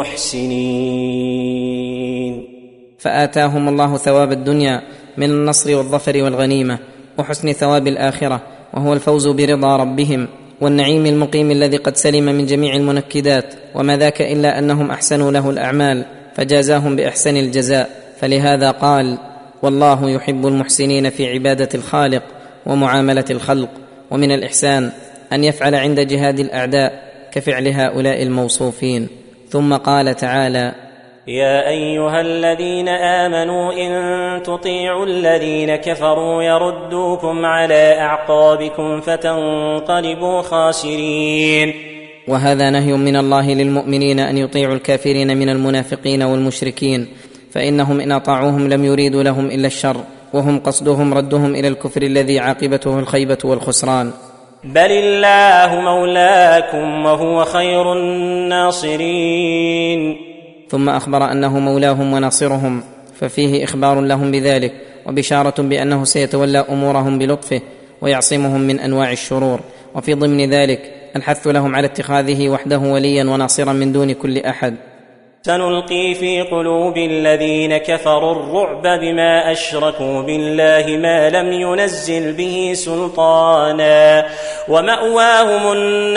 المحسنين. فآتاهم الله ثواب الدنيا من النصر والظفر والغنيمة، وحسن ثواب الآخرة وهو الفوز برضا ربهم والنعيم المقيم الذي قد سلم من جميع المنكدات، وما ذاك إلا أنهم أحسنوا له الأعمال فجازاهم بأحسن الجزاء. فلهذا قال: والله يحب المحسنين في عبادة الخالق ومعاملة الخلق. ومن الإحسان أن يفعل عند جهاد الأعداء كفعل هؤلاء الموصوفين. ثم قال تعالى: يا أيها الذين آمنوا إن تطيعوا الذين كفروا يردوكم على أعقابكم فتنقلبوا خاسرين. وهذا نهي من الله للمؤمنين أن يطيعوا الكافرين من المنافقين والمشركين، فإنهم إن أطاعوهم لم يريدوا لهم إلا الشر، وهم قصدهم ردهم إلى الكفر الذي عاقبته الخيبة والخسران. بل الله مولاكم وهو خير الناصرين. ثم أخبر أنه مولاهم وناصرهم، ففيه إخبار لهم بذلك وبشارة بأنه سيتولى أمورهم بلطفه ويعصمهم من أنواع الشرور، وفي ضمن ذلك الحث لهم على اتخاذه وحده وليا وناصرا من دون كل أحد. سنلقي في قلوب الذين كفروا الرعب بما أشركوا بالله ما لم ينزل به سلطانا ومأواهم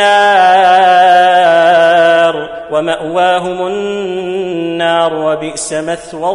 النار ومأواهم النار وبئس مثوى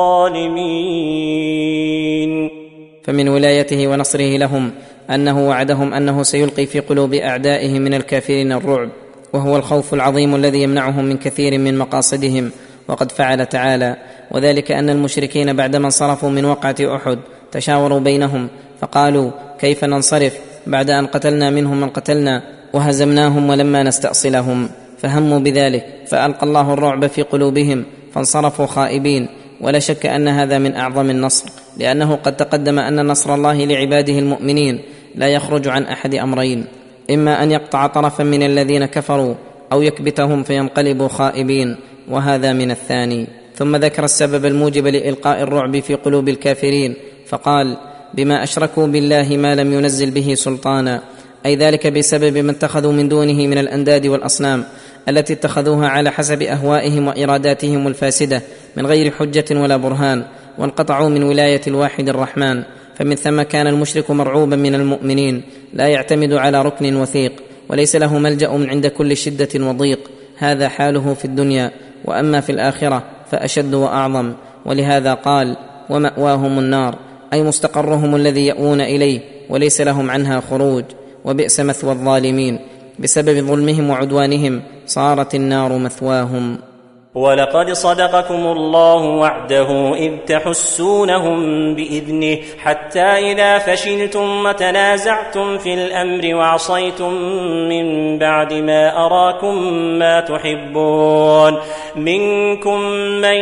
الظالمين. فمن ولايته ونصره لهم أنه وعدهم أنه سيلقي في قلوب أعدائهم من الكافرين الرعب، وهو الخوف العظيم الذي يمنعهم من كثير من مقاصدهم. وقد فعل تعالى وذلك أن المشركين بعدما انصرفوا من وقعة أحد تشاوروا بينهم فقالوا: كيف ننصرف بعد أن قتلنا منهم من قتلنا وهزمناهم ولما نستأصلهم؟ فهموا بذلك فألقى الله الرعب في قلوبهم فانصرفوا خائبين. ولا شك أن هذا من أعظم النصر، لأنه قد تقدم أن نصر الله لعباده المؤمنين لا يخرج عن أحد أمرين: إما أن يقطع طرفا من الذين كفروا أو يكبتهم فينقلبوا خائبين، وهذا من الثاني. ثم ذكر السبب الموجب لإلقاء الرعب في قلوب الكافرين فقال: بما أشركوا بالله ما لم ينزل به سلطانا، أي ذلك بسبب ما اتخذوا من دونه من الأنداد والأصنام التي اتخذوها على حسب أهوائهم وإراداتهم الفاسدة من غير حجة ولا برهان، وانقطعوا من ولاية الواحد الرحمن. فمن ثم كان المشرك مرعوبا من المؤمنين، لا يعتمد على ركن وثيق، وليس له ملجأ من عند كل شدة وضيق. هذا حاله في الدنيا، وأما في الآخرة فأشد وأعظم. ولهذا قال: ومأواهم النار، أي مستقرهم الذي يأوون إليه وليس لهم عنها خروج. وبئس مثوى الظالمين، بسبب ظلمهم وعدوانهم صارت النار مثواهم. ولقد صدقكم الله وعده إذ تحسونهم بإذنه حتى إذا فشلتم وتنازعتم في الأمر وعصيتم من بعد ما أراكم ما تحبون منكم من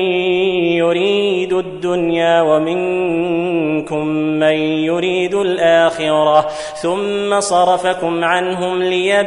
يريد الدنيا ومنكم من يريد الآخرة ثم صرفكم عنهم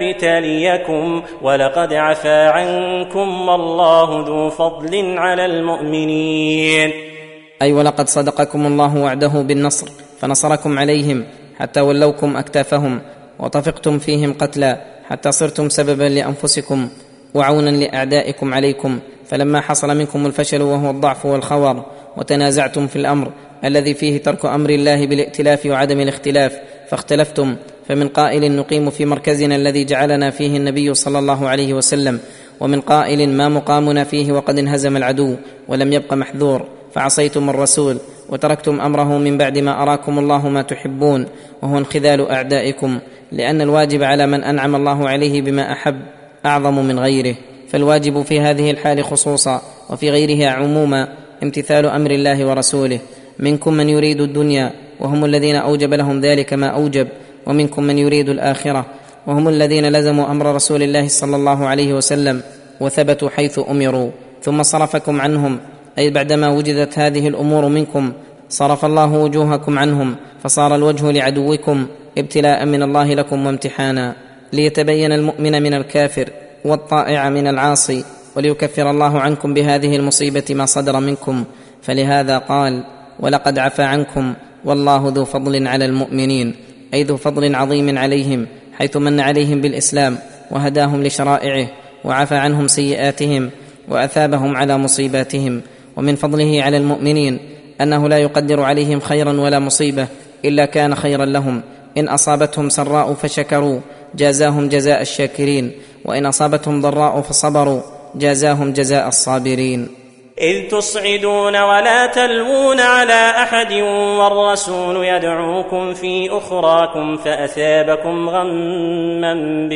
ليبتليكم ولقد عفا عنكم والله ذو فضل على المؤمنين. أي ولقد صدقكم الله وعده بالنصر فنصركم عليهم حتى ولوكم أكتافهم وطفقتم فيهم قتلا حتى صرتم سببا لأنفسكم وعونا لأعدائكم عليكم. فلما حصل منكم الفشل وهو الضعف والخور وتنازعتم في الأمر الذي فيه ترك أمر الله بالائتلاف وعدم الاختلاف فاختلفتم، فمن قائل نقيم في مركزنا الذي جعلنا فيه النبي صلى الله عليه وسلم، ومن قائل ما مقامنا فيه وقد انهزم العدو ولم يبق محذور، فعصيتم الرسول وتركتم أمره من بعد ما أراكم الله ما تحبون، وهو انخذال أعدائكم، لأن الواجب على من أنعم الله عليه بما أحب أعظم من غيره. فالواجب في هذه الحال خصوصا وفي غيرها عموما امتثال أمر الله ورسوله. منكم من يريد الدنيا وهم الذين أوجب لهم ذلك ما أوجب، ومنكم من يريد الآخرة وهم الذين لزموا أمر رسول الله صلى الله عليه وسلم وثبتوا حيث أمروا، ثم صرفكم عنهم، أي بعدما وجدت هذه الأمور منكم صرف الله وجوهكم عنهم، فصار الوجه لعدوكم ابتلاء من الله لكم وامتحانا، ليتبين المؤمن من الكافر والطائع من العاصي، وليكفر الله عنكم بهذه المصيبة ما صدر منكم. فلهذا قال: ولقد عفا عنكم والله ذو فضل على المؤمنين، أي ذو فضل عظيم عليهم، حيث من عليهم بالإسلام وهداهم لشرائعه وعفى عنهم سيئاتهم وأثابهم على مصيباتهم. ومن فضله على المؤمنين أنه لا يقدر عليهم خيرا ولا مصيبة إلا كان خيرا لهم. إن أصابتهم سراء فشكروا جازاهم جزاء الشاكرين، وإن أصابتهم ضراء فصبروا جازاهم جزاء الصابرين. إذ تصعدون ولا تلوون على أحد والرسول يدعوكم في أخراكم فأثابكم غما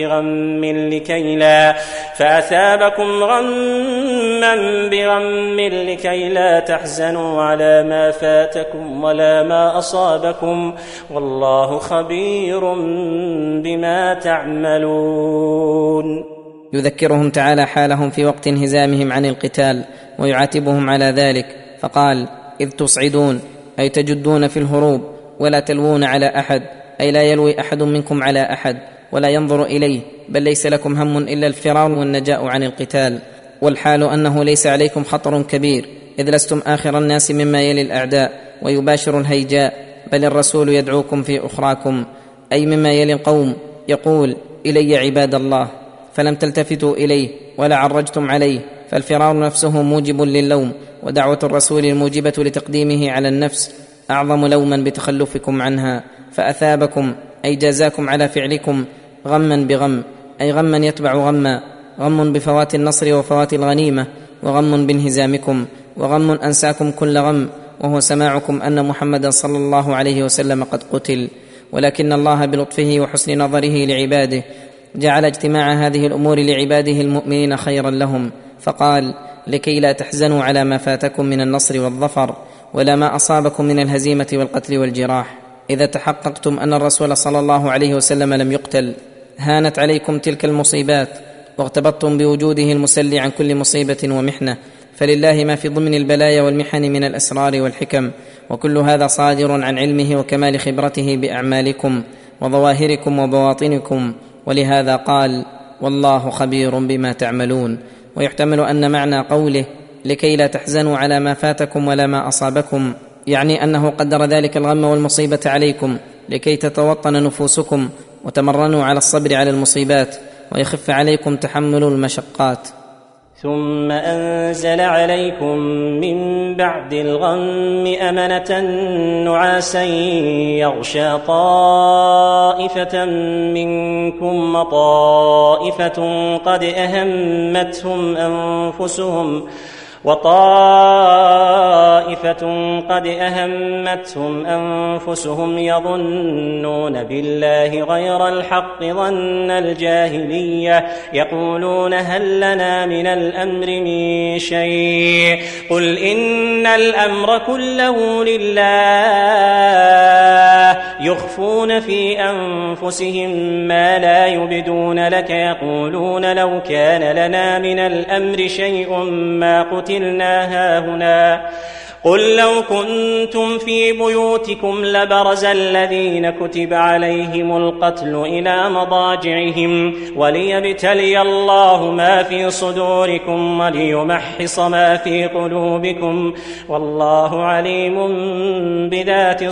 بغم لكي لا فأثابكم غما بغم لكي لا تحزنوا على ما فاتكم ولا ما أصابكم والله خبير بما تعملون. يذكرهم تعالى حالهم في وقت انهزامهم عن القتال ويعاتبهم على ذلك، فقال: إذ تصعدون، أي تجدون في الهروب، ولا تلوون على أحد، أي لا يلوي أحد منكم على أحد ولا ينظر إليه، بل ليس لكم هم إلا الفرار والنجاء عن القتال. والحال أنه ليس عليكم خطر كبير، إذ لستم آخر الناس مما يلي الأعداء ويباشر الهيجاء، بل الرسول يدعوكم في أخراكم، أي مما يلي القوم، يقول: إلي عباد الله، فلم تلتفتوا إليه ولا عرجتم عليه، فالفرار نفسه موجب للوم، ودعوة الرسول الموجبة لتقديمه على النفس أعظم لوما بتخلفكم عنها. فأثابكم، أي جازاكم على فعلكم غما بغم، أي غما يتبع غما، غم بفوات النصر وفوات الغنيمة، وغم بانهزامكم، وغم أنساكم كل غم، وهو سماعكم أن محمدا صلى الله عليه وسلم قد قتل. ولكن الله بلطفه وحسن نظره لعباده جعل اجتماع هذه الأمور لعباده المؤمنين خيرا لهم، فقال: لكي لا تحزنوا على ما فاتكم من النصر والظفر ولا ما أصابكم من الهزيمة والقتل والجراح. إذا تحققتم أن الرسول صلى الله عليه وسلم لم يقتل هانت عليكم تلك المصيبات واغتبطتم بوجوده المسلي عن كل مصيبة ومحنة، فلله ما في ضمن البلايا والمحن من الأسرار والحكم، وكل هذا صادر عن علمه وكمال خبرته بأعمالكم وظواهركم وبواطنكم. ولهذا قال: والله خبير بما تعملون. ويحتمل أن معنى قوله لكي لا تحزنوا على ما فاتكم ولا ما أصابكم، يعني أنه قدر ذلك الغم والمصيبة عليكم لكي تتوطن نفوسكم وتمرنوا على الصبر على المصيبات ويخف عليكم تحمل المشقات. ثم أنزل عليكم من بعد الغم أمنة نعاسا يغشى طائفة منكم وطائفة قد أهمتهم أنفسهم وطائفة قد أهمتهم أنفسهم يظنون بالله غير الحق ظن الجاهلية يقولون هل لنا من الأمر من شيء قل إن الأمر كله لله يخفون في أنفسهم ما لا يبدون لك يقولون لو كان لنا من الأمر شيء ما قتلنا هاهنا قل لو كنتم في بيوتكم لبرز الذين كتب عليهم القتل إلى مضاجعهم وليبتلي الله ما في صدوركم وليمحص ما في قلوبكم والله عليم بذات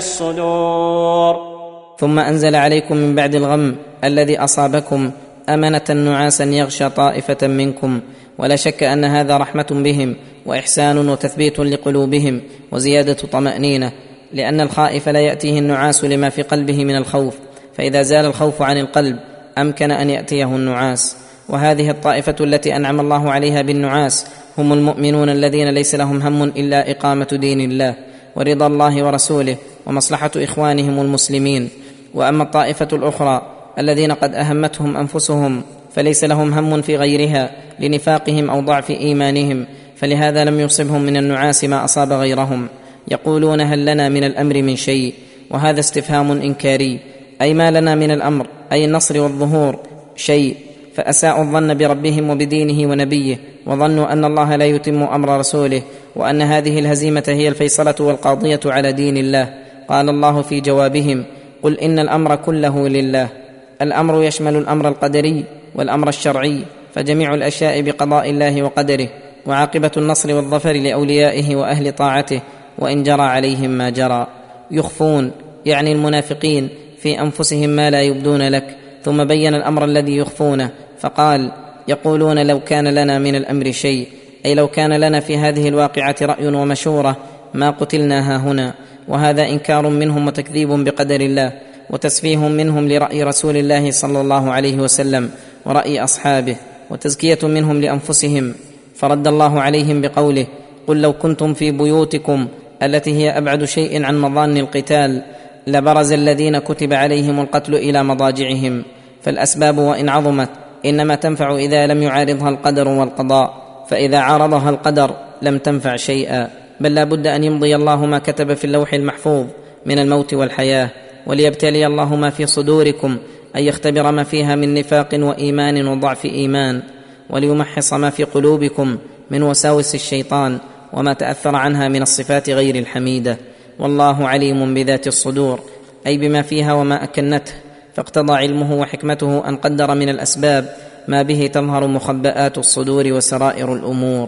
الصدور. ثم أنزل عليكم من بعد الغم الذي أصابكم أمنة نعاسا يغشى طائفة منكم، ولا شك أن هذا رحمة بهم وإحسان وتثبيت لقلوبهم وزيادة طمأنينة، لأن الخائف لا يأتيه النعاس لما في قلبه من الخوف، فإذا زال الخوف عن القلب أمكن أن يأتيه النعاس. وهذه الطائفة التي أنعم الله عليها بالنعاس هم المؤمنون الذين ليس لهم هم إلا إقامة دين الله ورضا الله ورسوله ومصلحة إخوانهم المسلمين. وأما الطائفة الأخرى الذين قد أهمتهم أنفسهم فليس لهم هم في غيرها لنفاقهم أو ضعف إيمانهم، فلهذا لم يصبهم من النعاس ما أصاب غيرهم. يقولون هل لنا من الأمر من شيء، وهذا استفهام إنكاري، أي ما لنا من الأمر أي النصر والظهور شيء، فأساءوا الظن بربهم وبدينه ونبيه، وظنوا أن الله لا يتم أمر رسوله، وأن هذه الهزيمة هي الفيصلة والقاضية على دين الله. قال الله في جوابهم قل إن الأمر كله لله. الأمر يشمل الأمر القدري والأمر الشرعي، فجميع الأشياء بقضاء الله وقدره، وعاقبة النصر والظفر لأوليائه وأهل طاعته وإن جرى عليهم ما جرى. يخفون يعني المنافقين في أنفسهم ما لا يبدون لك، ثم بين الأمر الذي يخفونه فقال يقولون لو كان لنا من الأمر شيء، أي لو كان لنا في هذه الواقعة رأي ومشورة ما قتلنا هاهنا. وهذا إنكار منهم وتكذيب بقدر الله وتسفيه منهم لرأي رسول الله صلى الله عليه وسلم ورأي أصحابه، وتزكية منهم لأنفسهم. فرد الله عليهم بقوله قل لو كنتم في بيوتكم، التي هي أبعد شيء عن مظان القتال، لبرز الذين كتب عليهم القتل إلى مضاجعهم. فالأسباب وإن عظمت إنما تنفع إذا لم يعارضها القدر والقضاء، فإذا عارضها القدر لم تنفع شيئا، بل لا بد أن يمضي الله ما كتب في اللوح المحفوظ من الموت والحياة، وليبتلي الله ما في صدوركم، أن يختبر ما فيها من نفاق وإيمان وضعف إيمان، وليمحص ما في قلوبكم من وساوس الشيطان وما تأثر عنها من الصفات غير الحميدة. والله عليم بذات الصدور، أي بما فيها وما أكنته، فاقتضى علمه وحكمته أن قدر من الأسباب ما به تظهر مخبآت الصدور وسرائر الأمور.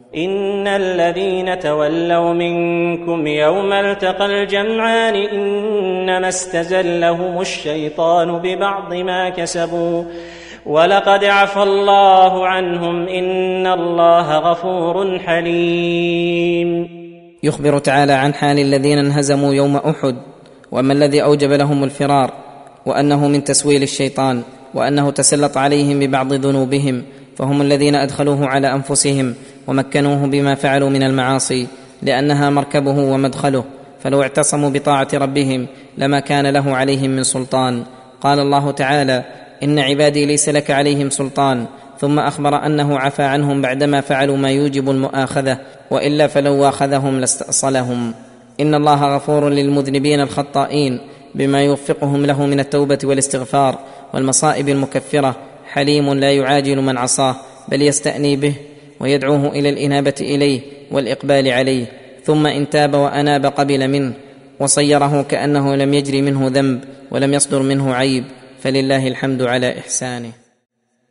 إن الذين تولوا منكم يوم التقى الجمعان إنما استزلهم الشيطان ببعض ما كسبوا ولقد عفى الله عنهم إن الله غفور حليم. يخبر تعالى عن حال الذين انهزموا يوم أحد، وما الذي أوجب لهم الفرار، وأنه من تسويل الشيطان، وأنه تسلط عليهم ببعض ذنوبهم، فهم الذين أدخلوه على أنفسهم ومكنوه بما فعلوا من المعاصي، لأنها مركبه ومدخله، فلو اعتصموا بطاعة ربهم لما كان له عليهم من سلطان. قال الله تعالى إن عبادي ليس لك عليهم سلطان، ثم أخبر أنه عفى عنهم بعدما فعلوا ما يوجب المؤاخذة، وإلا فلو واخذهم لاستأصلهم. إن الله غفور للمذنبين الخطائين بما يوفقهم له من التوبة والاستغفار والمصائب المكفرة، حليم لا يعاجل من عصاه بل يستأني به ويدعوه إلى الإنابة إليه والإقبال عليه، ثم إن تاب وأناب قبل منه وصيره كأنه لم يجري منه ذنب ولم يصدر منه عيب، فلله الحمد على إحسانه.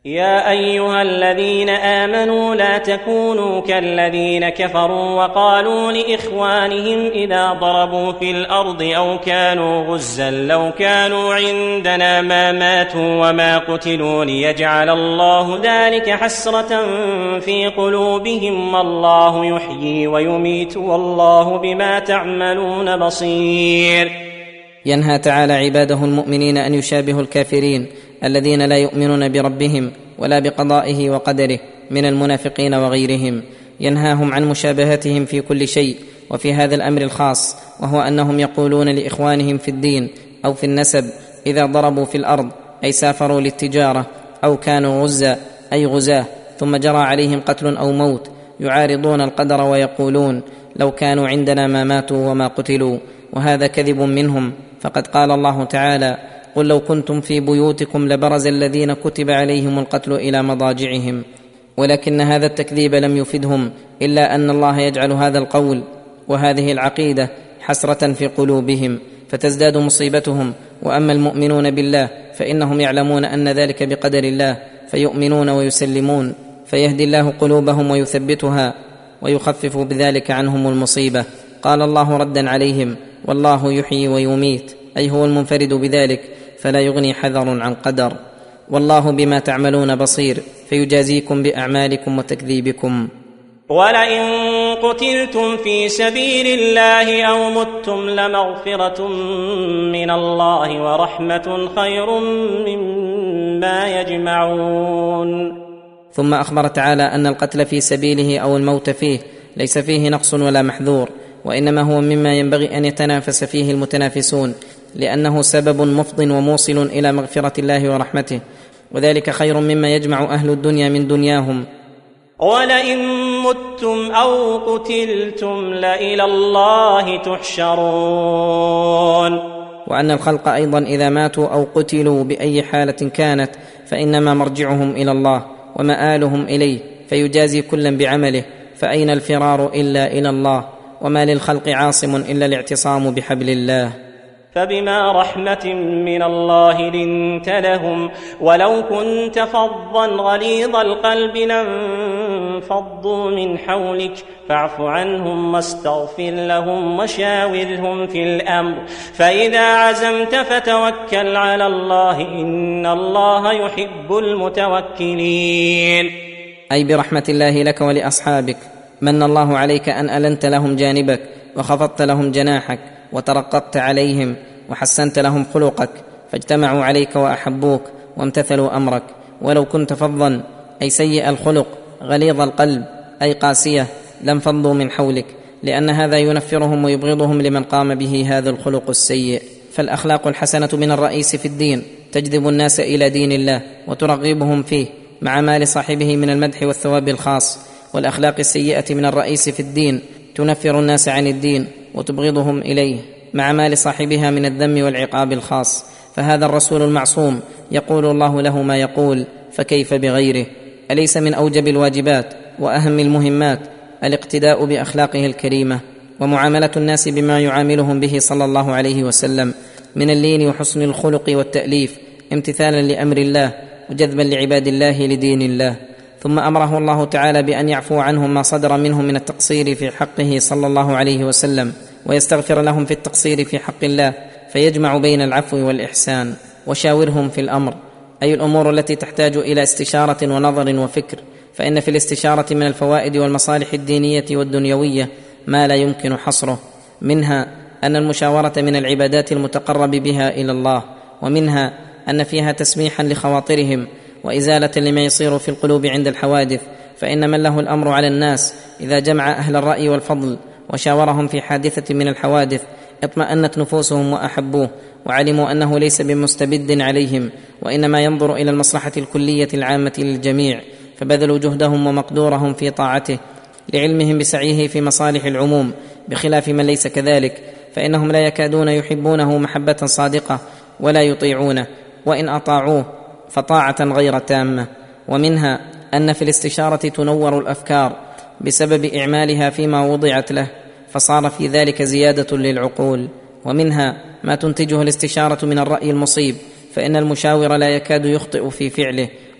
يا أيها الذين آمنوا لا تكونوا كالذين كفروا وقالوا لإخوانهم إذا ضربوا في الأرض أو كانوا غزا لو كانوا عندنا ما ماتوا وما قتلوا ليجعل الله ذلك حسرة في قلوبهم والله يحيي ويميت والله بما تعملون بصير. ينهى تعالى عباده المؤمنين أن يشابهوا الكافرين الذين لا يؤمنون بربهم ولا بقضائه وقدره من المنافقين وغيرهم، ينهاهم عن مشابهتهم في كل شيء، وفي هذا الأمر الخاص، وهو أنهم يقولون لإخوانهم في الدين أو في النسب إذا ضربوا في الأرض أي سافروا للتجارة أو كانوا غزا أي غزاه ثم جرى عليهم قتل أو موت، يعارضون القدر ويقولون لو كانوا عندنا ما ماتوا وما قتلوا، وهذا كذب منهم. فقد قال الله تعالى: قل لو كنتم في بيوتكم لبرز الذين كتب عليهم القتل إلى مضاجعهم. ولكن هذا التكذيب لم يفدهم إلا أن الله يجعل هذا القول وهذه العقيدة حسرة في قلوبهم فتزداد مصيبتهم. وأما المؤمنون بالله فإنهم يعلمون أن ذلك بقدر الله فيؤمنون ويسلمون، فيهدي الله قلوبهم ويثبتها ويخفف بذلك عنهم المصيبة. قال الله ردا عليهم: والله يحيي ويميت، أي هو المنفرد بذلك فلا يغني حذر عن قدر، والله بما تعملون بصير، فيجازيكم بأعمالكم وتكذيبكم. ولئن قتلتم في سبيل الله أو متم لمغفرة من الله ورحمة خير مما يجمعون. ثم أخبر تعالى أن القتل في سبيله أو الموت فيه ليس فيه نقص ولا محذور، وإنما هو مما ينبغي أن يتنافس فيه المتنافسون، لأنه سبب مفض وموصل إلى مغفرة الله ورحمته، وذلك خير مما يجمع أهل الدنيا من دنياهم. ولئن متم أو قتلتم لإلى الله تحشرون. وأن الخلق أيضا إذا ماتوا أو قتلوا بأي حالة كانت فإنما مرجعهم إلى الله ومآلهم إليه، فيجازي كلا بعمله، فأين الفرار إلا إلى الله؟ وما للخلق عاصم إلا الاعتصام بحبل الله. فبما رحمة من الله لنت لهم ولو كنت فظا غليظ القلب لانفضوا من حولك فاعف عنهم واستغفر لهم وشاورهم في الأمر فإذا عزمت فتوكل على الله إن الله يحب المتوكلين. أي برحمة الله لك ولأصحابك من الله عليك أن ألنت لهم جانبك وخفضت لهم جناحك وترققت عليهم وحسنت لهم خلقك، فاجتمعوا عليك وأحبوك وامتثلوا أمرك. ولو كنت فظا أي سيء الخلق غليظ القلب أي قاسية لانفضوا من حولك، لأن هذا ينفرهم ويبغضهم لمن قام به هذا الخلق السيء. فالأخلاق الحسنة من الرئيس في الدين تجذب الناس إلى دين الله وترغبهم فيه مع ما لصاحبه من المدح والثواب الخاص، والأخلاق السيئة من الرئيس في الدين تنفر الناس عن الدين وتبغضهم إليه مع ما لصاحبها من الذم والعقاب الخاص. فهذا الرسول المعصوم يقول الله له ما يقول، فكيف بغيره؟ أليس من أوجب الواجبات وأهم المهمات الاقتداء بأخلاقه الكريمة ومعاملة الناس بما يعاملهم به صلى الله عليه وسلم من اللين وحسن الخلق والتأليف امتثالا لأمر الله وجذبا لعباد الله لدين الله. ثم أمره الله تعالى بأن يعفو عنهم ما صدر منهم من التقصير في حقه صلى الله عليه وسلم ويستغفر لهم في التقصير في حق الله، فيجمع بين العفو والإحسان. وشاورهم في الأمر أي الأمور التي تحتاج إلى استشارة ونظر وفكر، فإن في الاستشارة من الفوائد والمصالح الدينية والدنيوية ما لا يمكن حصره، منها أن المشاورة من العبادات المتقرب بها إلى الله، ومنها أن فيها تسميحا لخواطرهم وإزالة لما يصير في القلوب عند الحوادث، فإن من له الأمر على الناس إذا جمع أهل الرأي والفضل وشاورهم في حادثة من الحوادث اطمأنت نفوسهم وأحبوه وعلموا أنه ليس بمستبد عليهم، وإنما ينظر إلى المصلحة الكلية العامة للجميع، فبذلوا جهدهم ومقدورهم في طاعته لعلمهم بسعيه في مصالح العموم، بخلاف من ليس كذلك فإنهم لا يكادون يحبونه محبة صادقة ولا يطيعونه، وإن أطاعوه فطاعة غير تامة. ومنها أن في الاستشارة تنور الأفكار بسبب إعمالها فيما وضعت له، فصار في ذلك زيادة للعقول. ومنها ما تنتجه الاستشارة من الرأي المصيب، فإن المشاور لا يكاد يخطئ في فعله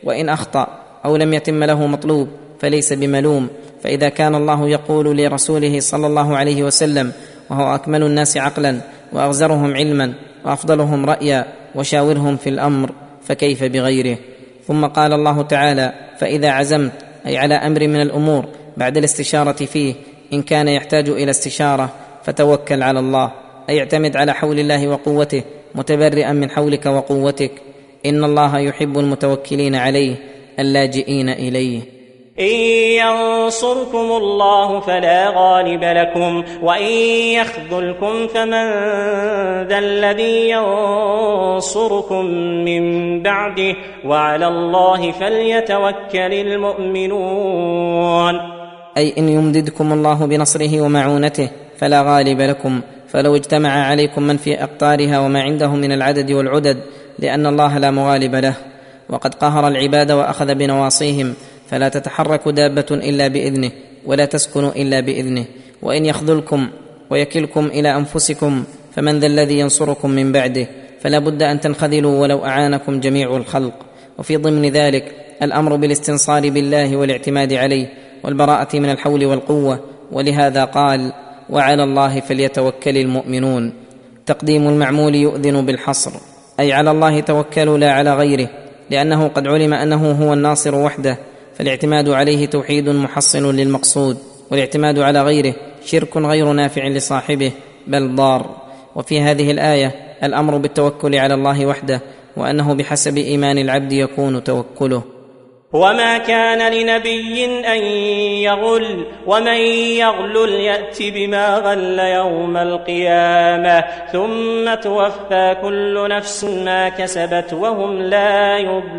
وإن أخطأ أو لم يتم له مطلوب فليس بملوم. فإذا كان الله يقول لرسوله صلى الله عليه وسلم وهو أكمل الناس عقلا وأغزرهم علما وأفضلهم رأيا وشاورهم في الأمر، فكيف بغيره؟ ثم قال الله تعالى: فإذا عزمت، أي على أمر من الأمور بعد الاستشارة فيه إن كان يحتاج إلى استشارة، فتوكل على الله، أي اعتمد على حول الله وقوته متبرئا من حولك وقوتك. إن الله يحب المتوكلين عليه اللاجئين إليه. إن ينصركم الله فلا غالب لكم وإن يخذلكم فمن ذا الذي ينصركم من بعده وعلى الله فليتوكل المؤمنون. أي إن يمددكم الله بنصره ومعونته فلا غالب لكم، فلو اجتمع عليكم من في أقطارها وما عنده من العدد والعدد، لأن الله لا مغالب له، وقد قهر العباد وأخذ بنواصيهم، فلا تتحرك دابة إلا بإذنه ولا تسكن إلا بإذنه. وإن يخذلكم ويكلكم إلى أنفسكم فمن ذا الذي ينصركم من بعده؟ فلا بد أن تنخذلوا ولو أعانكم جميع الخلق. وفي ضمن ذلك الأمر بالاستنصار بالله والاعتماد عليه والبراءة من الحول والقوة، ولهذا قال: وعلى الله فليتوكل المؤمنون. تقديم المعمول يؤذن بالحصر، أي على الله توكلوا لا على غيره، لأنه قد علم أنه هو الناصر وحده، فالاعتماد عليه توحيد محصل للمقصود، والاعتماد على غيره شرك غير نافع لصاحبه بل ضار. وفي هذه الآية الأمر بالتوكل على الله وحده، وأنه بحسب إيمان العبد يكون توكله. وما كان لنبي أن يغل ومن يغلل يأت بما غل يوم القيامة ثم توفى كل نفس ما كسبت وهم لا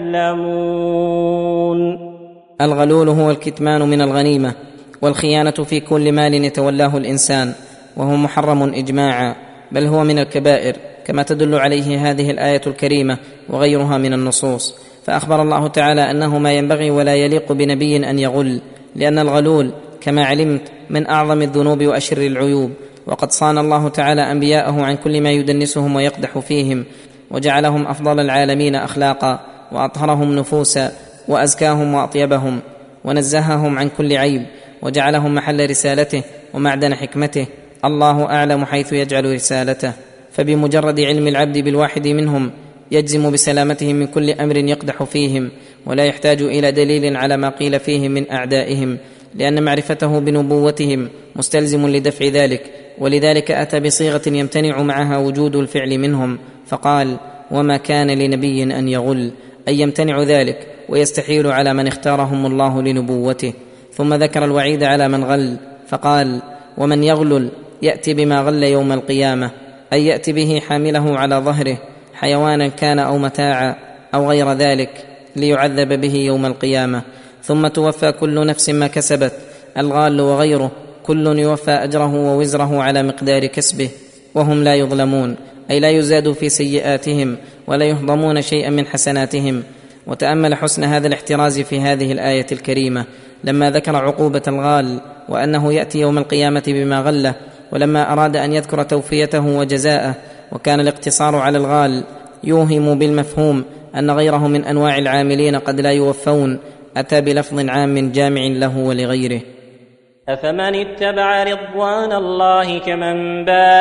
يظلمون. الغلول هو الكتمان من الغنيمة، والخيانة في كل مال يتولاه الإنسان، وهو محرم إجماعا، بل هو من الكبائر كما تدل عليه هذه الآية الكريمة وغيرها من النصوص. فأخبر الله تعالى أنه ما ينبغي ولا يليق بنبي أن يغل، لأن الغلول كما علمت من أعظم الذنوب وأشر العيوب، وقد صان الله تعالى أنبياءه عن كل ما يدنسهم ويقدح فيهم، وجعلهم أفضل العالمين أخلاقا وأطهرهم نفوسا وأزكاهم وأطيبهم، ونزههم عن كل عيب، وجعلهم محل رسالته ومعدن حكمته. الله أعلم حيث يجعل رسالته، فبمجرد علم العبد بالواحد منهم يجزم بسلامتهم من كل أمر يقدح فيهم، ولا يحتاج إلى دليل على ما قيل فيهم من أعدائهم، لأن معرفته بنبوتهم مستلزم لدفع ذلك، ولذلك أتى بصيغة يمتنع معها وجود الفعل منهم، فقال: وما كان لنبي أن يغل، أي يمتنع ذلك ويستحيل على من اختارهم الله لنبوته. ثم ذكر الوعيد على من غل، فقال: ومن يغلل يأتي بما غل يوم القيامة، أي يأتي به حامله على ظهره، حيوانا كان أو متاعا أو غير ذلك، ليعذب به يوم القيامة. ثم توفى كل نفس ما كسبت، الغال وغيره كل يوفى أجره ووزره على مقدار كسبه، وهم لا يظلمون، أي لا يزاد في سيئاتهم ولا يهضمون شيئا من حسناتهم. وتأمل حسن هذا الاحتراز في هذه الآية الكريمة لما ذكر عقوبة الغال وأنه يأتي يوم القيامة بما غله، ولما أراد أن يذكر توفيته وجزاءه، وكان الاقتصار على الغال يوهم بالمفهوم أن غيره من أنواع العاملين قد لا يوفون، أتى بلفظ عام جامع له ولغيره. أفمن اتبع رضوان الله كمن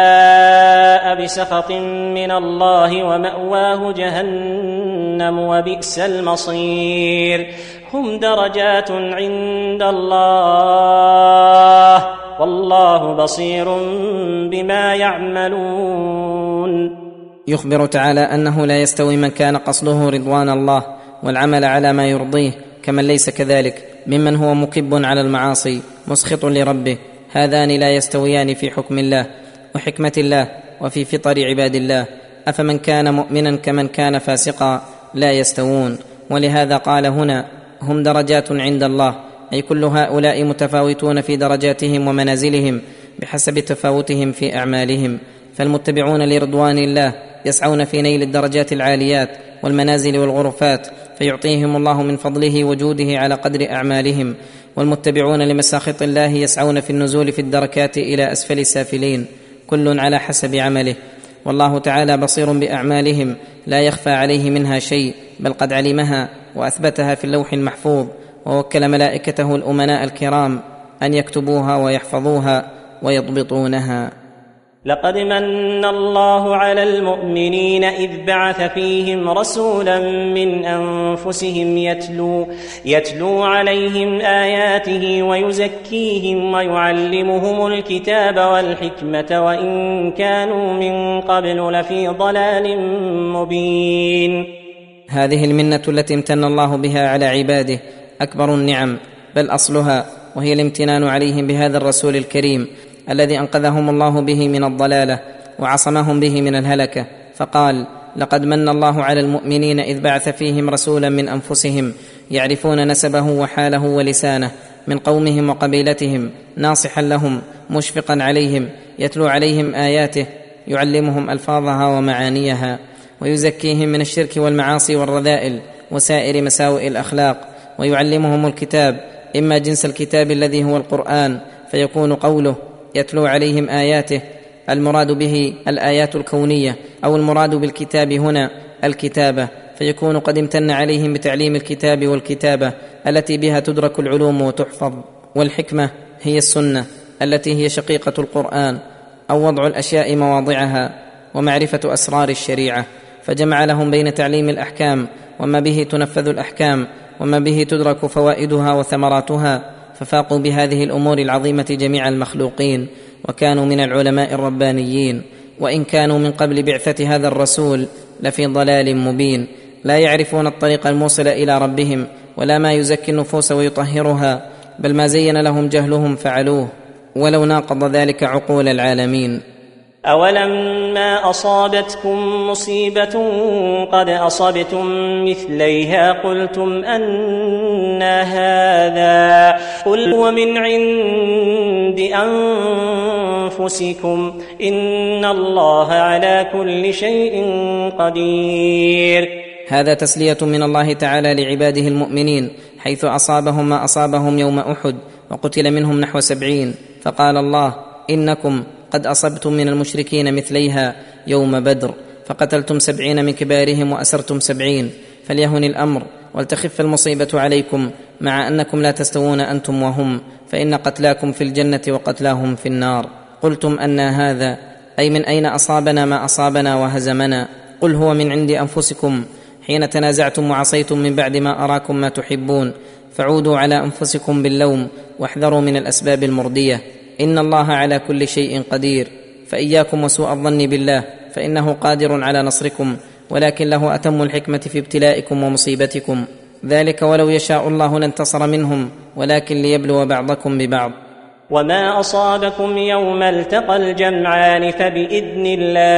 باء بسخط من الله ومأواه جهنم وبئس المصير. هم درجات عند الله والله بصير بما يعملون. يخبر تعالى أنه لا يستوي من كان قصده رضوان الله والعمل على ما يرضيه كمن ليس كذلك ممن هو مكب على المعاصي مسخط لربه، هذان لا يستويان في حكم الله وحكمة الله وفي فطر عباد الله. أفمن كان مؤمنا كمن كان فاسقا لا يستوون. ولهذا قال هنا: هم درجات عند الله، أي كل هؤلاء متفاوتون في درجاتهم ومنازلهم بحسب تفاوتهم في أعمالهم. فالمتبعون لرضوان الله يسعون في نيل الدرجات العاليات والمنازل والغرفات، فيعطيهم الله من فضله وجوده على قدر أعمالهم، والمتبعون لمساخط الله يسعون في النزول في الدركات إلى أسفل السافلين، كل على حسب عمله. والله تعالى بصير بأعمالهم لا يخفى عليه منها شيء، بل قد علمها واثبتها في اللوح المحفوظ، ووكل ملائكته الامناء الكرام ان يكتبوها ويحفظوها ويضبطونها. لقد من الله على المؤمنين إذ بعث فيهم رسولا من أنفسهم يتلو, يتلو عليهم آياته ويزكيهم ويعلمهم الكتاب والحكمة وإن كانوا من قبل لفي ضلال مبين. هذه المنة التي امتن الله بها على عباده أكبر النعم، بل أصلها، وهي الامتنان عليهم بهذا الرسول الكريم الذي أنقذهم الله به من الضلالة وعصمهم به من الهلكة. فقال: لقد من الله على المؤمنين إذ بعث فيهم رسولا من أنفسهم يعرفون نسبه وحاله ولسانه من قومهم وقبيلتهم، ناصحا لهم مشفقا عليهم، يتلو عليهم آياته، يعلمهم ألفاظها ومعانيها، ويزكيهم من الشرك والمعاصي والرذائل وسائر مساوئ الأخلاق، ويعلمهم الكتاب، إما جنس الكتاب الذي هو القرآن فيكون قوله يتلو عليهم آياته المراد به الآيات الكونية، أو المراد بالكتاب هنا الكتابة، فيكون قد امتن عليهم بتعليم الكتاب والكتابة التي بها تدرك العلوم وتحفظ. والحكمة هي السنة التي هي شقيقة القرآن، أو وضع الأشياء مواضعها ومعرفة أسرار الشريعة، فجمع لهم بين تعليم الأحكام وما به تنفذ الأحكام وما به تدرك فوائدها وثمراتها، ففاقوا بهذه الأمور العظيمة جميع المخلوقين، وكانوا من العلماء الربانيين، وإن كانوا من قبل بعثة هذا الرسول لفي ضلال مبين، لا يعرفون الطريق الموصل إلى ربهم ولا ما يزكي النفوس ويطهرها، بل ما زين لهم جهلهم فعلوه، ولو ناقض ذلك عقول العالمين. أولما أصابتكم مصيبة قد أصبتم مثليها قلتم أنى هذا، قل هو من عند أنفسكم إن الله على كل شيء قدير. هذا تسلية من الله تعالى لعباده المؤمنين، حيث أصابهم ما أصابهم يوم أحد وقتل منهم نحو سبعين، فقال الله: إنكم قد أصبتم من المشركين مثليها يوم بدر، فقتلتم سبعين من كبارهم وأسرتم سبعين، فليهن الأمر ولتخف المصيبة عليكم، مع أنكم لا تستوون أنتم وهم، فإن قتلاكم في الجنة وقتلاهم في النار. قلتم أنى هذا، أي من أين أصابنا ما أصابنا وهزمنا؟ قل هو من عند أنفسكم، حين تنازعتم وعصيتم من بعد ما أراكم ما تحبون، فعودوا على أنفسكم باللوم واحذروا من الأسباب المردية، إن الله على كل شيء قدير. فإياكم وسوء الظن بالله، فإنه قادر على نصركم، ولكن له أتم الحكمة في ابتلائكم ومصيبتكم، ذلك ولو يشاء الله لانتصر منهم، ولكن ليبلو بعضكم ببعض. وما أصابكم يوم التقى الجمعان فبإذن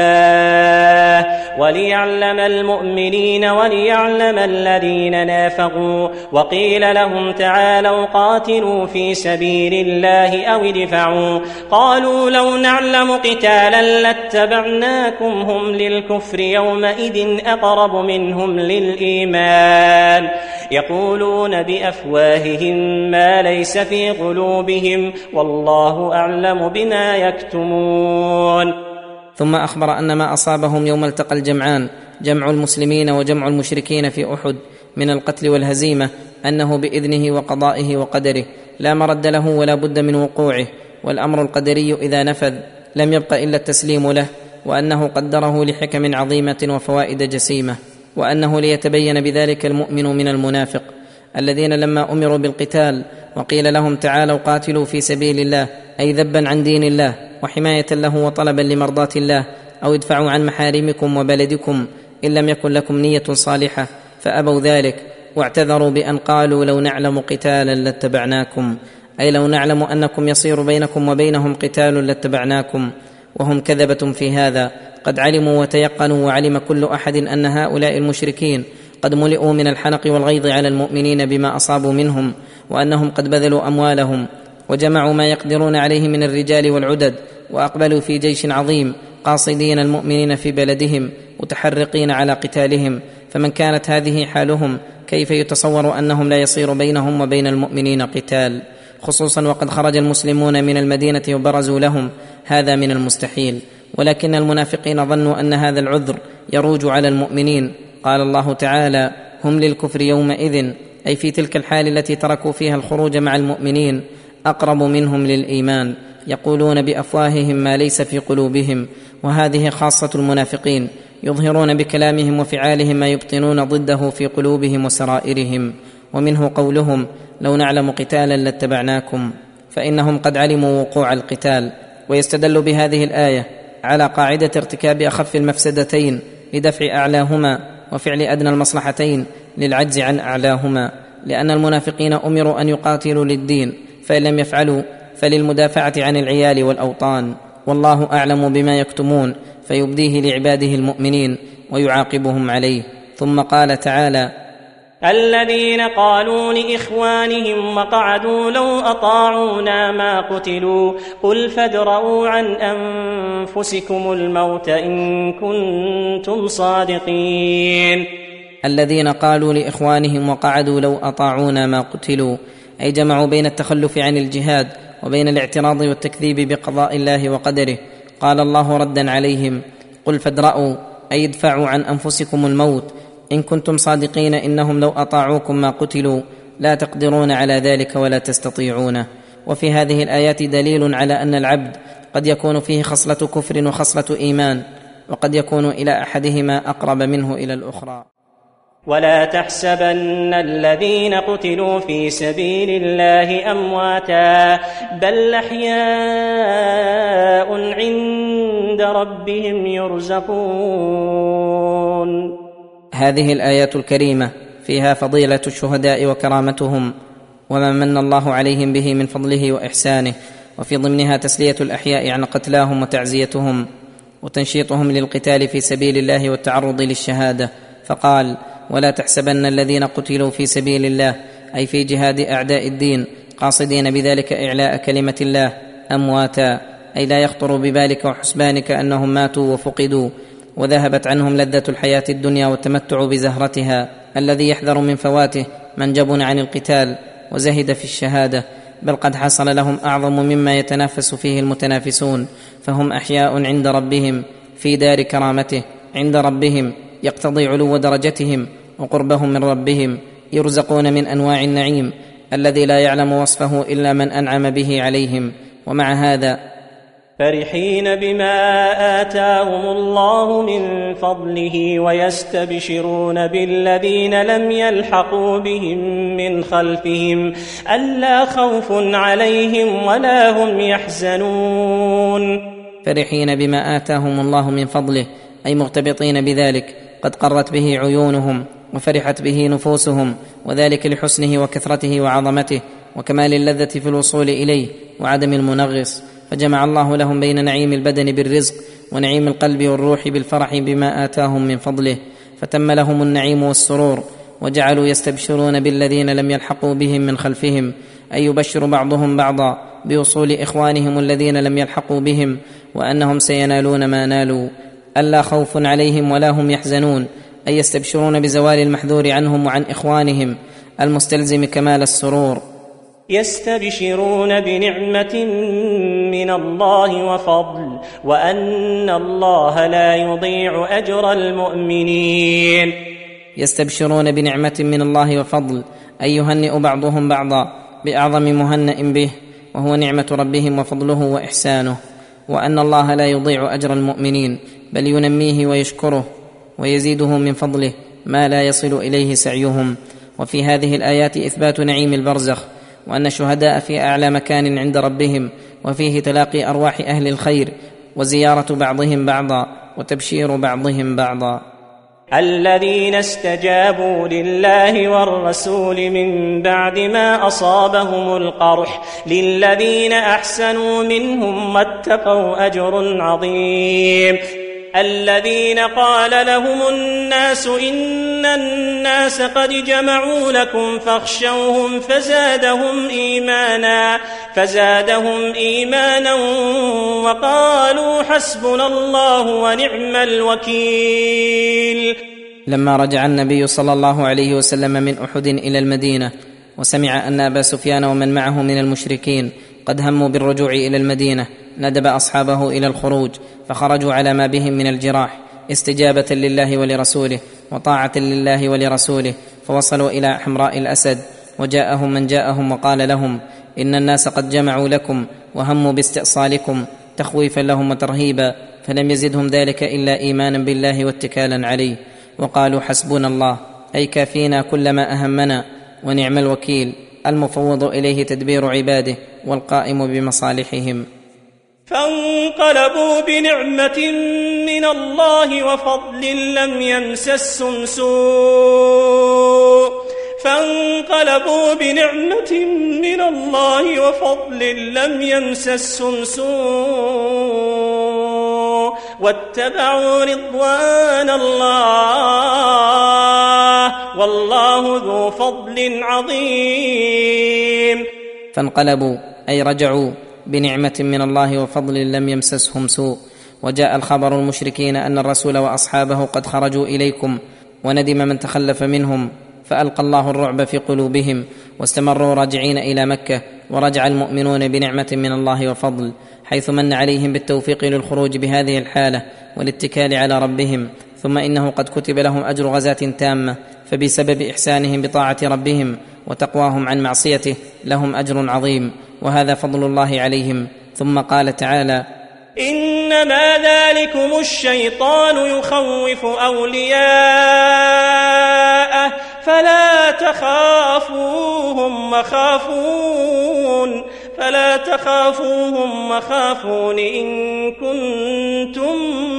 الله وليعلم المؤمنين وليعلم الذين نافقوا. وقيل لهم تعالوا قاتلوا في سبيل الله أو ادفعوا، قالوا لو نعلم قتالا لاتبعناكم هم للكفر يومئذ أقرب منهم للإيمان، يقولون بأفواههم ما ليس في قلوبهم والله أعلم بما يكتمون. ثم أخبر أن ما أصابهم يوم التقى الجمعان، جمع المسلمين وجمع المشركين في أحد، من القتل والهزيمة، أنه بإذنه وقضائه وقدره، لا مرد له ولا بد من وقوعه، والأمر القدري إذا نفذ لم يبق إلا التسليم له، وأنه قدره لحكم عظيمة وفوائد جسيمة، وأنه ليتبين بذلك المؤمن من المنافق، الذين لما أمروا بالقتال وقيل لهم تعالوا قاتلوا في سبيل الله، أي ذبا عن دين الله وحماية له وطلبا لمرضاة الله، أو ادفعوا عن محارمكم وبلدكم إن لم يكن لكم نية صالحة، فأبوا ذلك واعتذروا بأن قالوا لو نعلم قتالا لاتبعناكم، أي لو نعلم أنكم يصير بينكم وبينهم قتال لاتبعناكم، وهم كذبة في هذا، قد علموا وتيقنوا، وعلم كل أحد أن هؤلاء المشركين قد ملئوا من الحنق والغيظ على المؤمنين بما أصابوا منهم، وأنهم قد بذلوا أموالهم وجمعوا ما يقدرون عليه من الرجال والعدد، وأقبلوا في جيش عظيم قاصدين المؤمنين في بلدهم متحرقين على قتالهم، فمن كانت هذه حالهم كيف يتصور أنهم لا يصير بينهم وبين المؤمنين قتال، خصوصا وقد خرج المسلمون من المدينة وبرزوا لهم، هذا من المستحيل. ولكن المنافقين ظنوا أن هذا العذر يروج على المؤمنين، قال الله تعالى: هم للكفر يومئذ، أي في تلك الحال التي تركوا فيها الخروج مع المؤمنين، أقرب منهم للإيمان، يقولون بأفواههم ما ليس في قلوبهم. وهذه خاصة المنافقين، يظهرون بكلامهم وفعالهم ما يبطنون ضده في قلوبهم وسرائرهم. ومنه قولهم: لو نعلم قتالا لاتبعناكم، فإنهم قد علموا وقوع القتال. ويستدل بهذه الآية على قاعدة ارتكاب أخف المفسدتين لدفع أعلاهما، وفعل أدنى المصلحتين للعجز عن أعلاهما، لأن المنافقين أمروا أن يقاتلوا للدين، فإن لم يفعلوا فللمدافعة عن العيال والأوطان، والله أعلم بما يكتمون فيبديه لعباده المؤمنين ويعاقبهم عليه. ثم قال تعالى: الذين قالوا لإخوانهم وقعدوا لو أطاعونا ما قتلوا قل فادرءوا عن أنفسكم الموت إن كنتم صادقين. الذين قالوا لإخوانهم وقعدوا لو أطاعونا ما قتلوا، أي جمعوا بين التخلف عن الجهاد وبين الاعتراض والتكذيب بقضاء الله وقدره. قال الله ردا عليهم: قل فادرءوا، أي ادفعوا عن أنفسكم الموت إن كنتم صادقين، إنهم لو أطاعوكم ما قتلوا، لا تقدرون على ذلك ولا تستطيعونه. وفي هذه الآيات دليل على أن العبد قد يكون فيه خصلة كفر وخصلة إيمان، وقد يكون إلى أحدهما أقرب منه إلى الأخرى. ولا تحسبن الذين قتلوا في سبيل الله أمواتا بل أحياء عند ربهم يرزقون. هذه الآيات الكريمة فيها فضيلة الشهداء وكرامتهم وما من الله عليهم به من فضله وإحسانه، وفي ضمنها تسلية الأحياء عن قتلاهم وتعزيتهم وتنشيطهم للقتال في سبيل الله والتعرض للشهادة. فقال: ولا تحسبن الذين قتلوا في سبيل الله، أي في جهاد أعداء الدين، قاصدين بذلك إعلاء كلمة الله، أمواتا، أي لا يخطر ببالك وحسبانك أنهم ماتوا وفقدوا وذهبت عنهم لذة الحياة الدنيا والتمتع بزهرتها، الذي يحذر من فواته من جبن عن القتال وزهد في الشهادة، بل قد حصل لهم أعظم مما يتنافس فيه المتنافسون، فهم أحياء عند ربهم في دار كرامته، عند ربهم يقتضي علو درجتهم وقربهم من ربهم، يرزقون من أنواع النعيم الذي لا يعلم وصفه إلا من أنعم به عليهم. ومع هذا فرحين بما آتاهم الله من فضله ويستبشرون بالذين لم يلحقوا بهم من خلفهم ألا خوف عليهم ولا هم يحزنون. فرحين بما آتاهم الله من فضله، أي مغتبطين بذلك، قد قرت به عيونهم وفرحت به نفوسهم، وذلك لحسنه وكثرته وعظمته وكمال اللذة في الوصول إليه وعدم المنغص. فجمع الله لهم بين نعيم البدن بالرزق ونعيم القلب والروح بالفرح بما آتاهم من فضله، فتم لهم النعيم والسرور، وجعلوا يستبشرون بالذين لم يلحقوا بهم من خلفهم، أي يبشر بعضهم بعضا بوصول إخوانهم الذين لم يلحقوا بهم وأنهم سينالون ما نالوا، ألا خوف عليهم ولا هم يحزنون، أي يستبشرون بزوال المحذور عنهم وعن إخوانهم المستلزم كمال السرور. يستبشرون بنعمة من الله وفضل وأن الله لا يضيع أجر المؤمنين. يستبشرون بنعمة من الله وفضل، أي يهنئ بعضهم بعضا بأعظم مهنئ به، وهو نعمة ربهم وفضله وإحسانه، وأن الله لا يضيع أجر المؤمنين بل ينميه ويشكره ويزيده من فضله ما لا يصل إليه سعيهم. وفي هذه الآيات إثبات نعيم البرزخ، وأن الشهداء في أعلى مكان عند ربهم، وفيه تلاقي أرواح أهل الخير وزيارة بعضهم بعضا وتبشير بعضهم بعضا. الذين استجابوا لله والرسول من بعد ما أصابهم القرح للذين أحسنوا منهم واتقوا أجر عظيم. الذين قال لهم الناس إن الناس قد جمعوا لكم فاخشوهم فزادهم إيمانا فزادهم إيمانا وقالوا حسبنا الله ونعم الوكيل. لما رجع النبي صلى الله عليه وسلم من أحد إلى المدينة، وسمع أن أبا سفيان ومن معه من المشركين قد هموا بالرجوع إلى المدينة، ندب أصحابه إلى الخروج، فخرجوا على ما بهم من الجراح استجابة لله ولرسوله، وطاعة لله ولرسوله، فوصلوا إلى حمراء الأسد، وجاءهم من جاءهم وقال لهم: إن الناس قد جمعوا لكم وهموا باستئصالكم تخويفا لهم وترهيبا، فلم يزدهم ذلك إلا إيمانا بالله واتكالا عليه، وقالوا: حسبنا الله، أي كافينا كل ما أهمنا، ونعم الوكيل، المفوض إليه تدبير عباده والقائم بمصالحهم. فانقلبوا بنعمة من الله وفضل لم يمسسهم سوء فانقلبوا بنعمة من الله وفضل لم يمسسهم سوء واتبعوا رضوان الله والله ذو فضل عظيم. فانقلبوا أي رجعوا بنعمة من الله وفضل لم يمسسهم سوء. وجاء الخبر المشركين أن الرسول وأصحابه قد خرجوا إليكم، وندم من تخلف منهم، فألقى الله الرعب في قلوبهم، واستمروا راجعين إلى مكة، ورجع المؤمنون بنعمة من الله وفضل، حيث من عليهم بالتوفيق للخروج بهذه الحالة والاتكال على ربهم. ثم إنه قد كتب لهم أجر غزاة تامة، فبسبب إحسانهم بطاعة ربهم وتقواهم عن معصيته لهم أجر عظيم، وهذا فضل الله عليهم. ثم قال تعالى: إنما ذلكم الشيطان يخوف أولياءه فلا تخافوهم وخافون فلا تخافوهم وخافون إن كنتم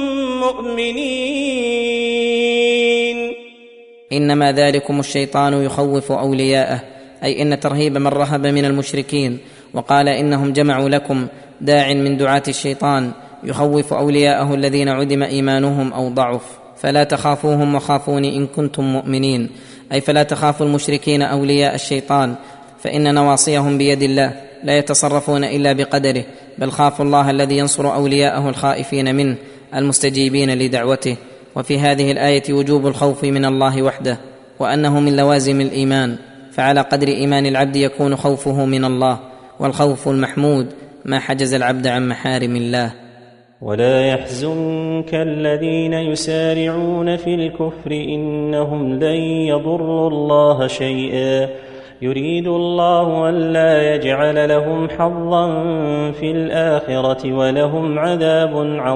مؤمنين. إنما ذلكم الشيطان يخوف أولياءه، أي إن ترهيب من رهب من المشركين وقال إنهم جمعوا لكم داع من دعاة الشيطان يخوف أولياءه الذين عدم إيمانهم أو ضعف. فلا تخافوهم وخافون إن كنتم مؤمنين، أي فلا تخافوا المشركين أولياء الشيطان، فإن نواصيهم بيد الله لا يتصرفون إلا بقدره، بل خافوا الله الذي ينصر أولياءه الخائفين منه المستجيبين لدعوته. وفي هذه الآية وجوب الخوف من الله وحده، وأنه من لوازم الإيمان، فعلى قدر إيمان العبد يكون خوفه من الله، والخوف المحمود ما حجز العبد عن محارم الله. ولا يحزنك الذين يسارعون في الكفر إنهم لن يضروا الله شيئا يريد الله ألا يجعل لهم حظا في الآخرة ولهم عذاب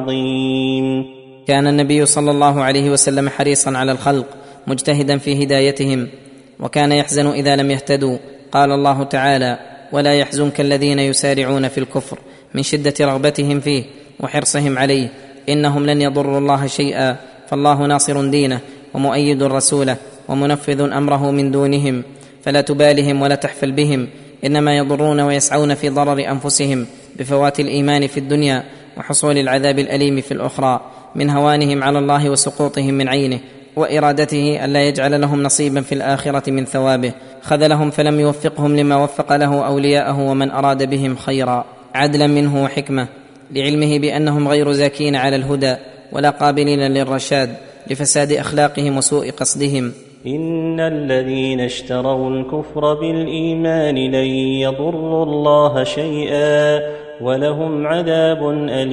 عظيم. كان النبي صلى الله عليه وسلم حريصا على الخلق مجتهدا في هدايتهم، وكان يحزن إذا لم يهتدوا. قال الله تعالى: ولا يحزنك الذين يسارعون في الكفر، من شدة رغبتهم فيه وحرصهم عليه، إنهم لن يضروا الله شيئا، فالله ناصر دينه ومؤيد رسوله ومنفذ أمره من دونهم، فلا تبالهم ولا تحفل بهم، إنما يضرون ويسعون في ضرر أنفسهم بفوات الإيمان في الدنيا وحصول العذاب الأليم في الأخرى، من هوانهم على الله وسقوطهم من عينه، وإرادته ألا يجعل لهم نصيبا في الآخرة من ثوابه. خذلهم فلم يوفقهم لما وفق له أولياءه ومن أراد بهم خيرا، عدلا منه وحكمة، لعلمه بأنهم غير زاكين على الهدى ولا قابلين للرشاد، لفساد أخلاقهم وسوء قصدهم. إن الذين اشتروا الكفر بالإيمان لن يضروا الله شيئا ولهم عذاب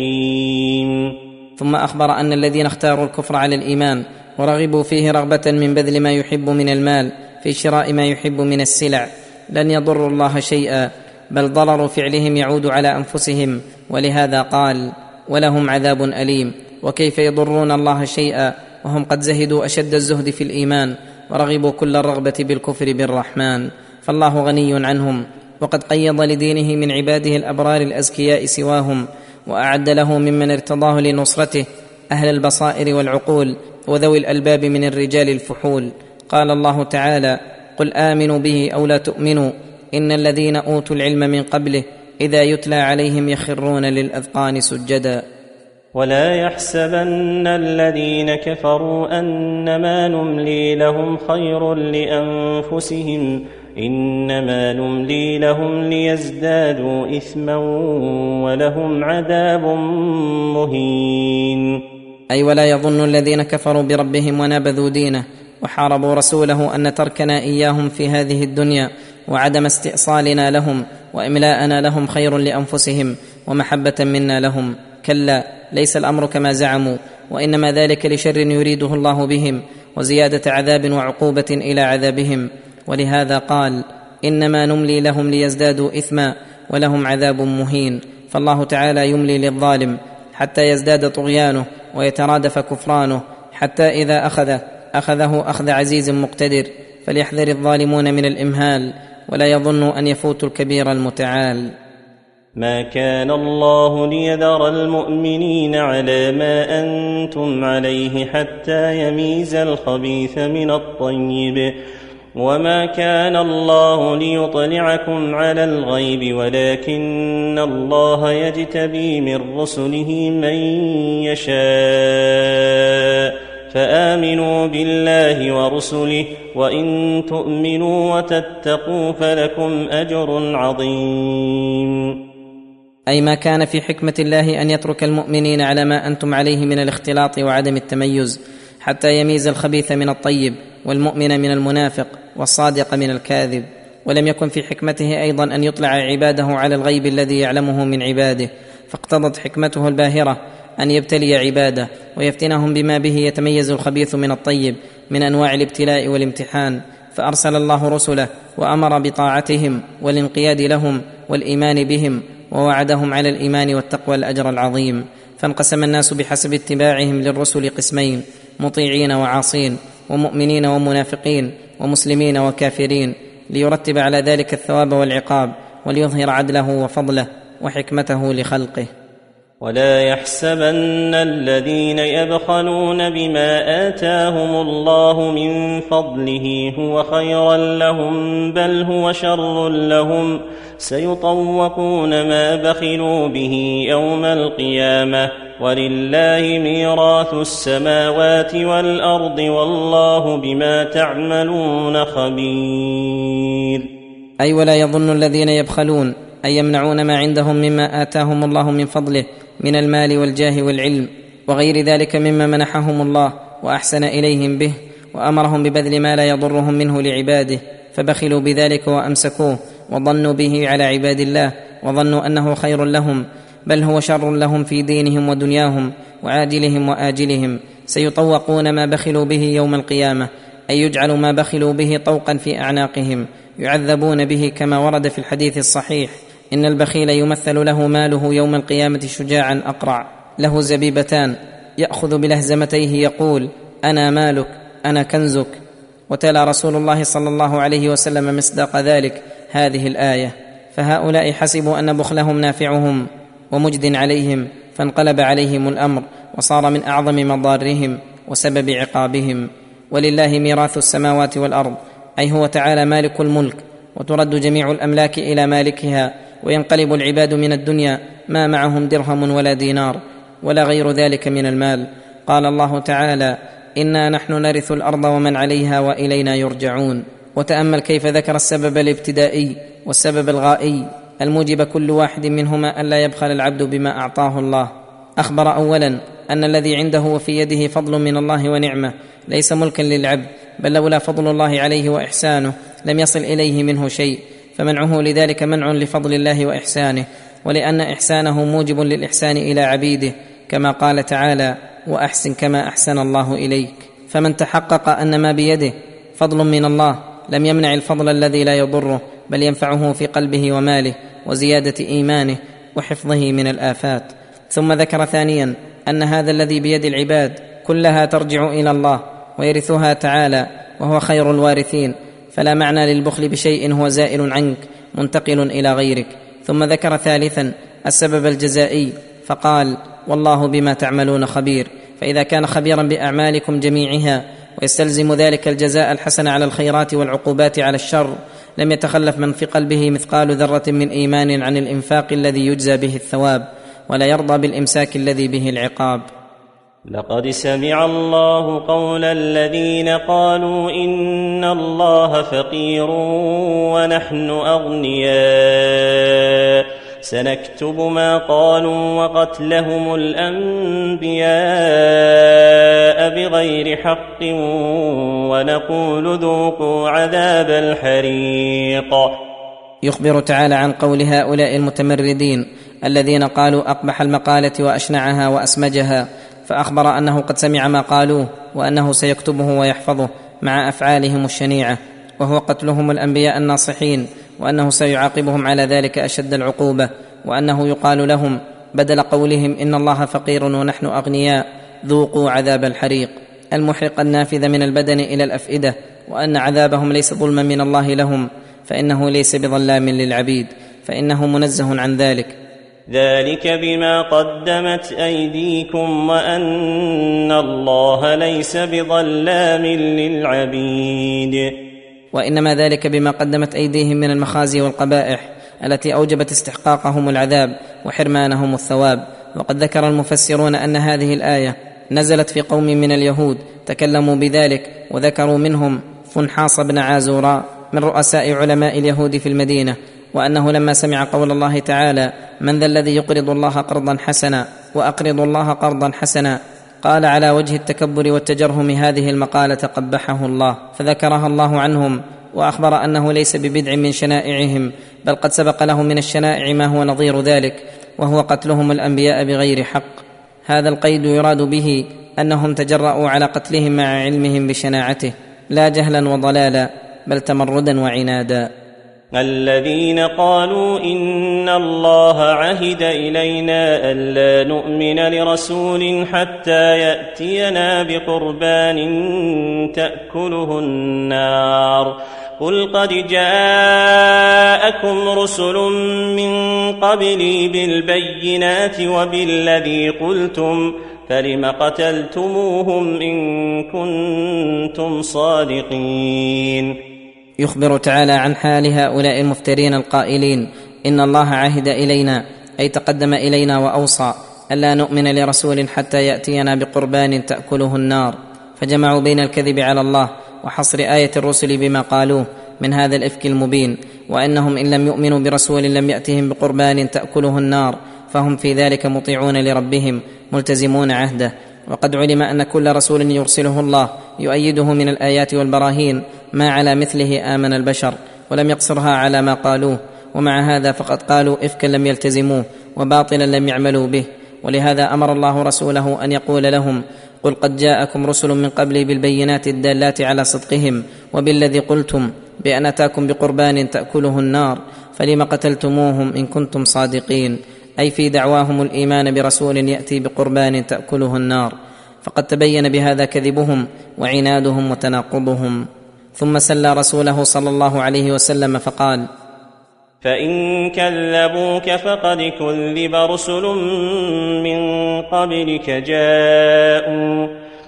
أليم. ثم أخبر أن الذين اختاروا الكفر على الإيمان ورغبوا فيه رغبة من بذل ما يحب من المال في شراء ما يحب من السلع لن يضروا الله شيئا، بل ضرر فعلهم يعود على أنفسهم، ولهذا قال: ولهم عذاب أليم. وكيف يضرون الله شيئا وهم قد زهدوا أشد الزهد في الإيمان ورغبوا كل الرغبة بالكفر بالرحمن؟ فالله غني عنهم، وقد قيض لدينه من عباده الأبرار الأزكياء سواهم، وأعد له ممن ارتضاه لنصرته أهل البصائر والعقول وذوي الألباب من الرجال الفحول. قال الله تعالى: قل آمنوا به أو لا تؤمنوا إن الذين أوتوا العلم من قبله إذا يتلى عليهم يخرون للأذقان سجدا. ولا يحسبن الذين كفروا أنما نملي لهم خير لأنفسهم إنما نملي لهم ليزدادوا إثما ولهم عذاب مهين. أي ولا يظن الذين كفروا بربهم ونبذوا دينه وحاربوا رسوله أن تركنا إياهم في هذه الدنيا وعدم استئصالنا لهم وإملاءنا لهم خير لأنفسهم ومحبة منا لهم. كلا، ليس الأمر كما زعموا، وإنما ذلك لشر يريده الله بهم وزياده عذاب وعقوبه الى عذابهم. ولهذا قال: انما نملي لهم ليزدادوا اثما ولهم عذاب مهين. فالله تعالى يملي للظالم حتى يزداد طغيانه ويترادف كفرانه، حتى اذا اخذه اخذه اخذ عزيز مقتدر. فليحذر الظالمون من الامهال، ولا يظنوا ان يفوتوا الكبير المتعال. ما كان الله ليذر المؤمنين على ما أنتم عليه حتى يميز الخبيث من الطيب، وما كان الله ليطلعكم على الغيب ولكن الله يجتبي من رسله من يشاء، فآمنوا بالله ورسله وإن تؤمنوا وتتقوا فلكم أجر عظيم. أي ما كان في حكمة الله أن يترك المؤمنين على ما أنتم عليه من الاختلاط وعدم التميز حتى يميز الخبيث من الطيب والمؤمن من المنافق والصادق من الكاذب. ولم يكن في حكمته أيضا أن يطلع عباده على الغيب الذي يعلمه من عباده، فاقتضت حكمته الباهرة أن يبتلي عباده ويفتنهم بما به يتميز الخبيث من الطيب من أنواع الابتلاء والامتحان. فأرسل الله رسله وأمر بطاعتهم والانقياد لهم والإيمان بهم، ووعدهم على الإيمان والتقوى الأجر العظيم. فانقسم الناس بحسب اتباعهم للرسل قسمين: مطيعين وعاصين، ومؤمنين ومنافقين، ومسلمين وكافرين، ليرتب على ذلك الثواب والعقاب، وليظهر عدله وفضله وحكمته لخلقه. ولا يحسبن الذين يبخلون بما آتاهم الله من فضله هو خيرا لهم، بل هو شر لهم، سيطوقون ما بخلوا به يوم القيامة، ولله ميراث السماوات والأرض والله بما تعملون خبير. أي ولا يظن الذين يبخلون أن يمنعون ما عندهم مما آتاهم الله من فضله من المال والجاه والعلم وغير ذلك مما منحهم الله وأحسن إليهم به، وأمرهم ببذل ما لا يضرهم منه لعباده، فبخلوا بذلك وأمسكوه وظنوا به على عباد الله، وظنوا أنه خير لهم، بل هو شر لهم في دينهم ودنياهم وعاجلهم وآجلهم. سيطوقون ما بخلوا به يوم القيامة، أي يجعل ما بخلوا به طوقا في أعناقهم، يعذبون به كما ورد في الحديث الصحيح: إن البخيل يمثل له ماله يوم القيامة شجاعا أقرع له زبيبتان يأخذ بلهزمتيه يقول: أنا مالك أنا كنزك. وتلا رسول الله صلى الله عليه وسلم مصداق ذلك هذه الآية: فهؤلاء حسبوا أن بخلهم نافعهم ومجد عليهم، فانقلب عليهم الأمر وصار من أعظم مضارهم وسبب عقابهم. ولله ميراث السماوات والأرض، أي هو تعالى مالك الملك، وترد جميع الأملاك إلى مالكها، وينقلب العباد من الدنيا ما معهم درهم ولا دينار ولا غير ذلك من المال. قال الله تعالى: إنا نحن نرث الأرض ومن عليها وإلينا يرجعون. وتأمل كيف ذكر السبب الابتدائي والسبب الغائي الموجب كل واحد منهما ألا يبخل العبد بما أعطاه الله. أخبر أولا أن الذي عنده وفي يده فضل من الله ونعمة ليس ملكا للعبد، بل لولا فضل الله عليه وإحسانه لم يصل إليه منه شيء، فمنعه لذلك منع لفضل الله وإحسانه، ولأن إحسانه موجب للإحسان إلى عبيده، كما قال تعالى: وأحسن كما أحسن الله إليك. فمن تحقق أن ما بيده فضل من الله لم يمنع الفضل الذي لا يضره، بل ينفعه في قلبه وماله وزيادة إيمانه وحفظه من الآفات. ثم ذكر ثانيا أن هذا الذي بيد العباد كلها ترجع إلى الله ويرثها تعالى، وهو خير الوارثين، فلا معنى للبخل بشيء هو زائل عنك منتقل إلى غيرك. ثم ذكر ثالثا السبب الجزائي، فقال: والله بما تعملون خبير. فإذا كان خبيرا بأعمالكم جميعها ويستلزم ذلك الجزاء الحسن على الخيرات والعقوبات على الشر، لم يتخلف من في قلبه مثقال ذرة من إيمان عن الإنفاق الذي يجزى به الثواب، ولا يرضى بالإمساك الذي به العقاب. لقد سمع الله قول الذين قالوا إن الله فقير ونحن أغنياء، سنكتب ما قالوا وقتلهم الأنبياء بغير حق ونقول ذوقوا عذاب الحريق. يخبر تعالى عن قول هؤلاء المتمردين الذين قالوا أقبح المقالة وأشنعها وأسمجها، فأخبر أنه قد سمع ما قالوه وأنه سيكتبه ويحفظه مع أفعالهم الشنيعة، وهو قتلهم الأنبياء الناصحين، وأنه سيعاقبهم على ذلك أشد العقوبة، وأنه يقال لهم بدل قولهم إن الله فقير ونحن أغنياء ذوقوا عذاب الحريق المحرق النافذ من البدن إلى الأفئدة، وأن عذابهم ليس ظلما من الله لهم، فإنه ليس بظلام للعبيد، فإنه منزه عن ذلك. ذلك بما قدمت أيديكم وأن الله ليس بظلام للعبيد. وإنما ذلك بما قدمت أيديهم من المخازي والقبائح التي أوجبت استحقاقهم العذاب وحرمانهم الثواب. وقد ذكر المفسرون أن هذه الآية نزلت في قوم من اليهود تكلموا بذلك، وذكروا منهم فنحاص بن عازوراء من رؤساء علماء اليهود في المدينة، وأنه لما سمع قول الله تعالى من ذا الذي يقرض الله قرضا حسنا وأقرض الله قرضا حسنا، قال على وجه التكبر والتجرهم هذه المقالة قبحه الله، فذكرها الله عنهم وأخبر أنه ليس ببدع من شنائعهم، بل قد سبق له من الشنائع ما هو نظير ذلك، وهو قتلهم الأنبياء بغير حق. هذا القيد يراد به أنهم تجرؤوا على قتلهم مع علمهم بشناعته، لا جهلا وضلالا بل تمردا وعنادا. الذين قالوا إن الله عهد إلينا ألا نؤمن لرسول حتى يأتينا بقربان تأكله النار، قل قد جاءكم رسل من قبلي بالبينات وبالذي قلتم فلم قتلتموهم إن كنتم صادقين. يخبر تعالى عن حال هؤلاء المفترين القائلين إن الله عهد إلينا، أي تقدم إلينا وأوصى ألا نؤمن لرسول حتى يأتينا بقربان تأكله النار، فجمعوا بين الكذب على الله وحصر آية الرسل بما قالوه من هذا الإفك المبين، وأنهم إن لم يؤمنوا برسول لم يأتهم بقربان تأكله النار فهم في ذلك مطيعون لربهم ملتزمون عهده. وقد علم أن كل رسول يرسله الله يؤيده من الآيات والبراهين ما على مثله آمن البشر، ولم يقصرها على ما قالوه، ومع هذا فقد قالوا إفكا لم يلتزموه وباطلا لم يعملوا به. ولهذا أمر الله رسوله أن يقول لهم قل قد جاءكم رسل من قبلي بالبينات الدالات على صدقهم وبالذي قلتم بأن أتاكم بقربان تأكله النار فلم قتلتموهم إن كنتم صادقين، أي في دعواهم الإيمان برسول يأتي بقربان تأكله النار، فقد تبين بهذا كذبهم وعنادهم وتناقضهم. ثم سلى رسوله صلى الله عليه وسلم فقال فإن كذبوك فقد كذب رسل من قبلك جاءوا,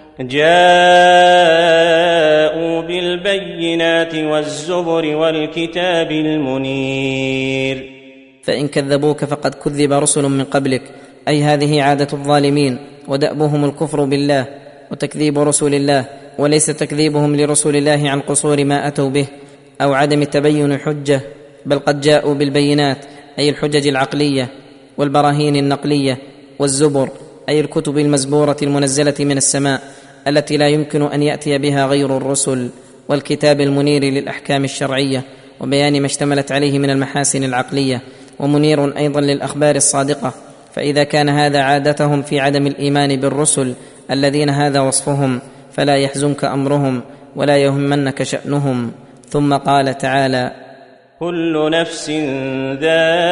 جاءوا بالبينات والزبر والكتاب المنير. فإن كذبوك فقد كذب رسل من قبلك، أي هذه عادة الظالمين ودأبهم الكفر بالله وتكذيب رسل الله، وليس تكذيبهم لرسل الله عن قصور ما أتوا به أو عدم تبين حجة، بل قد جاءوا بالبينات أي الحجج العقلية والبراهين النقلية، والزبر أي الكتب المزبورة المنزلة من السماء التي لا يمكن أن يأتي بها غير الرسل، والكتاب المنير للأحكام الشرعية وبيان ما اشتملت عليه من المحاسن العقلية، ومنير أيضا للأخبار الصادقة. فإذا كان هذا عادتهم في عدم الإيمان بالرسل الذين هذا وصفهم فلا يحزنك أمرهم ولا يهمنك شأنهم. ثم قال تعالى كل نفس ذائقة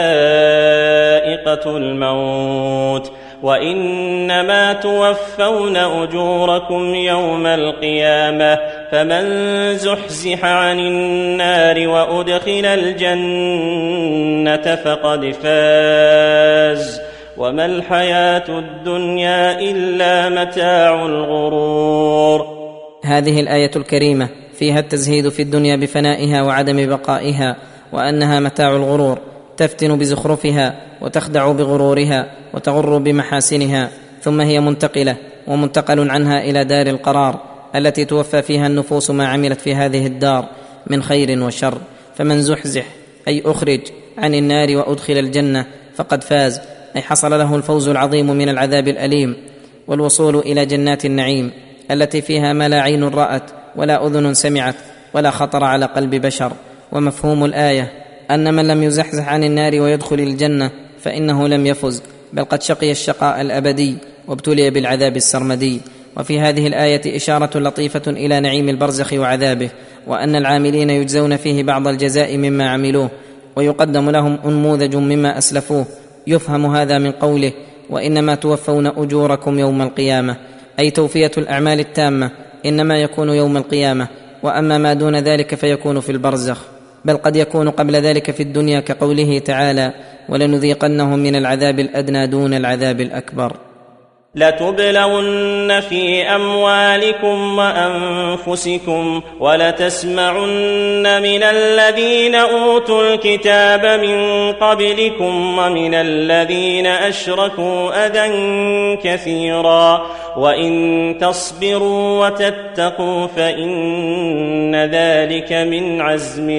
الموت وإنما توفون أجوركم يوم القيامة فمن زحزح عن النار وأدخل الجنة فقد فاز وما الحياة الدنيا إلا متاع الغرور. هذه الآية الكريمة فيها التزهيد في الدنيا بفنائها وعدم بقائها، وأنها متاع الغرور، تفتن بزخرفها وتخدع بغرورها وتغر بمحاسنها، ثم هي منتقلة ومنتقل عنها إلى دار القرار التي توفى فيها النفوس ما عملت في هذه الدار من خير وشر. فمن زحزح أي أخرج عن النار وأدخل الجنة فقد فاز، أي حصل له الفوز العظيم من العذاب الأليم والوصول إلى جنات النعيم التي فيها ما لا عين رأت ولا أذن سمعت ولا خطر على قلب بشر. ومفهوم الآية أن من لم يزحزح عن النار ويدخل الجنة فإنه لم يفز، بل قد شقي الشقاء الأبدي وابتلي بالعذاب السرمدي. وفي هذه الآية إشارة لطيفة إلى نعيم البرزخ وعذابه، وأن العاملين يجزون فيه بعض الجزاء مما عملوه، ويقدم لهم أنموذج مما أسلفوه. يفهم هذا من قوله: وإنما توفون أجوركم يوم القيامة، أي توفية الأعمال التامة إنما يكون يوم القيامة، وأما ما دون ذلك فيكون في البرزخ، بل قد يكون قبل ذلك في الدنيا، كقوله تعالى: ولنذيقنهم من العذاب الأدنى دون العذاب الأكبر. لتبلون في أموالكم وأنفسكم ولتسمعن من الذين أوتوا الكتاب من قبلكم ومن الذين أشركوا أذى كثيرا وإن تصبروا وتتقوا فإن ذلك من عزم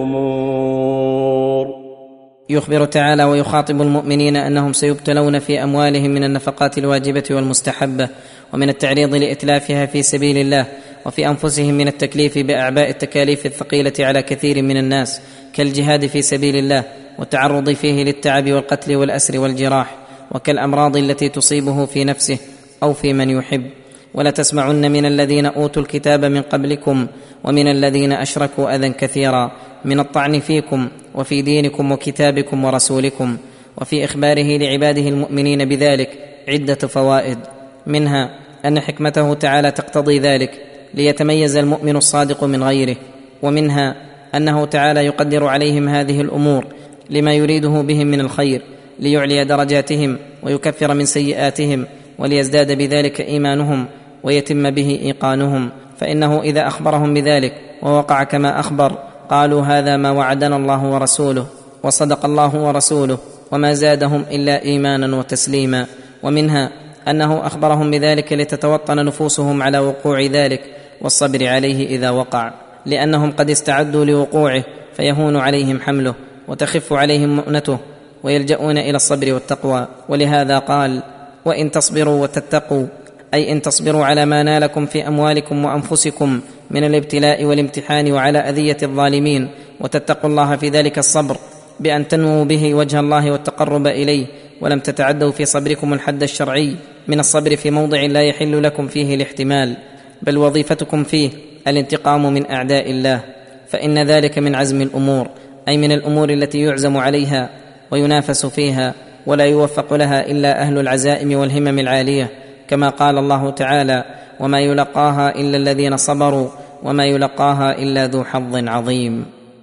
الأمور. يخبر تعالى ويخاطب المؤمنين أنهم سيبتلون في أموالهم من النفقات الواجبة والمستحبة، ومن التعريض لإتلافها في سبيل الله، وفي أنفسهم من التكليف بأعباء التكاليف الثقيلة على كثير من الناس، كالجهاد في سبيل الله والتعرض فيه للتعب والقتل والأسر والجراح، وكالأمراض التي تصيبه في نفسه أو في من يحب. ولا تسمعن من الذين أوتوا الكتاب من قبلكم ومن الذين أشركوا أذى كثيرا، من الطعن فيكم وفي دينكم وكتابكم ورسولكم. وفي إخباره لعباده المؤمنين بذلك عدة فوائد، منها أن حكمته تعالى تقتضي ذلك ليتميز المؤمن الصادق من غيره، ومنها أنه تعالى يقدر عليهم هذه الأمور لما يريده بهم من الخير، ليعلي درجاتهم ويكفر من سيئاتهم، وليزداد بذلك إيمانهم ويتم به إيقانهم. فإنه إذا أخبرهم بذلك ووقع كما أخبر قالوا: هذا ما وعدنا الله ورسوله، وصدق الله ورسوله، وما زادهم إلا إيمانا وتسليما. ومنها أنه أخبرهم بذلك لتتوطن نفوسهم على وقوع ذلك والصبر عليه إذا وقع، لأنهم قد استعدوا لوقوعه فيهون عليهم حمله وتخف عليهم مؤنته، ويلجؤون إلى الصبر والتقوى. ولهذا قال: وإن تصبروا وتتقوا، أي إن تصبروا على ما نالكم في أموالكم وأنفسكم من الابتلاء والامتحان وعلى أذية الظالمين، وتتقوا الله في ذلك الصبر بأن تنووا به وجه الله والتقرب إليه، ولم تتعدوا في صبركم الحد الشرعي من الصبر في موضع لا يحل لكم فيه الاحتمال، بل وظيفتكم فيه الانتقام من أعداء الله، فإن ذلك من عزم الأمور، أي من الأمور التي يعزم عليها وينافس فيها، ولا يوفق لها إلا أهل العزائم والهمم العالية، كما قال الله تعالى: وما يلقاها إلا الذين صبروا وما يلقاها إلا ذو حظ عظيم.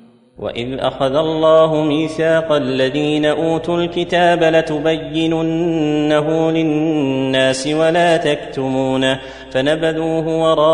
وإذ أخذ الله ميثاق الذين أوتوا الكتاب لتبيننه للناس ولا تكتمونه فنبذوه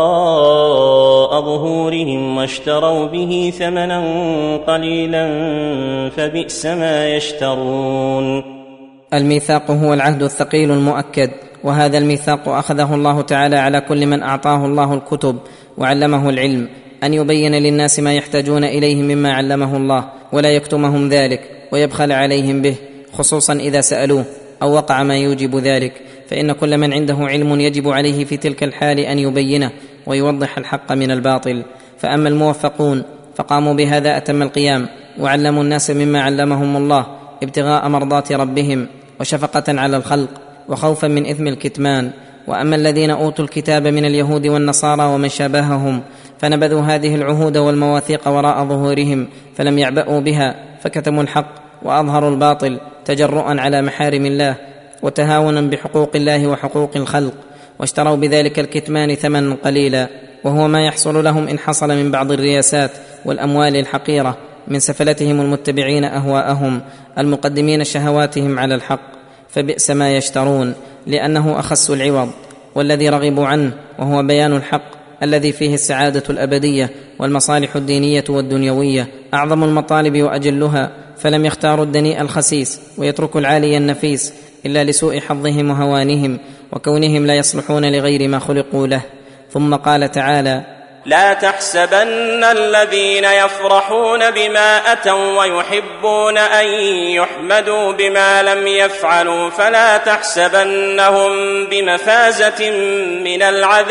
وراء ظهورهم واشتروا به ثمنا قليلا فبئس ما يشترون. الميثاق هو العهد الثقيل المؤكد، وهذا الميثاق أخذه الله تعالى على كل من أعطاه الله الكتب وعلمه العلم، أن يبين للناس ما يحتاجون إليه مما علمه الله، ولا يكتمهم ذلك ويبخل عليهم به، خصوصا إذا سألوه أو وقع ما يوجب ذلك، فإن كل من عنده علم يجب عليه في تلك الحال أن يبينه ويوضح الحق من الباطل. فأما الموفقون فقاموا بهذا أتم القيام، وعلموا الناس مما علمهم الله ابتغاء مرضات ربهم وشفقة على الخلق وخوفا من إثم الكتمان. وأما الذين أوتوا الكتاب من اليهود والنصارى ومن شابههم فنبذوا هذه العهود والمواثيق وراء ظهورهم، فلم يعبأوا بها، فكتموا الحق وأظهروا الباطل تجرؤا على محارم الله وتهاونا بحقوق الله وحقوق الخلق، واشتروا بذلك الكتمان ثمنا قليلا، وهو ما يحصل لهم إن حصل من بعض الرياسات والأموال الحقيرة من سفلتهم المتبعين أهواءهم المقدمين شهواتهم على الحق. فبئس ما يشترون، لأنه أخس العوض والذي رغبوا عنه، وهو بيان الحق الذي فيه السعادة الأبدية والمصالح الدينية والدنيوية أعظم المطالب وأجلها، فلم يختاروا الدنيء الخسيس ويتركوا العالي النفيس إلا لسوء حظهم وهوانهم وكونهم لا يصلحون لغير ما خلقوا له. ثم قال تعالى: لا تحسبن الذين يفرحون بما أتوا ويحبون أن يحمدوا بما لم يفعلوا فلا تحسبنهم بمفازة من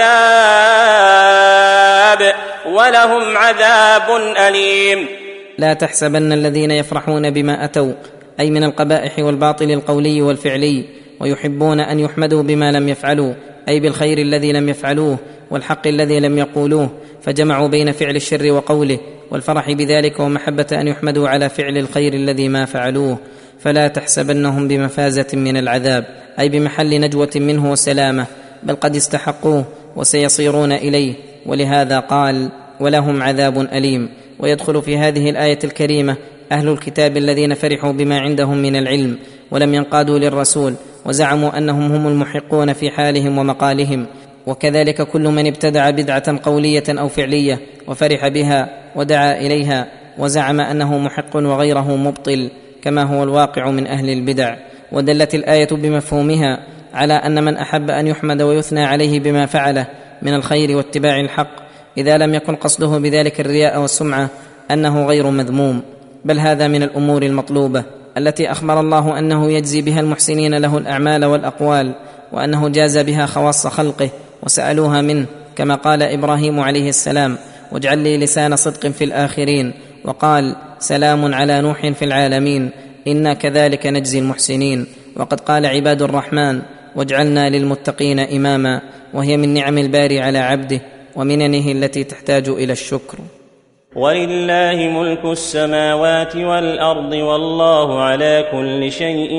العذاب ولهم عذاب أليم. لا تحسبن الذين يفرحون بما أتوا، أي من القبائح والباطل القولي والفعلي ويحبون ان يحمدوا بما لم يفعلوا، اي بالخير الذي لم يفعلوه والحق الذي لم يقولوه، فجمعوا بين فعل الشر وقوله والفرح بذلك ومحبه ان يحمدوا على فعل الخير الذي ما فعلوه. فلا تحسبنهم بمفازه من العذاب، اي بمحل نجوه منه وسلامه، بل قد استحقوه وسيصيرون اليه. ولهذا قال ولهم عذاب اليم. ويدخل في هذه الايه الكريمه اهل الكتاب الذين فرحوا بما عندهم من العلم ولم ينقادوا للرسول وزعموا انهم هم المحقون في حالهم ومقالهم، وكذلك كل من ابتدع بدعه قوليه او فعليه وفرح بها ودعا اليها وزعم انه محق وغيره مبطل، كما هو الواقع من اهل البدع. ودلت الايه بمفهومها على ان من احب ان يحمد ويثنى عليه بما فعله من الخير واتباع الحق، اذا لم يكن قصده بذلك الرياء والسمعه، انه غير مذموم، بل هذا من الامور المطلوبه التي اخبر الله انه يجزي بها المحسنين له الاعمال والاقوال، وانه جاز بها خواص خلقه وسالوها منه، كما قال ابراهيم عليه السلام واجعل لي لسان صدق في الاخرين، وقال سلام على نوح في العالمين انا كذلك نجزي المحسنين. وقد قال عباد الرحمن واجعلنا للمتقين اماما، وهي من نعم الباري على عبده ومننه التي تحتاج الى الشكر. ولله ملك السماوات والأرض والله على كل شيء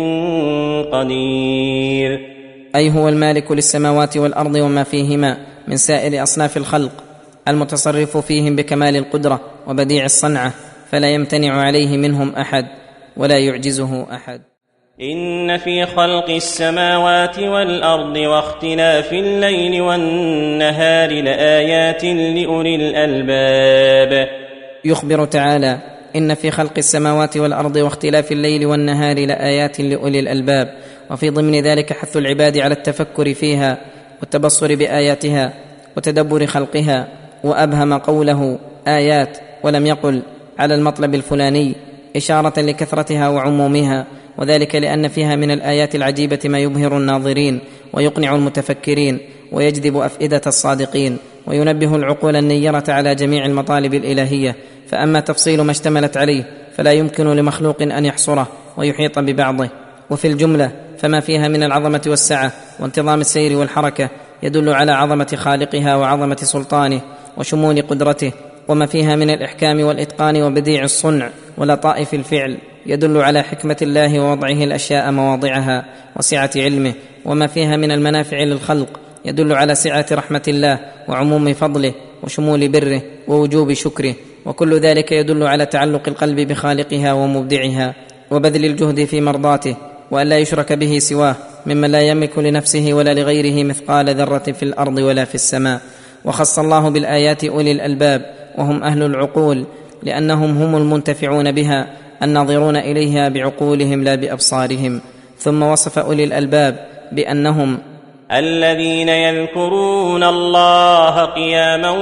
قدير، أي هو المالك للسماوات والأرض وما فيهما من سائر أصناف الخلق، المتصرف فيهم بكمال القدرة وبديع الصنعة، فلا يمتنع عليه منهم أحد ولا يعجزه أحد. إن في خلق السماوات والأرض واختلاف الليل والنهار لآيات لأولي الألباب. يخبر تعالى إن في خلق السماوات والأرض واختلاف الليل والنهار لآيات لأولي الألباب، وفي ضمن ذلك حث العباد على التفكر فيها والتبصر بآياتها وتدبر خلقها. وأبهم قوله آيات ولم يقل على المطلب الفلاني إشارة لكثرتها وعمومها، وذلك لأن فيها من الآيات العجيبة ما يبهر الناظرين ويقنع المتفكرين ويجذب أفئدة الصادقين وينبه العقول النيرة على جميع المطالب الإلهية. فأما تفصيل ما اشتملت عليه فلا يمكن لمخلوق أن يحصره ويحيط ببعضه. وفي الجملة فما فيها من العظمة والسعة وانتظام السير والحركة يدل على عظمة خالقها وعظمة سلطانه وشمول قدرته، وما فيها من الإحكام والإتقان وبديع الصنع ولطائف الفعل يدل على حكمة الله ووضعه الأشياء مواضعها وسعة علمه، وما فيها من المنافع للخلق يدل على سعة رحمة الله وعموم فضله وشمول بره ووجوب شكره، وكل ذلك يدل على تعلق القلب بخالقها ومبدعها وبذل الجهد في مرضاته، وأن لا يشرك به سواه ممن لا يملك لنفسه ولا لغيره مثقال ذرة في الأرض ولا في السماء. وخص الله بالآيات أولي الألباب وهم أهل العقول، لأنهم هم المنتفعون بها الناظرون إليها بعقولهم لا بأبصارهم. ثم وصف أولي الألباب بأنهم الذين يذكرون الله قياما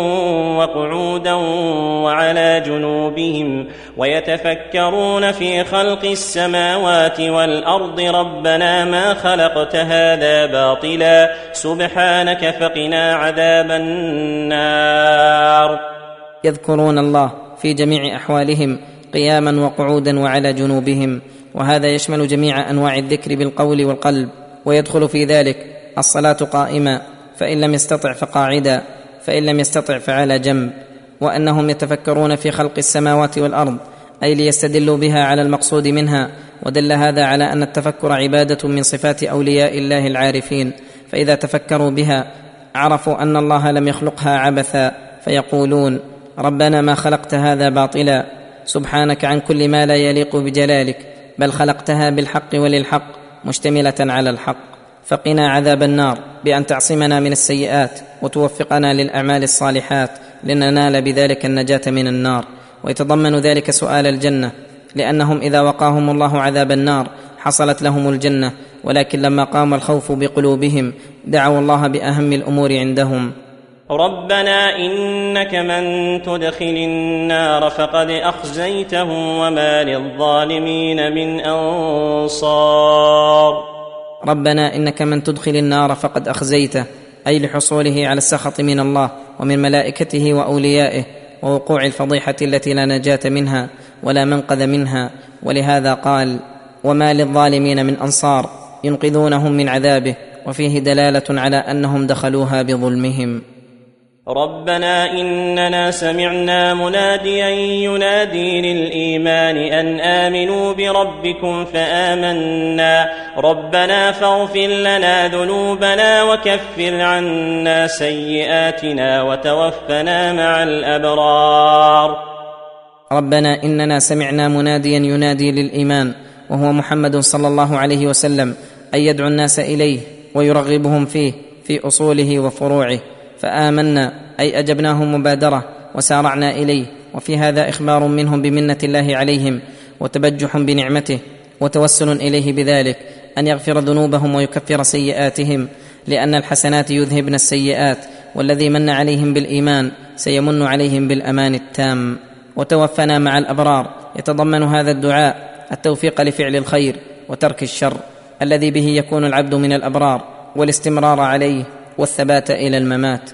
وقعودا وعلى جنوبهم ويتفكرون في خلق السماوات والأرض ربنا ما خلقت هذا باطلا سبحانك فقنا عذاب النار. يذكرون الله في جميع أحوالهم قياما وقعودا وعلى جنوبهم، وهذا يشمل جميع أنواع الذكر بالقول والقلب، ويدخل في ذلك الصلاة قائما، فإن لم يستطع فقاعدا، فإن لم يستطع فعلى جنب. وأنهم يتفكرون في خلق السماوات والأرض أي ليستدلوا بها على المقصود منها، ودل هذا على أن التفكر عبادة من صفات أولياء الله العارفين، فإذا تفكروا بها عرفوا أن الله لم يخلقها عبثا، فيقولون ربنا ما خلقت هذا باطلا سبحانك عن كل ما لا يليق بجلالك، بل خلقتها بالحق وللحق مشتملة على الحق. فقنا عذاب النار بأن تعصمنا من السيئات وتوفقنا للأعمال الصالحات لننال بذلك النجاة من النار. ويتضمن ذلك سؤال الجنة، لأنهم إذا وقاهم الله عذاب النار حصلت لهم الجنة، ولكن لما قام الخوف بقلوبهم دعوا الله بأهم الأمور عندهم. ربنا إنك من تدخل النار فقد أخزيته وما للظالمين من أنصار. ربنا إنك من تدخل النار فقد أخزيته، أي لحصوله على السخط من الله ومن ملائكته وأوليائه ووقوع الفضيحة التي لا نجاة منها ولا منقذ منها. ولهذا قال وما للظالمين من أنصار، ينقذونهم من عذابه، وفيه دلاله على انهم دخلوها بظلمهم. ربنا إننا سمعنا مناديا ينادي للإيمان أن آمنوا بربكم فآمنا ربنا فاغفر لنا ذنوبنا وكفر عنا سيئاتنا وتوفنا مع الأبرار. ربنا إننا سمعنا مناديا ينادي للإيمان، وهو محمد صلى الله عليه وسلم، أن يدعو الناس إليه ويرغبهم فيه في أصوله وفروعه، فآمنا أي أجبناه مبادرة وسارعنا إليه. وفي هذا إخبار منهم بمنة الله عليهم وتبجح بنعمته وتوسل إليه بذلك أن يغفر ذنوبهم ويكفر سيئاتهم، لأن الحسنات يذهبن السيئات، والذي من عليهم بالإيمان سيمن عليهم بالأمان التام. وتوفنا مع الأبرار يتضمن هذا الدعاء التوفيق لفعل الخير وترك الشر الذي به يكون العبد من الأبرار، والاستمرار عليه والثبات إلى الممات.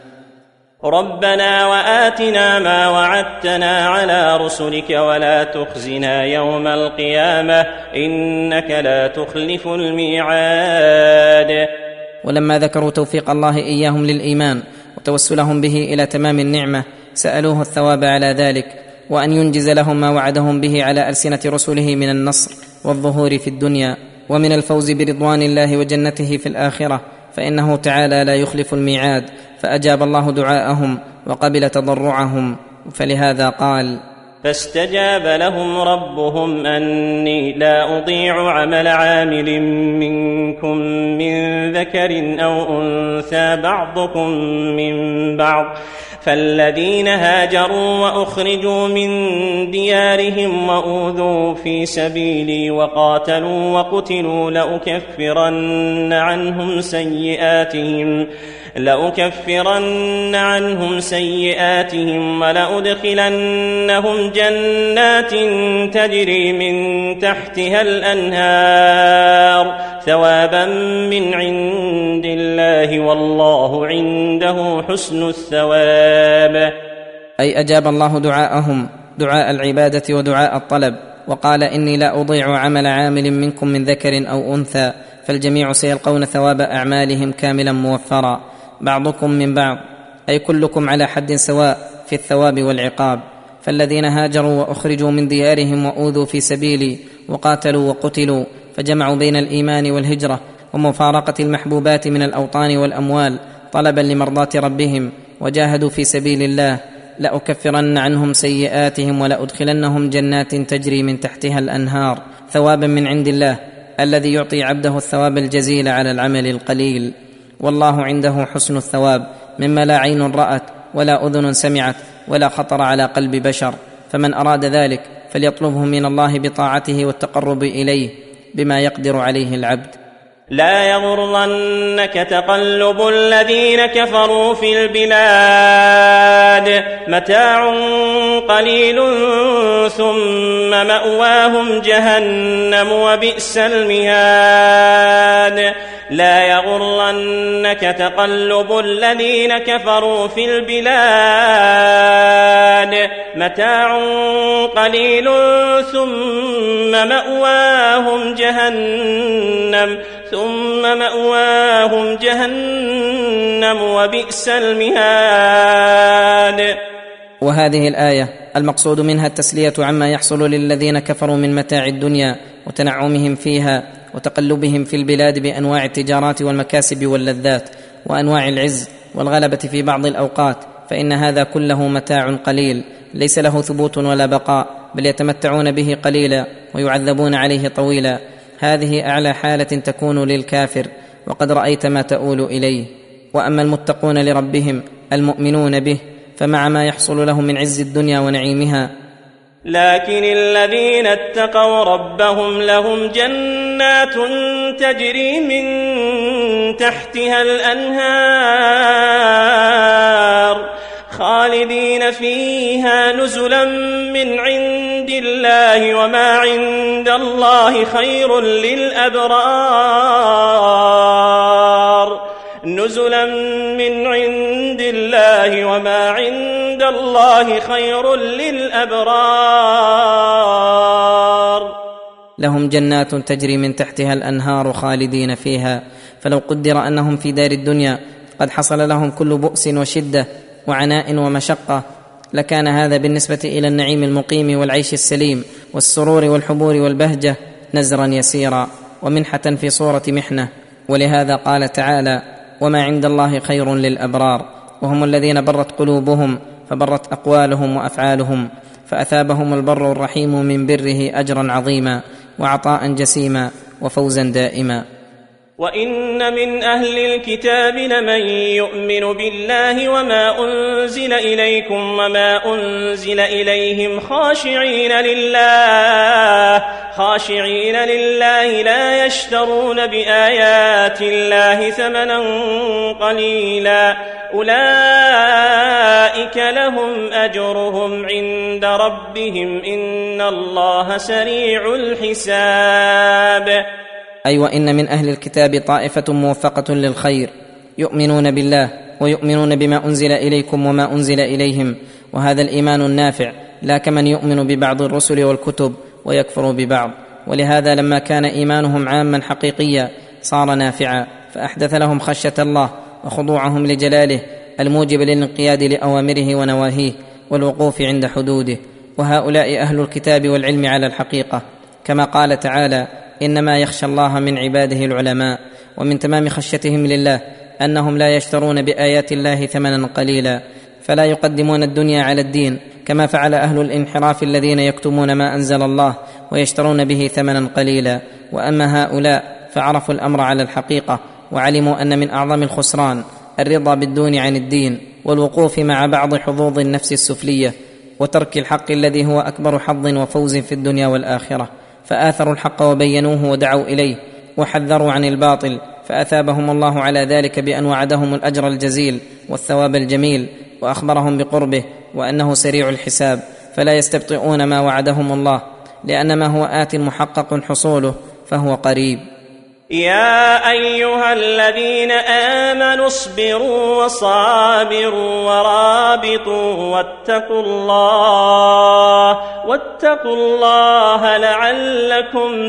ربنا وآتنا ما وعدتنا على رسلك ولا تخزنا يوم القيامة إنك لا تخلف الميعاد. ولما ذكروا توفيق الله إياهم للإيمان وتوسلهم به إلى تمام النعمة، سألوه الثواب على ذلك، وأن ينجز لهم ما وعدهم به على ألسنة رسله من النصر والظهور في الدنيا، ومن الفوز برضوان الله وجنته في الآخرة، فإنه تعالى لا يخلف الميعاد. فأجاب الله دعاءهم وقبل تضرعهم، فلهذا قال: فاستجاب لهم ربهم أني لا أضيع عمل عامل منكم من ذكر أو أنثى بعضكم من بعض، فالذين هاجروا وأخرجوا من ديارهم وأوذوا في سبيلي وقاتلوا وقتلوا لأكفرن عنهم سيئاتهم لأكفرن عنهم سيئاتهم ولأدخلنهم جنات تجري من تحتها الأنهار ثوابا من عند الله والله عنده حسن الثواب. أي أجاب الله دعاءهم، دعاء العبادة ودعاء الطلب، وقال: إني لا أضيع عمل عامل منكم من ذكر أو أنثى، فالجميع سيلقون ثواب أعمالهم كاملا موفرا، بعضكم من بعض، أي كلكم على حد سواء في الثواب والعقاب. فالذين هاجروا وأخرجوا من ديارهم وأوذوا في سبيلي وقاتلوا وقتلوا، فجمعوا بين الإيمان والهجرة ومفارقة المحبوبات من الأوطان والأموال طلبا لمرضاة ربهم، وجاهدوا في سبيل الله، لأكفرن عنهم سيئاتهم ولأدخلنهم جنات تجري من تحتها الأنهار ثوابا من عند الله، الذي يعطي عبده الثواب الجزيل على العمل القليل. والله عنده حسن الثواب، مما لا عين رأت ولا أذن سمعت ولا خطر على قلب بشر. فمن أراد ذلك فليطلبه من الله بطاعته والتقرب إليه بما يقدر عليه العبد. لا يغرنك تقلب الذين كفروا في البلاد، متاع قليل ثم مأواهم جهنم وبئس المهاد. لا يغرنك تقلب الذين كفروا في البلاد، متاع قليل ثم مأواهم جهنم ثم مأواهم جهنم وبئس المهاد. وهذه الآية المقصود منها التسلية عما يحصل للذين كفروا من متاع الدنيا وتنعمهم فيها وتقلبهم في البلاد بأنواع التجارات والمكاسب واللذات وأنواع العز والغلبة في بعض الأوقات، فإن هذا كله متاع قليل ليس له ثبوت ولا بقاء، بل يتمتعون به قليلا ويعذبون عليه طويلا. هذه أعلى حالة تكون للكافر، وقد رأيت ما تؤول إليه. وأما المتقون لربهم المؤمنون به، فمع ما يحصل لهم من عز الدنيا ونعيمها، لكن الذين اتقوا ربهم لهم جنات تجري من تحتها الأنهار خالدين فيها نزلا من عند الله وما عند الله خير للأبرار. نزلا من عند الله وما عند الله خير للأبرار. لهم جنات تجري من تحتها الانهار خالدين فيها. فلو قدر انهم في دار الدنيا قد حصل لهم كل بؤس وشده وعناء ومشقه لكان هذا بالنسبه الى النعيم المقيم والعيش السليم والسرور والحبور والبهجه نزرا يسيرا ومنحه في صوره محنه. ولهذا قال تعالى: وما عند الله خير للابرار، وهم الذين برت قلوبهم فبرت اقوالهم وافعالهم، فاثابهم البر الرحيم من بره اجرا عظيما وعطاء جسيما وفوزا دائما. وإن من أهل الكتاب لمن يؤمن بالله وما أنزل إليكم وما أنزل إليهم خاشعين لله خاشعين لله لا يشترون بآيات الله ثمنا قليلا أولئك لهم أجرهم عند ربهم إن الله سريع الحساب. أي وإن من أهل الكتاب طائفة موفقة للخير يؤمنون بالله ويؤمنون بما أنزل إليكم وما أنزل إليهم، وهذا الإيمان النافع لا كمن يؤمن ببعض الرسل والكتب ويكفر ببعض. ولهذا لما كان إيمانهم عاما حقيقيا صار نافعا، فأحدث لهم خشية الله وخضوعهم لجلاله الموجب للانقياد لأوامره ونواهيه والوقوف عند حدوده. وهؤلاء أهل الكتاب والعلم على الحقيقة، كما قال تعالى: إنما يخشى الله من عباده العلماء. ومن تمام خشيتهم لله أنهم لا يشترون بآيات الله ثمنا قليلا، فلا يقدمون الدنيا على الدين كما فعل أهل الانحراف الذين يكتمون ما أنزل الله ويشترون به ثمنا قليلا. وأما هؤلاء فعرفوا الأمر على الحقيقة وعلموا أن من أعظم الخسران الرضا بالدون عن الدين والوقوف مع بعض حظوظ النفس السفلية وترك الحق الذي هو أكبر حظ وفوز في الدنيا والآخرة. فآثروا الحق وبينوه ودعوا إليه وحذروا عن الباطل، فأثابهم الله على ذلك بأن وعدهم الأجر الجزيل والثواب الجميل، وأخبرهم بقربه وأنه سريع الحساب، فلا يستبطئون ما وعدهم الله، لأن ما هو آت محقق حصوله فهو قريب. يا أيها الذين آمنوا اصبروا وصابروا ورابطوا واتقوا الله واتقوا الله لعلكم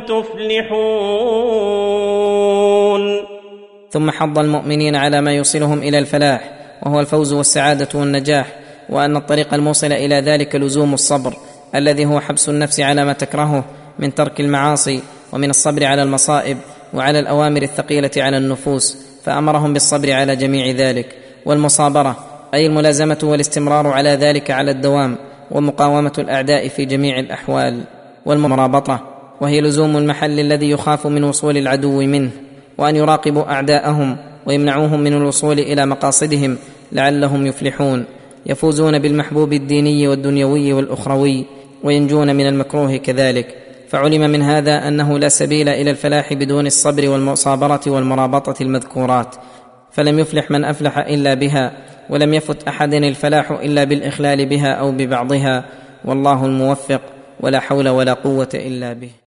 تفلحون. ثم حض المؤمنين على ما يوصلهم إلى الفلاح، وهو الفوز والسعادة والنجاح، وأن الطريق الموصل إلى ذلك لزوم الصبر الذي هو حبس النفس على ما تكرهه من ترك المعاصي، ومن الصبر على المصائب وعلى الأوامر الثقيلة على النفوس، فأمرهم بالصبر على جميع ذلك. والمصابرة أي الملازمة والاستمرار على ذلك على الدوام، ومقاومة الأعداء في جميع الأحوال. والمرابطة وهي لزوم المحل الذي يخاف من وصول العدو منه، وأن يراقبوا أعداءهم ويمنعوهم من الوصول إلى مقاصدهم لعلهم يفلحون، يفوزون بالمحبوب الديني والدنيوي والأخروي، وينجون من المكروه كذلك. فعلم من هذا أنه لا سبيل إلى الفلاح بدون الصبر والمصابرة والمرابطة المذكورات، فلم يفلح من أفلح إلا بها، ولم يفت أحد الفلاح إلا بالإخلال بها أو ببعضها، والله الموفق، ولا حول ولا قوة إلا به.